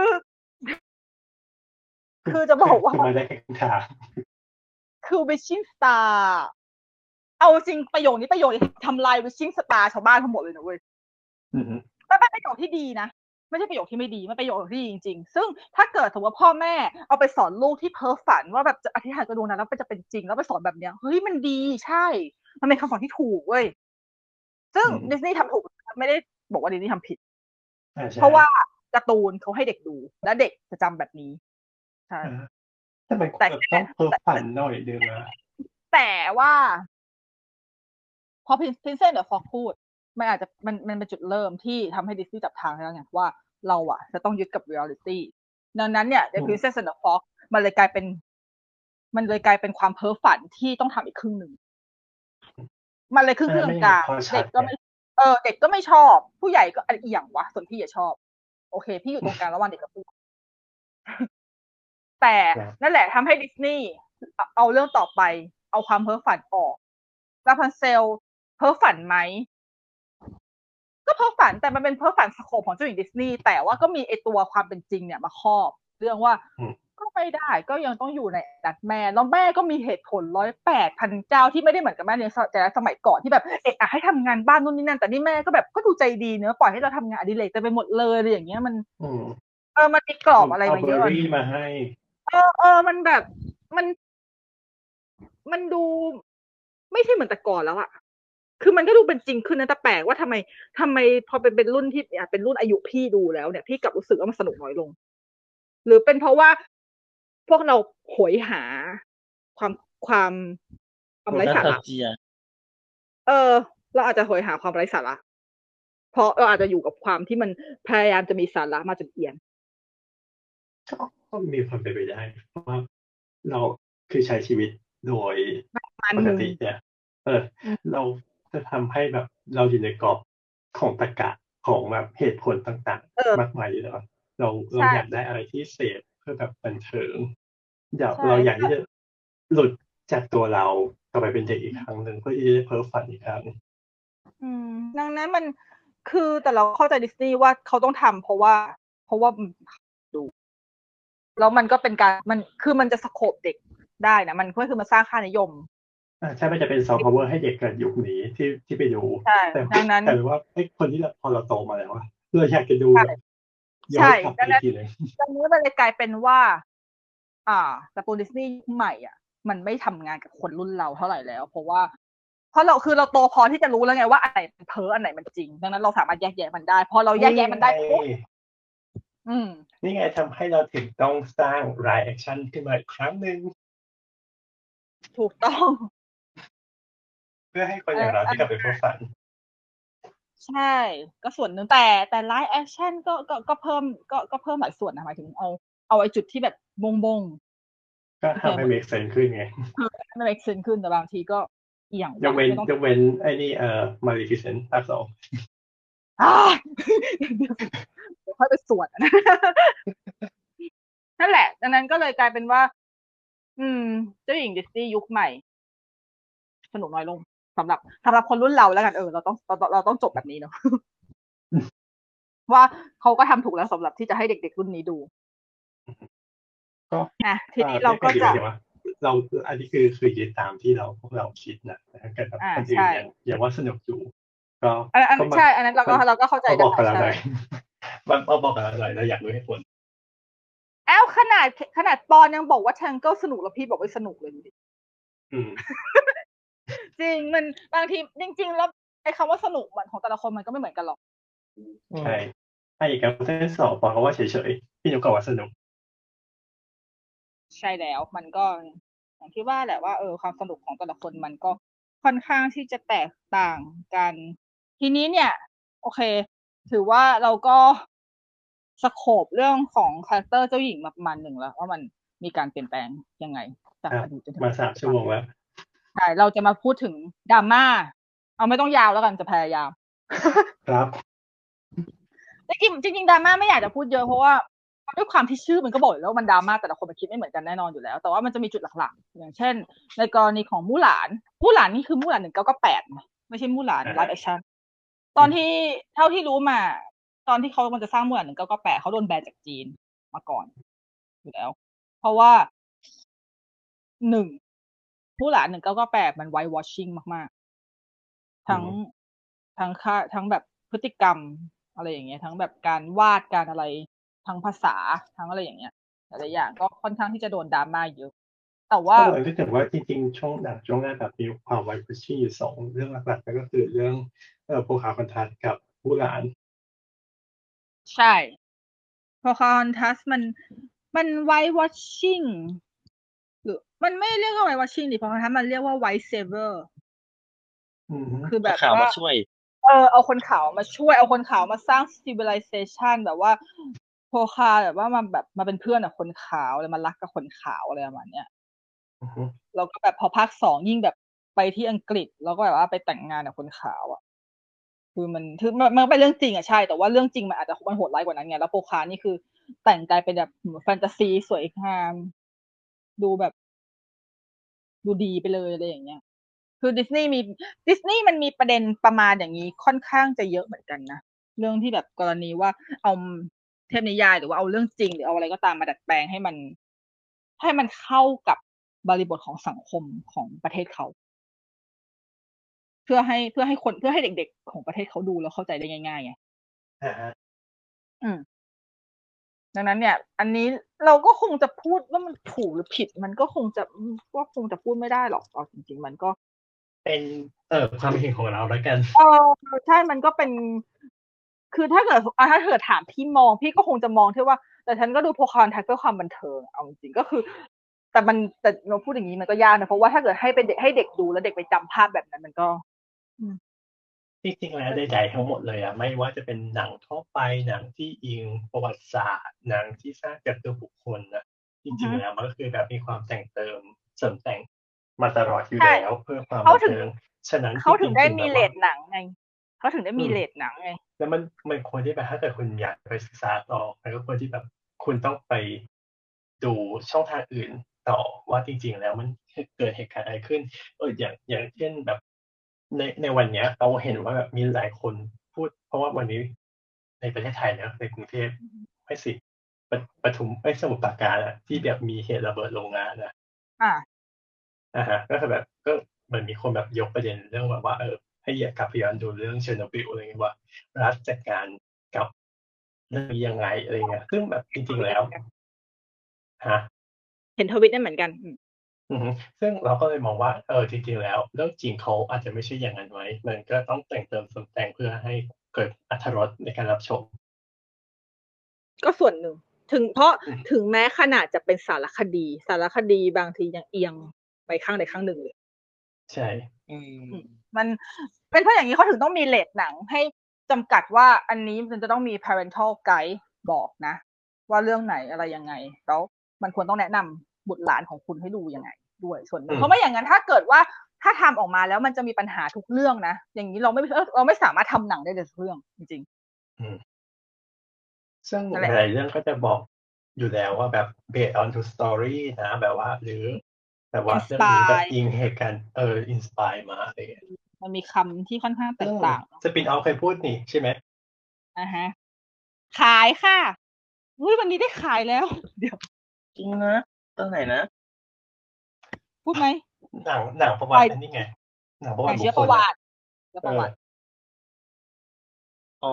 คือจะคบอกว่าคือมาได้แค่ครึ่งทางคือ Wishing Star อะ เอาจริง ๆ ประโยคนี้ประโยคเดียว ทำลาย Wishing Star ชาวบ้านทั้งหมดเลยนะเว้ยอือฮึมันเป็นประโยคที่ดีนะ ไม่ใช่ประโยคที่ไม่ดี มันเป็นประโยคที่ดีจริง ๆ ซึ่งถ้าเกิดสมมุติว่าพ่อแม่เอาไปสอนลูกที่เพ้อฝันว่าแบบจะอธิษฐานกับดวงนั้นแล้วมันจะเป็นจริง แล้วไปสอนแบบเนี้ย เฮ้ย มันดี ใช่ มันเป็นคำสอนที่ถูกเว้ย ซึ่งอืมดิสนีย์ทำถูก ไม่ได้บอกว่าดิสนีย์ทำผิดอา ใช่เพราะว่าการ์ตูนเขาให้เด็กดู และเด็กจะจำแบบนี้ ใช่เออ แต่มันแต่แบบแค่ต้องเพ้อแต่ฝันหน่อยหนึ่งอะแต่ว่า พอ Prin Princess กับ Frog พูด มันอาจจะ มัน มันเป็นจุดเริ่มที่ทำให้ดิสนีย์จับทางได้แล้วไงว่า เราอะจะต้องยึดกับ เรียลลิตี ดังนั้นเนี่ยอื The ม Princess and the Frog มันเลยกลายเป็น มันเลยกลายเป็นความเพ้อฝันที่ต้องทำอีกครึ่งหนึ่ง มันเลยครอันนั้ึ่นไม่ง ๆ กลางพอๆชเดั็ดไงกก็ไม่ เออ เด็กก็ไม่ชอบ ผู้ใหญ่ก็ อะ อิหยังวะ ส่วนพี่อะชอบ โอเค พี่อยู่ตรงกลางระหว่างเด็กกับผู้ แต่ครับนั่นแหละทำให้ดิสนีย์ อ เอาเรื่องต่อไป เอาความเพ้อฝันออก Rapunzel เพ้อฝันไหม? ก็เพ้อฝัน แต่มันเป็นเพ้อฝันสโกปของเจ้าหญิงดิสนีย์ แต่ว่าก็มีไอ้ตัวความเป็นจริงเนี่ยมาครอบ เรื่องว่าอืมก็ไม่ได้ ก็ยังต้องอยู่ในดักแม่ แล้วแม่ก็มีเหตุผล ร้อยแปดพันเก้า ที่ไม่ได้เหมือนกับแม่ใน ส แต่ละสมัยก่อนที่แบบเอะอะให้ทำงานบ้านนู่นนี่นั่น แต่นี่แม่ก็แบบก็ดูใจดีเนาะ ปล่อยให้เราทำงานอดิเรกเต็มไปหมดเลย อะไรอย่างเงี้ย มันอืมเออ มันมีกรอบอะไรเอามาเบเยออะร์อะรี่มาให้เออ ๆ มันแบบ มัน มันดูไม่ใช่เหมือนแต่ก่อนแล้วอะ คือมันก็ดูเป็นจริงขึ้นนะ แต่แปลกว่าทำไม ทำไมพอเป็น เป็นรุ่นที่ อ่า เป็นรุ่นอายุพี่ดูแล้วเนี่ย พี่กลับรู้สึกว่ามันสนุกน้อยลง หรือเป็นเพราะว่าพวกเราโหยหาความ ความ ความไร้สาระ Nostalgia เออ เราอาจจะโหยหาความไร้สาระ เพราะเราอาจจะอยู่กับความที่มันพยายามจะมีสาระมาจนเอียนก็ ก็มีความเป็นไปได้ เพราะว่าเราคือใช้ชีวิตโดยประมาณปหกนึ่งติเนี่ย เอออืมเราจะทำให้แบบเราอยู่ในกรอบของตรรกะ ของแบบเหตุผลต่างเออๆ มากมายอยู่แล้ว เราใเรชา่อยากได้อะไรที่เสพเพื่อแบบบันเทิง อยากใช่เราอยากใชที่่จะหลุดจากตัวเรากลับไปเป็นเด็กอีกครั้งหนึ่ง เพื่อที่จะได้เพ้อฝันอีกครั้งอืม ดังนั้นมัน คือ แต่เราเข้าใจดิสนีย์ว่าเขาต้องทำ เพราะว่า เพราะว่า อืม ดู แล้วมันก็เป็นการ มัน คือมันจะ สโกป เด็กได้นะ มันก็คือมันสร้างค่านิยมอา ใช่ มันจะเป็น ซอฟต์ พาวเวอร์ ให้เด็กเกิดยุคนี้ที่ ที่ไปดูใช่แต่ดังนั้นกลายเป็นว่า เฮ้ย คนที่เรา พอเราโตมาแล้วอะ เราอยากจะดูใช่แบบ ย้ใอชน่กลับไปดังนั้นอีกทีหนึ่งดังนั้นมันเลยกลายเป็นว่า อ่า การ์ตูนดิสนีย์ยุคใหม่อะ มันไม่ทำงานกับคนรุ่นเราเท่าไรแล้ว เพราะว่า เพราะเรา คือเราโตพอที่จะรู้แล้วไงว่า อันไหนมันเพ้อ อันไหนมันจริง ดังนั้นเราสามารถแยกแยะมันได้ พอเราแยกแยะมันได้ปุ๊บ อืมนี่ไงทำให้เราถึงต้องสร้าง Live Action ขึ้นมาอีกครั้งหนึ่งถูก ต้องเพื่อให้คนเอออย่างเราอันที่กลับไปเพ้อฝันใช่ ก็ส่วนหนึ่ง แต่ แต่ Live Action ก็ ก็ ก็เพิ่ม ก็ ก็เพิ่มหลายส่วนนะ หมายถึงเอา เอาไอ้จุดที่แบบบ้ง ๆก็ทำให้ เมกเซนส์ ขึ้นไงเออ ให้มัน เมกเซนส์ ขึ้น แต่บางทีก็ อิหยังยว กเว้นไม่ต้องยกเว้นไอ้นี่ เอ่อ Maleficent ภาค สองอา เดี๋ยว เดี๋ยวค่อยไปสวด นั่นแหละ ดังนั้นก็เลยกลายเป็นว่า อืม เจ้าหญิงดิสนีย์ยุคใหม่ สนุกน้อยลง สำหรับ สำหรับคนรุ่นเราแล้วกัน เออ เราต้อง เรา เราต้องจบแบบนี้เนาะ ว่าเขาก็ทำถูกแล้วสำหรับที่จะให้เด็ก ๆ รุ่นนี้ดูก็อา ทีอ่านี้ไเราม่ก็ไม่ถือจะหมายถึงว่า เรา อันนี้คือ คือยึดตามที่เรา พวกเราคิดนะ แต่ถ้าเกิดแบบอาคนอื่ใชน่ยัง ยังว่าสนุกอยู่ ก็อัน อันก็มาใช่ อันนั้นเราก็ เราก็เข้าใจมาไดบอกกับเราใช่หน่อย มา มาบอกกับเราหน่อย เราอยากรู้เหตุผลอ้าว ขนาด ข ขนาดปอนยังบอกว่า Tangled สนุก แล้วพี่บอกไม่สนุกเลยดูดิอืมจริง มัน บางที จริง ๆ แล้วไอ้คำว่าสนุกมันของแต่ละคนมันก็ไม่เหมือนกันหรอกใช่ ถ้าอย่าง Frozen สอง ปอนก็ว่าเฉย ๆ พี่นุ๊กก็ว่าสนุกใช่แล้ว มันก็ อย่างที่ว่าแหละว่า เออ ความสนุกของแต่ละคนมันก็ค่อนข้างที่จะแตกต่างกันทีนี้เนี่ยโอเคถือว่าเราก็สโคปเรื่องของคาแรคเตอร์เจ้าหญิงมาประมาณหนึ่งแล้วว่ามันมีการเปลี่ยนแปลงยังไงจากอดีตจนถึงมาสามชั่วโมงแล้วใช่เราจะมาพูดถึงดราม่าเอาไม่ต้องยาวแล้วกันจะพยายามครับจริงจริงดราม่าไม่อยากจะพูดเยอะเพราะว่าด้วยความที่ชื่อมันก็บอกแล้วมันดราม่าแต่ละคนมันคิดไม่เหมือนกันแน่นอนอยู่แล้วแต่ว่ามันจะมีจุดหลักๆอย่างเช่นในกรณีของมู่หลานมู่หลานนี่คือมู่หลานหนึ่งเก้าเก้าแปดนะไม่ใช่มู่หลานไลฟ์แอคชั่นตอนที่เท่าที่รู้มาตอนที่เขามันจะสร้างมู่หลานหนึ่งเก้าเก้าแปดเขาโดนแบนจากจีนมาก่อนอยู่แล้วเพราะว่าหนึ่งมู่หลานหนึ่งเก้าเก้าแปดมันไวท์วอชชิ่งมากๆทั้งทั้งค่าทั้งแบบพฤติกรรมอะไรอย่างเงี้ยทั้งแบบการวาดการอะไรทั้งภาษาทั้งอะไรอย่างเงี้ยหลายอย่างก็ค่อนข้างที่จะโดนดราม่าเยอะแต่ว่าก็เลยรู้สึกว่าจริงๆช่วงหนังช่วงแรกแบบมีความไวพุชชี่อยู่สองเรื่องหลักๆก็คือเรื่องเอ่อโพคาคอนทัสกับมู่หลานใช่พอคอนทัสมันมันไวท์วอชชิ่งหรือมันไม่เรียกว่าไวท์วอชชิ่งดิพอคอนทัสมันเรียกว่าไวท์เซเวอร์คือแบบข่าวว่ามาช่วยเออเอาคนขาวมาช่วยเอาคนขาวมาสร้าง civilization แบบว่าโพคาแบบว่ามาแบบมาเป็นเพื่อนกับคนขาวเลยมารักกับคนขาวอะไรประมาณเนี้ยแล้วก็แบบพอภาคสองยิ่งแบบไปที่อังกฤษแล้วก็แบบว่าไปแต่งงานกับคนขาวอ่ะคือมันคือมันมันเป็นเรื่องจริงอ่ะใช่แต่ว่าเรื่องจริงมันอาจจะมันโหดร้ายกว่านั้นไงแล้วโพคานี่คือแต่งกายเป็นแบบแฟนตาซีสวยงามดูแบบดูดีไปเลยอะไรอย่างเงี้ยคือดิสนีย์มีดิสนีย์มันมีประเด็นประมาณอย่างนี้ค่อนข้างจะเยอะเหมือนกันนะเรื่องที่แบบกรณีว่าเอาเทพนิยายหรือว่าเอาเรื่องจริงหรือเอาอะไรก็ตามมาดัดแปลงให้มันให้มันเข้ากับบริบทของสังคมของประเทศเขาเพื่อให้เพื่อให้คนเพื่อให้เด็กๆของประเทศเขาดูแล้วเข้าใจได้ง่ายๆไงอ่าฮะอืมดังนั้นเนี่ยอันนี้เราก็คงจะพูดว่ามันถูกหรือผิดมันก็คงจะก็คงจะพูดไม่ได้หรอกเอาจริงๆมันก็เป็นเอ่อความเห็นของเราแล้วกันเออใช่มันก็เป็นคือถ้าเกิดถ้าเกิดถามพี่มองพี่ก็คงจะมองที่ว่าแต่ฉันก็ดูโพคอนแทคเพื่อความบันเทิงเอาจริงก็คือแต่มันแต่เราพูดอย่างนี้มันก็ยากนะเพราะว่าถ้าเกิดให้เป็นเด็กให้เด็กดูแล้วเด็กไปจำภาพแบบนั้นมันก็จริงๆแล้วใดๆทั้งหมดเลยอะไม่ว่าจะเป็นหนังทั่วไปหนังที่อิงประวัติศาสตร์หนังที่สร้างจากตัวบุคคลน่ะจริงๆแล้วมันก็คือแบบมีความแต่งเติมเสริมแต่งมาตลอดอยู่ใช่แล้วเพื่อความเขาถึงบันเทิงฉะนั้นเขาถึจงได้มีริงๆแล้วอะเรทหนังไงเขาถึงได้อืมมีเรทหนังไงแล้วมันมันควรที่แบบถ้าเกิดคุณอยากไปศึกษาต่อมันก็ควรที่แบบคุณต้องไปดูช่องทางอื่นต่อว่าจริงๆแล้วมันหเกิดเหตุการณ์อะไรขึ้นเอออย่างอย่างเช่นแบบในในวันเนี้ยเราเห็นว่าแบบมีหลายคนพูดเพราะว่าวันนี้ในประเทศไทยเนาะในกรุงเทพไม่สิปปทุมเอ๊ยสมุทรปราการอะที่แบบมีเหตุระเบิดโรงงานอะอ่าอะฮะก็คือแบบก็เหมือนมีคนแบบยกประเด็นเรื่องแบบว่าเออให้อยากกลับไปย้อนดูเรื่องเชอร์โนบิลอะไรเงี้ยว่ารัฐจัดการกับเรื่องนี้ยังไงอะไรเงี้ยซึ่งแบบจริงๆแล้วฮะเห็นทวิตได้เหมือนกันอือฮึซึ่งเราก็เลยมองว่าเออจริงๆแล้วเรื่องจริงเขาอาจจะไม่ใช่อย่างนั้นไหมมันก็ต้องแต่งเติมเสริมแต่งเพื่อให้เกิดอรรถรสในการรับชมก็ส่วนหนึ่งถึงเพราะอืมถึงแม้ขนาดจะเป็นสารคดีสารคดีบางทียังเอียงไปข้างใดข้างหนึ่งเลยใช่อืมมันเป็นเพราะอย่างนี้เขาถึงต้องมีเรทหนังให้จำกัดว่าอันนี้มันจะต้องมี parental guide บอกนะว่าเรื่องไหนอะไรยังไงแล้วมันควรต้องแนะนำบุตรหลานของคุณให้ดูยังไงด้วยส่วนหนึ่งเพราะไม่อย่างนั้นถ้าเกิดว่าถ้าทำออกมาแล้วมันจะมีปัญหาทุกเรื่องนะอย่างนี้เราไม่เราไม่สามารถทำหนังได้เลยทุกเรื่องจริงๆซึ่งๆนั่นแหละหลายๆเรื่องก็จะบอกอยู่แล้วว่าแบบ based on true story นะแบบว่าหรือแบบว่าเรื่องนี้แบบ inspire อิงเหตุการณ์เออ inspire มาอะไรเงี้ยมันมีคำที่ค่อนข้างแตซึ่งกต่าง Spin-off เคยพูดนี่ใช่ไหมอ่ะฮะขายค่ะอุ้ยวันนี้ได้ขายแล้วเดี๋ยวจริงนะตอนไหนนะพูดไหมหนังหนังประไปวัติอันนี้ไงหนังประวัติบุเชื้คคลอะอประวัติเชื้อเออประวัติอ๋อ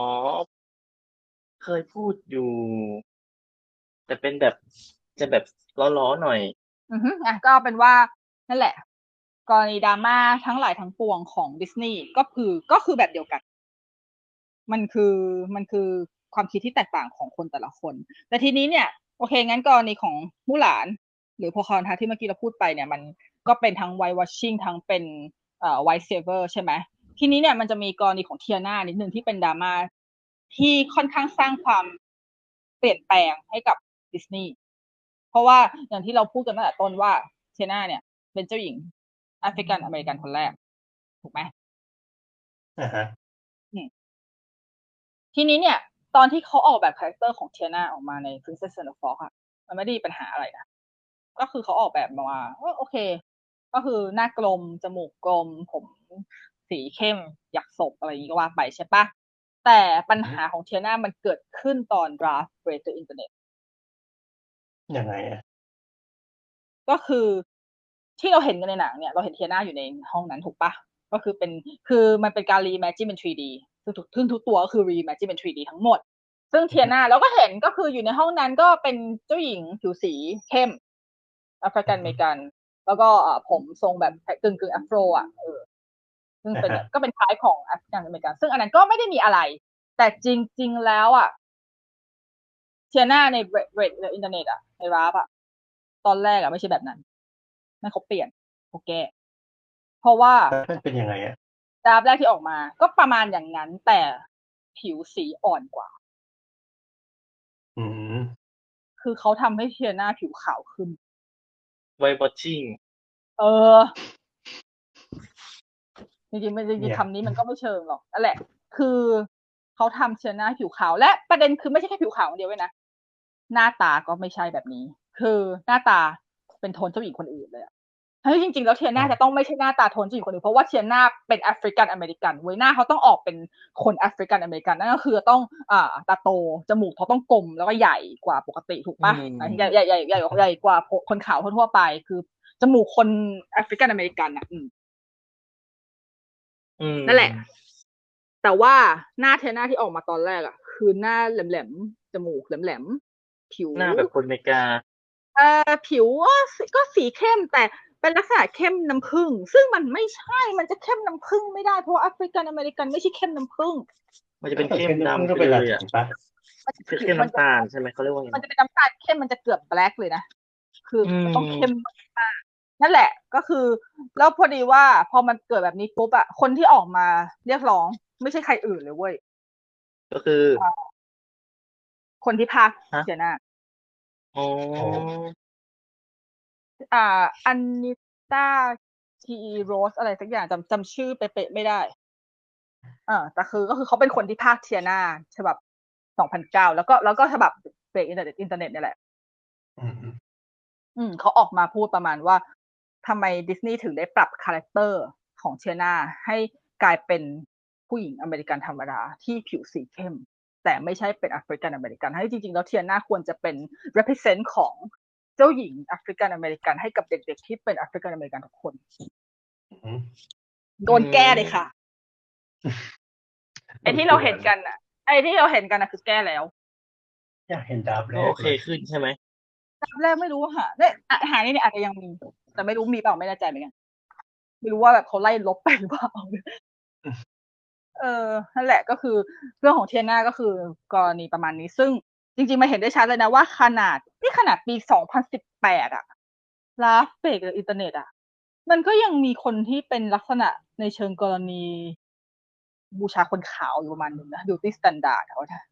เคยพูดอยู่แต่เป็นแบบจะแบบล้อๆหน่อยอือฮึอ่ะก็เป็นว่านั่นแหละกรณีดราม่าทั้งหลายทั้งปวงของดิสนีย์ก็คือก็คือแบบเดียวกันมันคือมันคือความคิดที่แตกต่างของคนแต่ละคนแต่ทีนี้เนี่ยโอเคงั้นกรณีของมู่หลานหรือโพคอนทัสที่เมื่อกี้เราพูดไปเนี่ยมันก็เป็นทั้งไวท์วอชชิ่งทั้งเป็นเอ่อ White Saver ใช่ไหมทีนี้เนี่ยมันจะมีกรณีของเทียนานิดนึงที่เป็นดราม่าที่ค่อนข้างสร้างความเปลี่ยนแปลงให้กับดิสนีย์เพราะว่าอย่างที่เราพูดกันตั้งแต่ต้นว่าเทียนาเนี่ยเป็นเจ้าหญิงแอฟริกันอเมริกันคนแรกถูกไหมอ่าฮะทีนี้เนี่ยตอนที่เขาออกแบบคาแรคเตอร์ของเทียนาออกมาใน Princess and the Frog อะมันไม่ได้มีปัญหาอะไรนะก็คือเขาออกแบบมาว่าโอเคก็คือหน้ากลมจมูกกลมผมสีเข้มอยากศพอะไรอย่างนี้ก็ว่าไปใช่ปะแต่ปัญหาของเทียนามันเกิดขึ้นตอน draft Break the Internet ยังไงอ่ะก็คือที่เราเห็นกันในหนังเนี่ยเราเห็นเทียนาอยู่ในห้องนั้นถูกปะก็คือเป็นคือมันเป็นการรีแมจินเป็น ทรี ดี ซึ่งทุกทุกทุกตัวก็คือรีแมจินเป็น ทรี ดี ทั้งหมดซึ่งเทียนาเราก็เห็นก็คืออยู่ในห้องนั้นก็เป็นเจ้าหญิงผิวสีเข้มแอฟริกันอเมริกันแล้วก็ผมทรงแบบกึ่งกึ่งแอฟโรอ่ะเออซึ่งเป็นก็เป็นคล้ายของแอฟริกันอเมริกันซึ่งอันนั้นก็ไม่ได้มีอะไรแต่จริงๆแล้วอ่ะเทียนาในเรดในอินเทอร์เน็ตอ่ะในราฟอ่ะตอนแรกอ่ะไม่ใช่แบบนั้นนั่นเขาเปลี่ยนเขาแก้เพราะว่ามันเป็นยังไงอ่ะดราฟแรกที่ออกมาก็ประมาณอย่างนั้นแต่ผิวสีอ่อนกว่าอืมคือเขาทำให้เทียนาผิวขาวขึ้นไวท์วอชชิ่งเออจริงๆมันจริงๆคำนี้มันก็ไม่เชิงหรอกนั่นแหละคือเขาทำเทียนาผิวขาวและประเด็นคือไม่ใช่แค่ผิวขาวอย่างเดียวเว้ยนะหน้าตาก็ไม่ใช่แบบนี้คือหน้าตาเป็นโทนเจ้าหญิงคนอื่นเลยอะเฮ้ยจริงๆแล้วเทียนาจะต้องไม่ใช่หน้าตาโทนเจ้าหญิงคนอื่นเพราะว่าเทียนาเป็นแอฟริกันอเมริกันเว้ยหน้าเขาต้องออกเป็นคนแอฟริกันอเมริกันนั่นก็คือต้องอ่าตาโตจมูกเขาต้องกลมแล้วก็ใหญ่กว่าปกติถูกปะใหญ่ใหญ่ใหญ่ใหญ่ใหญ่กว่าคนขาวทั่วไปคือจมูกคนแอฟริกันอเมริกันอ่ะนั่นแหละแต่ว่าหน้าเทน่าที่ออกมาตอนแรกอ่ะคือหน้าแหลมๆจมูกแหลมๆผิวหน้าแบบคนอเมริกาเอ่อผิวก็สีเข้มแต่เป็นลักษณะเข้มน้ำผึ้งซึ่งมันไม่ใช่มันจะเข้มน้ำผึ้งไม่ได้เพราะแอฟริกันอเมริกันไม่ใช่เข้มน้ำผึ้งมันจะเป็นเข้มดำไปเลยอ่ะคือเข้มน้ำตาลใช่ไหมเขาเรียกว่าไงมันจะเป็นน้ำตาลเข้มมันจะเกือบแบล็คเลยนะคือมันต้องเข้มมากนั่นแหละก็คือแล้วพอดีว่าพอมันเกิดแบบนี้ปุ๊บอะคนที่ออกมาเรียกร้องไม่ใช่ใครอื่นเลยเว้ยก็คือคนที่พากย์เทียนาอ๋ออ่าอันนิต้าทีโรสอะไรสักอย่างจำจำชื่อเป๊ะๆไม่ได้อ่าแต่คือก็คือเขาเป็นคนที่พากย์เทียนาฉบับสองพันเก้าแล้วก็แล้วก็ฉบับเบรกอินเทอร์เน็ตอินเทอร์เน็ตนี่แหละอืมอืมเขาออกมาพูดประมาณว่าทำไมดิสนีย์ถึงได้ปรับคาแรคเตอร์ของเทียนาให้กลายเป็นผู้หญิงอเมริกันธรรมดาที่ผิวสีเข้มแต่ไม่ใช่เป็นแอฟริกันอเมริกันให้จริงๆแล้วเทียนาควรจะเป็น represent ของเจ้าหญิงแอฟริกันอเมริกันให้กับเด็กๆที่เป็นแอฟริกันอเมริกันทุกคนโดนแก้เลยค่ะไอ้ที่เราเห็นกันอ่ะไอ้ที่เราเห็นกันอ่ะคือแก้แล้วอยากเห็นดาบแรกโอเคขึ้นใช่ไหมดาบแรกไม่รู้หาเนี่ยหานี่เนี่ยอาจจะยังมีแต่ไม่รู้มีเปล่าไม่แน่ใจเหมือนกันไม่รู้ว่าแบบเขาไล่ลบไปหรือเปล่าเออนั่นแหละก็คือเรื่องของเทียนาก็คือกรณีประมาณนี้ซึ่งจริงๆมาเห็นได้ชัดเลยนะว่าขนาดนี่ขนาดปีสองพันสิบแปดอะลาฟเบรกอินเทอร์เน็ตอะมันก็ยังมีคนที่เป็นลักษณะในเชิงกรณีบูชาคนขาวอยู่ประมาณนึงนะ beauty standard เขานะ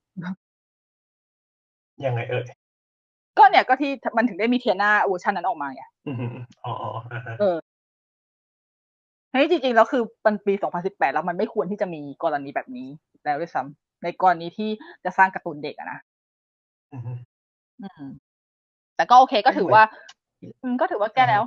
ยังไงเอ่ยก็เนี่ยก็ที่มันถึงได้มีเทียนาเวอร์ชันนั้นออกมาไงอ๋อเออเฮ้ยจริงๆแล้วคือมันปีสองพันสิบแปดแล้วมันไม่ควรที่จะมีกรณีแบบนี้แล้วด้วยซ้ำในกรณีที่จะสร้างการ์ตูนเด็กอะนะอืมแต่ก็โอเคก็ถือว่าอืมก็ถือว่าแก้แล้ว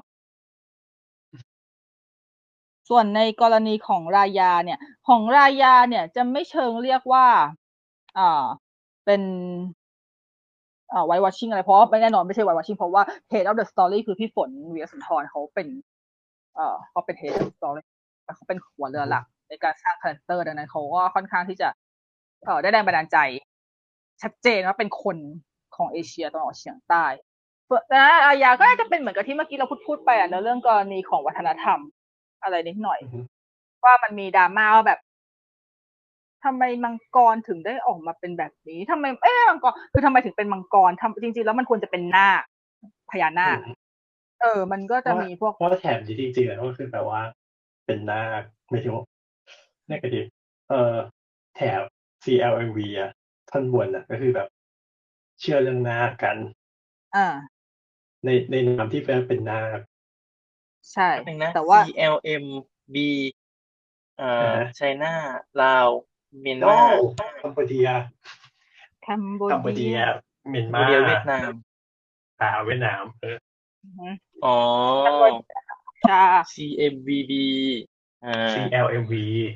ส่วนในกรณีของรายาเนี่ยของรายาเนี่ยจะไม่เชิงเรียกว่าอ่าเป็นอ่าไวท์วอชชิ่งอะไรเพราะไม่แน่นอนไม่ใช่ไวท์วอชชิ่งเพราะว่า Head of the Story คือพี่ฝนวีรสุนทรเขาเป็นเอ่อเขาเป็น Head of the Story เขาเป็นหัวเรือหลักในการสร้างคาแรคเตอร์ดังนั้นเขาก็ค่อนข้างที่จะเอ่อได้แรงบันดาลใจชัดเจนว่าเป็นคนของเอเชียตะวันออกเฉียงใต้แต่อายาก็น่าจะเป็นเหมือนกับที่เมื่อกี้เราพูดพูดไปอ่ะเรื่องกรณีของวัฒนธรรมอะไรนิดหน่อยว่ามันมีดราม่าว่าแบบทำไมมังกรถึงได้ออกมาเป็นแบบนี้ทำไมเอ๊ะมังกรคือทำไมถึงเป็นมังกรทำจริงๆแล้วมันควรจะเป็นนาคพญานาคเออมันก็จะมีพวกเพราะแถบนี้จริงๆก็คือแบบว่าเป็นนาคหมายถึงว่านาคดิเอ่อแถบ ซี แอล เอ็ม วี อ่ะท่อนบนอ่ะก็คือแบบเชื่อเรื่องนาคกันอ่าในในนามที่เป็นเป็นนาคใช่แป๊บนึงนะแต่ว่าซี แอล เอ็ม บี เอ่อ่าอฮะไชน่า ลาว เมียนโน้มาคัมโบเดียคัมโบคัมโบเดีเดียย เมียนคัมโบมาเดีย เวียดนามอ่า เวียดนาม เอออือฮึอ๋อคัมโบ ชาซี เอ็ม วี บี อาซี แอล เอ็ม วี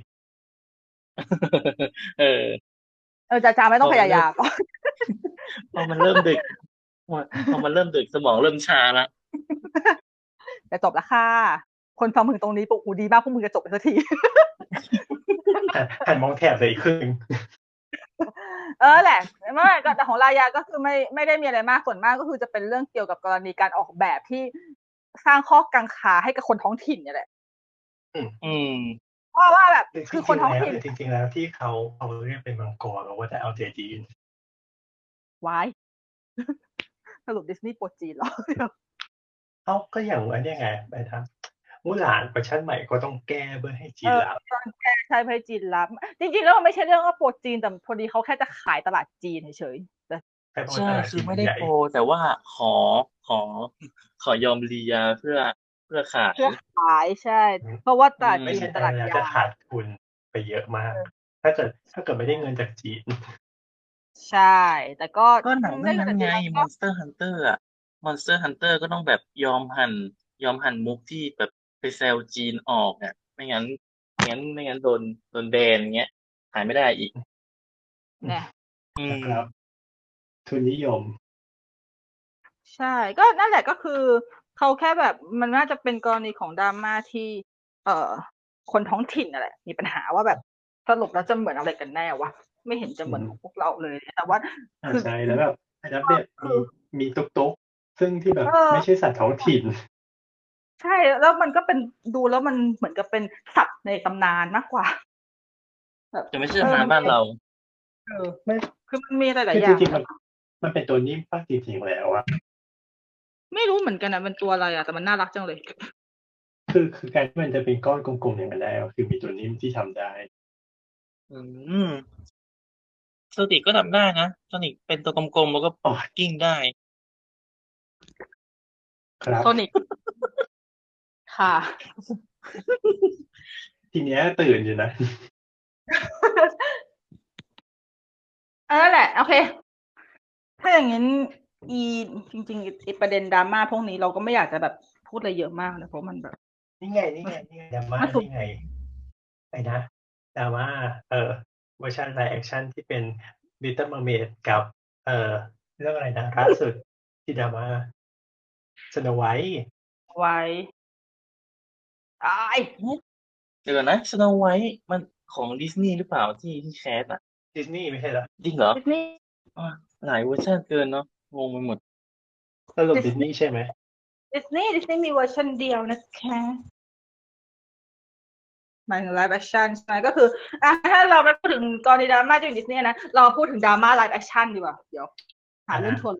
เออเออ จะจำไม่ต้องพยายามพอมันเริ่มดึก พอ พอมันเริ่มดึกสมองเริ่มชาแล้วจะจบแล้วค่ะ คนฟังมึงตรงนี้ปลุกหูดีมากพวกมึงจะจบกันสักทีหัน หันมองแถบเลยอีกครึ่งเออแหละไม่แต่ของรายาก็คือไม่ไม่ได้มีอะไรมากส่วนมากก็คือจะเป็นเรื่องเกี่ยวกับกรณีการออกแบบที่สร้างข้อกังขาให้กับคนท้องถิ่นเนี่ยแหละอืมอืมเพราะว่าแบบจริงคือคนท้องถิ่นๆ จริง ๆ แล้วที่เขาเขาเรียกเป็นมังกรเพราะว่าจะเอาเจจีนว้าย สรุปดิสนีย์โปรดจีนเหรออ้าว ก็อย่างอันเนี้ยไงไปทำมู่หลานเวอร์ชันใหม่ก็ต้องแก้เพื่อให้จีเอน อรับต้องแก้ใช่เพื่อให้จีนรับ จริง ๆ แล้วมันไม่ใช่เรื่องว่าโปรจีนแต่พอดีเขาแค่จะขายตลาดจีนเฉยๆแต่ใช่เพราะใช่ว่าตลาดคืจีอน ไม่มันได้ใหญ่โปรแต่ว่าขอ ขอ ขอยอมเลียเพื่อ เพื่อขาเพื่อย ขาย ใช่อืมเพราะว่าตอืลาดมไม่จีนใช่เป็นตลาดจะยาจะขาดทุนไปเยอะมากเออถ้าเกิด ถ้าเกิดไม่ได้เงินจากจีนใช่ แต่ก็ก็หนังเรื่ได้องเงินั้น นนจากไงจีนแล้วก็ Monster Hunter อะ Monster Hunter ก็ต้องแบบยอมหั่น ยอมหั่นมุกที่แบบไปแซวจีนออกอะ ไม่งั้น ไม่งั้น ไม่งั้นโดน โดนแบน อย่างเงี้ย ขายไม่ได้อีกแน่อืนะมครับ ทุนนิยมใช่ ก็นั่นแหละ ก็คือเขาแค่แบบมันน่าจะเป็นกรณีของ drama ที่ เอ่อ คนท้องถิ่นน่ะแหละมีปัญหาว่าแบบสรุปแล้วจะเหมือนอะไรกันแน่วะ ไม่เห็นจะเหมือนอือฮึของพวกเราเลย แต่ว่าอาคือใช่ แล้วแบบอันนั้นเนี่ยคืมีอมีตุ๊ก ๆ ซึ่งที่แบบเออไม่ใช่สัตว์ท้องถิ่นใช่ แล้วมันก็เป็น ดูแล้วมันเหมือนกับเป็นสัตว์ในตำนานมากกว่า แบบแต่ไม่ใช่เออตำนานบ้านเราเออไม่คือมันมีหลาคืยอๆ อจย่างริง ๆแลมัน มันเป็นตัวนิ่มเปล่าจริง ๆ แล้วอะ? ไม่รู้เหมือนกันน่ะมันตัวอะไรอะ แต่มันน่ารักจังเลยคือ คือการที่มันจะเป็นก้อนกลม ๆ อย่างนั้นได้ก็คือมีตัวนิ่มที่ทำได้อืม Sonic ก็ทำได้นะ Sonic เป็นตัวกลม ๆ แล้วก็อ๋อกลิ้งได้ครับ Sonic ค่ะทีเนี้ยตื่นอยู่นะเออ นั่นแหละ โอเค ถ้าอย่างงั้น อี จริง ๆ ไอ้ประเด็น drama พวกนี้เราก็ไม่อยากจะแบบพูดอะไรเยอะมากนะ เพราะมันแบบนี่ไง นี่ไง นี่ไง drama มันสุกนี่ไง อะไรนะ drama เอ่อ เวอร์ชัน Live Action ที่เป็น Little Mermaid กับ เอ่อ เรื่องอะไรนะ ล่าสุดที่ drama Snow White White อายหือ เดี๋ยวก่อนนะ Snow White มันของ Disney หรือเปล่าที่ ที่ cast อะ? Disney ไม่ใช่เหรอ? จริงเหรอ? Disney อา หลายเวอร์ชันเกินเนาะ งงไปหมดสรุป Disney Disney ใช่ไหม? Disney Disney มีเวอร์ชันเดียวนะคะ หมายถึง Live Action ใช่ไหม ก็คือ อะ ถ้าเราไม่พูดถึงกรณี drama จาก Disney นะ เรามาพูดถึง drama Live Action ดีกว่า เดี๋ยวหาเรื่องชวน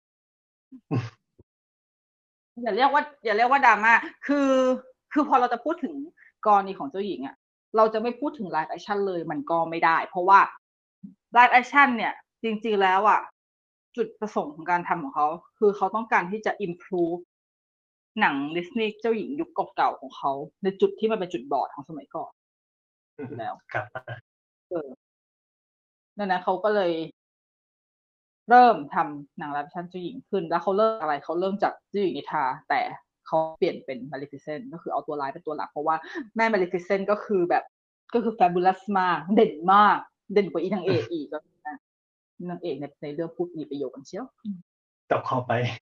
อย่าเรียกว่า อย่าเรียกว่า drama คือ คือพอเราจะพูดถึงกรณีของเจ้าหญิงอะ เราจะไม่พูดถึง Live Action เลยมันก็ไม่ได้ เพราะว่า Live Action เนี่ย จริง ๆ แล้วอะ จุดประสงค์ของการทำของเขา คือเขาต้องการที่จะ improve หนัง Disney เจ้าหญิงยุคเก่า ๆ ของเขา ในจุดที่มันเป็นจุดบอดของสมัยก่อนอือฮึแล้วครับ อาเออ ดังนั้นเขาก็เลย เริ่มทำหนัง Live Action เจ้าหญิงขึ้น แล้วเขาเริ่มอะไร เขาเริ่มจากเจ้าหญิงนิทรา แต่เขาเปลี่ยนเป็น Maleficent ก็คือเอาตัวร้ายเป็นตัวหลัก เพราะว่าแม่ Maleficent ก็คือแบบ ก็คือ fabulous มาก เด่นมาก เด่นกว่าอีนางเอกอีก ก็คือนาง นางเอกใน ในเรื่องพูดมีประโยชน์กันเชียว อืมตบเข่าไป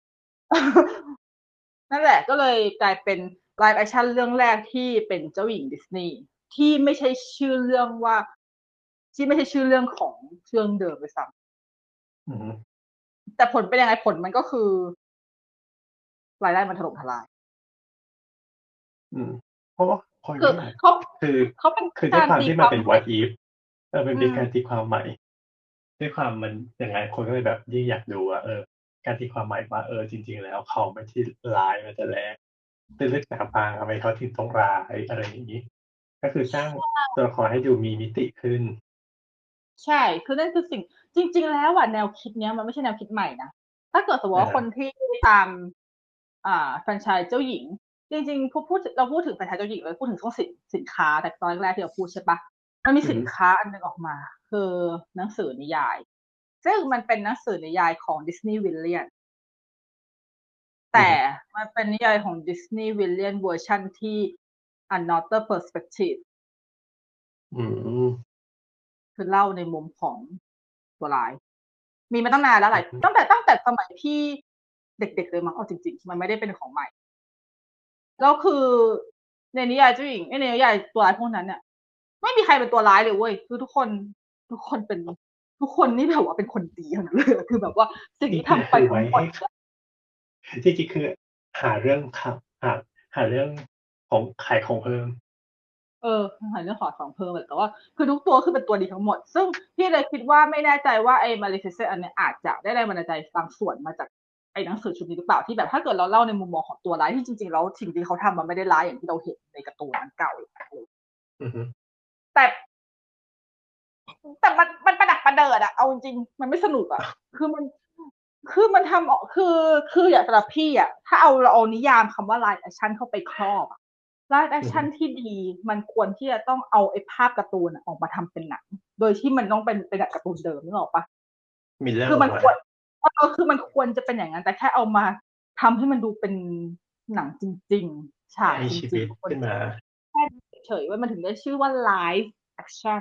นั่นแหละ ก็เลยกลายเป็น Live Action เรื่องแรกที่เป็นเจ้าหญิงดิสนีย์ ที่ไม่ใช่ชื่อเรื่องว่า ที่ไม่ใช่ชื่อเรื่องของเรื่องเดิมด้วยซ้ำอือฮึแต่ผลเป็นยังไง ผลมันก็คือ รายได้มันถล่มทลายอืม เพราะว่าคนคือที่เขาคือเขาเป็นคือด้วยการความตีที่คมันวามเป็นใหม่ what if เออ มันอืเป็นมการตีความใหม่ ด้วยความมันยังไง คนก็เลยแบบยิ่งอยากดูว่า เออ การตีความใหม่ว่า เออ จริง ๆ แล้วเขาไม่ใช่ร้ายมาแต่แรกเส้นเลือดหนาบางทำไมเขาถึงต้องร้ายอะไรอย่างนี้ก็คือสร้างตัวละครให้ดูมีมิติขึ้นใช่คือนั่นคือสิ่งจริงๆแล้วอ่ะแนวคิดเนี้ยมันไม่ใช่แนวคิดใหม่นะถ้าเกิดสมมติว่าคนที่ตามอ่าแฟรนไชส์เจ้าหญิงจริงๆพูดพูดเราพูดถึงแฟรนไชส์เจ้าหญิงเลยพูดถึงช่วงสินสินค้าแต่ตอนแรกที่เราพูดใช่ปะมันมีสินค้าอันหนึงออกมาคือหนังสือนิยายซึ่งมันเป็นหนังสือนิยายของดิสนีย์วิลเลียนแต่มันเป็นนิยายของดิสนีย์วิลเลียนเวอร์ชันที่ another perspective อืมคือเล่าในมุมของตัวร้ายมีมาตั้งนานแล้วหลายตั้งแต่ตั้งแต่สมัยที่เด็กๆเลยมั้งเอาจริงๆมันไม่ได้เป็นของใหม่แล้วคือในนิยายเจ้าหญิงในนิยายตัวร้ายพวกนั้นเนี่ยไม่มีใครเป็นตัวร้ายเลยเว้ยคือทุกคนทุกคนเป็นทุกคนนี่แบบว่าเป็นคนดีทั้งนั้นเลยคือแบบว่าสิ่งที่ทำไปทั้งหมดจริงๆคือหาเรื่องขับหาหาเรื่องของขายของเพิ่มเออหาเรื่องขอของเพิ่มแต่ว่าคือทุกตัวคือเป็นตัวดีทั้งหมดซึ่งพี่เลยคิดว่าไม่แน่ใจว่าไอ้ Maleficent อันเนี้ยอาจจะได้แรงบันดาลใจบางส่วนมาจากไอ้หนังสือชุดนี้หรือเปล่าที่แบบถ้าเกิดเราเล่าในมุมมองของตัวร้ายที่จริงๆแล้วสิ่งที่เขาทำมันไม่ได้ร้ายอย่างที่เราเห็นในการ์ตูนนั้นเก่าแต่แต่มันมันประดักประเดิดอะเอาจริงๆมันไม่สนุกอะคือมันคือมันทำออกคือคืออย่างสำหรับพี่อะถ้าเอาเราเอานิยามคำว่า live action เข้าไปครอบอะไลฟ์แอคชั่นที่ดีมันควรที่จะต้องเอาไอ้ภาพการ์ตูนออกมาทำเป็นหนังโดยที่มันต้องเป็นเป็นการ์ตูนเดิมนึกออกปะคือมันควรเออคือมันควรจะเป็นอย่างนั้นแต่แค่เอามาทำให้มันดูเป็นหนังจริงๆฉากจริงๆขึ้นมาแค่เฉยว่ามันถึงได้ชื่อว่าไลฟ์แอคชั่น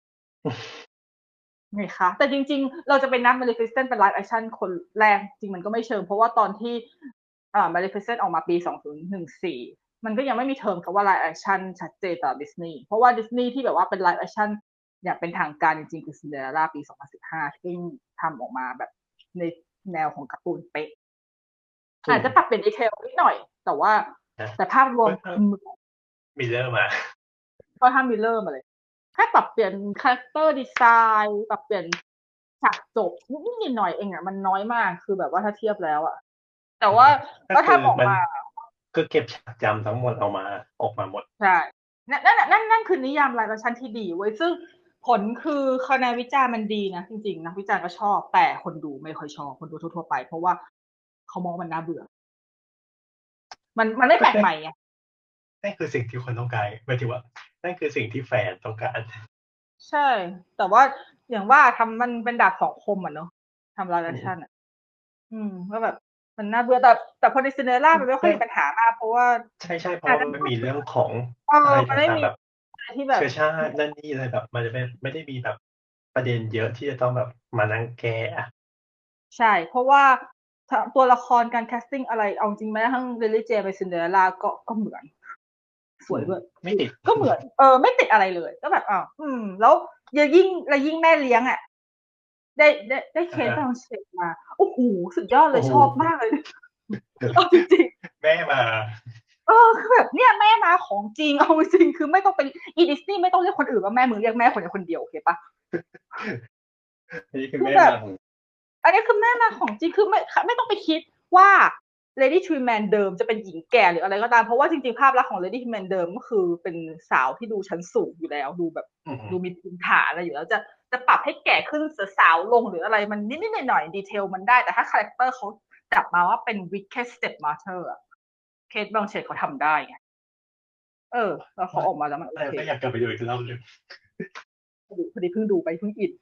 ไงคะแต่จริงๆเราจะไปนับ Maleficent เป็นไลฟ์แอคชั่นคนแรกจริงมันก็ไม่เชิงเพราะว่าตอนที่อ่า Maleficent ออกมาปีสองพันสิบสี่มันก็ยังไม่มีเทอมคำว่าไลฟ์แอคชั่นชัดเจนต่อดิสนีย์เพราะว่าดิสนีย์ที่แบบว่าเป็นไลฟ์แอคชั่นอย่างเป็นทางการจริงๆคือ Cinderella ปีสองพันสิบห้าซึ่งทำออกมาแบบในแนวของการ์ตูนเป๊ะอาจจะปรับเปลี่ยนดีเทลนิดหน่อยแต่ว่าแต่ภาพรวมมิลเลอร์มาก็ทำมิลเลอร์มาเลยแค่ปรับเปลี่ยนคาแรคเตอร์ดีไซน์ปรับเปลี่ยนฉากจบนิดๆหน่อยเองอ่ะมันน้อยมากคือแบบว่าถ้าเทียบแล้วอ่ะแต่ว่าก็ทำออกมาคือเก็บฉากจำทั้งหมดเอามาออกมาหมดใช่นั่นนั่นนั่นนั่นคือนิยามไลฟ์แอคชั่นที่ดีเว้ยซึ่งผลคือคะแนนวิจารณ์มันดีนะจริงๆนะวิจารณ์ก็ชอบแต่คนดูไม่ค่อยชอบคนดูทั่วๆไปเพราะว่าเขามองมันน่าเบื่อมันมันไม่แปลกใหม่ไงนั่นคือสิ่งที่คนต้องการหมายถึงว่านั่นคือสิ่งที่แฟนต้องการใช่แต่ว่าอย่างว่าทำมันเป็นดาบสองคมอ่ะเนาะทำไลฟ์แอคชั่นอ่ะอืมก็แบบมันน่าเบื่อแต่แต่พอในซินเดอเรลล่ามันไม่ค่อยมีปัญหามากเพราะว่าใช่ใช่เพราะว่ามันไม่มีเรื่องของอะไรต่างๆแบบที่แบบเชื้อชาตินั่นนี่อะไรแบบมันจะไม่ไม่ได้มีแบบประเด็นเยอะที่จะต้องแบบมานั่งแก้ใช่เพราะว่าตัวละครการแคสติ้งอะไรเอาจริงไหมทั้งเรลิเจไปซินเดอเรลล่าก็ก็เหมือนสวยด้วยไม่ติดก็เหมือนเออไม่ติดอะไรเลยก็แบบอ้าวอืมแล้วยิ่งแล้วยิ่งแม่เลี้ยงอ่ะได้ได้ได้เคสบางเชดมาโอ้โหสุดยอดเลยชอบมากเลยเอาจริงๆแม่มาเออคือแบบเนี่ยแม่มาของจริงเอาจริงคือไม่ต้องไปอีดิสนีย์ไม่ต้องเรียกคนอื่นว่าแม่มึงเรียกแม่คนเดียวคนเดียวโอเคปะอันนี้คือแม่มาของอันนี้คือแม่มาของจริงคือไม่ไม่ต้องไปคิดว่า Lady Tremaine เดิมจะเป็นหญิงแก่หรืออะไรก็ตามเพราะว่าจริงๆภาพลักษณ์ของ Lady Tremaine เดิมก็คือเป็นสาวที่ดูชั้นสูงอยู่แล้วดูแบบดูมีภูมิฐานอะไรอยู่แล้วจะจะปรับให้แก่ขึ้นสาวลงหรืออะไรมันนิดๆหน่อยๆดีเทลมันได้แต่ถ้าคาแรคเตอร์เขาจับมาว่าเป็น Wicked Stepmother อะเคทบางเชดเขาทำได้ไงเออแล้วเขาออกมาแล้วมันโอเคก็อยากกลับไปดูอีกรอบนึงพอดีเพิ่งดูไปเพิ่งอิน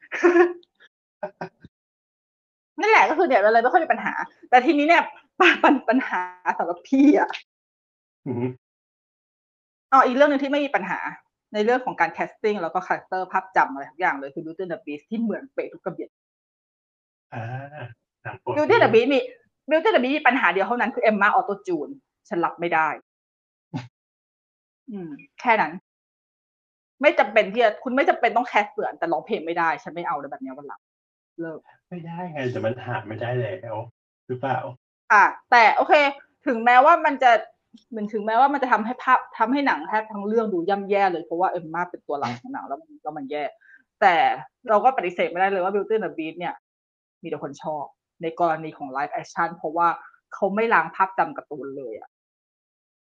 นั่นแหละก็คือเนี่ยอะไรไม่ค่อยมีปัญหาแต่ทีนี้เนี่ยปัญปัญหาสำหรับพี่อ่ะอ๋ออีกเรื่องนึงที่ไม่มีปัญหาในเรื่องของการแคสติ้งแล้วก็คาแรคเตอร์ภาพจำอะไรทุกอย่างเลยคือ Beauty and the Beast ที่เหมือนเป๊ะทุกกระเบียดอ่า Beauty and the Beast มี Beauty and the Beast มีปัญหาเดียวเท่านั้นคือ Emma Auto Tune ฉันรับไม่ได้อืมแค่นั้นไม่จำเป็นที่จะคุณไม่จำเป็นต้องแคสเสือนแต่ร้องเพลงไม่ได้ฉันไม่เอาเลยแบบนี้วันหลังเลิกไม่ได้ไงแต่มันหาไม่ได้แล้วหรือเปล่าอ่ะแต่โอเคถึงแม้ว่ามันจะมันถึงแม้ว่ามันจะทำให้ภาพทำให้หนังแทบทั้งเรื่องดูย่ำแย่เลยเพราะว่าเอ็มมาเป็นตัวหลักของหนังแล้วแล้วมันแย่แต่เราก็ปฏิเสธไม่ได้เลยว่า Beauty and the Beast เนี่ยมีแต่คนชอบในกรณีของไลฟ์แอคชั่นเพราะว่าเขาไม่ล้างภาพจำการ์ตูนเลยอ่ะ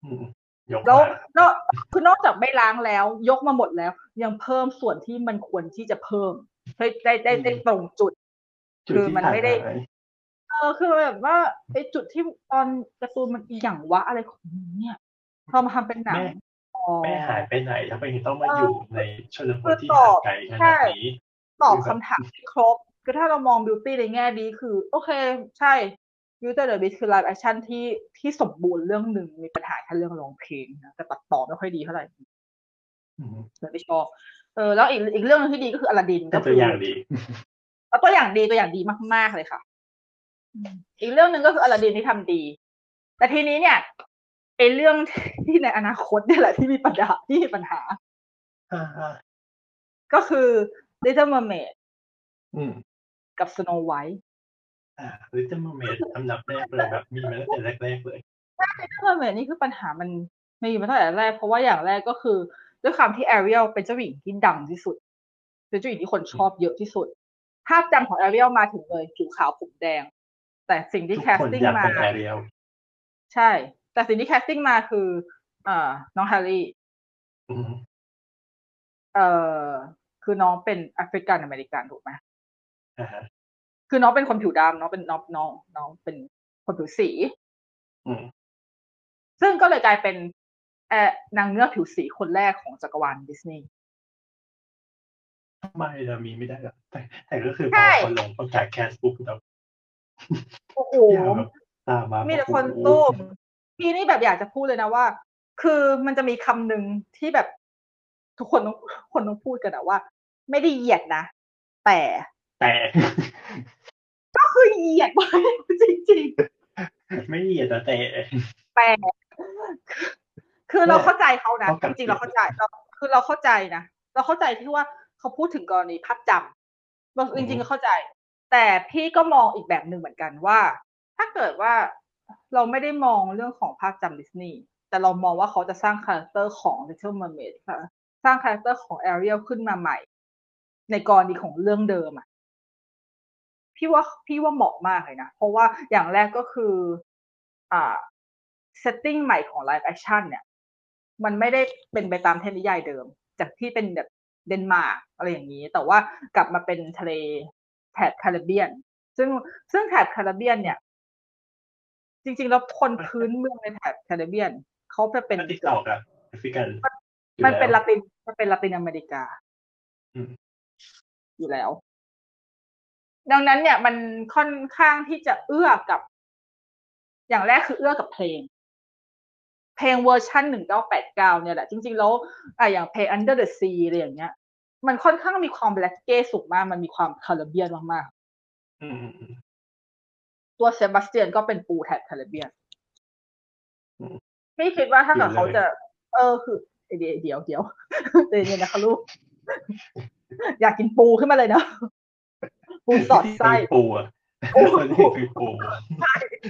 อืมยกแล้วมานอกคือนอกจากไม่ล้างแล้ว ยกมาหมดแล้ว ยังเพิ่มส่วนที่มันควรที่จะเพิ่มให้ได้ได้อืได้มตรงจุดจุคืดอที่มันขาดไม่ได้หายเออ คือแบบว่าไอ้จุดที่ตอนการ์ตูนมันอิหยังวะ อะไรของมึงเนี่ย พอมาทำเป็นหนัแม่ง อ๋อแม่หายไปไหน ทำไมถึงต้องมาเอออยู่ในชนบคืทอที่ตห่าอง บไกลขใชนาด นี้ตอคบือแบคบำถามที่ครบ คือถ้าเรามองบิวตีในแง่ดี คือ โอเค ใช่ Beauty and the Beast คือ Live Action ที่ ที่สมบูรณ์เรื่องหนึ่ง มีปัญหาแค่เรื่องร้องเพลงนะ แต่ตัดต่อไม่ค่อยดีเท่าไรอือฮึเลยไม่ชอบ เออ แล้วอีก อีกเรื่องหนึ่งที่ดีก็คือ Aladdin แต่ก็ตัคืวออย่างดีเออ ตัวอย่างดี ตัวอย่างดีมาก ๆ เลยค่ะ อืม อีกเรื่องหนึ่งก็คือ Aladdin ที่ทำดี แต่ทีนี้เนี่ย ไอ้เรื่อง ที่ในอนาคตเนี่ยแหละที่มีปัญหา ที่มีปัญหาอา ๆก็คือ Little Mermaid อืมกับ Snow White อา Little Mermaid อันดับแรกเลยแบบมีมาตั้งแต่แรก ๆ เลยใช่ Little Mermaid นี่คือปัญหามันมีมาตั้งแต่แรก เพราะว่าอย่างแรกก็คือด้วยความที่ Ariel เป็นเจ้าหญิงที่ดังที่สุด เป็นเจ้าหญิงที่คนชอบเยอะที่สุด ภาพจำของ Ariel มาถึงเลย ผิวขาวผมแดง แต่สิ่งที่ทุกแคสคนติ้งอยากมาเป็น Ariel ใช่ แต่สิ่งที่ แคสติ้ง มาคือ อ่า น้อง Harry อือฮึเอ่อ คือน้องเป็นแอฟริกันอเมริกัน ถูกไหม? อะฮะคือน้องเป็นคนผิวดำ น้องเป็น น้อง น้อง น้องเป็นคนผิวสีอืมซึ่งก็เลยกลายเป็น เอ่อ นางเงือกผิวสีคนแรกของจักรวาลดิสนีย์ทำไมล่ะ มีไม่ได้เหรอ? แต่ แต่ก็คือใชพอ พอ่ลง ประกาศ cast ปุ๊บ แบบโอ้โฮทุกอย่างแบบตามมามีแต่โอ้โฮคนตู้ม พี่นี่แบบอยากจะพูดเลยนะว่า คือมันจะมีคำหนึ่งที่แบบทุกคนต้อง ทุกคนต้องพูดกันอะว่า ไม่ได้เหยียดนะ แต่แต่ก็คือเหยียด มาก จริง ๆไม่เหยียดอะ แต่แต่ คือนเัรา่นแหเข้ละาใจเขานะเท่ากับจริง ๆ เราเข้าใจ เรา คือเราเข้าใจนะ เราเข้าใจที่ว่าเขาพูดถึงกรณีภาพจำ เราอือฮจริง ๆึก็เข้าใจ แต่พี่ก็มองอีกแบบหนึ่งเหมือนกันว่า ถ้าเกิดว่าเราไม่ได้มองเรื่องของภาพจำดิสนีย์ แต่เรามองว่าเขาจะสร้างคาแรกเตอร์ของ Little Mermaid ค่ะ สร้างคาแรกเตอร์ของ Ariel ขึ้นมาใหม่ ในกรณีของเรื่องเดิมอะ พี่ว่า พี่ว่าเหมาะมากเลยนะ เพราะว่าอย่างแรกก็คือ อ่า setting ใหม่ของ Live Action เนี่ย มันไม่ได้เป็นไปตามเทพนิยายเดิม จากที่เป็นแบบเดนมาร์ก อะไรอย่างงี้ แต่ว่ากลับมาเป็นทะเลแถบแคริบเบียน ซึ่ง ซึ่งแถบแคริบเบียนเนี่ย จริง ๆ แล้วคนพื้นเมืองในแถบแคริบเบียนเขาจะเป็นก็ติดต่อกับแอฟริกันอยูมั่นแลมันเป้็นวละติน มันเป็นละตินอเมริกาอืมอยู่แล้ว ดังนั้นเนี่ยมันค่อนข้างที่จะเอื้อกับ อย่างแรกคือเอื้อกับเพลง เพลงเวอร์ชัน หนึ่งพันเก้าร้อยแปดสิบเก้า เนี่ยแหละ จริง ๆ แล้ว อ่า อย่างเพลง Under the Sea อะไรอย่างเงี้ย มันค่อนข้างมีความ Reggae สูงมาก มันมีความ Caribbean มาก ๆอือ ๆ ๆตัว Sebastian ก็เป็นปูแถบแคริบเบียนอืมพี่คิดว่าถ้าดเกิีดเขาเลยจะ เออ คือ เดี๋ยว เดี๋ยว เดี๋ยว ใจเย็น ๆ นะคะลูก อยากกินปูขึ้นมาเลยเนาะ ปูสอดไส้ปูอะปูคนที่คือปูอะใช่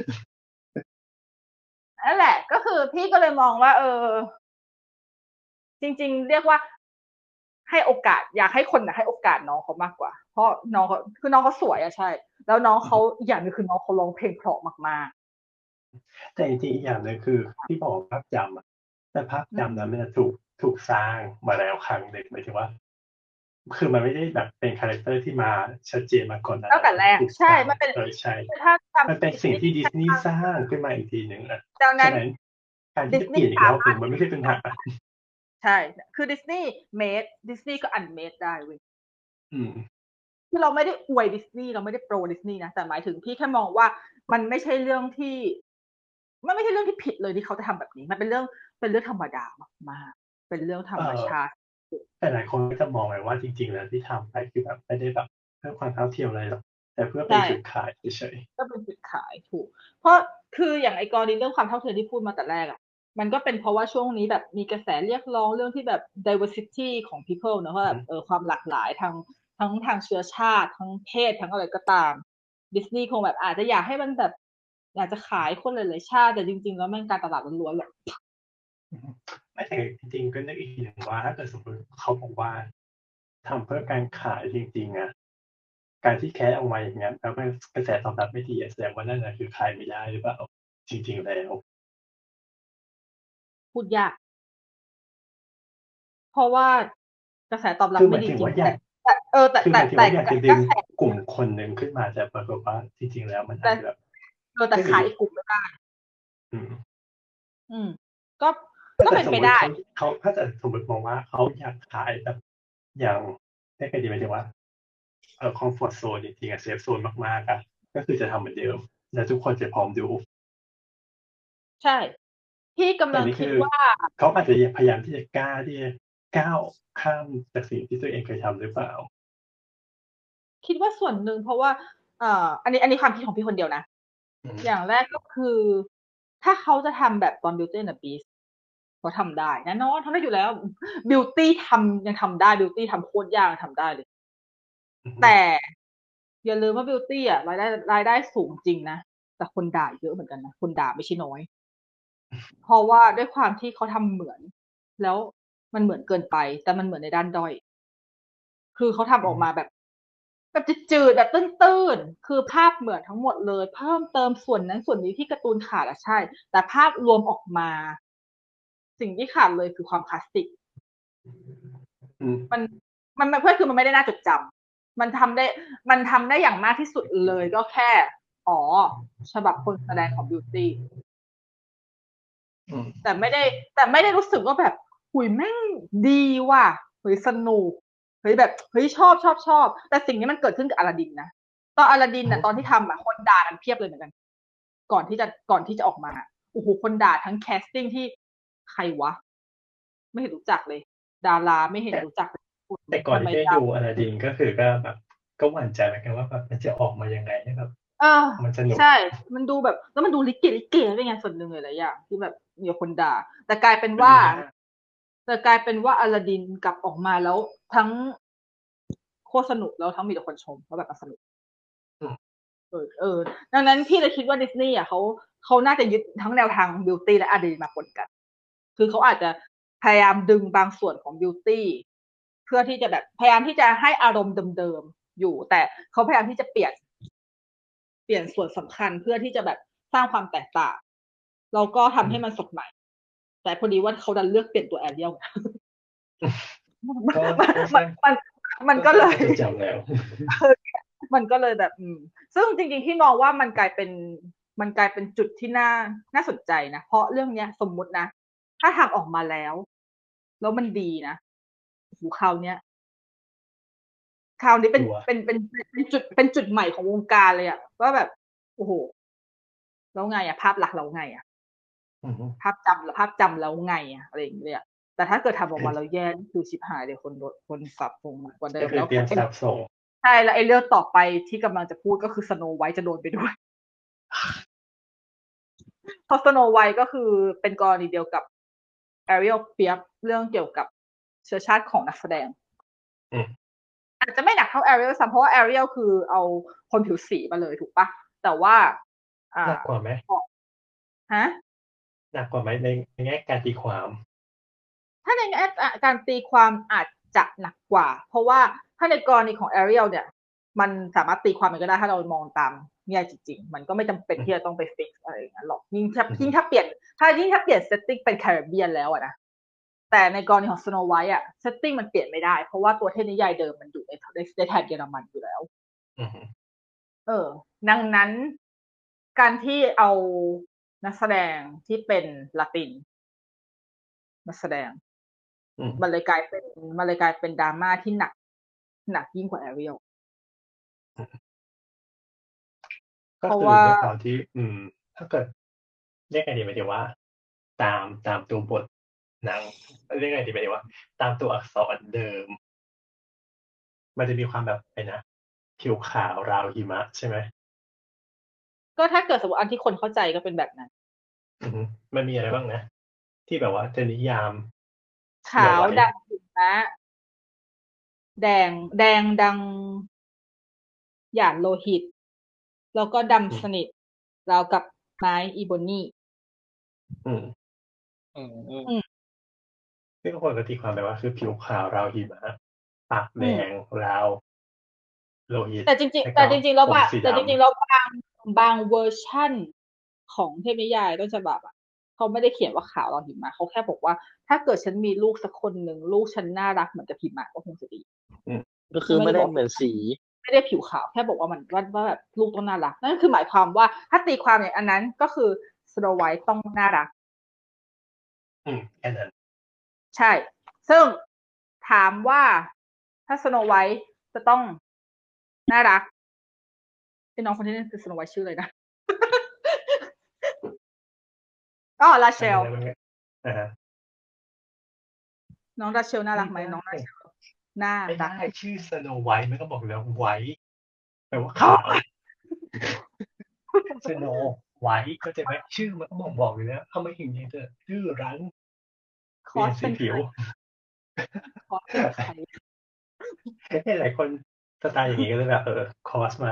นั่นแหละ ก็คือพี่ก็เลยมองว่า เออ จริง ๆ เรียกว่า ให้โอกาส อยากให้คนน่ะให้โอกาสน้องเขามากกว่า เพราะน้องเขา คือน้องเขาสวยอะ ใช่ แล้วน้องเขา อีกอย่างหนึ่งคือน้องเขาร้องเพลงเพราะมาก ๆแต่จริง ๆ อีกอย่างหนึ่งคือที่บอกว่าภาพจำอะ แต่ภาพอืจำนั้นมมันจะถูก ถูกสร้างมาแล้วครั้งหนึ่ง หมายถึงว่า คือมันไม่ได้แบบเป็นคาแรกเตอร์ที่มาชัดเจนมาก่อนหน้าตั้งนัแต้่นแรกถูกใชส่ร้างมันเป็นเออ ใช่คือถ้าตามมันเป็นสิ่งที่ดิสนีย์สร้าดิสนีย์งขึ้นมาอีกทีหนึ่งอะดังนั้ฉะนนั้นการทดี่สนจะเปลีี่ยย์นอีกสามรอบหานึร่งถมันไม่ใช่ปัญหาใช่ คือ Disney made Disney ก็ unmade ได้เว้ยอืมคือเราไม่ได้อวยดิสนีย์ เราไม่ได้โปรดิสนีย์นะ แต่หมายถึงพี่แค่มองว่ามันไม่ใช่เรื่องที่ มันไม่ใช่เรื่องที่ผิดเลยที่เขาจะทำแบบนี้ มันเป็นเรื่อง เป็นเรื่องธรรมดามาก ๆ เป็นเรื่องธรเอ่อรมชาติแต่หลายคนก็จะมองไงว่าจริง ๆ แล้วที่ทำไปคือแบบไม่ได้แบบเพื่อความเท่าเทียมอะไรหรอก แต่เพื่อใเชป็นจุ่ดขายเฉย ๆก็เป็นจุดขาย ถูก เพราะ คืออย่างไอ้กรณีเรื่องความเท่าเทียมที่พูดมาแต่แรกอะ มันก็เป็นเพราะว่าช่วงนี้แบบมีกระแสเรียกร้องเรื่องที่แบบ diversity ของ people เนาะ ว่าอือฮแบบึเออ ความหลากหลายทาง ทั้งทางเชื้อชาติ ทั้งเพศ ทั้งอะไรก็ตาม ดิสนีย์คงแบบอาจจะอยากให้มันแบบ อยากจะขายคนหลาย ๆ ชาติ แต่จริง ๆ แล้วแม่งการตลาดล้วน ๆ แหละอือฮึ ไม่ แต่จริง ๆ ก็นึกอีกทีหนึ่งว่า ถ้าเกิดสมมุติเขาบอกว่าทำเพื่อการขายจริง ๆ อะ การที่ cast ออกมาอย่างเงี้ย แล้วมันกระแสตอบรับไม่ดีอะ แสดงว่านั่นน่ะคือขายไม่ได้หรือเปล่า จริง ๆ แล้วพูดยาก เพราะว่ากระแสตอบรับคือหไม่มายดีถึงจริว่าง อๆยาแต่กแต่ เออ แต่คือแตห่มายถึงแต่ว่า อยากกจะดกรึงแสกลุ่มคนหนึ่งขึ้นมา แต่ปรากฏว่า จริง ๆ แล้ว มันแตอา่จจะแบบเออ แต่ไม่มขาียอีกกลุ่มไม่ได้อืมอืม ก็ถ้าก็เกิเดป็นไปสมมุตไิด้เขา เขา ถ้าเกิดสมมุติมองว่า เขาอยากขายแบบ อย่าง เรียกไงดี หมายถึงว่า เอ่อ คอมฟอร์ตโซน จริง ๆ อะ เซฟโซนมาก ๆ อะ ก็คือจะทำเหมือนเดิม แล้วทุกคนจะพร้อมดูใช่ พี่กแตำ่ลังคนี่คิดือว่าเขาอาจจะยังพยายามที่จะกล้าที่จะก้าวข้ามจากสิ่งที่ตัวเองเคยทำหรือเปล่า? คิดว่าส่วนหนึ่ง เพราะว่า เอ่อ อันนี้ อันนี้ความคิดของพี่คนเดียวนะอือฮึอย่างแรก ก็คือ ถ้าเขาจะทำแบบตอน Beauty and the Beast เขาทำได้ แน่นอน ทำได้อยู่แล้ว บิวตีทำ ยังทำได้ บิวตีทำโคตรยาก ยังทำได้เลยอือฮึแต่อย่าลืมว่า บิวตีอะ รายได้ รายได้สูงจริงนะ แต่คนด่าเยอะเหมือนกันนะ คนด่าไม่ใช่น้อย เพราะว่าด้วยความที่เขาทำเหมือน แล้วมันเหมือนเกินไป แต่มันเหมือนในด้านด้อย คือเขาทำอืมออกมาแบบ แบบจืด ๆ แบบตื้น ๆ คือภาพเหมือนทั้งหมดเลย เพิ่มเติมส่วนนั้นส่วนนี้ที่การ์ตูนขาดอะใช่ แต่ภาพรวมออกมา สิ่งที่ขาดเลยคือความคลาสสิกอืมมัน มัน มัน ก็คือมันไม่ได้น่าจดจำ มันทำได้ มันทำได้อย่างมากที่สุดเลย ก็แค่ อ๋อ ฉบับคนแสดงของบิวตีอืมแต่ไม่ได้ แต่ไม่ได้รู้สึกว่าแบบ โอ้โฮ แม่งดีว่ะ เฮ้ย สนุก เฮ้ย แบบ เฮ้ย ชอบ ๆ ๆ แต่สิ่งนี้มันเกิดขึ้นกับ Aladdin นะ ตอน Aladdin น่ะ ตอนที่ทำอะ คนด่ากันเพียบเลยเหมือนกัน ก่อนที่จะ ก่อนที่จะออกมาอะ โอ้โฮ คนด่าทั้ง casting ที่ ใครวะ ไม่เห็นรู้จักเลย ดาราไม่เห็แตน่รู้จักเลยแต่ก่อทนำทไมี่จะได้ดดูา Aladdin ก็คือ ก็แบบ ก็หวั่นใจเหมือนกันว่า แบบมันจะออกมายังไงให้แบบเออมันสนุใกช่ มันดูแบบ แล้วมันดูลิเก ๆ ด้วยไง ส่วนหนึ่งหลาย ๆ อย่างที่แบบมีแต่คนด่า แต่กลายเป็นมัวน่ดาูยากแต่กลายเป็นว่า Aladdin กลับออกมาแล้วทั้ง โคตรสนุก แล้วทั้งมีแต่คนชมว่าแบบมันสนุกอืมเออ เออ ดังนั้นพี่เลยคิดว่า ดิสนีย์อะ เขา เขาน่าจะยึดทั้งแนวทางบิวตีและ Aladdin มาปนกัน คือเขาอาจจะพยายามดึงบางส่วนของบิวตี เพื่อที่จะแบบ พยายามที่จะให้อารมณ์เดิม ๆ อยู่ แต่เขาพยายามที่จะเปลี่ยน เปลี่ยนส่วนสำคัญเพื่อที่จะแบบสร้างความแตกต่าง แล้วก็ทอืำให้มมันสดใหม่ แต่พอดีว่าเขาดันเลือกเปลี่ยนตัว Ariel ก็มันก็สมัร้นางมัน มันก็สร้ก็เลางควยามจดจำแล้วเออ มันก็เลยแบบ อืม ซึ่งจริง ๆ พี่มองว่ามันกลายเป็น มันกลายเป็นจุดที่น่า น่าสนใจนะ เพราะเรื่องเนี้ยสมมุตินะ ถ้าทำออกมาแล้ว แล้วมันดีนะ โอ้โฮ คราวเนี้ย คราวนี้เป็นชัวร์เป็น เป็น เป็นจุด เป็นจุดใหม่ของวงการเลยอะว่าแบบ โอ้โฮ แล้วไงอะ ภาพลักษณ์แล้วไงอะอือฮึภาพจำ ภาพจำแล้วไงอะ อะไรอย่างงี้เลยอะ แต่ถ้าเกิดทำออกมาแล้วแย่ นี่คือชิบหายเลย คนโดน คนสาปส่งหนักกว่าเดิมก็คแืลอ้วเตรียมไอ้สาปส่งใช่ แล้วไอ้เรื่องต่อไปที่กำลังจะพูด ก็คือ Snow White จะโดนไปด้วย เพราะ Snow White ก็คือเป็นกรณีเดียวกับ Ariel เปี๊ยบ เรื่องเกี่ยวกับเชื้อชาติของนักแสดงอืมอาจจะไม่หนักเท่า Ariel ด้วยซ้ำ เพราะว่า Ariel คือเอาคนผิวสีมาเลย ถูกเปล่า แต่ว่า อ่หนักากว่าไหม? ของ ฮะ? หนักกว่าไหม ใน ในแง่การตีความ? ถ้าในแง่ อะ การตีความอาจจะหนักกว่า เพราะว่าถ้าในกรณีของ Ariel เนี่ย มันสามารถตีความยังไงก็ได้ ถ้าเรามองตามแง่จริง ๆ มันก็ไม่จำเป็นอือที่จะต้องไป ฟิกซ์ อะไรอย่างงั้นหรอก ยิ่งถ้าอือฮยึิ่งถ้าเปลี่ยน ถ้า ยิ่งถ้าเปลี่ยน setting เป็น Caribbean แล้วอะนะ แต่ในกรณีของ Snow White อะ setting มันเปลี่ยนไม่ได้ เพราะว่าตัวเทพนิยายเดิมมันอยู่ใน ใน ในแถบเยอรมันอยู่แล้วอือฮึเออ ดังนั้น การที่เอานักแสดงที่เป็นละติน มาแสดงอืมมันเลยกลายเป็น มันเลยกลายเป็น drama ที่หนัก หนักยิ่งกว่า Ariel อือฮึ ก็คเพราะืวอ่าด้วยความที่ อืม ถ้าเกิด เรียกไงดี หมายถึงว่า ตาม ตามตัวบทหนัง เรียกไงดี หมายถึงว่า ตามตัวอักษรเดิม มันจะมีความแบบ อะไรนะ ผิวขาวราวหิมะ ใช่ไหม? ก็ถ้าเกิดสมมุติอันที่คนเข้าใจก็เป็นแบบนั้นอือฮึ มันมีอะไรบ้างนะ ที่แบบว่าจะนิยามขเหลือาไวว้? ดังหิมะ แดง แดงดัง หยาดโลหิต แล้วก็ดอืำสมนิท ราวกับไม้ Ebony อืมอืมอืมซึ่งบางคนก็ตีความไปว่า คือผิวขาวราวหิมะ ปากอแดืมงราว โลหิตแต่จริง ๆ แต่แล้วก็จริง ๆ แล้วบางผมสีดแต่จริง ๆ แล้ำวบาง บางเวอร์ชันของเทพนิยายต้นฉบับอะเขาไม่ได้เขียนว่าขาวรองหิมะเขาแค่บอกว่าถ้าเกิดฉันมีลูกสักคนหนึ่งลูกฉันน่ารักเหมือนกับหิมะก็คงจะดีก็คือไม่ได้เหมือนสีไม่ได้ผิวขาวแค่บอกว่ามันว่าว่าแบบลูกต้องน่ารักนั่นคือหมายความว่าถ้าตีความอย่างอันนั้นก็คือสโนไวท์ต้องน่ารักอืมแค่นั้นใช่ซึ่งถามว่าถ้าสโนไวท์จะต้องน่ารักไอ้น้องคนที่นั่นคือสโนไวท์ชื่อเลยนะอ๋อลาเชลน้องราเชลน่ารักไหมน้องราเชลน่ารักชื่อสโนไวท์มันก็บอกแล้วไวท์แปลว่าขาวสโนไวท์ก็จะไหมชื่อมันก็บอกบอกอยู่แล้วเอามาหิ่งยังเถอะชื่อร้านคอสเป็นผิวคอสเป็นใครให้หลายคนสไตล์อย่างนี้ก็เลยแบบเออคอสมา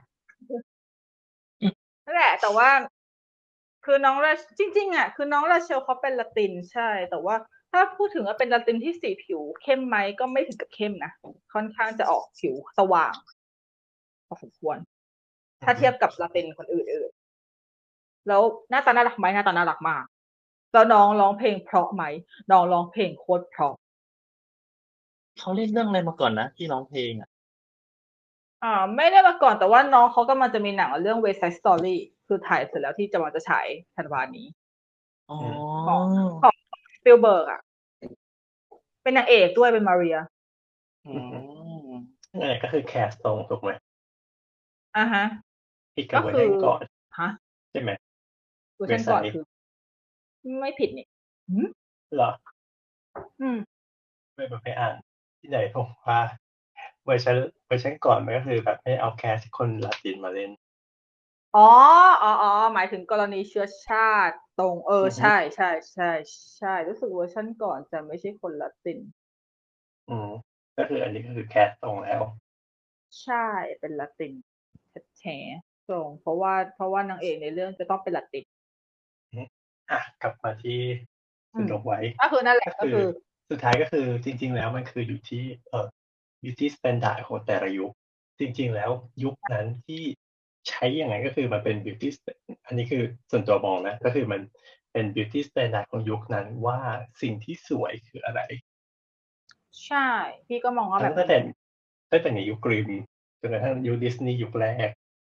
นั่นแหละแต่ว่าคือน้องราจริงๆอ่ะคือน้องราเชลเขาเป็นละตินใช่แต่ว่าถ้าพูดถึงว่าเป็นละตินที่สีผิวเข้มไหมก็ไม่ถึงกับเข้มนะค่อนข้างจะออกผิวสว่างพอสมควรถ้าเทียบกับละตินคนอื่นๆแล้วหน้าตาน่ารักไหมหน้าตาน่ารักมากแล้วน้องร้องเพลงเพราะไหมน้องร้องเพลงโคตรเพราะเขาเล่นเรื่องอะไรมาก่อนนะที่ร้องเพลงอ่ะอ่าไม่ได้มาก่อนแต่ว่าน้องเขาก็มันจะมีหนังเรื่อง West Side Story คือถ่ายเสร็จแล้วที่จะมาจะฉายธันวานี้อ๋อของของสปิลเบิร์กอ่ะเป็นนางเอกด้วยเป็นมาเรียอืมนั่นแหละก็คือแคสตรงถูกไหมอ่าฮะอีกกับเวอร์ชันก่อนฮะใช่ไหมเวอร์ชันก่อนคือไม่ผิดนี่เหรออืมไม่แบบไปอ่านที่ไหนผมว่าเวอร์ชันเวอร์ชันก่อนมันก็คือแบบให้เอาแคสคนลาตินมาเล่นอ๋ออ๋ออ๋อหมายถึงกรณีเชื้อชาติตรงเออใช่ใช่ใช่ใช่รู้สึกเวอร์ชันก่อนจะไม่ใช่คนละตินอืมก็คืออันนี้ก็คือแคสตรงแล้วใช่เป็นละตินแท้ๆตรงเพราะว่าเพราะว่านางเอกในเรื่องจะต้องเป็นละตินอ่ะกลับมาที่สโนไวท์ก็คือนั่นแหละก็คือสุดท้ายก็คือจริงๆแล้วมันคืออยู่ที่เอ่อ beauty standard ของแต่ละยุคจริงๆแล้วยุคนั้นที่ใช้ยังไงก็คือมันเป็น beauty อันนี้คือส่วนตัวมองนะก็คือมันเป็น beauty standard ของยุคนั้นว่าสิ่งที่สวยคืออะไรใช่พี่ก็มองว่าแบบตั้งแต่ตั้งแต่ในยุคกริมจนกระทั่งยุคดิสนีย์ยุคแรก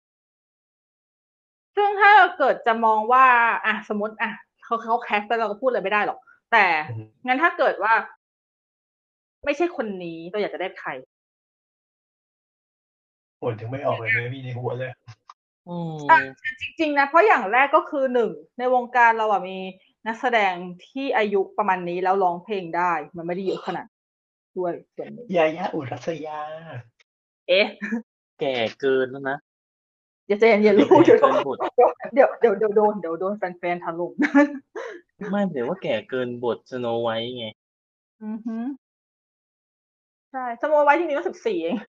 ซึ่งถ้าเราเกิดจะมองว่าอ่ะสมมติอ่ะเขาเขาแคสต์เราก็พูดอะไรไม่ได้หรอกแต่งั้นถ้าเกิดว่าไม่ใช่คนนี้เราอยากจะได้ใครผลถึงไม่ออกเลยไม่มีในหัวเลยอืมจริงๆนะเพราะอย่างแรกก็คือหนึ่งในวงการเราอะมีนักแสดงที่อายุประมาณนี้แล้วร้องเพลงได้มันไม่ได้เยอะขนาดด้วยส่วนหนึ่งยายาอุรัสยาเอ๊ะแก่เกินแล้วนะอย่าใจเย็นๆลูกเดี๋ยวเดี๋ยวเดี๋ยวเดี๋ยวโดนเดี๋ยวโดนแฟนๆถล่มไม่เดี๋ยวว่าแก่เกินบทสโนไวท์ไงอือฮึใช่สโนไวท์ที่มีก็สิบสี่เอง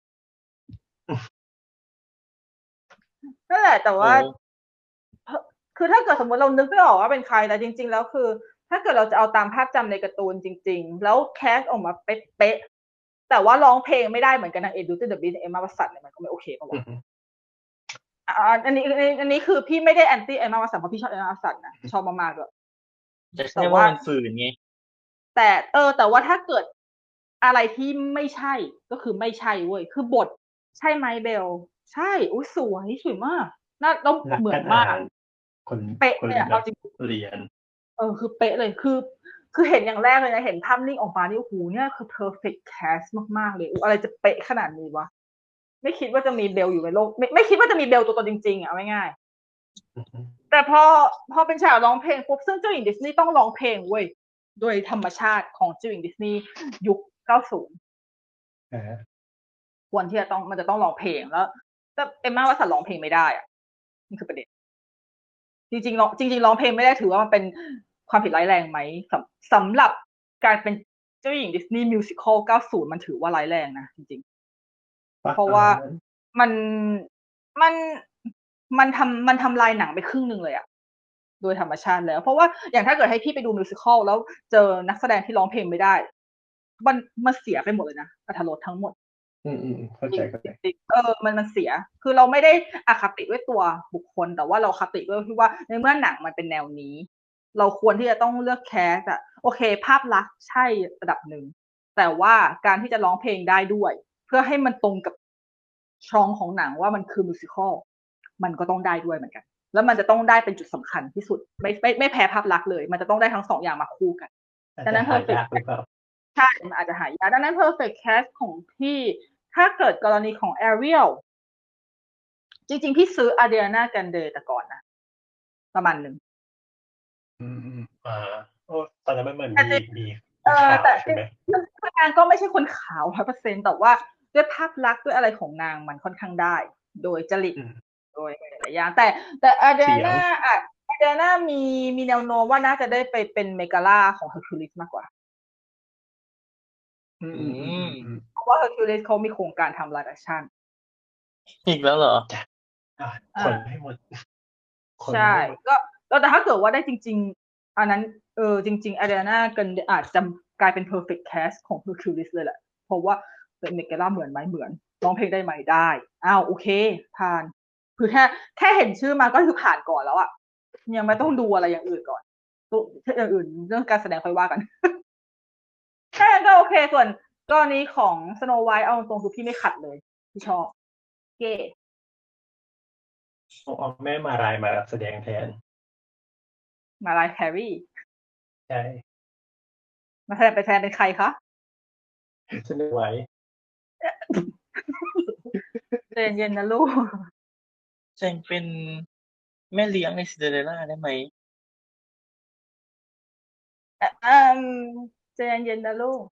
นั่นแหละแต่ว่าคือถ้าเกิดสมมติเรานึกไม่ออกว่าเป็นใครแต่จริงๆแล้วคือถ้าเกิดเราจะเอาตามภาพจำในการ์ตูนจริงๆแล้วแคสออกมาเป๊ะๆแต่ว่าร้องเพลงไม่ได้เหมือนกันนางเอกดูตี้เดอะบีสต์เอมม่าวัตสันเนี่ยมันก็ไม่โอเคป่ะวะอันนี้อันนี้คือพี่ไม่ได้แอนตี้เอมม่าวัตสันเพราะพี่ชอบเอมม่าวัตสันนะชอบมากๆเลยแต่แค่ว่ามันฝืนไงแต่เออแต่ว่าถ้าเกิดอะไรที่ไม่ใช่ก็คือไม่ใช่เว้ยคือบทใช่ไหมเบลใช่อุ้ยสวยสวยมากน่าต้องเหมือนมากคนเป๊ะคนเลยอะเอาจริงเรียนเออคือเป๊ะเลยคือคือเห็นอย่างแรกเลยนะเห็นภาพนิ่งออกมานี่โอ้โหเนี่ยคือ perfect cast มากๆเลยอะไรจะเป๊ะขนาดนี้วะไม่คิดว่าจะมีเบลอยู่ในโลกไม่ไม่คิดว่าจะมีเบลตัวตนจริงๆอ่ะเอาง่ายๆแต่พอพอเป็นฉากร้องเพลงปุ๊บซึ่งเจ้าหญิงดิสนีย์ต้องร้องเพลงเว้ยโดยธรรมชาติของเจ้าหญิงดิสนีย์ยุคเก้าสิบควรที่จะต้องมันจะต้องร้องเพลงแล้วแต่เอมม่าวัตสันร้องเพลงไม่ได้อ่ะนี่คือประเด็นจริงๆร้องจริงๆร้องเพลงไม่ได้ถือว่ามันเป็นความผิดร้ายแรงไหมสำสำหรับการเป็นเจ้าหญิงดิสนีย์มิวสิคอลเก้าสิบมันถือว่าร้ายแรงนะจริงๆเพราะว่ามันมันมันทำมันทำลายหนังไปครึ่งนึงเลยอะโดยธรรมชาติแล้วเพราะว่าอย่างถ้าเกิดให้พี่ไปดูมิวสิคอลแล้วเจอนักแสดงที่ร้องเพลงไม่ได้มันมันเสียไปหมดเลยนะอรรถรสทั้งหมดอืมอืมเข้าใจเข้าใจเออมันมันเสียคือเราไม่ได้อคติด้วยตัวบุคคลแต่ว่าเราคติด้วยที่ว่าในเมื่อหนังมันเป็นแนวนี้เราควรที่จะต้องเลือกแคสอะโอเคภาพลักษณ์ใช่ระดับหนึ่งแต่ว่าการที่จะร้องเพลงได้ด้วยเพื่อให้มันตรงกับช่องของหนังว่ามันคือมิวสิคอลมันก็ต้องได้ด้วยเหมือนกันแล้วมันจะต้องได้เป็นจุดสำคัญที่สุดไม่ไม่ไม่แพ้ภาพลักษณ์เลยมันจะต้องได้ทั้งสองอย่างมาคู่กันดังนั้น perfect ใช่มันอาจจะหายากดังนั้น perfect cast ของพี่ถ้าเกิดกรณีของ Ariel จริงๆพี่ซื้อ Ariana Grande แต่ก่อนนะประมาณหนึ่งอืมอ่าโอ้ตอนนั้นมันเหมือนมีมีเออแต่ใช่ไหมนางก็ไม่ใช่คนขาวร้อยเปอร์เซ็นต์แต่ว่าด้วยภาพลักษณ์ด้วยอะไรของนางมันค่อนข้างได้โดยจริตโดยหลายอย่างแต่แต่อาเดน่าอ่ะอาเดน่ามีมีแนวโน้มว่าน่าจะได้ไปเป็นเมกาล่าของเฮอร์คิวลิสมากกว่าอืมอืมอืมเพราะว่าเฮอร์คิวลิสเขามีโครงการทำไลฟ์แอคชั่นอีกแล้วเหรอคนให้หมดใช่ก็แต่ถ้าเกิดว่าได้จริงๆอันนั้นเออจริงๆอาเดน่ากันอาจจะกลายเป็น perfect cast ของ Hercules เลยแหละเพราะว่าเป็นเมกาล่าเหมือนไหมเหมือนร้องเพลงได้ไหมได้อ้าวโอเคผ่านคือแค่แค่เห็นชื่อมาก็คือผ่านก่อนแล้วอะยังไม่ต้องดูอะไรอย่างอื่นก่อนตัวอย่างอื่นเรื่องการแสดงค่อยว่ากันแค่ก็โอเคส่วนกรณีของ Snow White เอาตรงคือพี่ไม่ขัดเลยพี่ชอบเก้เอาแม่มารายมาแสดงแทนมาลายแครีใช่มาแสดงเป็นแทนเป็นใครคะสนุกไว้ใจเย็นๆนะลูกแจงเป็นแม่เลี้ยงในซินเดอเรลล่าได้ไหมอืมใจเย็นๆนะลูก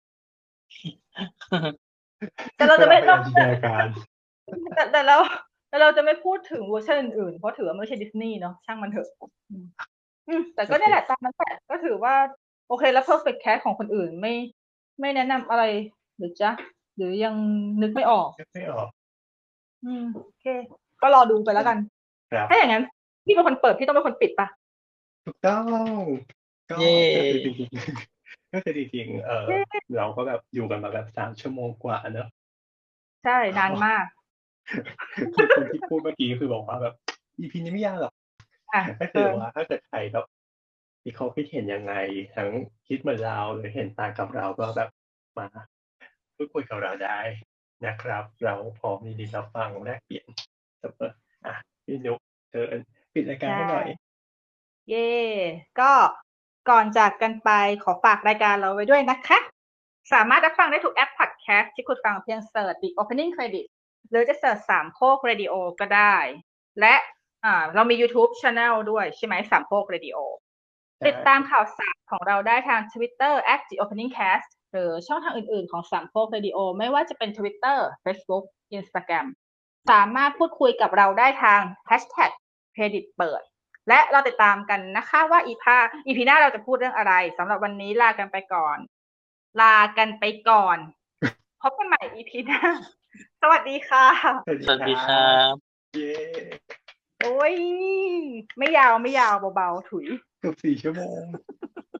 แต่เราจะไม่ต้องแต่แต่เราแต่เราจะไม่พูดถึงเวอร์ชันอื่นๆเพราะถือว่าไม่ใช่ดิสนีย์เนาะช่างมันเถอะอืมแต่ก็นี่แหละตามนั้นแหละก็ถือว่าโอเคแล้ว perfect cast ของคนอื่นไม่ไม่แนะนำอะไรหรือจ๊ะหรือยังนึกไม่ออกนึกไม่ออกอืมโอเคก็รอดูไปแล้วกันถ้าอย่างนั้นพี่เป็นคนเปิดพี่ต้องเป็นคนปิดปะถูกต้องก็คือจริงๆก็คือจริงๆเออเราก็แบบอยู่กันมาแบบสามชั่วโมงกว่าเนอะใช่นานมากคือคนที่พูดเมื่อกี้คือบอกว่าแบบ อี พี นี้ไม่ยากหรอกก็คือว่าถ้าเกิดใครแบบมีเขาคิดเห็นยังไงทั้งคิดเหมือนเราหรือเห็นต่างกับเราก็แบบมาพูดคุยกับเราได้นะครับเราพร้อมยินดีรับฟังแลกเปลี่ยนเสมออ่ะพี่นุ๊กเชิญปิดรายการให้หน่อยเย่ก็ก่อนจากกันไปขอฝากรายการเราไว้ด้วยนะคะสามารถรับฟังได้ทุกแอปพอดแคสต์ที่คุณฟังเพียงเสิร์ช The Opening Credit หรือจะเสิร์ชสามโคกเรดิโอก็ได้และอ่าเรามี YouTube Channel ด้วยใช่ไหมสามโคกเรดิโอติดตามข่าวสารของเราได้ทาง Twitterแอท The Opening Cast หรือช่องทางอื่นๆของสามโคกเรดิโอไม่ว่าจะเป็น Twitter Facebook Instagram สามารถพูดคุยกับเราได้ทาง แฮชแท็ก เครดิตเปิดและเราติดตามกันนะคะว่าอีพีอีพีหน้าเราจะพูดเรื่องอะไรสำหรับวันนี้ลากันไปก่อนลากันไปก่อนพบกันใหม่อีพีหน้าสวัสดีค่ะสวัสดีครับเย้โอ้ยไม่ยาวไม่ยาวเบาๆถุยเกือบสี่ชั่วโมง